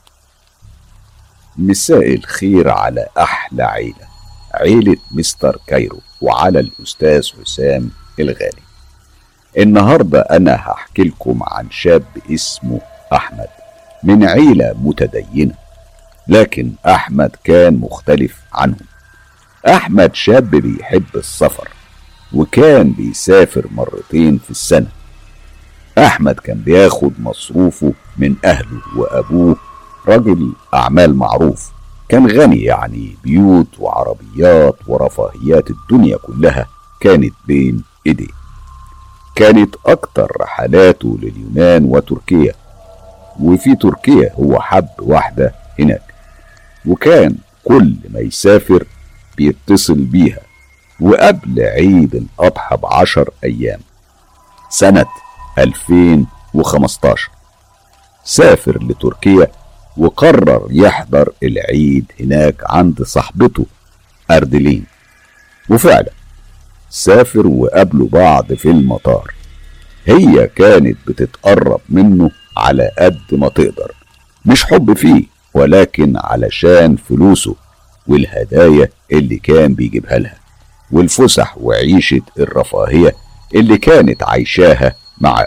مساء الخير على احلى عيلة، عيلة مستر كايرو، وعلى الاستاذ حسام الغالي. النهاردة انا هحكي لكم عن شاب اسمه احمد من عيلة متدينة، لكن احمد كان مختلف عنهم. احمد شاب بيحب السفر وكان بيسافر مرتين في السنة. احمد كان بياخد مصروفه من اهله، وابوه راجل اعمال معروف، كان غني يعني، بيوت وعربيات ورفاهيات الدنيا كلها كانت بين ايديه. كانت اكتر رحلاته لليونان وتركيا، وفي تركيا هو حب واحدة هناك، وكان كل ما يسافر بيتصل بيها. وقبل عيد الاضحى بعشر ايام سنة ألفين وخمستاشر سافر لتركيا وقرر يحضر العيد هناك عند صاحبته أردلين. وفعلا سافر وقابلوا بعض في المطار. هي كانت بتتقرب منه على قد ما تقدر، مش حب فيه ولكن علشان فلوسه والهدايا اللي كان بيجيبها لها. والفسح وعيشة الرفاهية اللي كانت عايشاها معاه.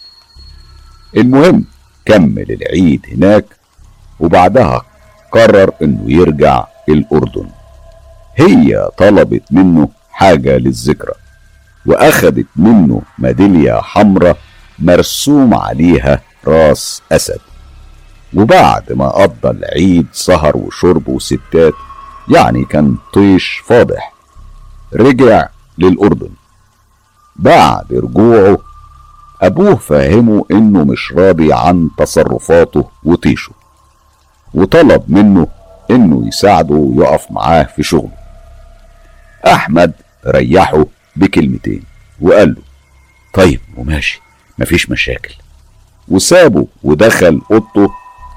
المهم كمل العيد هناك، وبعدها قرر انه يرجع الأردن. هي طلبت منه حاجة للذكرى، واخدت منه ميدالية حمراء مرسوم عليها راس أسد. وبعد ما قضى العيد سهر وشرب وستات، يعني كان طيش فاضح، رجع للأردن. بعد رجوعه أبوه فهمه إنه مش راضي عن تصرفاته وطيشه، وطلب منه إنه يساعده ويقف معاه في شغله. أحمد ريحه بكلمتين وقال له طيب وماشي مفيش مشاكل، وسابه ودخل أوضته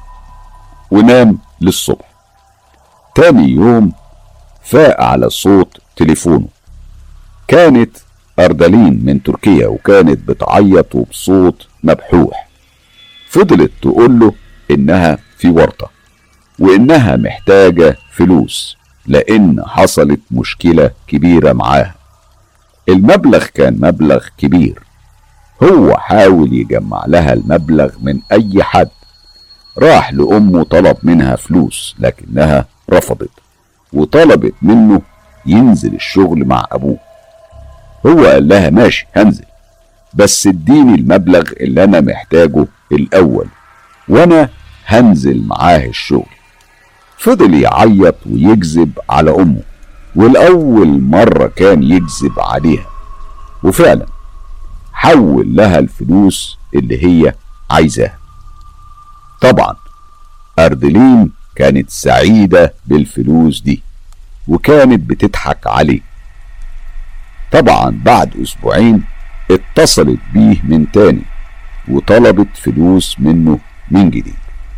ونام للصبح. تاني يوم فاق على صوت تليفونه. كانت أردلين من تركيا، وكانت بتعيط وبصوت مبحوح. فضلت تقول له إنها في ورطة، وإنها محتاجة فلوس لأن حصلت مشكلة كبيرة معاها. المبلغ كان مبلغ كبير. هو حاول يجمع لها المبلغ من أي حد. راح لأمه طلب منها فلوس لكنها رفضت، وطلبت منه ينزل الشغل مع أبوه. هو قال لها ماشي هنزل، بس اديني المبلغ اللي أنا محتاجه الأول وأنا هنزل معاه الشغل. فضل يعيط ويكذب على أمه، والأول مرة كان يكذب عليها، وفعلا حول لها الفلوس اللي هي عايزاها. طبعا أردلين كانت سعيدة بالفلوس دي وكانت بتضحك عليه. طبعا بعد أسبوعين اتصلت بيه من تاني وطلبت فلوس منه من جديد.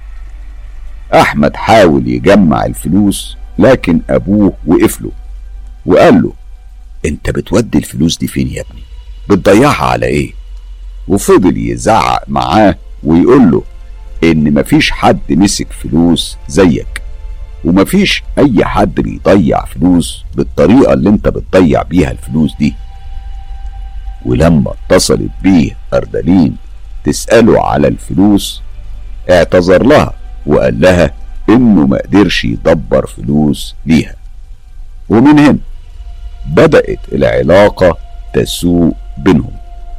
أحمد حاول يجمع الفلوس لكن أبوه وقف له وقال له انت بتودي الفلوس دي فين يا ابني؟ بتضيعها على ايه؟ وفضل يزعق معاه ويقول له ان مفيش حد مسك فلوس زيك، ومفيش اي حد بيضيع فلوس بالطريقة اللي انت بتضيع بيها الفلوس دي. ولما اتصلت بيه أردلين تسأله على الفلوس اعتذر لها وقال لها انه ما قدرش يدبر فلوس ليها. ومن هنا بدأت العلاقة تسوء بينهم.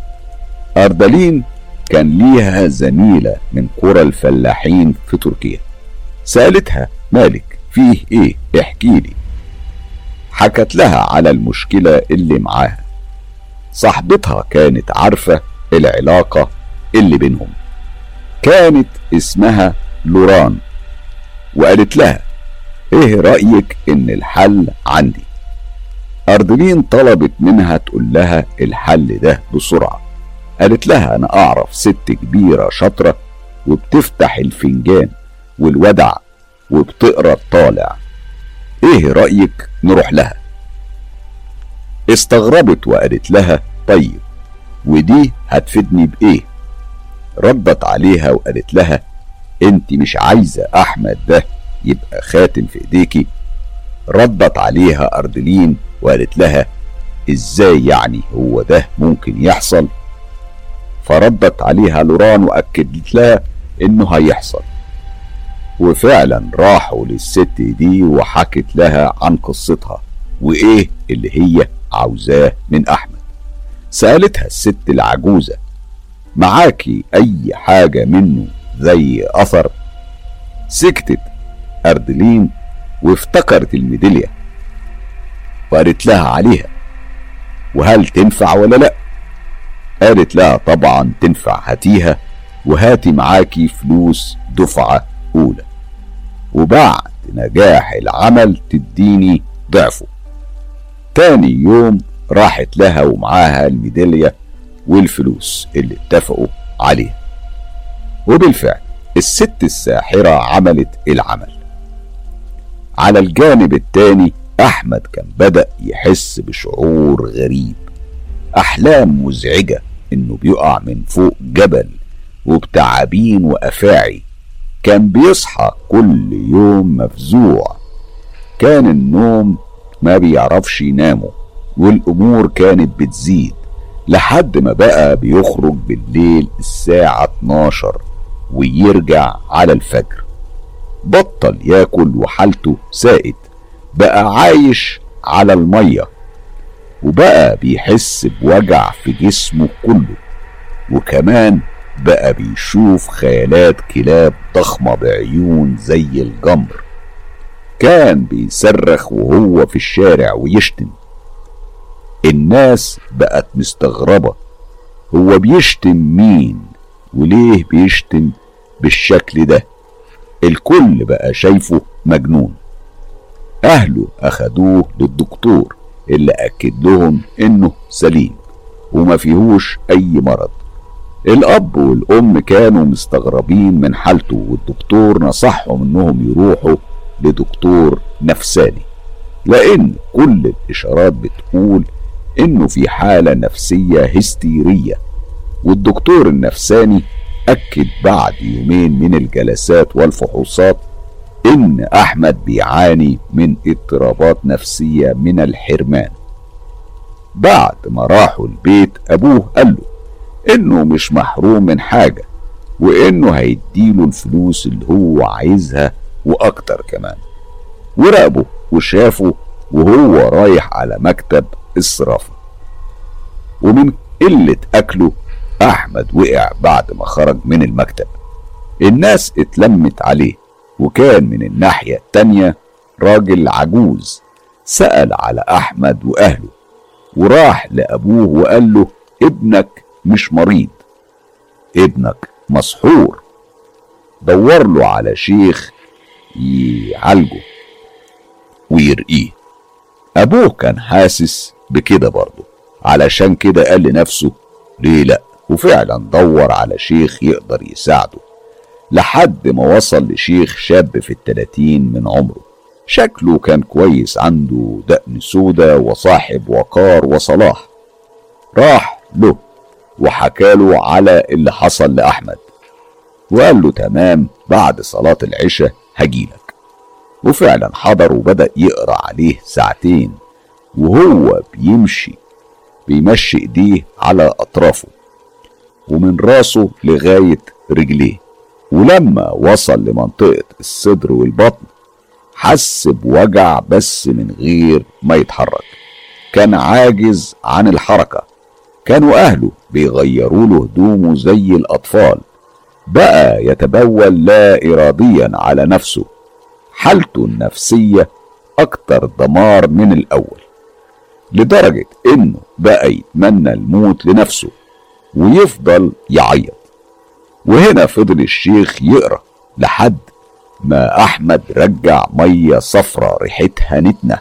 أردلين كان ليها زميلة من قرى الفلاحين في تركيا. سألتها مالك فيه ايه احكي لي. حكت لها على المشكلة اللي معاها. صاحبتها كانت عارفة العلاقة اللي بينهم، كانت اسمها لوران، وقالت لها ايه رأيك ان الحل عندي؟ أردلين طلبت منها تقول لها الحل ده بسرعة. قالت لها انا اعرف ست كبيرة شاطرة وبتفتح الفنجان والودع وبتقرا الطالع، ايه رأيك نروح لها؟ استغربت وقالت لها طيب ودي هتفيدني بايه؟ ردت عليها وقالت لها انت مش عايزة احمد ده يبقى خاتم في ايديكي؟ ردت عليها أردلين وقالت لها ازاي يعني هو ده ممكن يحصل؟ فردت عليها لوران واكدت لها انه هيحصل. وفعلا راحوا للست دي وحكت لها عن قصتها وايه اللي هي عاوزاه من احمد. سألتها الست العجوزة معاكي اي حاجة منه زي اثر؟ سكتت أردلين وافتكرت الميدالية وقالت لها عليها وهل تنفع ولا لا؟ قالت لها طبعا تنفع، هاتيها وهاتي معاكي فلوس دفعة اولى، وبعد نجاح العمل تديني ضعفه. تاني يوم راحت لها ومعاها الميدالية والفلوس اللي اتفقوا عليها. وبالفعل الست الساحرة عملت العمل. على الجانب التاني أحمد كان بدأ يحس بشعور غريب، أحلام مزعجة إنه بيقع من فوق جبل وبتعابين وأفاعي. كان بيصحى كل يوم مفزوع، كان النوم ما بيعرفش ينامه، والأمور كانت بتزيد لحد ما بقى بيخرج بالليل الساعة اتناشر ويرجع على الفجر. بطل ياكل وحالته سائد، بقى عايش على المية، وبقى بيحس بوجع في جسمه كله، وكمان بقى بيشوف خيالات كلاب ضخمة بعيون زي الجمر. كان بيصرخ وهو في الشارع ويشتم. الناس بقت مستغربة، هو بيشتم مين وليه بيشتم بالشكل ده؟ الكل بقى شايفه مجنون. أهله أخدوه للدكتور اللي أكد لهم إنه سليم وما فيهوش أي مرض. الأب والأم كانوا مستغربين من حالته، والدكتور نصحهم إنهم يروحوا لدكتور نفساني، لأن كل الإشارات بتقول إنه في حالة نفسية هستيرية. والدكتور النفساني أكد بعد يومين من الجلسات والفحوصات إن أحمد بيعاني من اضطرابات نفسية من الحرمان. بعد ما راحوا البيت أبوه قال له إنه مش محروم من حاجة، وإنه هيديله الفلوس اللي هو عايزها وأكتر كمان. وراقبه وشافه وهو رايح على مكتب الصرافة، ومن قلة أكله أحمد وقع بعد ما خرج من المكتب. الناس اتلمت عليه، وكان من الناحية التانية راجل عجوز سأل على أحمد وأهله، وراح لأبوه وقال له ابنك مش مريض، ابنك مسحور، دور له على شيخ يعالجه ويرقيه. أبوه كان حاسس بكده برضه، علشان كده قال لنفسه ليه لأ، وفعلا دور على شيخ يقدر يساعده لحد ما وصل لشيخ شاب في التلاتين من عمره. شكله كان كويس، عنده دقن سودا وصاحب وقار وصلاح. راح له وحكاله على اللي حصل لأحمد، وقال له تمام، بعد صلاة العشاء هجيلك. وفعلا حضر وبدأ يقرأ عليه ساعتين، وهو بيمشي بيمشي ايديه على أطرافه ومن راسه لغاية رجليه. ولما وصل لمنطقة الصدر والبطن حس بوجع بس من غير ما يتحرك، كان عاجز عن الحركة. كانوا أهله بيغيروا له هدومه زي الأطفال، بقى يتبول لا إراديا على نفسه. حالته النفسية أكتر دمار من الأول، لدرجة إنه بقى يتمنى الموت لنفسه ويفضل يعيط. وهنا فضل الشيخ يقرأ لحد ما أحمد رجع مية صفرة ريحتها نتنة.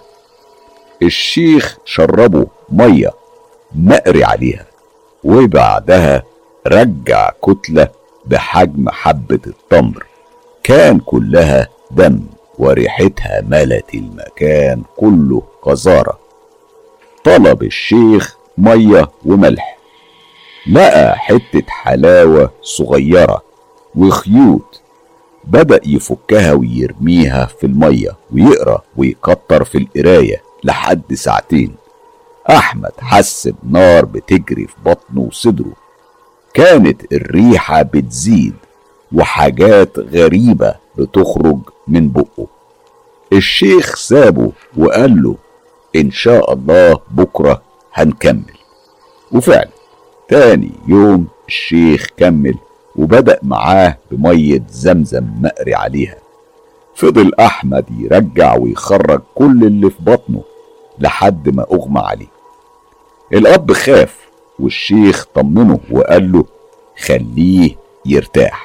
الشيخ شربه مية مقري عليها، وبعدها رجع كتلة بحجم حبة التمر كان كلها دم، وريحتها ملت المكان كله قذارة. طلب الشيخ مية وملح، لقى حتة حلاوة صغيرة وخيوط، بدأ يفكها ويرميها في المية ويقرأ ويكتر في القراية لحد ساعتين. أحمد حس بنار بتجري في بطنه وصدره، كانت الريحة بتزيد وحاجات غريبة بتخرج من بقه. الشيخ سابه وقال له إن شاء الله بكرة هنكمل. وفعلا تاني يوم الشيخ كمل وبدأ معاه بمية زمزم مقري عليها. فضل أحمد يرجع ويخرج كل اللي في بطنه لحد ما أغمى عليه. الأب خاف، والشيخ طمنه وقال له خليه يرتاح.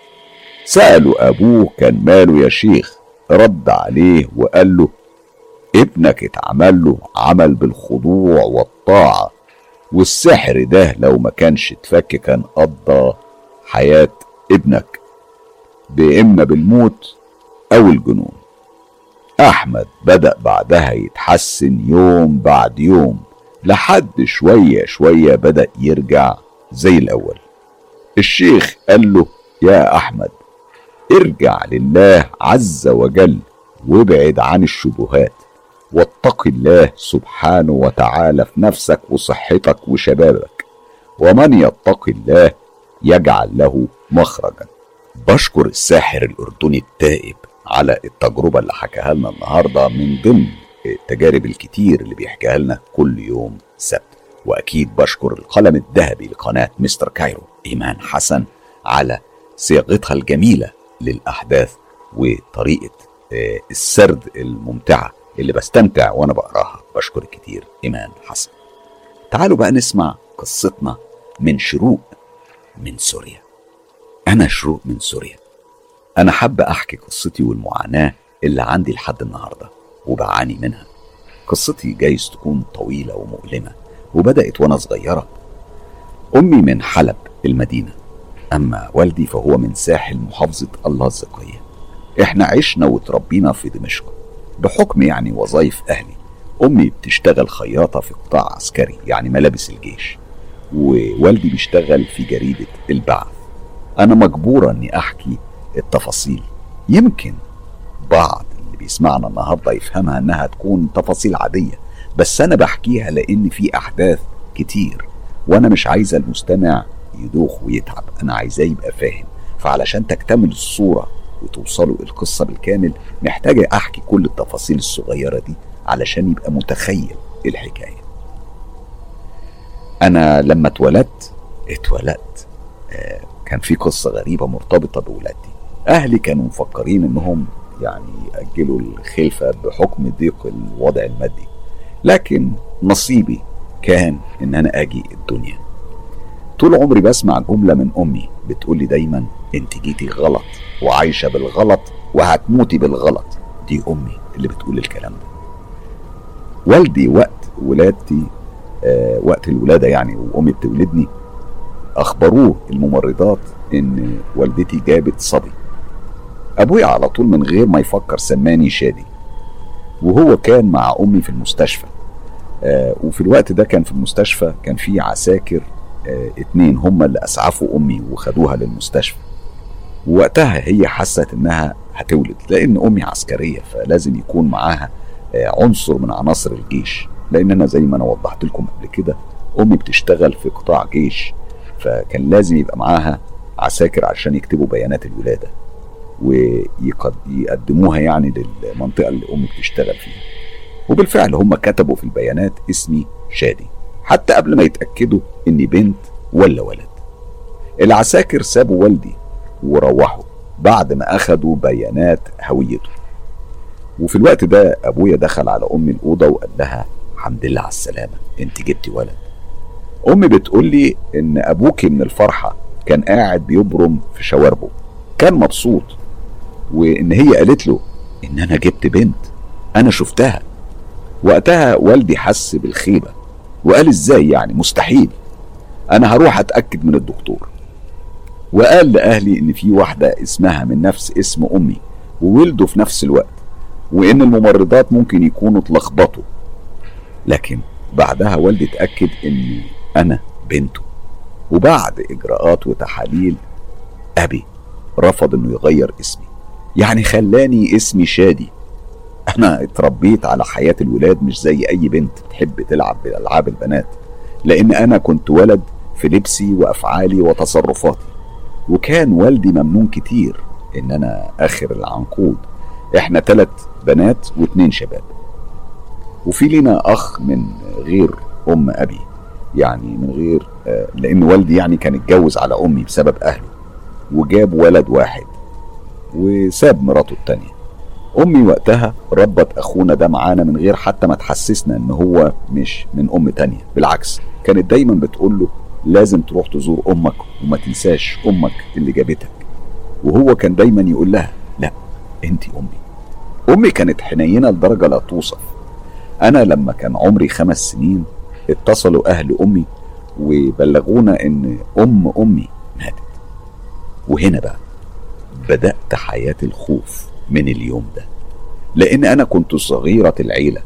سأله أبوه كان ماله يا شيخ، رد عليه وقال له ابنك اتعمل له عمل بالخضوع والطاعة، والسحر ده لو ما كانش اتفك كان قضى حياة ابنك بإما بالموت أو الجنون. أحمد بدأ بعدها يتحسن يوم بعد يوم لحد شوية شوية بدأ يرجع زي الأول. الشيخ قال له يا أحمد ارجع لله عز وجل وابعد عن الشبهات، واتق الله سبحانه وتعالى في نفسك وصحتك وشبابك، ومن يتق الله يجعل له مخرجا. بشكر الساحر الأردني التائب على التجربة اللي حكاها لنا النهاردة من ضمن التجارب الكتير اللي بيحكيها لنا كل يوم سبت. وأكيد بشكر القلم الذهبي لقناة مستر كايرو إيمان حسن على صياغتها الجميلة للأحداث وطريقة السرد الممتعة اللي بستمتع وأنا بقراها. بشكر كتير إيمان حسن. تعالوا بقى نسمع قصتنا من شروق من سوريا. أنا شروق من سوريا. أنا حابة أحكي قصتي والمعاناة اللي عندي لحد النهاردة وبعاني منها. قصتي جايز تكون طويلة ومؤلمة وبدأت وأنا صغيرة. أمي من حلب المدينة، أما والدي فهو من ساحل محافظة اللاذقية. إحنا عشنا وتربينا في دمشق بحكم يعني وظائف أهلي. أمي بتشتغل خياطة في قطاع عسكري يعني ملابس الجيش، ووالدي بيشتغل في جريدة البعث. أنا مجبورة أني أحكي التفاصيل، يمكن بعض اللي بيسمعنا النهاردة يفهمها أنها تكون تفاصيل عادية، بس أنا بحكيها لأن في أحداث كتير وأنا مش عايزة المستمع يدوخ ويتعب، أنا عايزاه يبقى فاهم. فعلشان تكتمل الصورة وتوصلوا القصة بالكامل محتاجة أحكي كل التفاصيل الصغيرة دي علشان يبقى متخيل الحكاية. أنا لما اتولدت اتولدت آه كان في قصة غريبة مرتبطة بولادي. أهلي كانوا مفكرين إنهم يعني يأجلوا الخلفة بحكم ضيق الوضع المادي، لكن نصيبي كان إن أنا أجي الدنيا. طول عمري بسمع جملة من أمي بتقولي دايما أنت جيتي غلط وعايشة بالغلط وهتموتي بالغلط. دي أمي اللي بتقول الكلام ده. والدي وقت ولادتي آه وقت الولادة يعني وأمي بتولدني أخبروه الممرضات إن والدتي جابت صبي. أبويا على طول من غير ما يفكر سماني شادي، وهو كان مع أمي في المستشفى. آه وفي الوقت ده كان في المستشفى كان في عساكر آه اتنين هم اللي أسعفوا أمي وخدوها للمستشفى. ووقتها هي حست إنها هتولد، لأن أمي عسكرية فلازم يكون معاها آه عنصر من عناصر الجيش، لأن أنا زي ما أنا وضحت لكم قبل كده أمي بتشتغل في قطاع جيش، فكان لازم يبقى معاها عساكر عشان يكتبوا بيانات الولادة ويقدموها يعني للمنطقة اللي أمي بتشتغل فيها. وبالفعل هم كتبوا في البيانات اسمي شادي حتى قبل ما يتأكدوا إني بنت ولا ولد. العساكر سابوا والدي وروحوا بعد ما أخدوا بيانات هويته. وفي الوقت ده أبويا دخل على أمي الأوضة وقال لها الحمد لله على السلامة، انت جبتي ولد. أمي بتقولي إن أبوكي من الفرحة كان قاعد بيبرم في شواربه، كان مبسوط، وإن هي قالت له إن أنا جبت بنت أنا شفتها. وقتها والدي حس بالخيبة وقال إزاي يعني، مستحيل، أنا هروح أتأكد من الدكتور. وقال لأهلي إن في واحدة اسمها من نفس اسم أمي وولدوا في نفس الوقت، وإن الممرضات ممكن يكونوا اتلخبطوا. لكن بعدها والدي اتأكد إن أنا بنته، وبعد إجراءات وتحاليل أبي رفض إنه يغير اسمي، يعني خلاني اسمي شادي. أنا اتربيت على حياة الولاد مش زي أي بنت تحب تلعب بألعاب البنات، لأن أنا كنت ولد في لبسي وأفعالي وتصرفاتي. وكان والدي ممنون كتير إن أنا آخر العنقود. إحنا ثلاث بنات واثنين شباب، وفي لنا أخ من غير أم أبي، يعني من غير آه لأن والدي يعني كان اتجوز على أمي بسبب أهله وجاب ولد واحد وساب مراته التانية. أمي وقتها ربت أخونا ده معانا من غير حتى ما تحسسنا إن هو مش من أم تانية، بالعكس كانت دايما بتقول له لازم تروح تزور أمك وما تنساش أمك اللي جابتك. وهو كان دايما يقول لها لا انتي أمي. أمي كانت حنينة لدرجة لا توصف. أنا لما كان عمري خمس سنين اتصلوا أهل أمي وبلغونا إن أم أمي ماتت. وهنا بقى بدأت حياة الخوف من اليوم ده، لأن أنا كنت صغيرة العيلة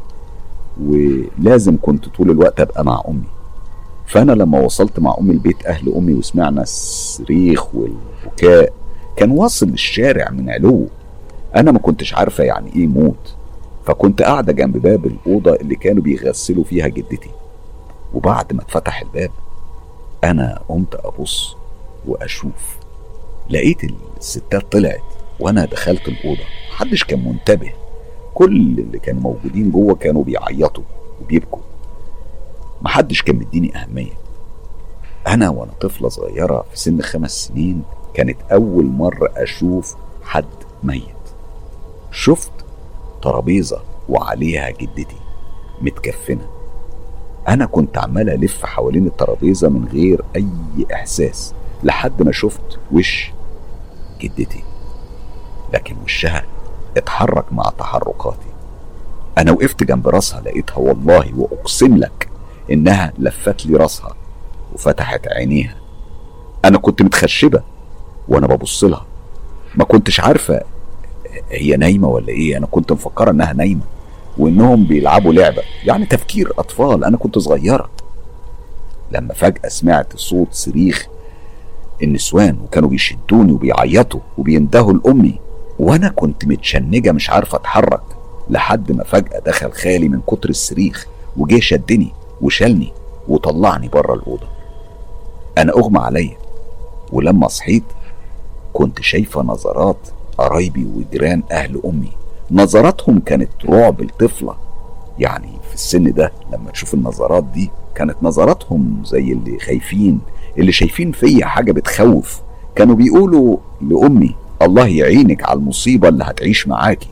ولازم كنت طول الوقت أبقى مع أمي. فأنا لما وصلت مع أمي البيت أهل أمي وسمعنا الصريخ والبكاء كان واصل للشارع من علو. أنا ما كنتش عارفة يعني إيه موت، فكنت قاعدة جنب باب الأوضة اللي كانوا بيغسلوا فيها جدتي. وبعد ما اتفتح الباب أنا قمت أبص وأشوف، لقيت الستات طلعت وأنا دخلت الأوضة. محدش كان منتبه، كل اللي كانوا موجودين جوه كانوا بيعيطوا وبيبكوا، محدش كان مديني أهمية. أنا وأنا طفلة صغيرة في سن خمس سنين كانت أول مرة أشوف حد ميت. شفت ترابيزة وعليها جدتي متكفنة. أنا كنت عمال ألف حوالين الترابيزة من غير أي إحساس لحد ما شفت وش جدتي، لكن وشها اتحرك مع تحركاتي. أنا وقفت جنب راسها لقيتها والله وأقسم لك إنها لفت لي راسها وفتحت عينيها. أنا كنت متخشبة وأنا ببص لها، ما كنتش عارفة هي نايمة ولا إيه. أنا كنت مفكرة إنها نايمة وإنهم بيلعبوا لعبة، يعني تفكير أطفال، أنا كنت صغيرة. لما فجأة سمعت صوت صريخ النسوان وكانوا بيشدوني وبيعيطوا وبيندهوا لأمي، وأنا كنت متشنجة مش عارفة أتحرك، لحد ما فجأة دخل خالي من كتر الصريخ وجه شدني وشالني وطلعني بره الأوضة. أنا أغمى عليا، ولما صحيت كنت شايفة نظرات قرايبي وجيران أهل أمي. نظراتهم كانت رعب الطفلة، يعني في السن ده لما تشوف النظرات دي كانت نظراتهم زي اللي خايفين، اللي شايفين فيا حاجة بتخوف. كانوا بيقولوا لأمي الله يعينك على المصيبة اللي هتعيش معاكي.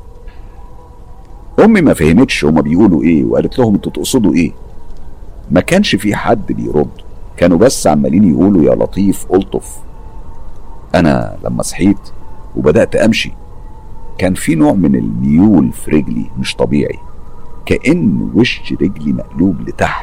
أمي ما فهمتش هما بيقولوا إيه وقالت لهم انتوا تقصدوا إيه. ما كانش في حد بيرد، كانوا بس عمالين يقولوا يا لطيف ألطف. أنا لما صحيت وبدأت أمشي كان في نوع من الميول في رجلي مش طبيعي، كأن وش رجلي مقلوب لتحت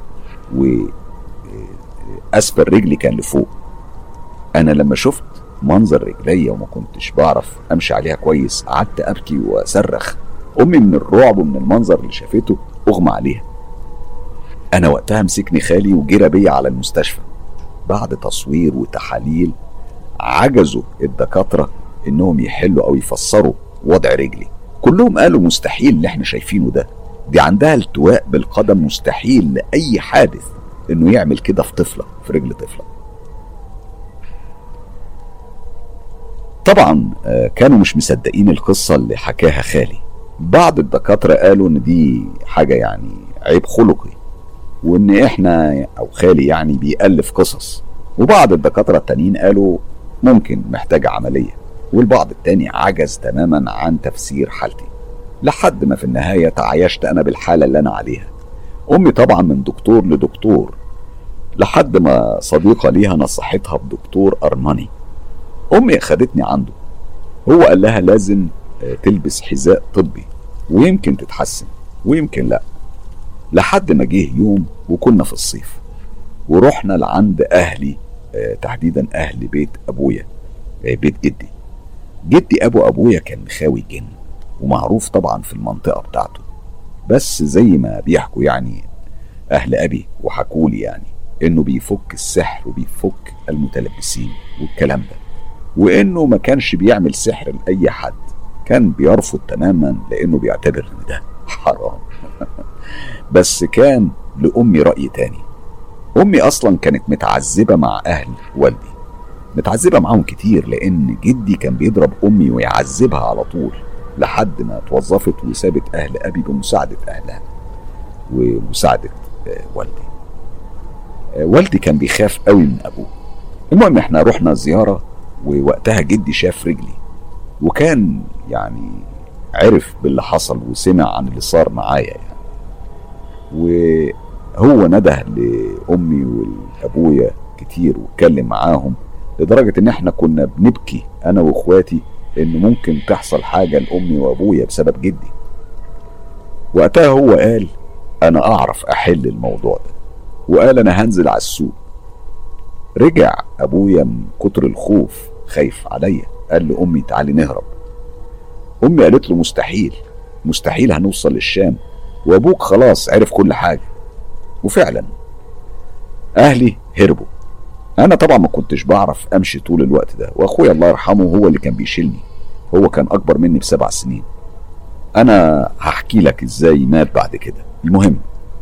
وأسفل رجلي كان لفوق. أنا لما شفت منظر رجلي وما كنتش بعرف أمشي عليها كويس قعدت أبكي وأصرخ. أمي من الرعب ومن المنظر اللي شافته أغمى عليها. أنا وقتها مسكني خالي وجرى بيا على المستشفى. بعد تصوير وتحاليل عجزوا الدكاترة إنهم يحلوا أو يفسروا وضع رجلي. كلهم قالوا مستحيل اللي احنا شايفينه ده، دي عندها التواء بالقدم، مستحيل لأي حادث إنه يعمل كده في طفلة، في رجل طفلة. طبعا كانوا مش مصدقين القصة اللي حكاها خالي. بعض الدكاترة قالوا إن دي حاجة يعني عيب خلقي، وإن إحنا أو خالي يعني بيألف قصص. وبعض الدكاترة التانيين قالوا ممكن محتاجة عملية، والبعض التاني عجز تماما عن تفسير حالتي. لحد ما في النهاية تعايشت أنا بالحالة اللي أنا عليها. أمي طبعا من دكتور لدكتور، لحد ما صديقة ليها نصحتها بدكتور أرماني. أمي أخدتني عنده، هو قال لها لازم تلبس حذاء طبي ويمكن تتحسن ويمكن لا. لحد ما جه يوم وكنا في الصيف ورحنا لعند أهلي، تحديدا أهل بيت أبويا، بيت جدي. جدي أبو أبويا كان مخاوي جن ومعروف طبعا في المنطقة بتاعته، بس زي ما بيحكوا يعني أهل أبي وحكولي يعني إنه بيفك السحر وبيفك المتلبسين والكلام ده، وإنه ما كانش بيعمل سحر لأي حد، كان بيرفض تماما لأنه بيعتبر إن ده حرام. بس كان لأمي رأي تاني. أمي أصلا كانت متعذبة مع أهل والدي، متعذبة معاهم كتير، لأن جدي كان بيضرب أمي ويعذبها على طول لحد ما توظفت وسابت أهل أبي بمساعدة أهلها ومساعدة والدي. والدي كان بيخاف قوي من أبوه. المهم احنا رحنا زيارة، ووقتها جدي شاف رجلي وكان يعني عرف باللي حصل وسمع عن اللي صار معايا يعني. وهو نده لأمي والأبويا كتير واتكلم معاهم لدرجة ان احنا كنا بنبكي انا واخواتي ان ممكن تحصل حاجة لأمي وأبويا بسبب جدي. وقتها هو قال انا اعرف احل الموضوع ده، وقال انا هنزل على السوق. رجع ابويا من كتر الخوف خايف عليا، قال لأمي تعالي نهرب. أمي قالت له مستحيل مستحيل هنوصل للشام، وابوك خلاص عرف كل حاجة. وفعلا اهلي هربوا. انا طبعا ما كنتش بعرف امشي طول الوقت ده، واخويا الله يرحمه هو اللي كان بيشيلني، هو كان اكبر مني بسبع سنين. انا هحكي لك ازاي مات بعد كده. المهم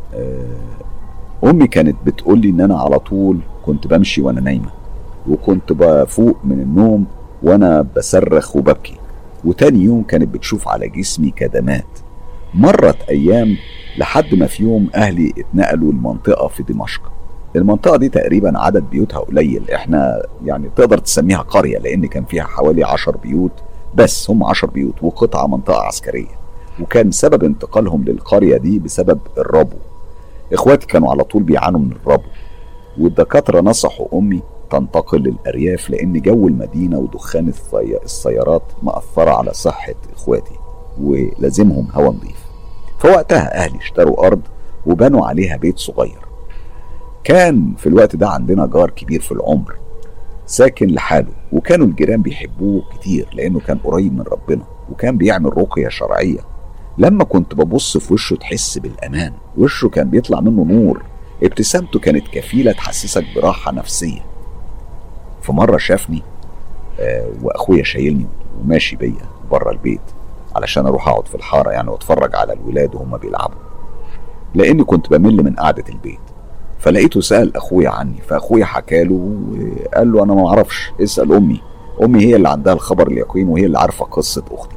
امي كانت بتقول لي ان انا على طول كنت بمشي وانا نايمه، وكنت بفوق من النوم وانا بصرخ وببكي، وتاني يوم كانت بتشوف على جسمي كدمات. مرت ايام لحد ما في يوم اهلي اتنقلوا المنطقه في دمشق. المنطقه دي تقريبا عدد بيوتها قليل، احنا يعني تقدر تسميها قريه لان كان فيها حوالي عشر بيوت بس، هم عشر بيوت وقطعه منطقه عسكريه. وكان سبب انتقالهم للقريه دي بسبب الربو. اخواتي كانوا على طول بيعانوا من الربو، والدكاتره نصحوا امي تنتقل للارياف لان جو المدينه ودخان السيارات مأثره على صحه اخواتي ولازمهم هوا نظيف. فوقتها اهلي اشتروا ارض وبنوا عليها بيت صغير. كان في الوقت ده عندنا جار كبير في العمر ساكن لحاله، وكانوا الجيران بيحبوه كتير لانه كان قريب من ربنا وكان بيعمل رقية شرعية. لما كنت ببص في وشه تحس بالامان، وشه كان بيطلع منه نور، ابتسامته كانت كفيلة تحسسك براحة نفسية. في مرة شافني آه واخويا شايلني وماشي بيا بره البيت علشان اروح اقعد في الحارة يعني واتفرج على الولاد وهم بيلعبوا، لاني كنت بمل من قعدة البيت. فلقيته سأل اخويا عني، فاخويا حكاله وقال له انا ما اعرفش، اسأل امي، امي هي اللي عندها الخبر اليقين وهي اللي عارفة قصة اختي.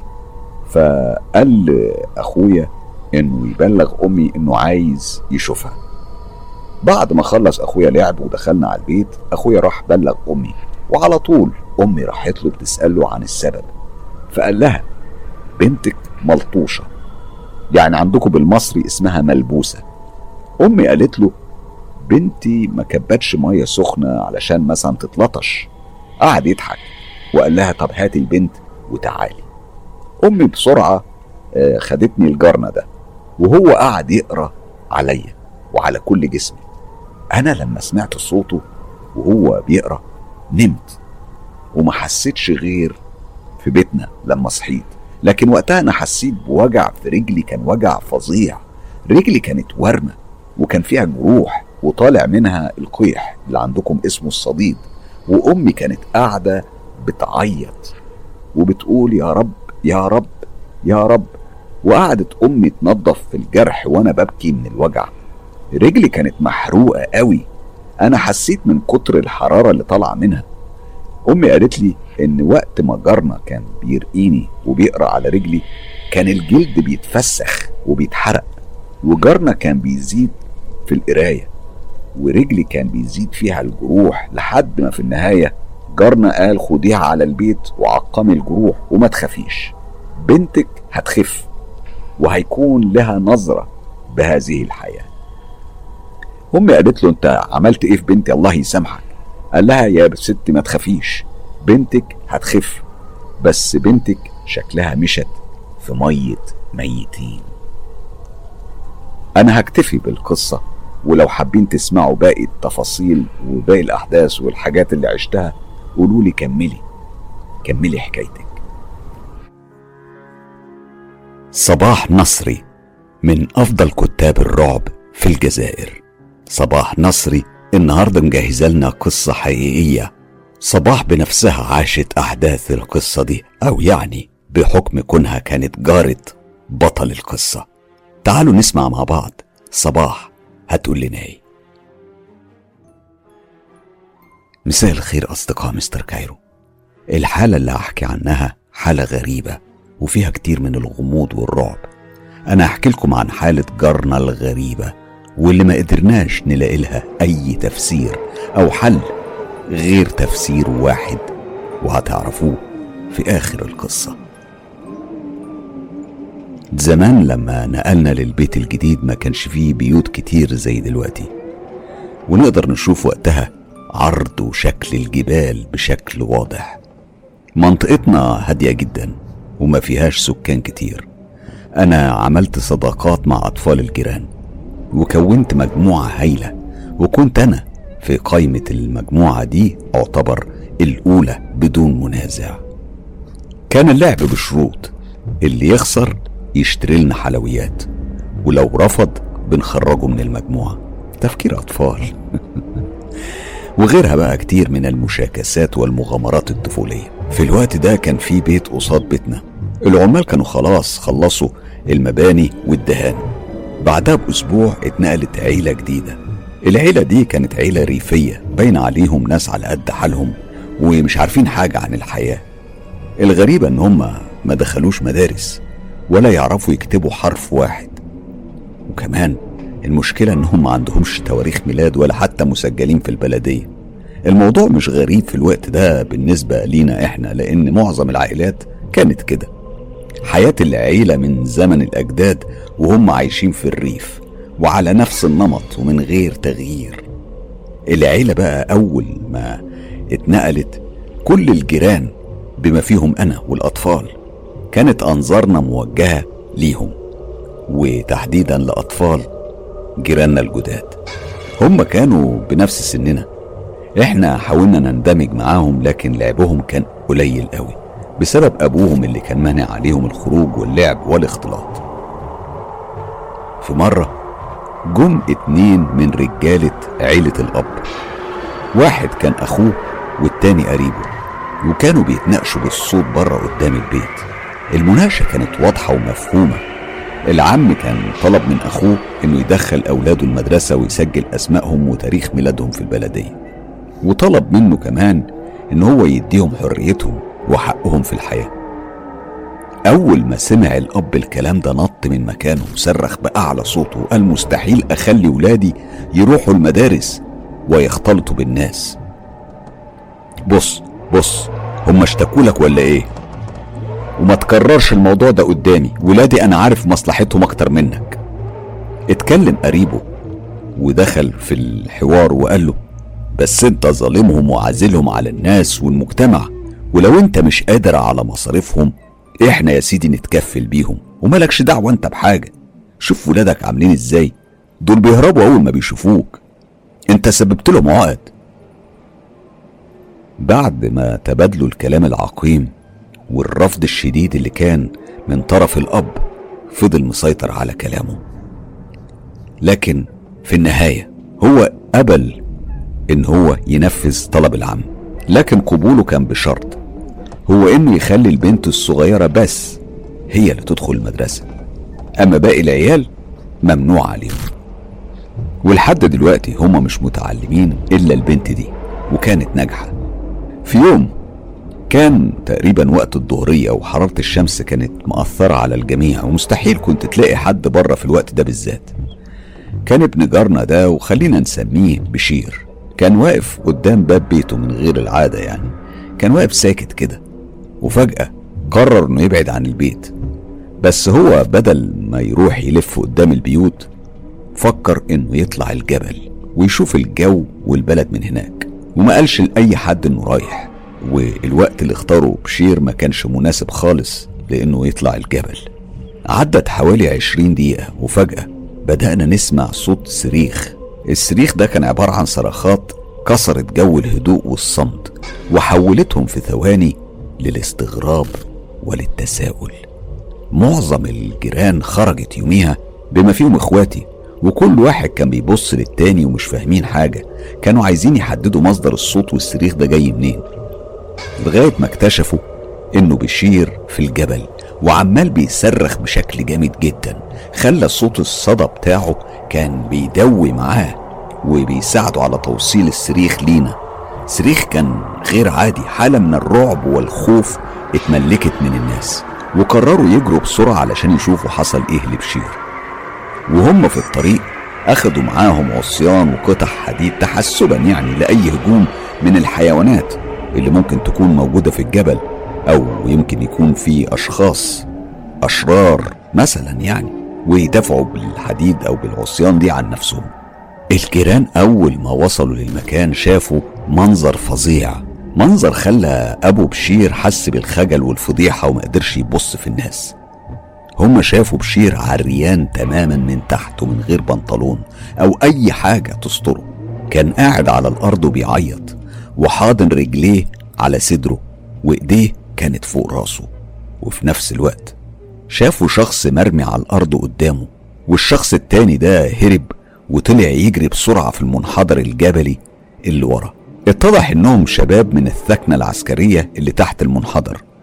فقال اخويا انه يبلغ امي انه عايز يشوفها. بعد ما خلص اخويا لعب ودخلنا على البيت، اخويا راح بلغ امي، وعلى طول امي راحت له بتسأله عن السبب. فقال لها بنتك ملطوشة، يعني عندكم بالمصري اسمها ملبوسة. امي قالت له بنتي ما كبتش مية سخنة علشان مثلا تتلطش. قعد يضحك وقال لها طب هاتي البنت وتعالي. امي بسرعة خدتني الجرنة ده وهو قعد يقرأ عليا وعلى كل جسمي. انا لما سمعت صوته وهو بيقرأ نمت وما حسيتش غير في بيتنا لما صحيت. لكن وقتها انا حسيت بوجع في رجلي، كان وجع فظيع. رجلي كانت ورمة وكان فيها جروح وطالع منها القيح اللي عندكم اسمه الصديد. وامي كانت قاعدة بتعيط وبتقول يا رب يا رب يا رب، وقعدت امي تنظف في الجرح وانا ببكي من الوجع. رجلي كانت محروقة قوي، انا حسيت من كتر الحرارة اللي طالعة منها. امي قالت لي ان وقت ما جارنا كان بيرقيني وبيقرأ على رجلي كان الجلد بيتفسخ وبيتحرق، وجارنا كان بيزيد في القراية ورجلي كان بيزيد فيها الجروح، لحد ما في النهاية جارنا قال خديها على البيت وعقمي الجروح وما تخافيش، بنتك هتخف وهيكون لها نظرة بهذه الحياة. امي قالت له انت عملت ايه في بنتي الله يسامحك؟ قال لها يا ست ما تخافيش، بنتك هتخف، بس بنتك شكلها مشت في مية ميتين. انا هكتفي بالقصة، ولو حابين تسمعوا باقي التفاصيل وباقي الاحداث والحاجات اللي عشتها قولوا لي كملي كملي حكايتك. صباح نصري من افضل كتاب الرعب في الجزائر. صباح نصري النهاردة مجهزة لنا قصة حقيقية. صباح بنفسها عاشت احداث القصة دي، او يعني بحكم كونها كانت جارة بطل القصة. تعالوا نسمع مع بعض صباح هتقول لنا ايه. مساء الخير اصدقاء مستر كايرو. الحالة اللي هحكي عنها حالة غريبة وفيها كتير من الغموض والرعب. انا هحكي لكم عن حالة جارنا الغريبة واللي ما قدرناش نلاقي لها اي تفسير او حل غير تفسير واحد، وهتعرفوه في اخر القصة. زمان لما نقلنا للبيت الجديد ما كانش فيه بيوت كتير زي دلوقتي، ونقدر نشوف وقتها عرض وشكل الجبال بشكل واضح. منطقتنا هادية جدا وما فيهاش سكان كتير. انا عملت صداقات مع اطفال الجيران وكونت مجموعة هايلة، وكنت انا في قائمة المجموعة دي اعتبر الاولى بدون منازع. كان اللعب بشروط، اللي يخسر يشتري لنا حلويات، ولو رفض بنخرجه من المجموعة. تفكير اطفال. وغيرها بقى كتير من المشاكسات والمغامرات الطفولية. في الوقت ده كان في بيت قصاد بيتنا العمال كانوا خلاص خلصوا المباني والدهان. بعدها بأسبوع اتنقلت عيلة جديدة. العيلة دي كانت عيلة ريفية، باين عليهم ناس على قد حالهم ومش عارفين حاجة عن الحياة. الغريبة ان هم ما دخلوش مدارس ولا يعرفوا يكتبوا حرف واحد، وكمان المشكلة ان هم ما عندهمش تواريخ ميلاد ولا حتى مسجلين في البلدية. الموضوع مش غريب في الوقت ده بالنسبة لينا احنا، لان معظم العائلات كانت كده، حياة العيلة من زمن الأجداد وهم عايشين في الريف وعلى نفس النمط ومن غير تغيير. العيلة بقى أول ما اتنقلت كل الجيران بما فيهم أنا والأطفال كانت أنظارنا موجهة ليهم، وتحديدا لأطفال جيراننا الجداد. هم كانوا بنفس سننا، احنا حاولنا نندمج معاهم لكن لعبهم كان قليل قوي بسبب أبوهم اللي كان مانع عليهم الخروج واللعب والاختلاط. في مرة جم اتنين من رجالة عيلة الأب، واحد كان أخوه والتاني قريبه، وكانوا بيتناقشوا بالصوت بره قدام البيت. المناقشة كانت واضحة ومفهومة. العم كان طلب من أخوه إنه يدخل أولاده المدرسة ويسجل أسمائهم وتاريخ ميلادهم في البلدية، وطلب منه كمان إن هو يديهم حريتهم وحقهم في الحياة. أول ما سمع الأب الكلام ده نط من مكانه وصرخ بأعلى صوته وقال مستحيل أخلي ولادي يروحوا المدارس ويختلطوا بالناس. بص بص هم اشتكوا لك ولا ايه؟ وما تكررش الموضوع ده قدامي، ولادي أنا عارف مصلحتهم أكتر منك. اتكلم قريبه ودخل في الحوار وقال له بس انت ظالمهم وعازلهم على الناس والمجتمع، ولو انت مش قادر على مصاريفهم احنا يا سيدي نتكفل بيهم ومالكش دعوة انت بحاجة. شوف ولادك عاملين ازاي، دول بيهربوا اول ما بيشوفوك، انت سببت لهم عقد. بعد ما تبادلوا الكلام العقيم والرفض الشديد اللي كان من طرف الاب، فضل مسيطر على كلامه، لكن في النهاية هو قبل ان هو ينفذ طلب العم، لكن قبوله كان بشرط، هو انه يخلي البنت الصغيرة بس هي اللي تدخل المدرسة، اما باقي العيال ممنوع عليهم. ولحد دلوقتي هما مش متعلمين الا البنت دي، وكانت ناجحة. في يوم كان تقريبا وقت الظهرية وحرارة الشمس كانت مأثرة على الجميع، ومستحيل كنت تلاقي حد بره في الوقت ده بالذات. كان ابن جارنا ده وخلينا نسميه بشير كان واقف قدام باب بيته من غير العادة، يعني كان واقف ساكت كده، وفجأة قرر انه يبعد عن البيت. بس هو بدل ما يروح يلف قدام البيوت فكر انه يطلع الجبل ويشوف الجو والبلد من هناك، وما قالش لأي حد انه رايح. والوقت اللي اختاره بشير ما كانش مناسب خالص لانه يطلع الجبل. عدت حوالي عشرين دقيقة وفجأة بدأنا نسمع صوت صريخ. الصريخ ده كان عبارة عن صرخات كسرت جو الهدوء والصمت وحولتهم في ثواني للاستغراب وللتساؤل. معظم الجيران خرجت يوميها بما فيهم اخواتي، وكل واحد كان بيبص للتاني ومش فاهمين حاجة، كانوا عايزين يحددوا مصدر الصوت والصريخ ده جاي منين، لغاية ما اكتشفوا انه بشير في الجبل وعمال بيصرخ بشكل جامد جدا، خلى صوت الصدى بتاعه كان بيدوي معاه وبيساعده على توصيل الصريخ لينا. صريخ كان غير عادي، حالة من الرعب والخوف اتملكت من الناس، وقرروا يجروا بسرعة علشان يشوفوا حصل ايه لبشير. وهم في الطريق اخدوا معاهم عصيان وقطع حديد تحسبا يعني لأي هجوم من الحيوانات اللي ممكن تكون موجودة في الجبل، او يمكن يكون في اشخاص اشرار مثلا يعني، ويدافعوا بالحديد او بالعصيان دي عن نفسهم. الجيران اول ما وصلوا للمكان شافوا منظر فظيع، منظر خلى ابو بشير حس بالخجل والفضيحة وما قدرش يبص في الناس. هم شافوا بشير عريان تماما من تحت ومن غير بنطلون او اي حاجة تستره، كان قاعد على الارض وبيعيط وحاضن رجليه على صدره وايديه كانت فوق راسه. وفي نفس الوقت شافوا شخص مرمي على الارض قدامه، والشخص التاني ده هرب وطلع يجري بسرعة في المنحدر الجبلي اللي ورا. اتضح انهم شباب من الثكنة العسكرية اللي تحت المنحدر،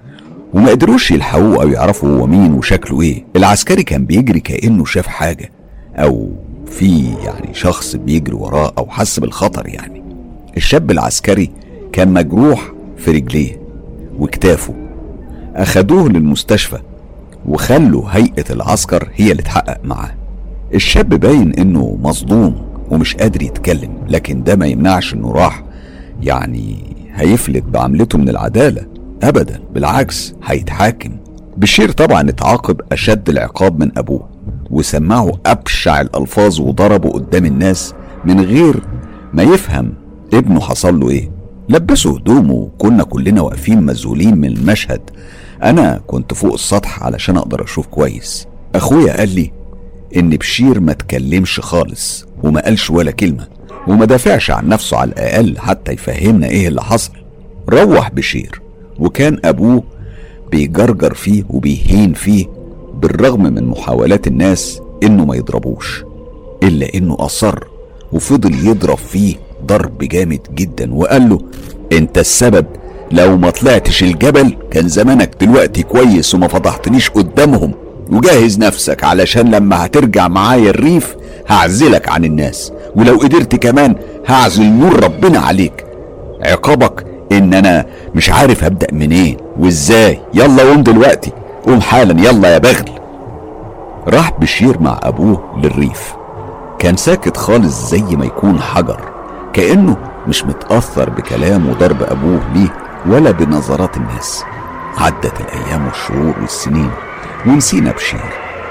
وما قدروش يلحقوه او يعرفوا هو مين وشكله ايه. العسكري كان بيجري كأنه شاف حاجة او في يعني شخص بيجري وراه او حس بالخطر يعني. الشاب العسكري كان مجروح في رجليه وكتافه. اخدوه للمستشفى وخلوا هيئة العسكر هي اللي تحقق معاه. الشاب باين انه مصدوم ومش قادر يتكلم، لكن ده ما يمنعش انه راح يعني هيفلت بعملته من العدالة ابدا، بالعكس هيتحاكم. بشير طبعا اتعاقب اشد العقاب من ابوه وسمعه ابشع الالفاظ وضربه قدام الناس من غير ما يفهم ابنه حصل له ايه. لبسه هدومه وكنا كلنا واقفين مذهولين من المشهد. انا كنت فوق السطح علشان اقدر اشوف كويس. اخويا قال لي ان بشير ما تكلمش خالص وما قالش ولا كلمة وما دافعش عن نفسه على الاقل حتى يفهمنا ايه اللي حصل. روح بشير وكان ابوه بيجرجر فيه وبيهين فيه بالرغم من محاولات الناس انه ما يضربوش، الا انه اصر وفضل يضرب فيه ضرب جامد جدا وقال له انت السبب، لو ما طلعتش الجبل كان زمانك دلوقتي كويس وما فضحتنيش قدامهم، وجهز نفسك علشان لما هترجع معايا الريف هعزلك عن الناس، ولو قدرت كمان هعزل نور ربنا عليك. عقابك ان انا مش عارف هبدأ منين وازاي. يلا قوم دلوقتي، قوم حالا يلا يا بغل. راح بشير مع ابوه للريف. كان ساكت خالص زي ما يكون حجر، كأنه مش متأثر بكلام وضرب ابوه ليه ولا بنظرات الناس. عدت الايام والشهور والسنين ونسينا بشير.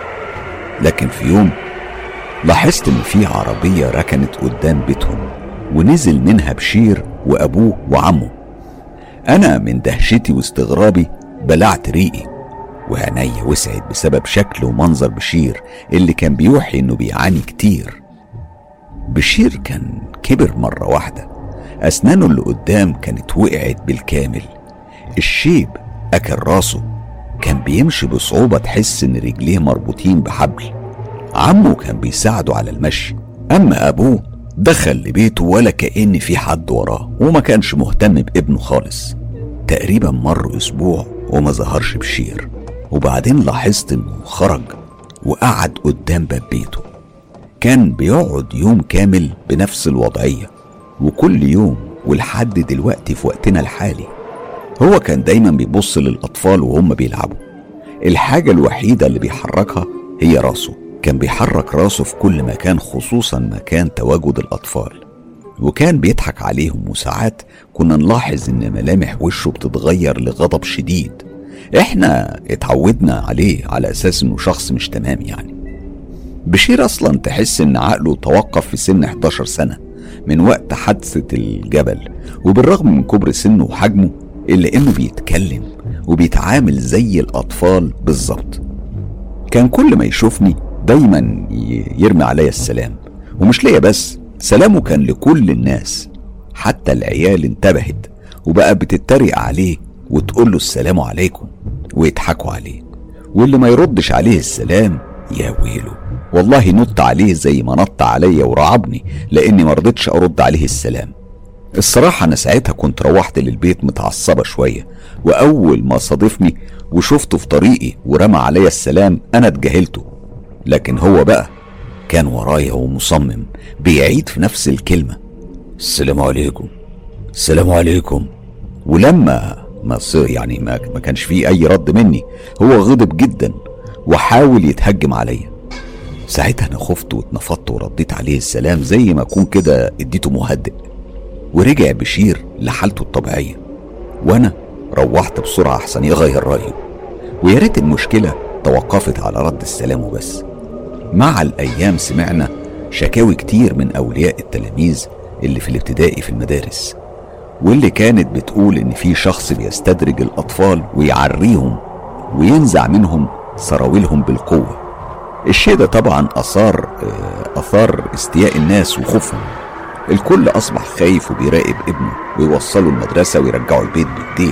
لكن في يوم لاحظت ان في عربية ركنت قدام بيتهم ونزل منها بشير وابوه وعمه. انا من دهشتي واستغرابي بلعت ريقي وعيني وسعت بسبب شكل ومنظر بشير اللي كان بيوحي انه بيعاني كتير. بشير كان كبر مرة واحدة، اسنانه اللي قدام كانت وقعت بالكامل، الشيب اكل راسه، كان بيمشي بصعوبة تحس ان رجليه مربوطين بحبل. عمه كان بيساعده على المشي، اما ابوه دخل لبيته ولا كأن في حد وراه وما كانش مهتم بابنه خالص. تقريبا مر اسبوع وما ظهرش بشير، وبعدين لاحظت انه خرج وقعد قدام باب بيته. كان بيقعد يوم كامل بنفس الوضعية، وكل يوم ولحد دلوقتي في وقتنا الحالي هو كان دايما بيبص للأطفال وهم بيلعبوا. الحاجة الوحيدة اللي بيحركها هي راسه. كان بيحرك راسه في كل مكان، خصوصا مكان تواجد الأطفال، وكان بيضحك عليهم. وساعات كنا نلاحظ ان ملامح وشه بتتغير لغضب شديد. احنا اتعودنا عليه على اساس انه شخص مش تمام يعني. بشير اصلا تحس ان عقله توقف في سن احداشر سنة من وقت حادثة الجبل، وبالرغم من كبر سنه وحجمه الا انه بيتكلم وبيتعامل زي الاطفال بالظبط. كان كل ما يشوفني دايما يرمي عليا السلام، ومش ليا بس، سلامه كان لكل الناس. حتى العيال انتبهت وبقى بتتريق عليه وتقول له السلام عليكم ويضحكوا عليه، واللي ما يردش عليه السلام يا ويله، والله نط عليه زي ما نط عليا ورعبني لاني ما رضيتش ارد عليه السلام. الصراحة انا ساعتها كنت روحت للبيت متعصبة شوية، واول ما صادفني وشفته في طريقي ورمى عليا السلام انا اتجاهلته، لكن هو بقى كان ورايا ومصمم بيعيد في نفس الكلمة السلام عليكم السلام عليكم. ولما ما يعني ما كانش فيه اي رد مني هو غضب جدا وحاول يتهجم عليا. ساعتها انا خفت واتنفضت ورديت عليه السلام زي ما اكون كده اديته مهدئ، ورجع بشير لحالته الطبيعية، وانا روحت بسرعة احسن يغير رأيه. ويا ريت المشكلة توقفت على رد السلام وبس. مع الايام سمعنا شكاوي كتير من اولياء التلاميذ اللي في الابتدائي في المدارس، واللي كانت بتقول ان في شخص بيستدرج الاطفال ويعريهم وينزع منهم سراويلهم بالقوة. الشيء ده طبعا اثار اثار استياء الناس وخوفهم. الكل اصبح خايف وبيراقب ابنه ويوصله المدرسة ويرجعه البيت بايديه.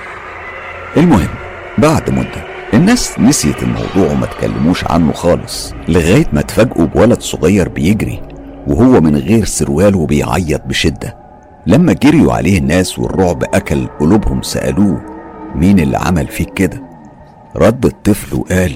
المهم بعد مدة الناس نسيت الموضوع وما تكلموش عنه خالص، لغاية ما اتفاجئوا بولد صغير بيجري وهو من غير سروال وبيعيط بشدة. لما جريوا عليه الناس والرعب اكل قلوبهم سألوه مين اللي عمل فيك كده؟ رد الطفل وقال: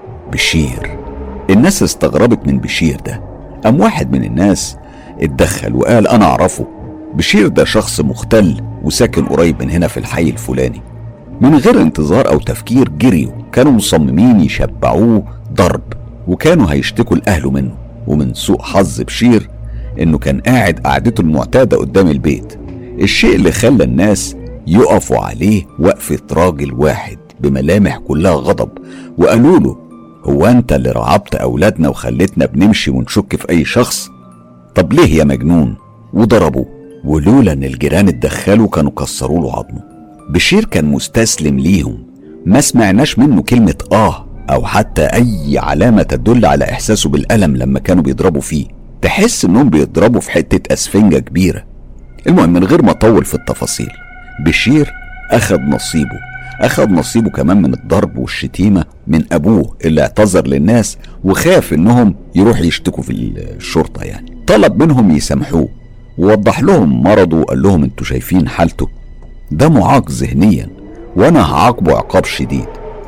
بشير. الناس استغربت من بشير ده. قام واحد من الناس اتدخل وقال: انا اعرفه، بشير ده شخص مختل وساكن قريب من هنا في الحي الفلاني. من غير انتظار او تفكير جريوا، كانوا مصممين يشبعوه ضرب، وكانوا هيشتكوا لاهله منه. ومن سوء حظ بشير انه كان قاعد قعدته المعتاده قدام البيت، الشيء اللي خلى الناس يقفوا عليه وقفه راجل واحد بملامح كلها غضب، وقالوا له: هو انت اللي رعبت اولادنا وخلتنا بنمشي ونشك في اي شخص؟ طب ليه يا مجنون؟ وضربوه، ولولا ان الجيران اتدخلوا كانوا كسروا له عظمه. بشير كان مستسلم ليهم، ما سمعناش منه كلمه اه او حتى اي علامه تدل على احساسه بالالم لما كانوا بيضربوا فيه. تحس انهم بيضربوا في حته اسفنجه كبيره. المهم من غير ما اطول في التفاصيل، بشير اخد نصيبه اخد نصيبه كمان من الضرب والشتيمه من ابوه اللي اعتذر للناس وخاف انهم يروح يشتكوا في الشرطه. يعني طلب منهم يسامحوه ووضح لهم مرضه وقال لهم: انتوا شايفين حالته ده معاق ذهنيا وانا هعاقبه عقاب شديد.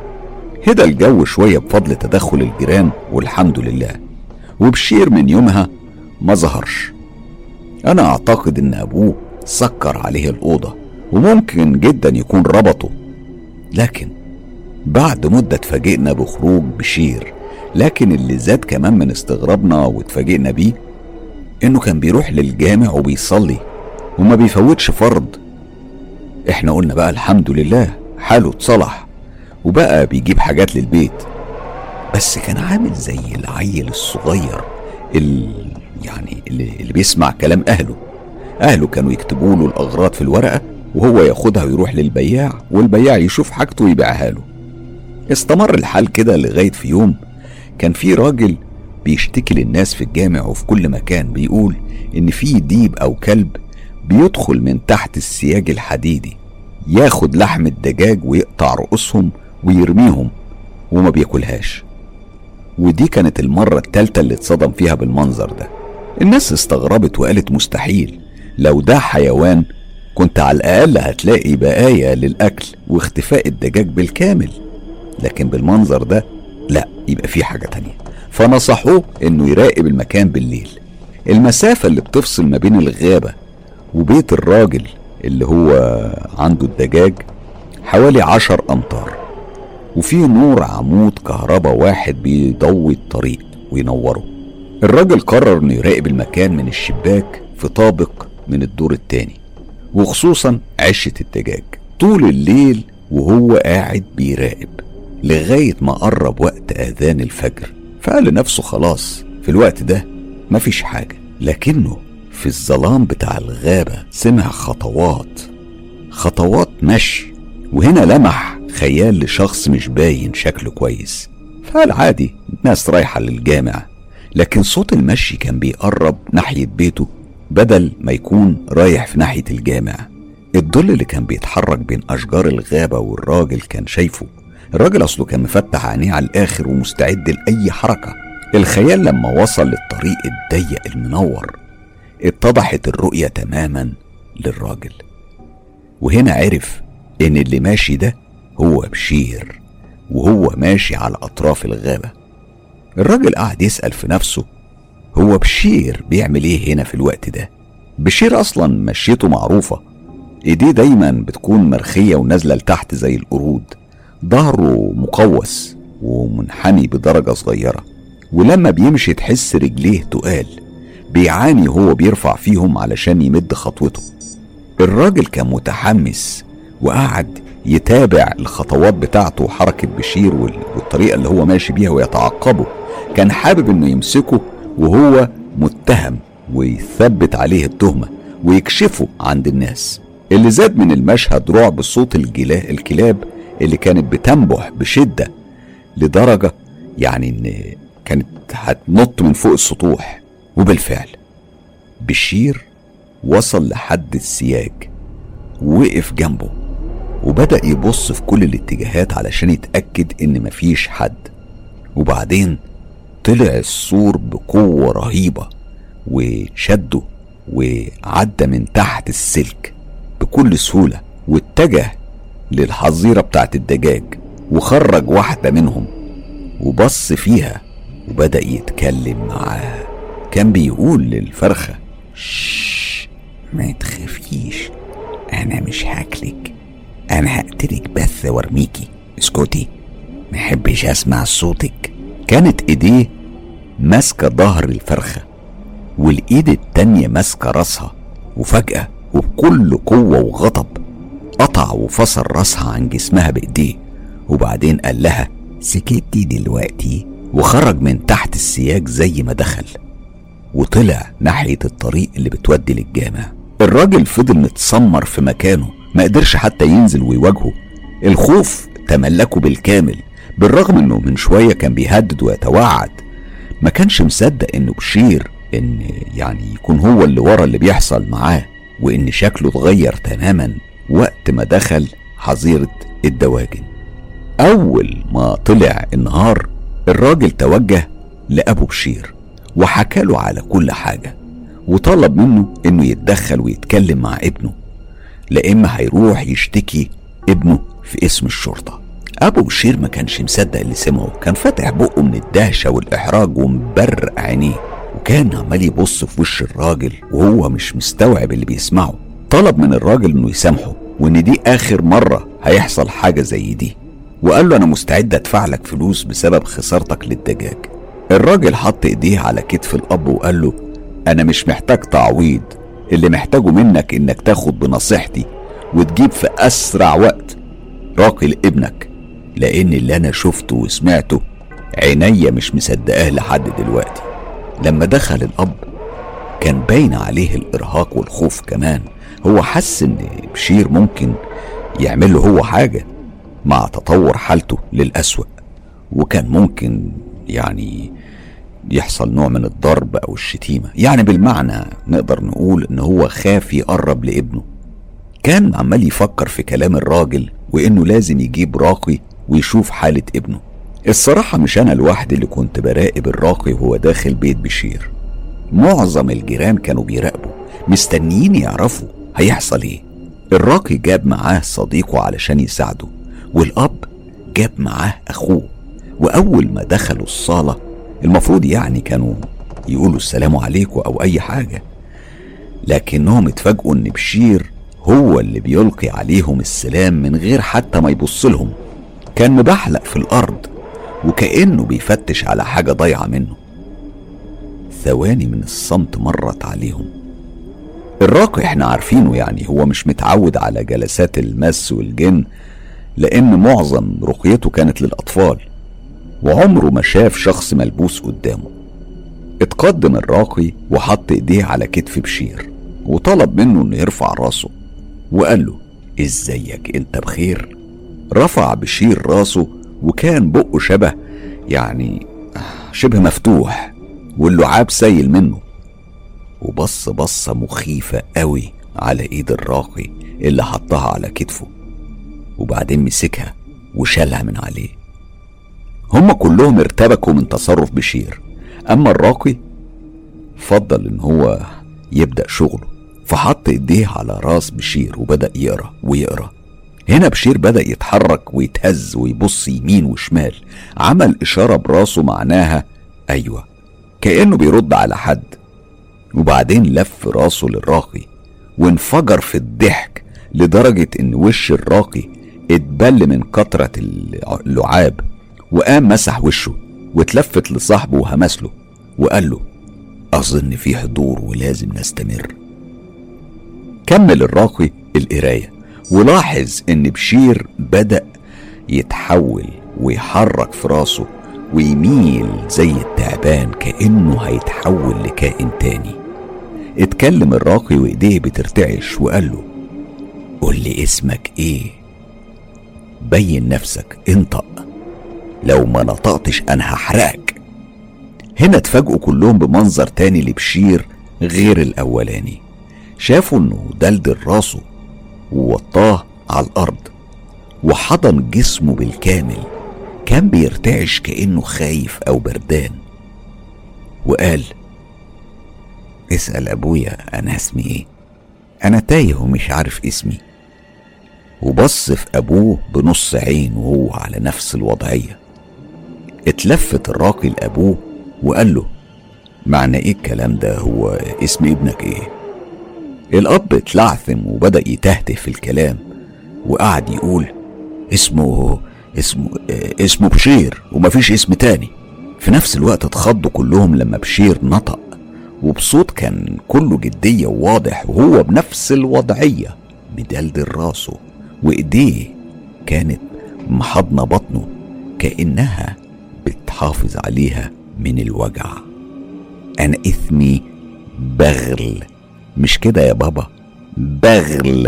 هدى الجو شويه بفضل تدخل الجيران والحمد لله، وبشير من يومها ما ظهرش. انا اعتقد ان ابوه سكر عليه الاوضه وممكن جدا يكون ربطه، لكن بعد مده اتفاجئنا بخروج بشير. لكن اللي زاد كمان من استغرابنا واتفاجئنا بيه انه كان بيروح للجامع وبيصلي وما بيفوتش فرض. احنا قلنا بقى الحمد لله حاله اتصلح وبقى بيجيب حاجات للبيت، بس كان عامل زي العيل الصغير اللي يعني اللي, اللي بيسمع كلام اهله. اهله كانوا يكتبوا له الاغراض في الورقه وهو ياخدها ويروح للبياع، والبياع يشوف حاجته ويبيعها له. استمر الحال كده لغايه في يوم كان في راجل بيشتكي للناس في الجامع وفي كل مكان، بيقول ان في ديب او كلب بيدخل من تحت السياج الحديدي ياخد لحم الدجاج ويقطع رؤوسهم ويرميهم وما بياكلهاش. ودي كانت المرة التالتة اللي اتصدم فيها بالمنظر ده. الناس استغربت وقالت: مستحيل، لو ده حيوان كنت على الأقل هتلاقي بقايا للأكل واختفاء الدجاج بالكامل، لكن بالمنظر ده لا، يبقى في حاجة تانية. فنصحوه انه يراقب المكان بالليل. المسافة اللي بتفصل ما بين الغابة وبيت الراجل اللي هو عنده الدجاج حوالي عشر امتار، وفي نور عمود كهرباء واحد بيضوي الطريق وينوره. الراجل قرر انه يراقب المكان من الشباك في طابق من الدور التاني، وخصوصا عشة الدجاج طول الليل وهو قاعد بيراقب لغاية ما قرب وقت اذان الفجر. فقال لنفسه: خلاص في الوقت ده مفيش حاجة. لكنه في الظلام بتاع الغابة سمع خطوات خطوات مشي، وهنا لمح خيال لشخص مش باين شكله كويس. فقال عادي، ناس رايحة للجامع. لكن صوت المشي كان بيقرب ناحية بيته بدل ما يكون رايح في ناحية الجامع. الظل اللي كان بيتحرك بين أشجار الغابة والراجل كان شايفه. الراجل أصله كان مفتح عينيه على الآخر ومستعد لأي حركة. الخيال لما وصل للطريق الضيق المنور اتضحت الرؤية تماما للراجل، وهنا عرف ان اللي ماشي ده هو بشير وهو ماشي على اطراف الغابة. الراجل قعد يسأل في نفسه: هو بشير بيعمل ايه هنا في الوقت ده؟ بشير اصلا مشيته معروفة، ايديه دايما بتكون مرخية ونازلة لتحت زي القرود، ظهره مقوس ومنحني بدرجة صغيرة، ولما بيمشي تحس رجليه تقال، بيعاني هو بيرفع فيهم علشان يمد خطوته. الراجل كان متحمس وقعد يتابع الخطوات بتاعته وحركة بشير والطريقة اللي هو ماشي بيها ويتعقبه. كان حابب انه يمسكه وهو متهم ويثبت عليه التهمة ويكشفه عند الناس. اللي زاد من المشهد رعب صوت الكلاب اللي كانت بتنبح بشدة لدرجة يعني ان كانت هتنط من فوق السطوح. وبالفعل بشير وصل لحد السياج ووقف جنبه وبدأ يبص في كل الاتجاهات علشان يتأكد ان مفيش حد. وبعدين طلع السور بقوة رهيبة وشده وعدى من تحت السلك بكل سهولة واتجه للحظيرة بتاعت الدجاج وخرج واحدة منهم وبص فيها وبدأ يتكلم معاها. كان بيقول للفرخة: شش، ما تخافيش، انا مش هاكلك، انا هقتلك بس وارميكي، اسكتي، محبش اسمع صوتك. كانت ايديه ماسكة ظهر الفرخة والايد التانية ماسكة راسها، وفجأة وبكل قوة وغضب قطع وفصل راسها عن جسمها بايديه، وبعدين قال لها: سكتي دلوقتي. وخرج من تحت السياج زي ما دخل وطلع ناحية الطريق اللي بتودي للجامع. الراجل فضل متسمر في مكانه، ما قدرش حتى ينزل ويواجهه. الخوف تملكه بالكامل، بالرغم انه من شوية كان بيهدد ويتوعد. ما كانش مصدق انه بشير ان يعني يكون هو اللي ورا اللي بيحصل معاه، وان شكله اتغير تماما وقت ما دخل حظيرة الدواجن. اول ما طلع النهار الراجل توجه لابو بشير وحكاله على كل حاجة، وطلب منه انه يتدخل ويتكلم مع ابنه، لإما هيروح يشتكي ابنه في اسم الشرطة. ابو بشير ما كانش مصدق اللي سمعه، كان فاتح بقه من الدهشة والاحراج ومبرق عينيه، وكان عمال يبص في وش الراجل وهو مش مستوعب اللي بيسمعه. طلب من الراجل انه يسامحه وان دي اخر مرة هيحصل حاجة زي دي، وقال له: انا مستعد ادفع لك فلوس بسبب خسارتك للدجاج. الراجل حط ايديه على كتف الاب وقال له: انا مش محتاج تعويض، اللي محتاجه منك انك تاخد بنصيحتي وتجيب في اسرع وقت راقي لابنك، لان اللي انا شفته وسمعته عينيا مش مصدقاه لحد دلوقتي. لما دخل الاب كان باين عليه الارهاق والخوف كمان، هو حس ان بشير ممكن يعمل له هو حاجة مع تطور حالته للأسوأ، وكان ممكن يعني يحصل نوع من الضرب او الشتيمة. يعني بالمعنى نقدر نقول ان هو خاف يقرب لابنه. كان عمال يفكر في كلام الراجل وانه لازم يجيب راقي ويشوف حالة ابنه. الصراحة مش انا الواحد اللي كنت براقب الراقي وهو داخل بيت بشير، معظم الجيران كانوا بيراقبوا مستنيين يعرفوا هيحصل ايه. الراقي جاب معاه صديقه علشان يساعده، والاب جاب معاه اخوه. واول ما دخلوا الصالة المفروض يعني كانوا يقولوا السلام عليكم او اي حاجة، لكنهم اتفاجئوا ان بشير هو اللي بيلقي عليهم السلام من غير حتى ما يبص لهم. كان مبحلق في الارض وكأنه بيفتش على حاجة ضايعة منه. ثواني من الصمت مرت عليهم. الراقي احنا عارفينه، يعني هو مش متعود على جلسات المس والجن، لان معظم رقيته كانت للاطفال وعمره ما شاف شخص ملبوس قدامه. اتقدم الراقي وحط ايديه على كتف بشير وطلب منه انه يرفع راسه وقال له: ازيك، انت بخير؟ رفع بشير راسه وكان بقه شبه يعني شبه مفتوح واللعاب سايل منه، وبص بصة مخيفة قوي على ايد الراقي اللي حطها على كتفه، وبعدين مسكها وشالها من عليه. هم كلهم ارتبكوا من تصرف بشير، اما الراقي فضل ان هو يبدأ شغله، فحط ايديه على راس بشير وبدأ يقرأ ويقرأ. هنا بشير بدأ يتحرك ويتهز ويبص يمين وشمال، عمل اشارة براسه معناها ايوه، كأنه بيرد على حد، وبعدين لف راسه للراقي وانفجر في الضحك لدرجة ان وش الراقي اتبل من كترة اللعاب، وقام مسح وشه واتلفت لصاحبه وهمسله وقال له: اظن في حضور ولازم نستمر. كمل الراقي القراية ولاحظ ان بشير بدأ يتحول ويحرك في راسه ويميل زي التعبان كأنه هيتحول لكائن تاني. اتكلم الراقي وايديه بترتعش وقال له: قول لي اسمك ايه؟ بين نفسك، انطق، لو ما نطقتش انا هحرقك. هنا اتفاجئوا كلهم بمنظر تاني لبشير غير الاولاني. شافوا انه دلدل راسه ووطاه على الارض وحضن جسمه بالكامل، كان بيرتعش كأنه خايف او بردان، وقال: اسأل ابويا انا اسمي ايه، انا تايه ومش عارف اسمي. وبص في أبوه بنص عين وهو على نفس الوضعية. اتلفت الراقي لأبوه وقال له: معنى ايه الكلام ده؟ هو اسم ابنك ايه؟ الأب اتلعثم وبدأ يتهته في الكلام وقعد يقول: اسمه اسمه اسمه بشير ومفيش اسم تاني. في نفس الوقت اتخضوا كلهم لما بشير نطق وبصوت كان كله جدية وواضح، وهو بنفس الوضعية مدلدل راسه وايديه كانت محضنة بطنه كأنها بتحافظ عليها من الوجع. أنا اسمي بغل. مش كده يا بابا؟ بغل.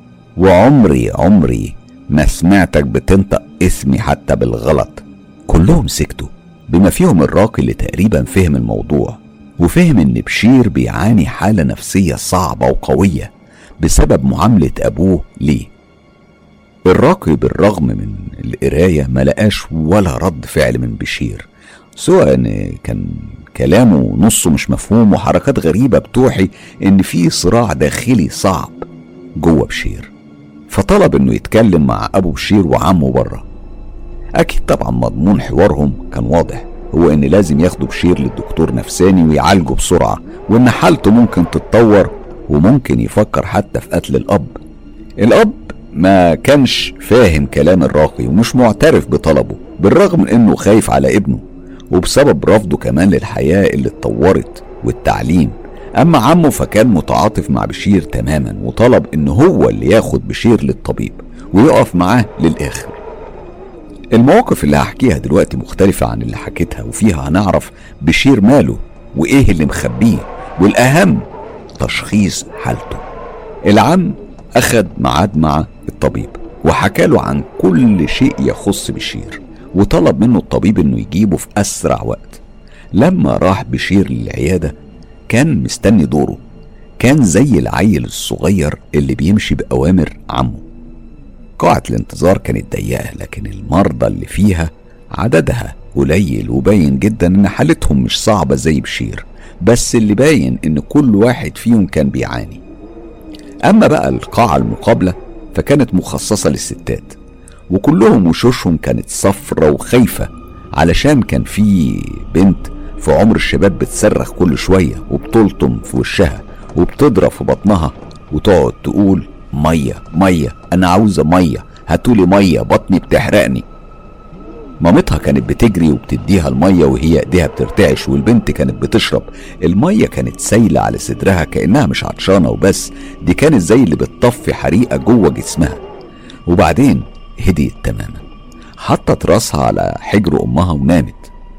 وعمري عمري ما سمعتك بتنطق اسمي حتى بالغلط. كلهم سكتوا بما فيهم الراقي اللي تقريبا فهم الموضوع وفهم ان بشير بيعاني حالة نفسية صعبة وقوية بسبب معاملة ابوه ليه. الراقي بالرغم من القراية ما لقاش ولا رد فعل من بشير، سواء ان كان كلامه نصه مش مفهوم وحركات غريبة بتوحي ان في صراع داخلي صعب جوه بشير. فطلب انه يتكلم مع ابو بشير وعمه بره. اكيد طبعا مضمون حوارهم كان واضح، هو ان لازم ياخدوا بشير للدكتور نفساني ويعالجه بسرعة، وان حالته ممكن تتطور وممكن يفكر حتى في قتل الاب. الاب ما كانش فاهم كلام الراقي ومش معترف بطلبه بالرغم من انه خايف على ابنه وبسبب رفضه كمان للحياة اللي اتطورت والتعليم. اما عمه فكان متعاطف مع بشير تماما وطلب انه هو اللي ياخد بشير للطبيب ويقف معاه للاخر. المواقف اللي هحكيها دلوقتي مختلفة عن اللي حكيتها، وفيها هنعرف بشير ماله وايه اللي مخبيه، والاهم تشخيص حالته. العم اخد ميعاد مع الطبيب وحكى له عن كل شيء يخص بشير وطلب منه الطبيب انه يجيبه في اسرع وقت. لما راح بشير للعيادة كان مستني دوره، كان زي العيل الصغير اللي بيمشي بأوامر عمه. قاعة الانتظار كانت ضيقة لكن المرضى اللي فيها عددها قليل وباين جدا ان حالتهم مش صعبة زي بشير، بس اللي باين ان كل واحد فيهم كان بيعاني. اما بقى القاعة المقابلة فكانت مخصصة للستات وكلهم وشوشهم كانت صفرة وخايفة علشان كان في بنت في عمر الشباب بتصرخ كل شوية وبتلطم في وشها وبتضرب في بطنها وتقعد تقول: مية مية، انا عاوزة مية، هاتولي مية، بطني بتحرقني. مامتها كانت بتجري وبتديها المية وهي ايديها بترتعش، والبنت كانت بتشرب المية كانت سايلة على صدرها كأنها مش عطشانة وبس، دي كانت زي اللي بتطفي حريقة جوه جسمها. وبعدين هديت تماما، حطت راسها على حجر امها ونامت.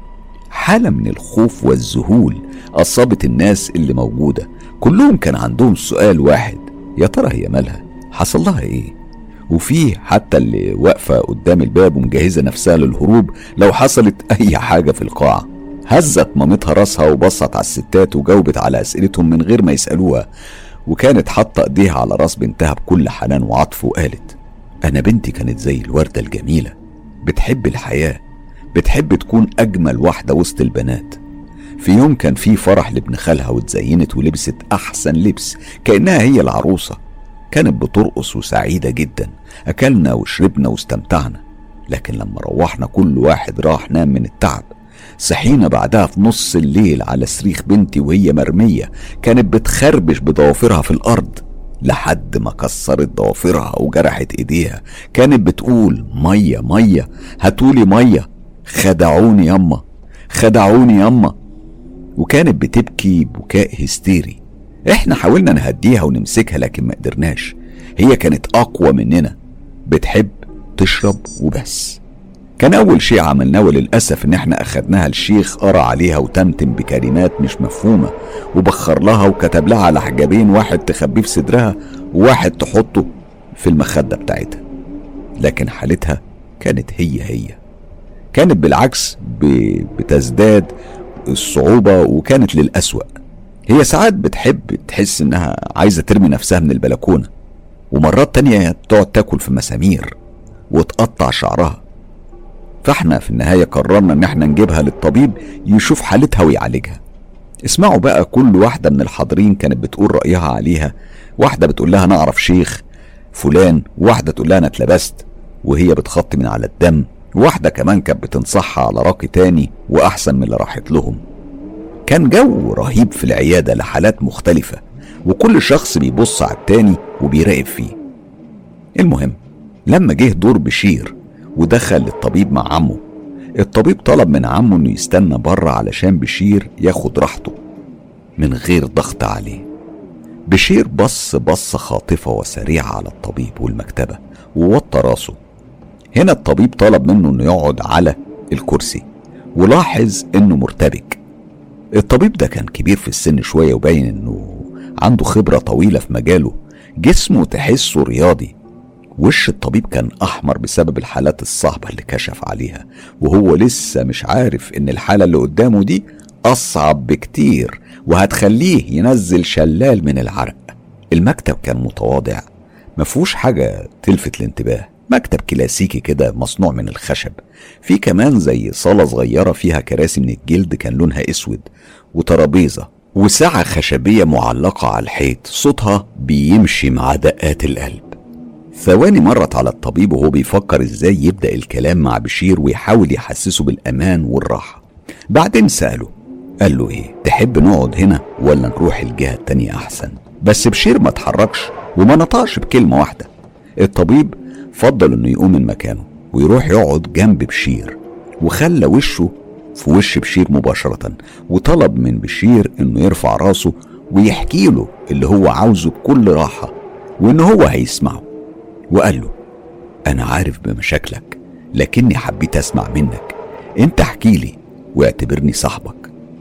حالة من الخوف والذهول اصابت الناس اللي موجودة، كلهم كان عندهم سؤال واحد: يا ترى هي مالها؟ حصل لها ايه؟ وفيه حتى اللي واقفة قدام الباب ومجهزة نفسها للهروب لو حصلت اي حاجة في القاعة. هزت مامتها راسها وبصت على الستات وجاوبت على اسئلتهم من غير ما يسألوها، وكانت حاطة ايديها على راس بنتها بكل حنان وعطف وقالت: انا بنتي كانت زي الوردة الجميلة، بتحب الحياة، بتحب تكون اجمل واحدة وسط البنات. في يوم كان في فرح لابن خالها واتزينت ولبست احسن لبس كأنها هي العروسة، كانت بترقص وسعيدة جدا، اكلنا وشربنا واستمتعنا. لكن لما روحنا كل واحد راح نام من التعب. صحينا بعدها في نص الليل على صريخ بنتي وهي مرمية كانت بتخربش بضوافرها في الارض لحد ما كسرت ضوافرها وجرحت ايديها. كانت بتقول: مية مية، هاتولي مية، خدعوني يما، خدعوني يما. وكانت بتبكي بكاء هستيري. احنا حاولنا نهديها ونمسكها لكن ما قدرناش، هي كانت اقوى مننا، بتحب تشرب وبس. كان اول شيء عملناه وللاسف ان احنا اخدناها الشيخ قرأ عليها وتمتم بكلمات مش مفهومة وبخر لها وكتب لها على حجابين، واحد تخبيه في صدرها وواحد تحطه في المخدة بتاعتها. لكن حالتها كانت هي هي، كانت بالعكس بتزداد الصعوبة وكانت للأسوأ. هي ساعات بتحب تحس انها عايزة ترمي نفسها من البلكونة، ومرات تانية تقعد تاكل في مسامير وتقطع شعرها. فاحنا في النهاية قررنا ان احنا نجيبها للطبيب يشوف حالتها ويعالجها. اسمعوا بقى كل واحدة من الحاضرين كانت بتقول رأيها عليها. واحدة بتقول لها: نعرف شيخ فلان، وواحدة تقول لها أنا اتلبست وهي بتخط من على الدم، وواحدة كمان كانت بتنصحها على راقي تاني وأحسن من اللي راحت لهم. كان جو رهيب في العيادة لحالات مختلفة، وكل شخص بيبص على التاني وبيراقب فيه. المهم لما جه دور بشير ودخل الطبيب مع عمه، الطبيب طلب من عمه انه يستنى بره علشان بشير ياخد راحته من غير ضغط عليه. بشير بص بصة خاطفة وسريعة على الطبيب والمكتبة ووطى راسه. هنا الطبيب طلب منه انه يقعد على الكرسي، ولاحظ انه مرتبك. الطبيب ده كان كبير في السن شوية وباين انه عنده خبرة طويلة في مجاله، جسمه تحسه رياضي. وش الطبيب كان احمر بسبب الحالات الصعبة اللي كشف عليها، وهو لسه مش عارف ان الحالة اللي قدامه دي اصعب بكتير وهتخليه ينزل شلال من العرق. المكتب كان متواضع، مفهوش حاجة تلفت الانتباه، مكتب كلاسيكي كده مصنوع من الخشب. في كمان زي صالة صغيرة فيها كراسي من الجلد كان لونها اسود، وترابيزة وساعة خشبية معلقة على الحيط صوتها بيمشي مع دقات القلب. ثواني مرت على الطبيب وهو بيفكر ازاي يبدأ الكلام مع بشير ويحاول يحسسه بالأمان والراحة. بعدين سأله، قال له ايه، تحب نقعد هنا ولا نروح الجهة التانية احسن؟ بس بشير ما اتحركش وما نطقش بكلمة واحدة. الطبيب فضل انه يقوم من مكانه ويروح يقعد جنب بشير، وخلى وشه في وش بشير مباشرة، وطلب من بشير انه يرفع راسه ويحكي له اللي هو عاوزه بكل راحة وانه هو هيسمعه. وقال له، انا عارف بمشاكلك لكني حبيت اسمع منك، انت احكي لي واعتبرني صاحبك.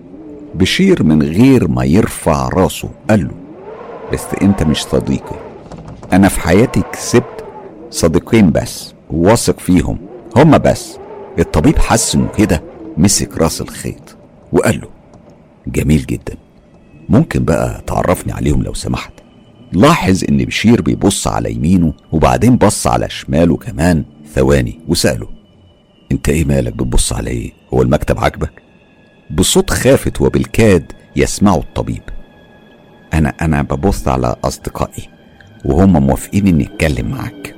بشير من غير ما يرفع راسه قال له، بس انت مش صديقي، انا في حياتي كسبت صديقين بس واثق فيهم هما بس. الطبيب حس انه كده مسك راس الخيط وقال له، جميل جدا، ممكن بقى تعرفني عليهم لو سمحت. لاحظ ان بشير بيبص على يمينه وبعدين بص على شماله كمان ثواني وسأله، انت ايه مالك بتبص على ايه، هو المكتب عاجبك؟ بصوت خافت وبالكاد يسمعه الطبيب، انا انا ببص على اصدقائي وهم موافقين اني اتكلم معاك.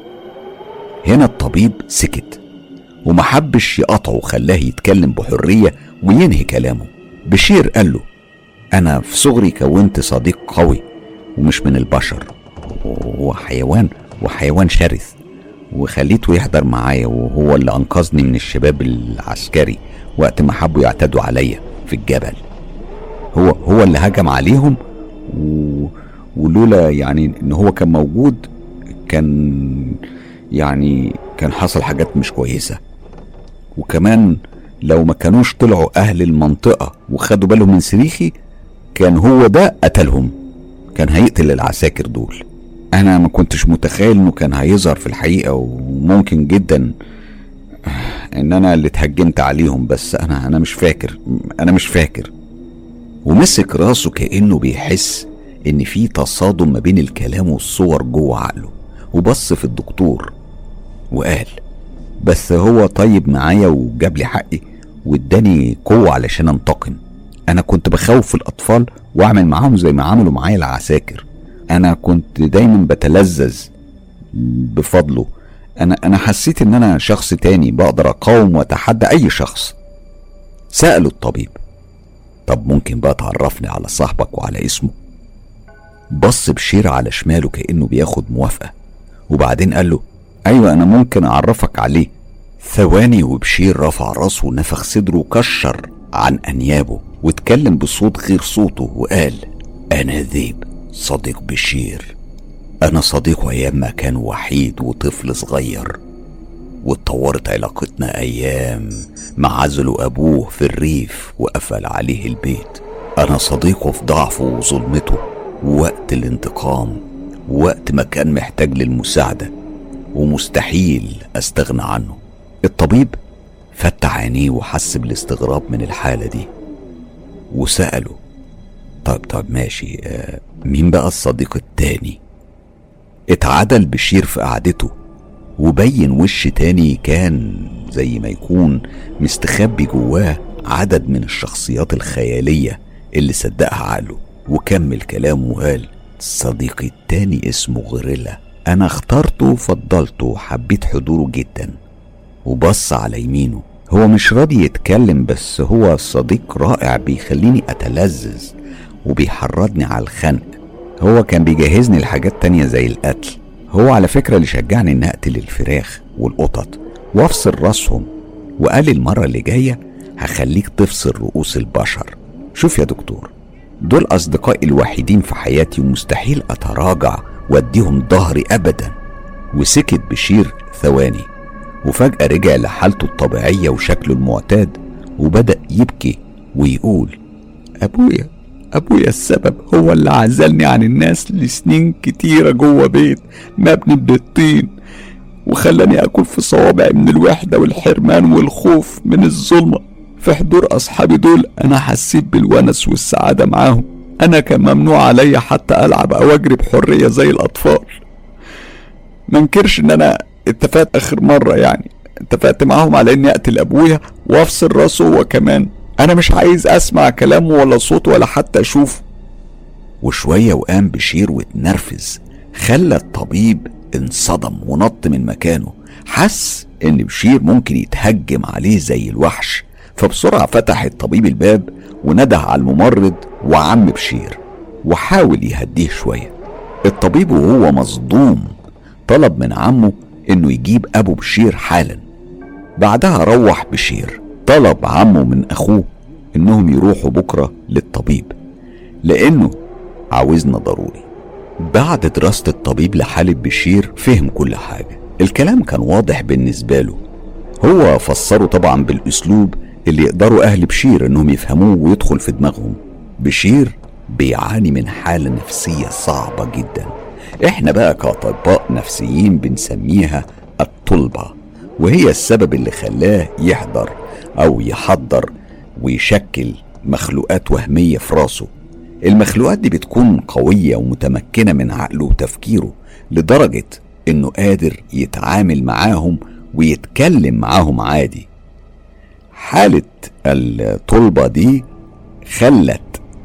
هنا الطبيب سكت ومحبش يقطعه وخلاه يتكلم بحرية وينهي كلامه. بشير قال له، انا في صغري كونت صديق قوي ومش من البشر، وحيوان وحيوان شرس، وخليته يحضر معايا، وهو اللي انقذني من الشباب العسكري وقت ما حبوا يعتدوا عليا في الجبل. هو هو اللي هجم عليهم و... ولولا يعني ان هو كان موجود كان يعني كان حصل حاجات مش كويسة. وكمان لو ما كانوش طلعوا اهل المنطقة وخدوا بالهم من صريخي كان هو ده قتلهم، كان هيقتل العساكر دول. انا ما كنتش متخيل انه كان هيظهر في الحقيقة، وممكن جدا ان انا اللي اتهجمت عليهم، بس انا انا مش فاكر انا مش فاكر ومسك راسه كأنه بيحس ان في تصادم ما بين الكلام والصور جوه عقله، وبص في الدكتور وقال، بس هو طيب معايا وجاب لي حقي واداني قوة علشان انتقم. انا كنت بخوف الاطفال واعمل معاهم زي ما عملوا معايا العساكر، انا كنت دايما بتلذذ بفضله. انا انا حسيت ان انا شخص تاني بقدر اقاوم واتحدى اي شخص. سأله الطبيب، طب ممكن بقى تعرفني على صاحبك وعلى اسمه؟ بص بشير على شماله كأنه بياخد موافقة، وبعدين قال له، ايوه انا ممكن اعرفك عليه. ثواني وبشير رفع راسه ونفخ صدره وكشر عن انيابه واتكلم بصوت غير صوته وقال، انا ذيب صديق بشير، انا صديقه ايام ما كان وحيد وطفل صغير، واتطورت علاقتنا ايام ما عزلوا ابوه في الريف وقفل عليه البيت. انا صديقه في ضعفه وظلمته ووقت الانتقام ووقت ما كان محتاج للمساعدة، ومستحيل استغنى عنه. الطبيب فتح عينيه وحس بالاستغراب من الحالة دي وسأله، طب طب ماشي، آه مين بقى الصديق التاني؟ اتعدل بشير في قعدته وبين وش تاني كان زي ما يكون مستخبي جواه عدد من الشخصيات الخيالية اللي صدقها عقله، وكمل كلامه وقال، صديقي التاني اسمه غوريلا، أنا اخترته وفضلته وحبيت حضوره جدا. وبص على يمينه، هو مش راضي يتكلم، بس هو صديق رائع بيخليني أتلذذ وبيحرضني على الخنق. هو كان بيجهزني لحاجات تانية زي القتل. هو على فكرة اللي شجعني إن أقتل الفراخ والقطط وأفصل راسهم، وقال لي المرة اللي جاية هخليك تفصل رؤوس البشر. شوف يا دكتور، دول أصدقائي الوحيدين في حياتي ومستحيل أتراجع وأديهم ظهري أبدا. وسكت بشير ثواني، وفجأة رجع لحالته الطبيعية وشكله المعتاد، وبدأ يبكي ويقول: أبويا أبويا السبب، هو اللي عزلني عن الناس لسنين كتيرة جوه بيت مبني بالطين، وخلاني أكون في صوابعي من الوحدة والحرمان والخوف من الظلمة. في حضور أصحابي دول أنا حسيت بالونس والسعادة معاهم. أنا كان ممنوع عليا حتى ألعب أو أجري بحرية زي الأطفال. منكرش إن أنا اتفقت آخر مرة، يعني اتفقت معاهم على إني أقتل أبويا وأفصل راسه هو كمان. أنا مش عايز أسمع كلامه ولا صوته ولا حتى أشوفه. وشوية وقام بشير واتنرفز، خلى الطبيب انصدم ونط من مكانه. حس إن بشير ممكن يتهجم عليه زي الوحش، فبسرعة فتح الطبيب الباب ونده على الممرض وعم بشير وحاول يهديه شوية. الطبيب وهو مصدوم طلب من عمه إنه يجيب أبو بشير حالا. بعدها روح بشير، طلب عمه من أخوه إنهم يروحوا بكرة للطبيب لأنه عاوزنا ضروري. بعد دراسة الطبيب لحالة بشير فهم كل حاجة. الكلام كان واضح بالنسبة له. هو فسره طبعا بالأسلوب اللي يقدروا أهل بشير إنهم يفهموه ويدخل في دماغهم. بشير بيعاني من حالة نفسية صعبة جدا، إحنا بقى كأطباء نفسيين بنسميها الطلبة، وهي السبب اللي خلاه يحضر أو يحضر ويشكل مخلوقات وهمية في راسه. المخلوقات دي بتكون قوية ومتمكنة من عقله وتفكيره لدرجة إنه قادر يتعامل معاهم ويتكلم معاهم عادي. حالة الطلبة دي خلت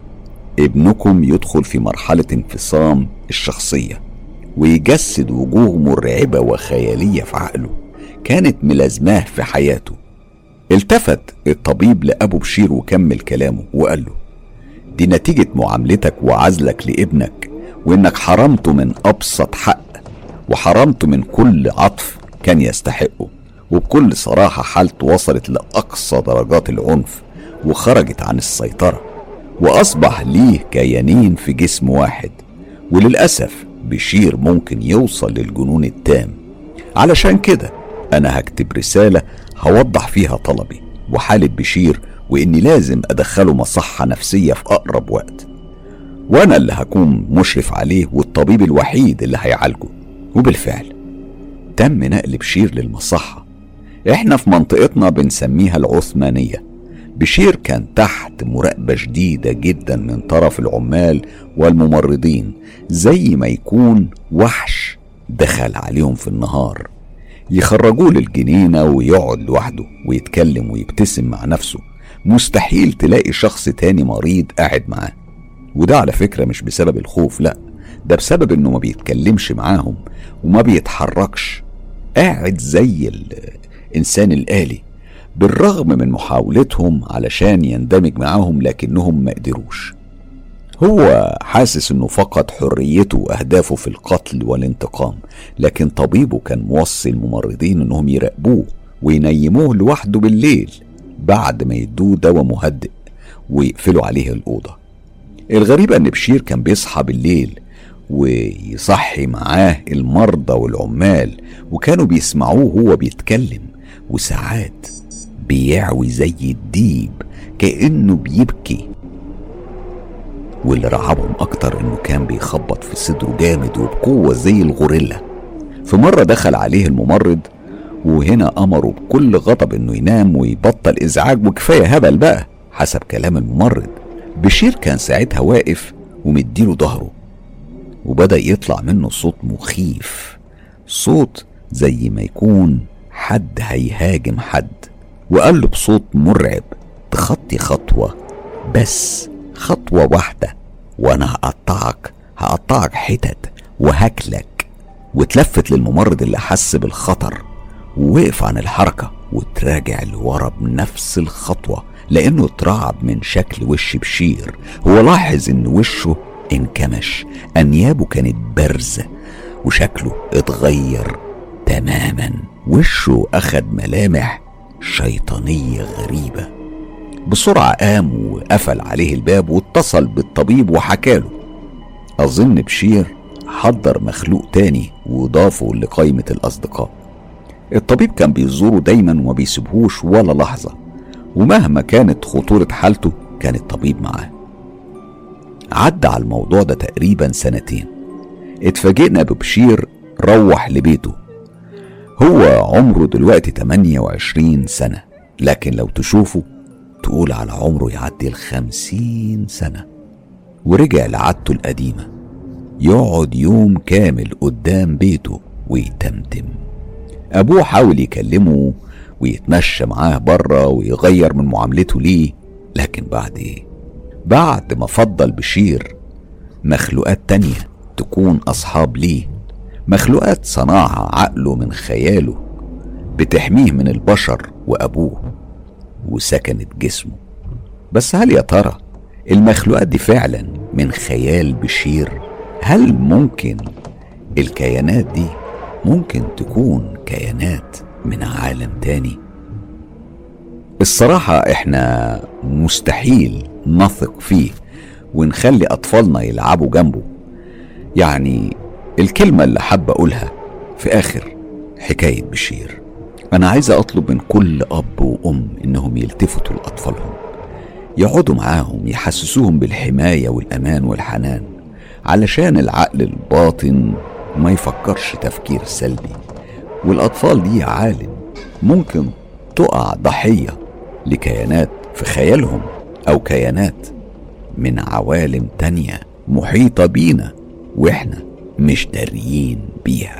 ابنكم يدخل في مرحلة انفصام الشخصية ويجسد وجوه مرعبة وخيالية في عقله كانت ملازماه في حياته. التفت الطبيب لأبو بشير وكمل كلامه وقال له: دي نتيجة معاملتك وعزلك لابنك، وإنك حرمته من أبسط حق وحرمته من كل عطف كان يستحقه. وبكل صراحة حالته وصلت لأقصى درجات العنف وخرجت عن السيطرة، وأصبح ليه كيانين في جسم واحد. وللأسف بشير ممكن يوصل للجنون التام. علشان كده أنا هكتب رسالة هوضح فيها طلبي وحالة بشير، وإني لازم أدخله مصحة نفسية في أقرب وقت، وأنا اللي هكون مشرف عليه والطبيب الوحيد اللي هيعالجه. وبالفعل تم نقل بشير للمصحة. إحنا في منطقتنا بنسميها العثمانية. بشير كان تحت مراقبة شديدة جدا من طرف العمال والممرضين، زي ما يكون وحش دخل عليهم في النهار. يخرجوه للجنينة ويقعد لوحده ويتكلم ويبتسم مع نفسه. مستحيل تلاقي شخص تاني مريض قاعد معاه. وده على فكرة مش بسبب الخوف، لا، ده بسبب انه ما بيتكلمش معاهم وما بيتحركش، قاعد زي الإنسان الآلي. بالرغم من محاولتهم علشان يندمج معاهم لكنهم ما قدروش. هو حاسس انه فقد حريته واهدافه في القتل والانتقام، لكن طبيبه كان موصي الممرضين انهم يراقبوه وينيموه لوحده بالليل بعد ما يدوه دواء مهدئ ويقفلوا عليه الأوضة. الغريب ان بشير كان بيصحى بالليل ويصحي معاه المرضى والعمال، وكانوا بيسمعوه وهو بيتكلم، وساعات بيعوي زي الديب كأنه بيبكي. واللي رعبهم اكتر انه كان بيخبط في صدره جامد وبقوة زي الغوريلا. في مرة دخل عليه الممرض وهنا امره بكل غضب انه ينام ويبطل ازعاج وكفاية هبل بقى حسب كلام الممرض. بشير كان ساعتها واقف ومديله ظهره، وبدأ يطلع منه صوت مخيف، صوت زي ما يكون حد هيهاجم حد. وقال له بصوت مرعب: تخطي خطوة، بس خطوة واحدة وانا هقطعك هقطعك حتت وهاكلك. واتلفت للممرض اللي حس بالخطر ووقف عن الحركة وتراجع لورا بنفس الخطوة، لأنه اترعب من شكل وش بشير. هو لاحظ إن وشه انكمش، أنيابه كانت بارزة وشكله اتغير تماما. وشه أخد ملامح شيطانية غريبة. بسرعة قام وقفل عليه الباب واتصل بالطبيب وحكاله. أظن بشير حضر مخلوق تاني وضافه لقائمة الأصدقاء. الطبيب كان بيزوره دايما وما بيسيبهوش ولا لحظة، ومهما كانت خطورة حالته كان الطبيب معاه. عدى على الموضوع ده تقريبا سنتين. اتفاجئنا ببشير روح لبيته. هو عمره دلوقتي تمانية وعشرين سنة، لكن لو تشوفه تقول على عمره يعدي الخمسين سنة. ورجع لعادته القديمة، يقعد يوم كامل قدام بيته ويتمتم. أبوه حاول يكلمه ويتمشى معاه بره ويغير من معاملته ليه، لكن بعد ايه؟ بعد ما فضل بشير مخلوقات تانية تكون أصحاب ليه، مخلوقات صنعها عقله من خياله بتحميه من البشر وأبوه وسكنت جسمه. بس هل يا ترى المخلوقات دي فعلا من خيال بشير؟ هل ممكن الكيانات دي ممكن تكون كيانات من عالم تاني؟ الصراحة احنا مستحيل نثق فيه ونخلي أطفالنا يلعبوا جنبه. يعني الكلمة اللي حابة أقولها في آخر حكاية بشير، أنا عايز أطلب من كل أب وأم إنهم يلتفتوا لأطفالهم، يقعدوا معاهم، يحسسوهم بالحماية والأمان والحنان، علشان العقل الباطن ما يفكرش تفكير سلبي. والأطفال دي عالم ممكن تقع ضحية لكيانات في خيالهم أو كيانات من عوالم تانية محيطة بينا وإحنا مش داريين بيها.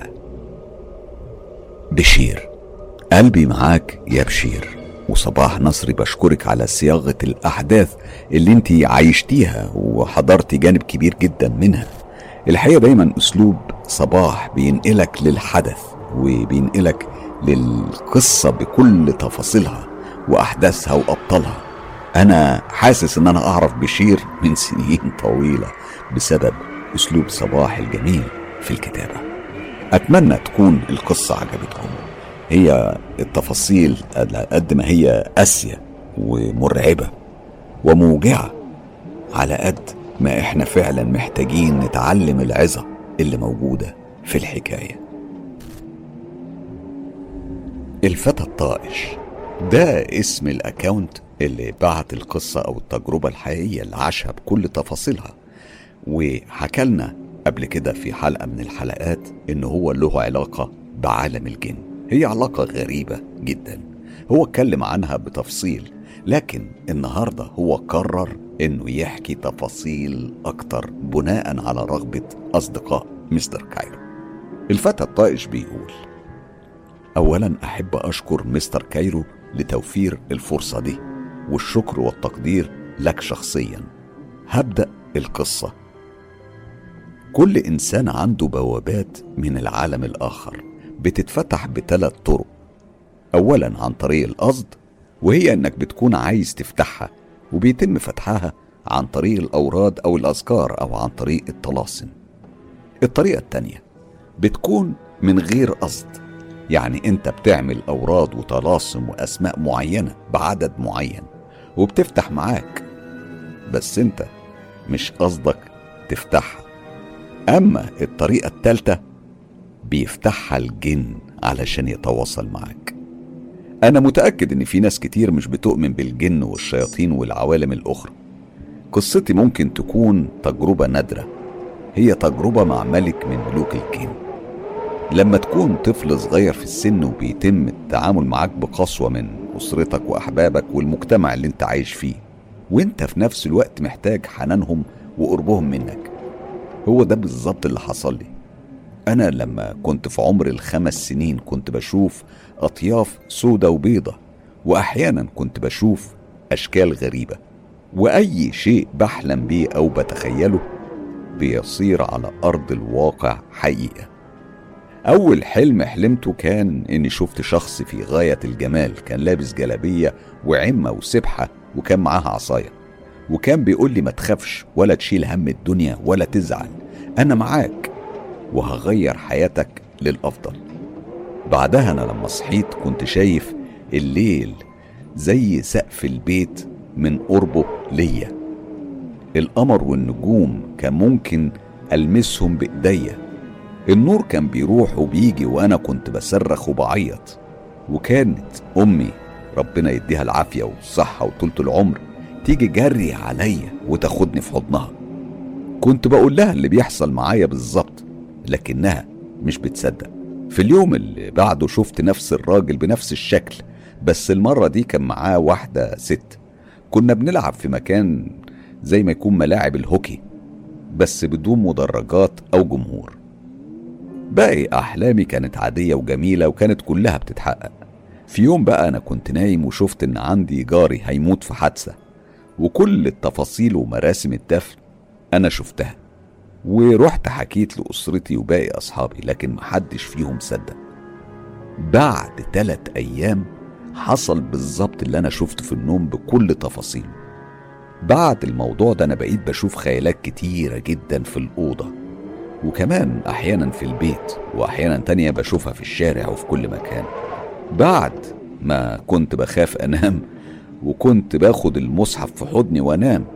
بشير، قلبي معاك يا بشير. وصباح نصري بشكرك على صياغة الأحداث اللي انتي عايشتيها وحضرتي جانب كبير جدا منها. الحقيقة دايما أسلوب صباح بينقلك للحدث وبينقلك للقصة بكل تفاصيلها وأحداثها وأبطالها. أنا حاسس إن أنا أعرف بشير من سنين طويلة بسبب أسلوب صباح الجميل في الكتابة. أتمنى تكون القصة عجبتكم. هي التفاصيل قد ما هي قاسية ومرعبة وموجعة، على قد ما احنا فعلا محتاجين نتعلم العظة اللي موجودة في الحكاية. الفتى الطائش ده اسم الاكاونت اللي بعت القصة او التجربة الحقيقية اللي عاشها بكل تفاصيلها، وحكالنا قبل كده في حلقة من الحلقات ان هو له علاقة بعالم الجن. هي علاقة غريبة جدا، هو اتكلم عنها بتفصيل، لكن النهاردة هو قرر انه يحكي تفاصيل اكتر بناء على رغبة اصدقاء مستر كايرو. الفتى الطائش بيقول: اولا احب اشكر مستر كايرو لتوفير الفرصة دي، والشكر والتقدير لك شخصيا. هبدأ القصة. كل انسان عنده بوابات من العالم الاخر بتتفتح بثلاث طرق. اولا عن طريق القصد، وهي انك بتكون عايز تفتحها وبيتم فتحها عن طريق الاوراد او الاذكار او عن طريق الطلاسم. الطريقة التانية بتكون من غير قصد، يعني انت بتعمل اوراد وطلاسم واسماء معينة بعدد معين وبتفتح معاك، بس انت مش قصدك تفتحها. اما الطريقة التالتة بيفتحها الجن علشان يتواصل معاك. انا متأكد ان في ناس كتير مش بتؤمن بالجن والشياطين والعوالم الاخرى. قصتي ممكن تكون تجربة نادرة، هي تجربة مع ملك من ملوك الجن. لما تكون طفل صغير في السن وبيتم التعامل معاك بقسوة من أسرتك وأحبابك والمجتمع اللي انت عايش فيه، وانت في نفس الوقت محتاج حنانهم وقربهم منك. هو ده بالظبط اللي حصل لي. أنا لما كنت في عمر الخمس سنين كنت بشوف أطياف سودة وبيضة، وأحيانا كنت بشوف أشكال غريبة، وأي شيء بحلم بيه أو بتخيله بيصير على أرض الواقع حقيقة. أول حلم حلمته كان إني شفت شخص في غاية الجمال، كان لابس جلابية وعمة وسبحة وكان معاها عصاية، وكان بيقول لي ما تخافش ولا تشيل هم الدنيا ولا تزعل، أنا معاك وهغير حياتك للأفضل. بعدها أنا لما صحيت كنت شايف الليل زي سقف البيت من قربه ليا، القمر والنجوم كان ممكن ألمسهم بإيديا، النور كان بيروح وبيجي وأنا كنت بصرخ وبعيط، وكانت أمي ربنا يديها العافية والصحة وطولة العمر تيجي جري عليا وتاخدني في حضنها. كنت بقول لها اللي بيحصل معايا بالظبط لكنها مش بتصدق. في اليوم اللي بعده شفت نفس الراجل بنفس الشكل، بس المرة دي كان معاه واحدة ست. كنا بنلعب في مكان زي ما يكون ملاعب الهوكي بس بدون مدرجات أو جمهور. باقي أحلامي كانت عادية وجميلة وكانت كلها بتتحقق. في يوم بقى أنا كنت نايم وشفت إن عندي جاري هيموت في حادثة، وكل التفاصيل ومراسم الدفن أنا شفتها، ورحت حكيت لأسرتي وباقي أصحابي لكن محدش فيهم صدق. بعد ثلاث أيام حصل بالظبط اللي أنا شفته في النوم بكل تفاصيله. بعد الموضوع ده أنا بقيت بشوف خيالات كتيرة جدا في الأوضة، وكمان أحيانا في البيت، وأحيانا تانية بشوفها في الشارع وفي كل مكان. بعد ما كنت بخاف أنام وكنت باخد المصحف في حضني وأنام،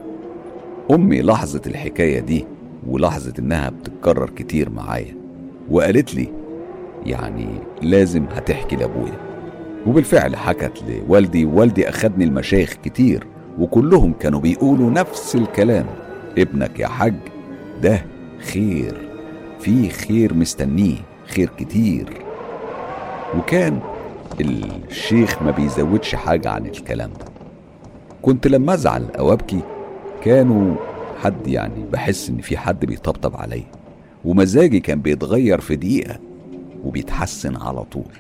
أمي لاحظت الحكاية دي ولاحظت إنها بتتكرر كتير معايا، وقالت لي يعني لازم هتحكي لأبويا. وبالفعل حكت لوالدي، ووالدي أخدني المشايخ كتير وكلهم كانوا بيقولوا نفس الكلام: ابنك يا حاج ده خير، في خير مستنيه، خير كتير. وكان الشيخ ما بيزودش حاجة عن الكلام ده. كنت لما أزعل أو أبكي كانوا حد يعني بحس إن في حد بيطبطب علي، ومزاجي كان بيتغير في دقيقة وبيتحسن على طول.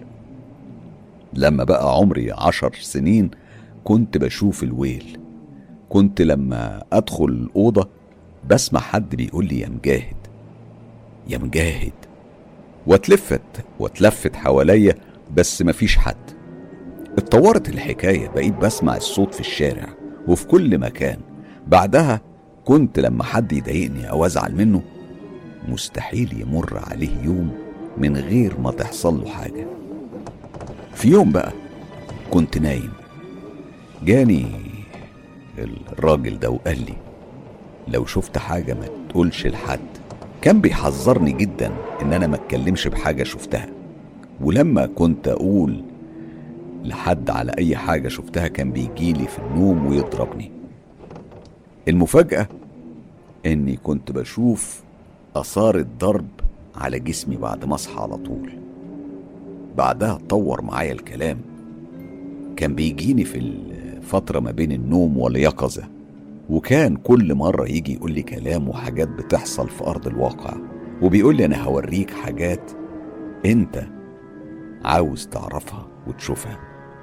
لما بقى عمري عشر سنين كنت بشوف الويل. كنت لما أدخل الأوضة بسمع حد بيقول لي يا مجاهد يا مجاهد، واتلفت واتلفت حواليا بس مفيش حد. اتطورت الحكاية، بقيت بسمع الصوت في الشارع وفي كل مكان. بعدها كنت لما حد يضايقني أو أزعل منه مستحيل يمر عليه يوم من غير ما تحصل له حاجة. في يوم بقى كنت نايم، جاني الراجل ده وقال لي لو شفت حاجة ما تقولش لحد. كان بيحذرني جدا ان انا ما اتكلمش بحاجة شفتها، ولما كنت اقول لحد على اي حاجة شفتها كان بيجيلي في النوم ويضربني. المفاجأة اني كنت بشوف اثار الضرب على جسمي بعد ما اصحى على طول. بعدها اتطور معايا الكلام، كان بيجيني في الفترة ما بين النوم واليقظة، وكان كل مرة يجي يقول لي كلام وحاجات بتحصل في أرض الواقع، وبيقول لي أنا هوريك حاجات أنت عاوز تعرفها وتشوفها.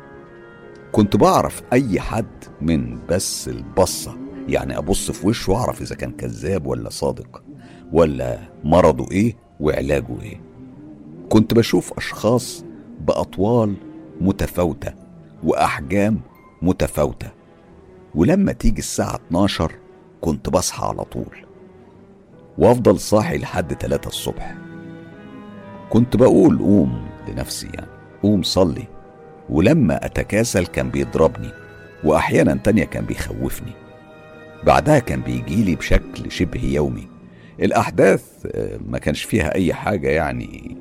كنت بعرف أي حد من بس البصة، يعني أبص في وشه وأعرف إذا كان كذاب ولا صادق، ولا مرضه إيه وعلاجه إيه. كنت بشوف أشخاص بأطوال متفاوتة وأحجام متفاوتة، ولما تيجي الساعة اتناشر كنت بصحى على طول وافضل صاحي لحد تلاتة الصبح. كنت بقول قوم لنفسي، يعني قوم صلي، ولما اتكاسل كان بيضربني، واحيانا تانية كان بيخوفني. بعدها كان بيجيلي بشكل شبه يومي. الاحداث ما كانش فيها اي حاجة يعني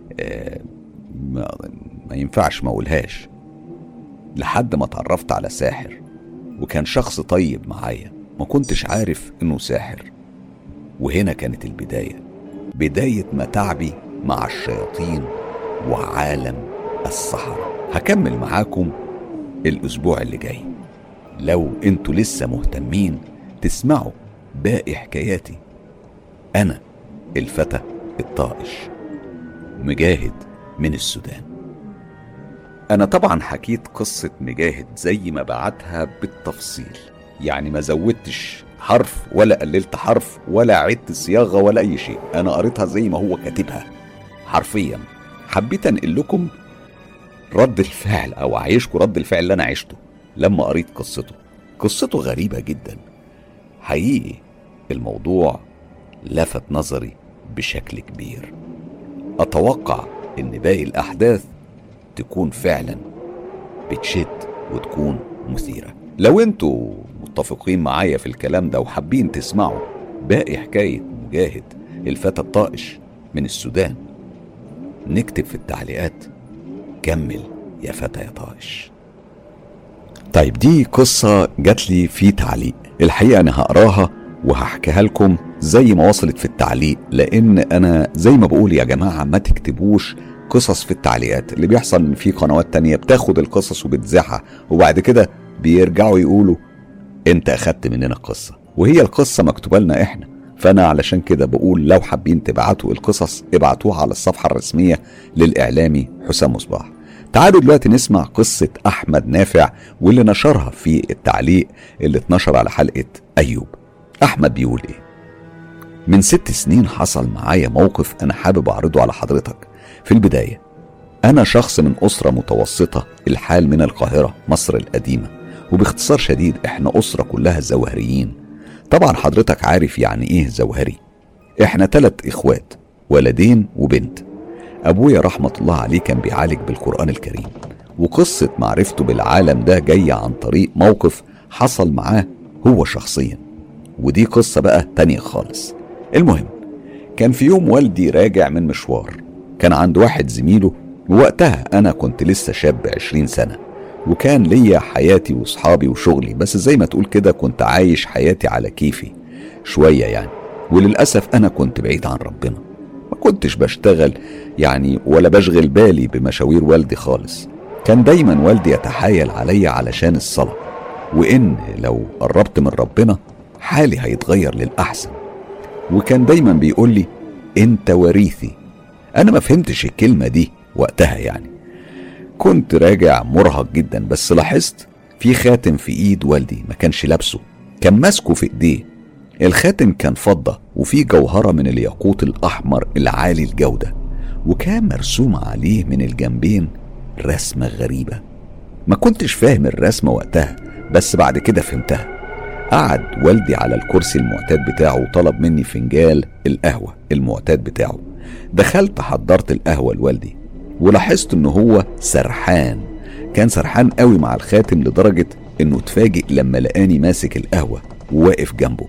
ما ينفعش ما اقولهاش، لحد ما اتعرفت على ساحر، وكان شخص طيب معايا، ما كنتش عارف انه ساحر. وهنا كانت البداية، بداية متاعبي مع الشياطين وعالم السحرة. هكمل معاكم الاسبوع اللي جاي. لو انتوا لسه مهتمين تسمعوا باقي حكاياتي، انا الفتى الطائش مجاهد من السودان. أنا طبعا حكيت قصة مجاهد زي ما بعتها بالتفصيل، يعني ما زودتش حرف ولا قللت حرف ولا عدت صياغة ولا أي شيء، أنا قريتها زي ما هو كاتبها حرفيا. حبيت انقل لكم رد الفعل او اعيشكم رد الفعل اللي انا عشته لما قريت قصته. قصته غريبة جدا حقيقي. الموضوع لفت نظري بشكل كبير. اتوقع ان باقي الاحداث تكون فعلا بتشد وتكون مثيرة. لو انتوا متفقين معايا في الكلام ده وحابين تسمعوا باقي حكاية مجاهد الفتى الطائش من السودان، نكتب في التعليقات كمل يا فتى يا طائش. طيب دي قصة جات لي في تعليق، الحقيقة انا هقراها وهحكيها لكم زي ما وصلت في التعليق، لان انا زي ما بقول يا جماعة ما تكتبوش قصص في التعليقات. اللي بيحصل ان في قنوات تانية بتاخد القصص وبتزحها وبعد كده بيرجعوا يقولوا انت اخدت مننا قصة، وهي القصة مكتوبة لنا احنا. فانا علشان كده بقول لو حابين تبعتوا القصص ابعتوها على الصفحة الرسمية للاعلامي حسام مصباح. تعالوا دلوقتي نسمع قصة احمد نافع واللي نشرها في التعليق اللي اتنشر على حلقة ايوب. احمد بيقول ايه؟ من ست سنين حصل معايا موقف انا حابب اعرضه على حضرتك. في البداية انا شخص من اسرة متوسطة الحال من القاهرة مصر القديمة، وباختصار شديد احنا اسرة كلها زوهريين. طبعا حضرتك عارف يعني ايه زوهري. احنا تلات اخوات، ولدين وبنت. ابويا رحمة الله عليه كان بيعالج بالقرآن الكريم، وقصة معرفته بالعالم ده جاية عن طريق موقف حصل معاه هو شخصيا، ودي قصة بقى تانية خالص. المهم كان في يوم والدي راجع من مشوار، كان عند واحد زميله، ووقتها انا كنت لسه شاب عشرين سنة، وكان ليا حياتي وصحابي وشغلي، بس زي ما تقول كده كنت عايش حياتي على كيفي شوية يعني. وللأسف انا كنت بعيد عن ربنا، ما كنتش بشتغل يعني ولا بشغل بالي بمشاوير والدي خالص. كان دايما والدي يتحايل عليا علشان الصلاة، وإن لو قربت من ربنا حالي هيتغير للأحسن. وكان دايما بيقول لي انت وريثي. انا ما فهمتش الكلمة دي وقتها يعني. كنت راجع مرهق جدا، بس لاحظت في خاتم في ايد والدي ما كانش لابسه، كان ماسكه في ايديه. الخاتم كان فضة وفيه جوهرة من الياقوت الاحمر العالي الجودة، وكان مرسوم عليه من الجنبين رسمة غريبة. ما كنتش فاهم الرسمة وقتها، بس بعد كده فهمتها. قعد والدي على الكرسي المعتاد بتاعه وطلب مني فنجال القهوة المعتاد بتاعه. دخلت حضرت القهوة لوالدي، ولاحظت انه هو سرحان، كان سرحان قوي مع الخاتم لدرجة انه اتفاجئ لما لقاني ماسك القهوة وواقف جنبه.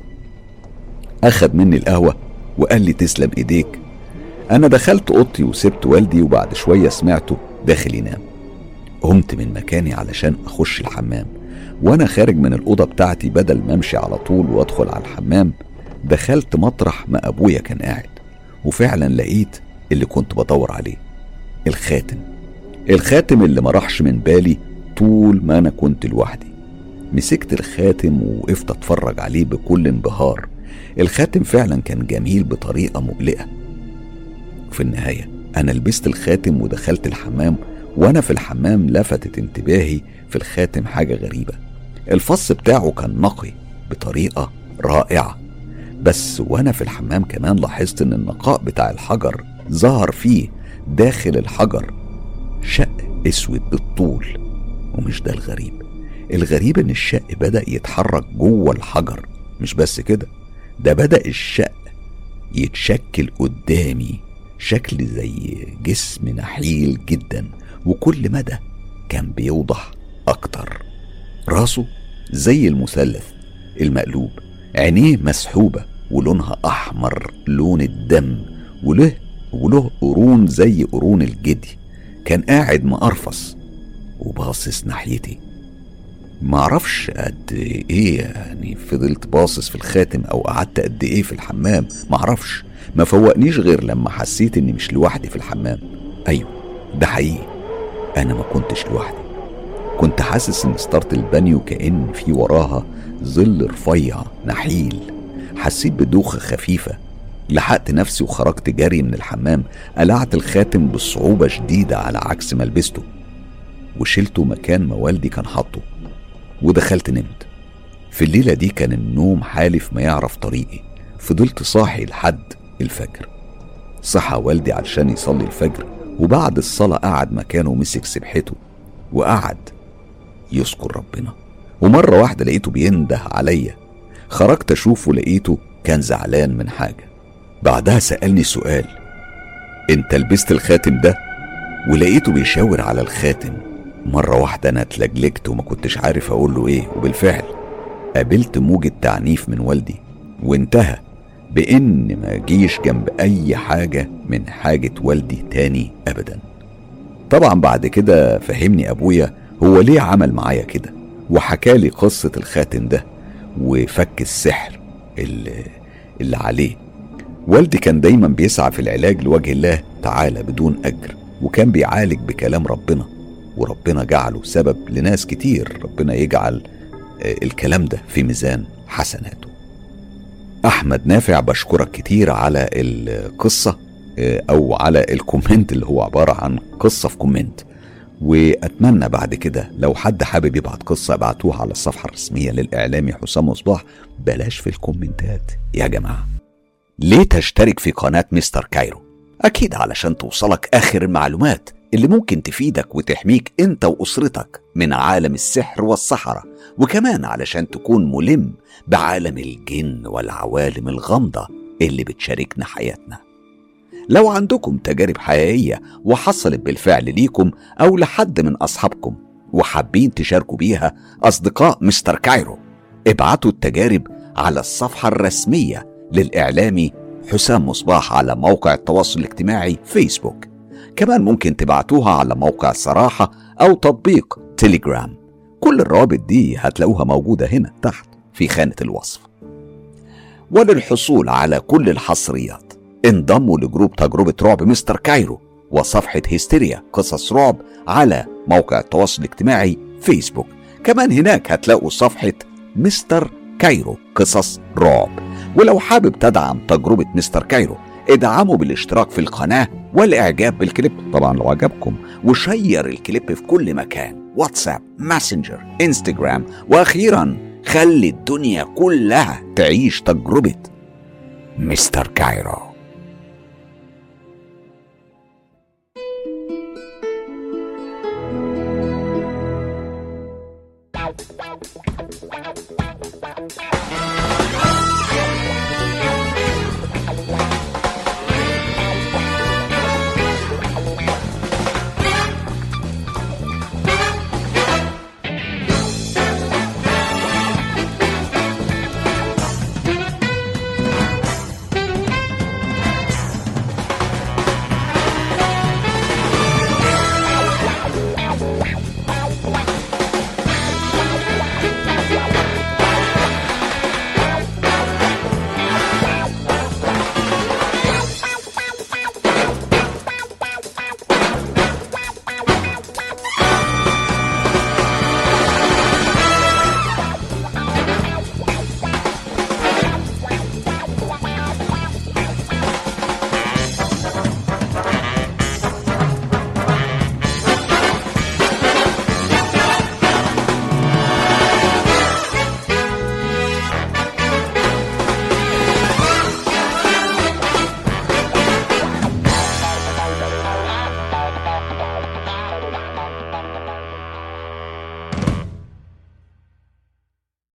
اخد مني القهوة وقال لي تسلم ايديك. انا دخلت اوضتي وسبت والدي، وبعد شوية سمعته داخل ينام. قمت من مكاني علشان اخش الحمام، وانا خارج من الاوضه بتاعتي بدل ما امشي على طول وادخل على الحمام دخلت مطرح ما ابويا كان قاعد، وفعلا لقيت اللي كنت بدور عليه، الخاتم. الخاتم اللي ما راحش من بالي طول ما انا كنت لوحدي. مسكت الخاتم ووقفت اتفرج عليه بكل انبهار. الخاتم فعلا كان جميل بطريقه مقلقه. في النهايه انا لبست الخاتم ودخلت الحمام، وانا في الحمام لفتت انتباهي في الخاتم حاجة غريبة. الفص بتاعه كان نقي بطريقة رائعة، بس وانا في الحمام كمان لاحظت ان النقاء بتاع الحجر ظهر فيه داخل الحجر شق اسود بالطول. ومش ده الغريب، الغريب ان الشق بدأ يتحرك جوه الحجر. مش بس كده، ده بدأ الشق يتشكل قدامي شكل زي جسم نحيل جدا، وكل مدى كان بيوضح اكتر. راسه زي المثلث المقلوب، عينيه مسحوبة ولونها احمر لون الدم، وله وله قرون زي قرون الجدي. كان قاعد مقرفص وباصص ناحيتي. معرفش قد ايه يعني فضلت باصص في الخاتم او قعدت قد ايه في الحمام، معرفش. ما فوقنيش غير لما حسيت اني مش لوحدي في الحمام. ايوه ده حقيقي، انا ما كنتش لوحدي. كنت حاسس ان ستارة البانيو كأن في وراها ظل رفيع نحيل. حسيت بدوخة خفيفة، لحقت نفسي وخرجت جري من الحمام. قلعت الخاتم بصعوبة شديدة على عكس ما لبسته، وشلته مكان ما والدي كان حاطه، ودخلت نمت. في الليلة دي كان النوم حالف ما يعرف طريقي. فضلت صاحي لحد الفجر. صحى والدي علشان يصلي الفجر وبعد الصلاة قعد مكانه ومسك سبحته وقعد يذكر ربنا. ومرة واحدة لقيته بينده عليا، خرجت أشوفه لقيته كان زعلان من حاجة. بعدها سألني سؤال: انت لبست الخاتم ده؟ ولقيته بيشاور على الخاتم. مرة واحدة أنا اتلجلجت وما كنتش عارف أقول له إيه، وبالفعل قابلت موجة تعنيف من والدي، وانتهى بإن ما جيش جنب أي حاجة من حاجة والدي تاني أبدا. طبعا بعد كده فهمني أبويا هو ليه عمل معايا كده، وحكالي قصة الخاتم ده وفك السحر اللي, اللي عليه. والدي كان دايما بيسعى في العلاج لوجه الله تعالى بدون أجر، وكان بيعالج بكلام ربنا، وربنا جعله سبب لناس كتير. ربنا يجعل الكلام ده في ميزان حسناته. أحمد نافع، بشكرك كتير على القصة أو على الكومنت اللي هو عبارة عن قصة في كومنت، وأتمنى بعد كده لو حد حابب يبعت قصة ابعتوها على الصفحة الرسمية للإعلامي حسام مصباح، بلاش في الكومنتات يا جماعة. ليه تشترك في قناة مستر كايرو؟ أكيد علشان توصلك آخر المعلومات اللي ممكن تفيدك وتحميك انت وأسرتك من عالم السحر والسحرة، وكمان علشان تكون ملم بعالم الجن والعوالم الغامضة اللي بتشاركنا حياتنا. لو عندكم تجارب حقيقية وحصلت بالفعل ليكم أو لحد من أصحابكم وحابين تشاركوا بيها أصدقاء مستر كايرو، ابعتوا التجارب على الصفحة الرسمية للإعلامي حسام مصباح على موقع التواصل الاجتماعي فيسبوك. كمان ممكن تبعتوها على موقع صراحة أو تطبيق تيليجرام. كل الروابط دي هتلاقوها موجودة هنا تحت في خانة الوصف. وللحصول على كل الحصريات انضموا لجروب تجربة رعب مستر كايرو وصفحة هيستيريا قصص رعب على موقع التواصل الاجتماعي فيسبوك. كمان هناك هتلاقوا صفحة مستر كايرو قصص رعب. ولو حابب تدعم تجربة مستر كايرو، ادعموا بالاشتراك في القناة والاعجاب بالكليب طبعا لو عجبكم، وشير الكليب في كل مكان، واتساب، ماسنجر، انستجرام، واخيرا خلي الدنيا كلها تعيش تجربة مستر كايرو.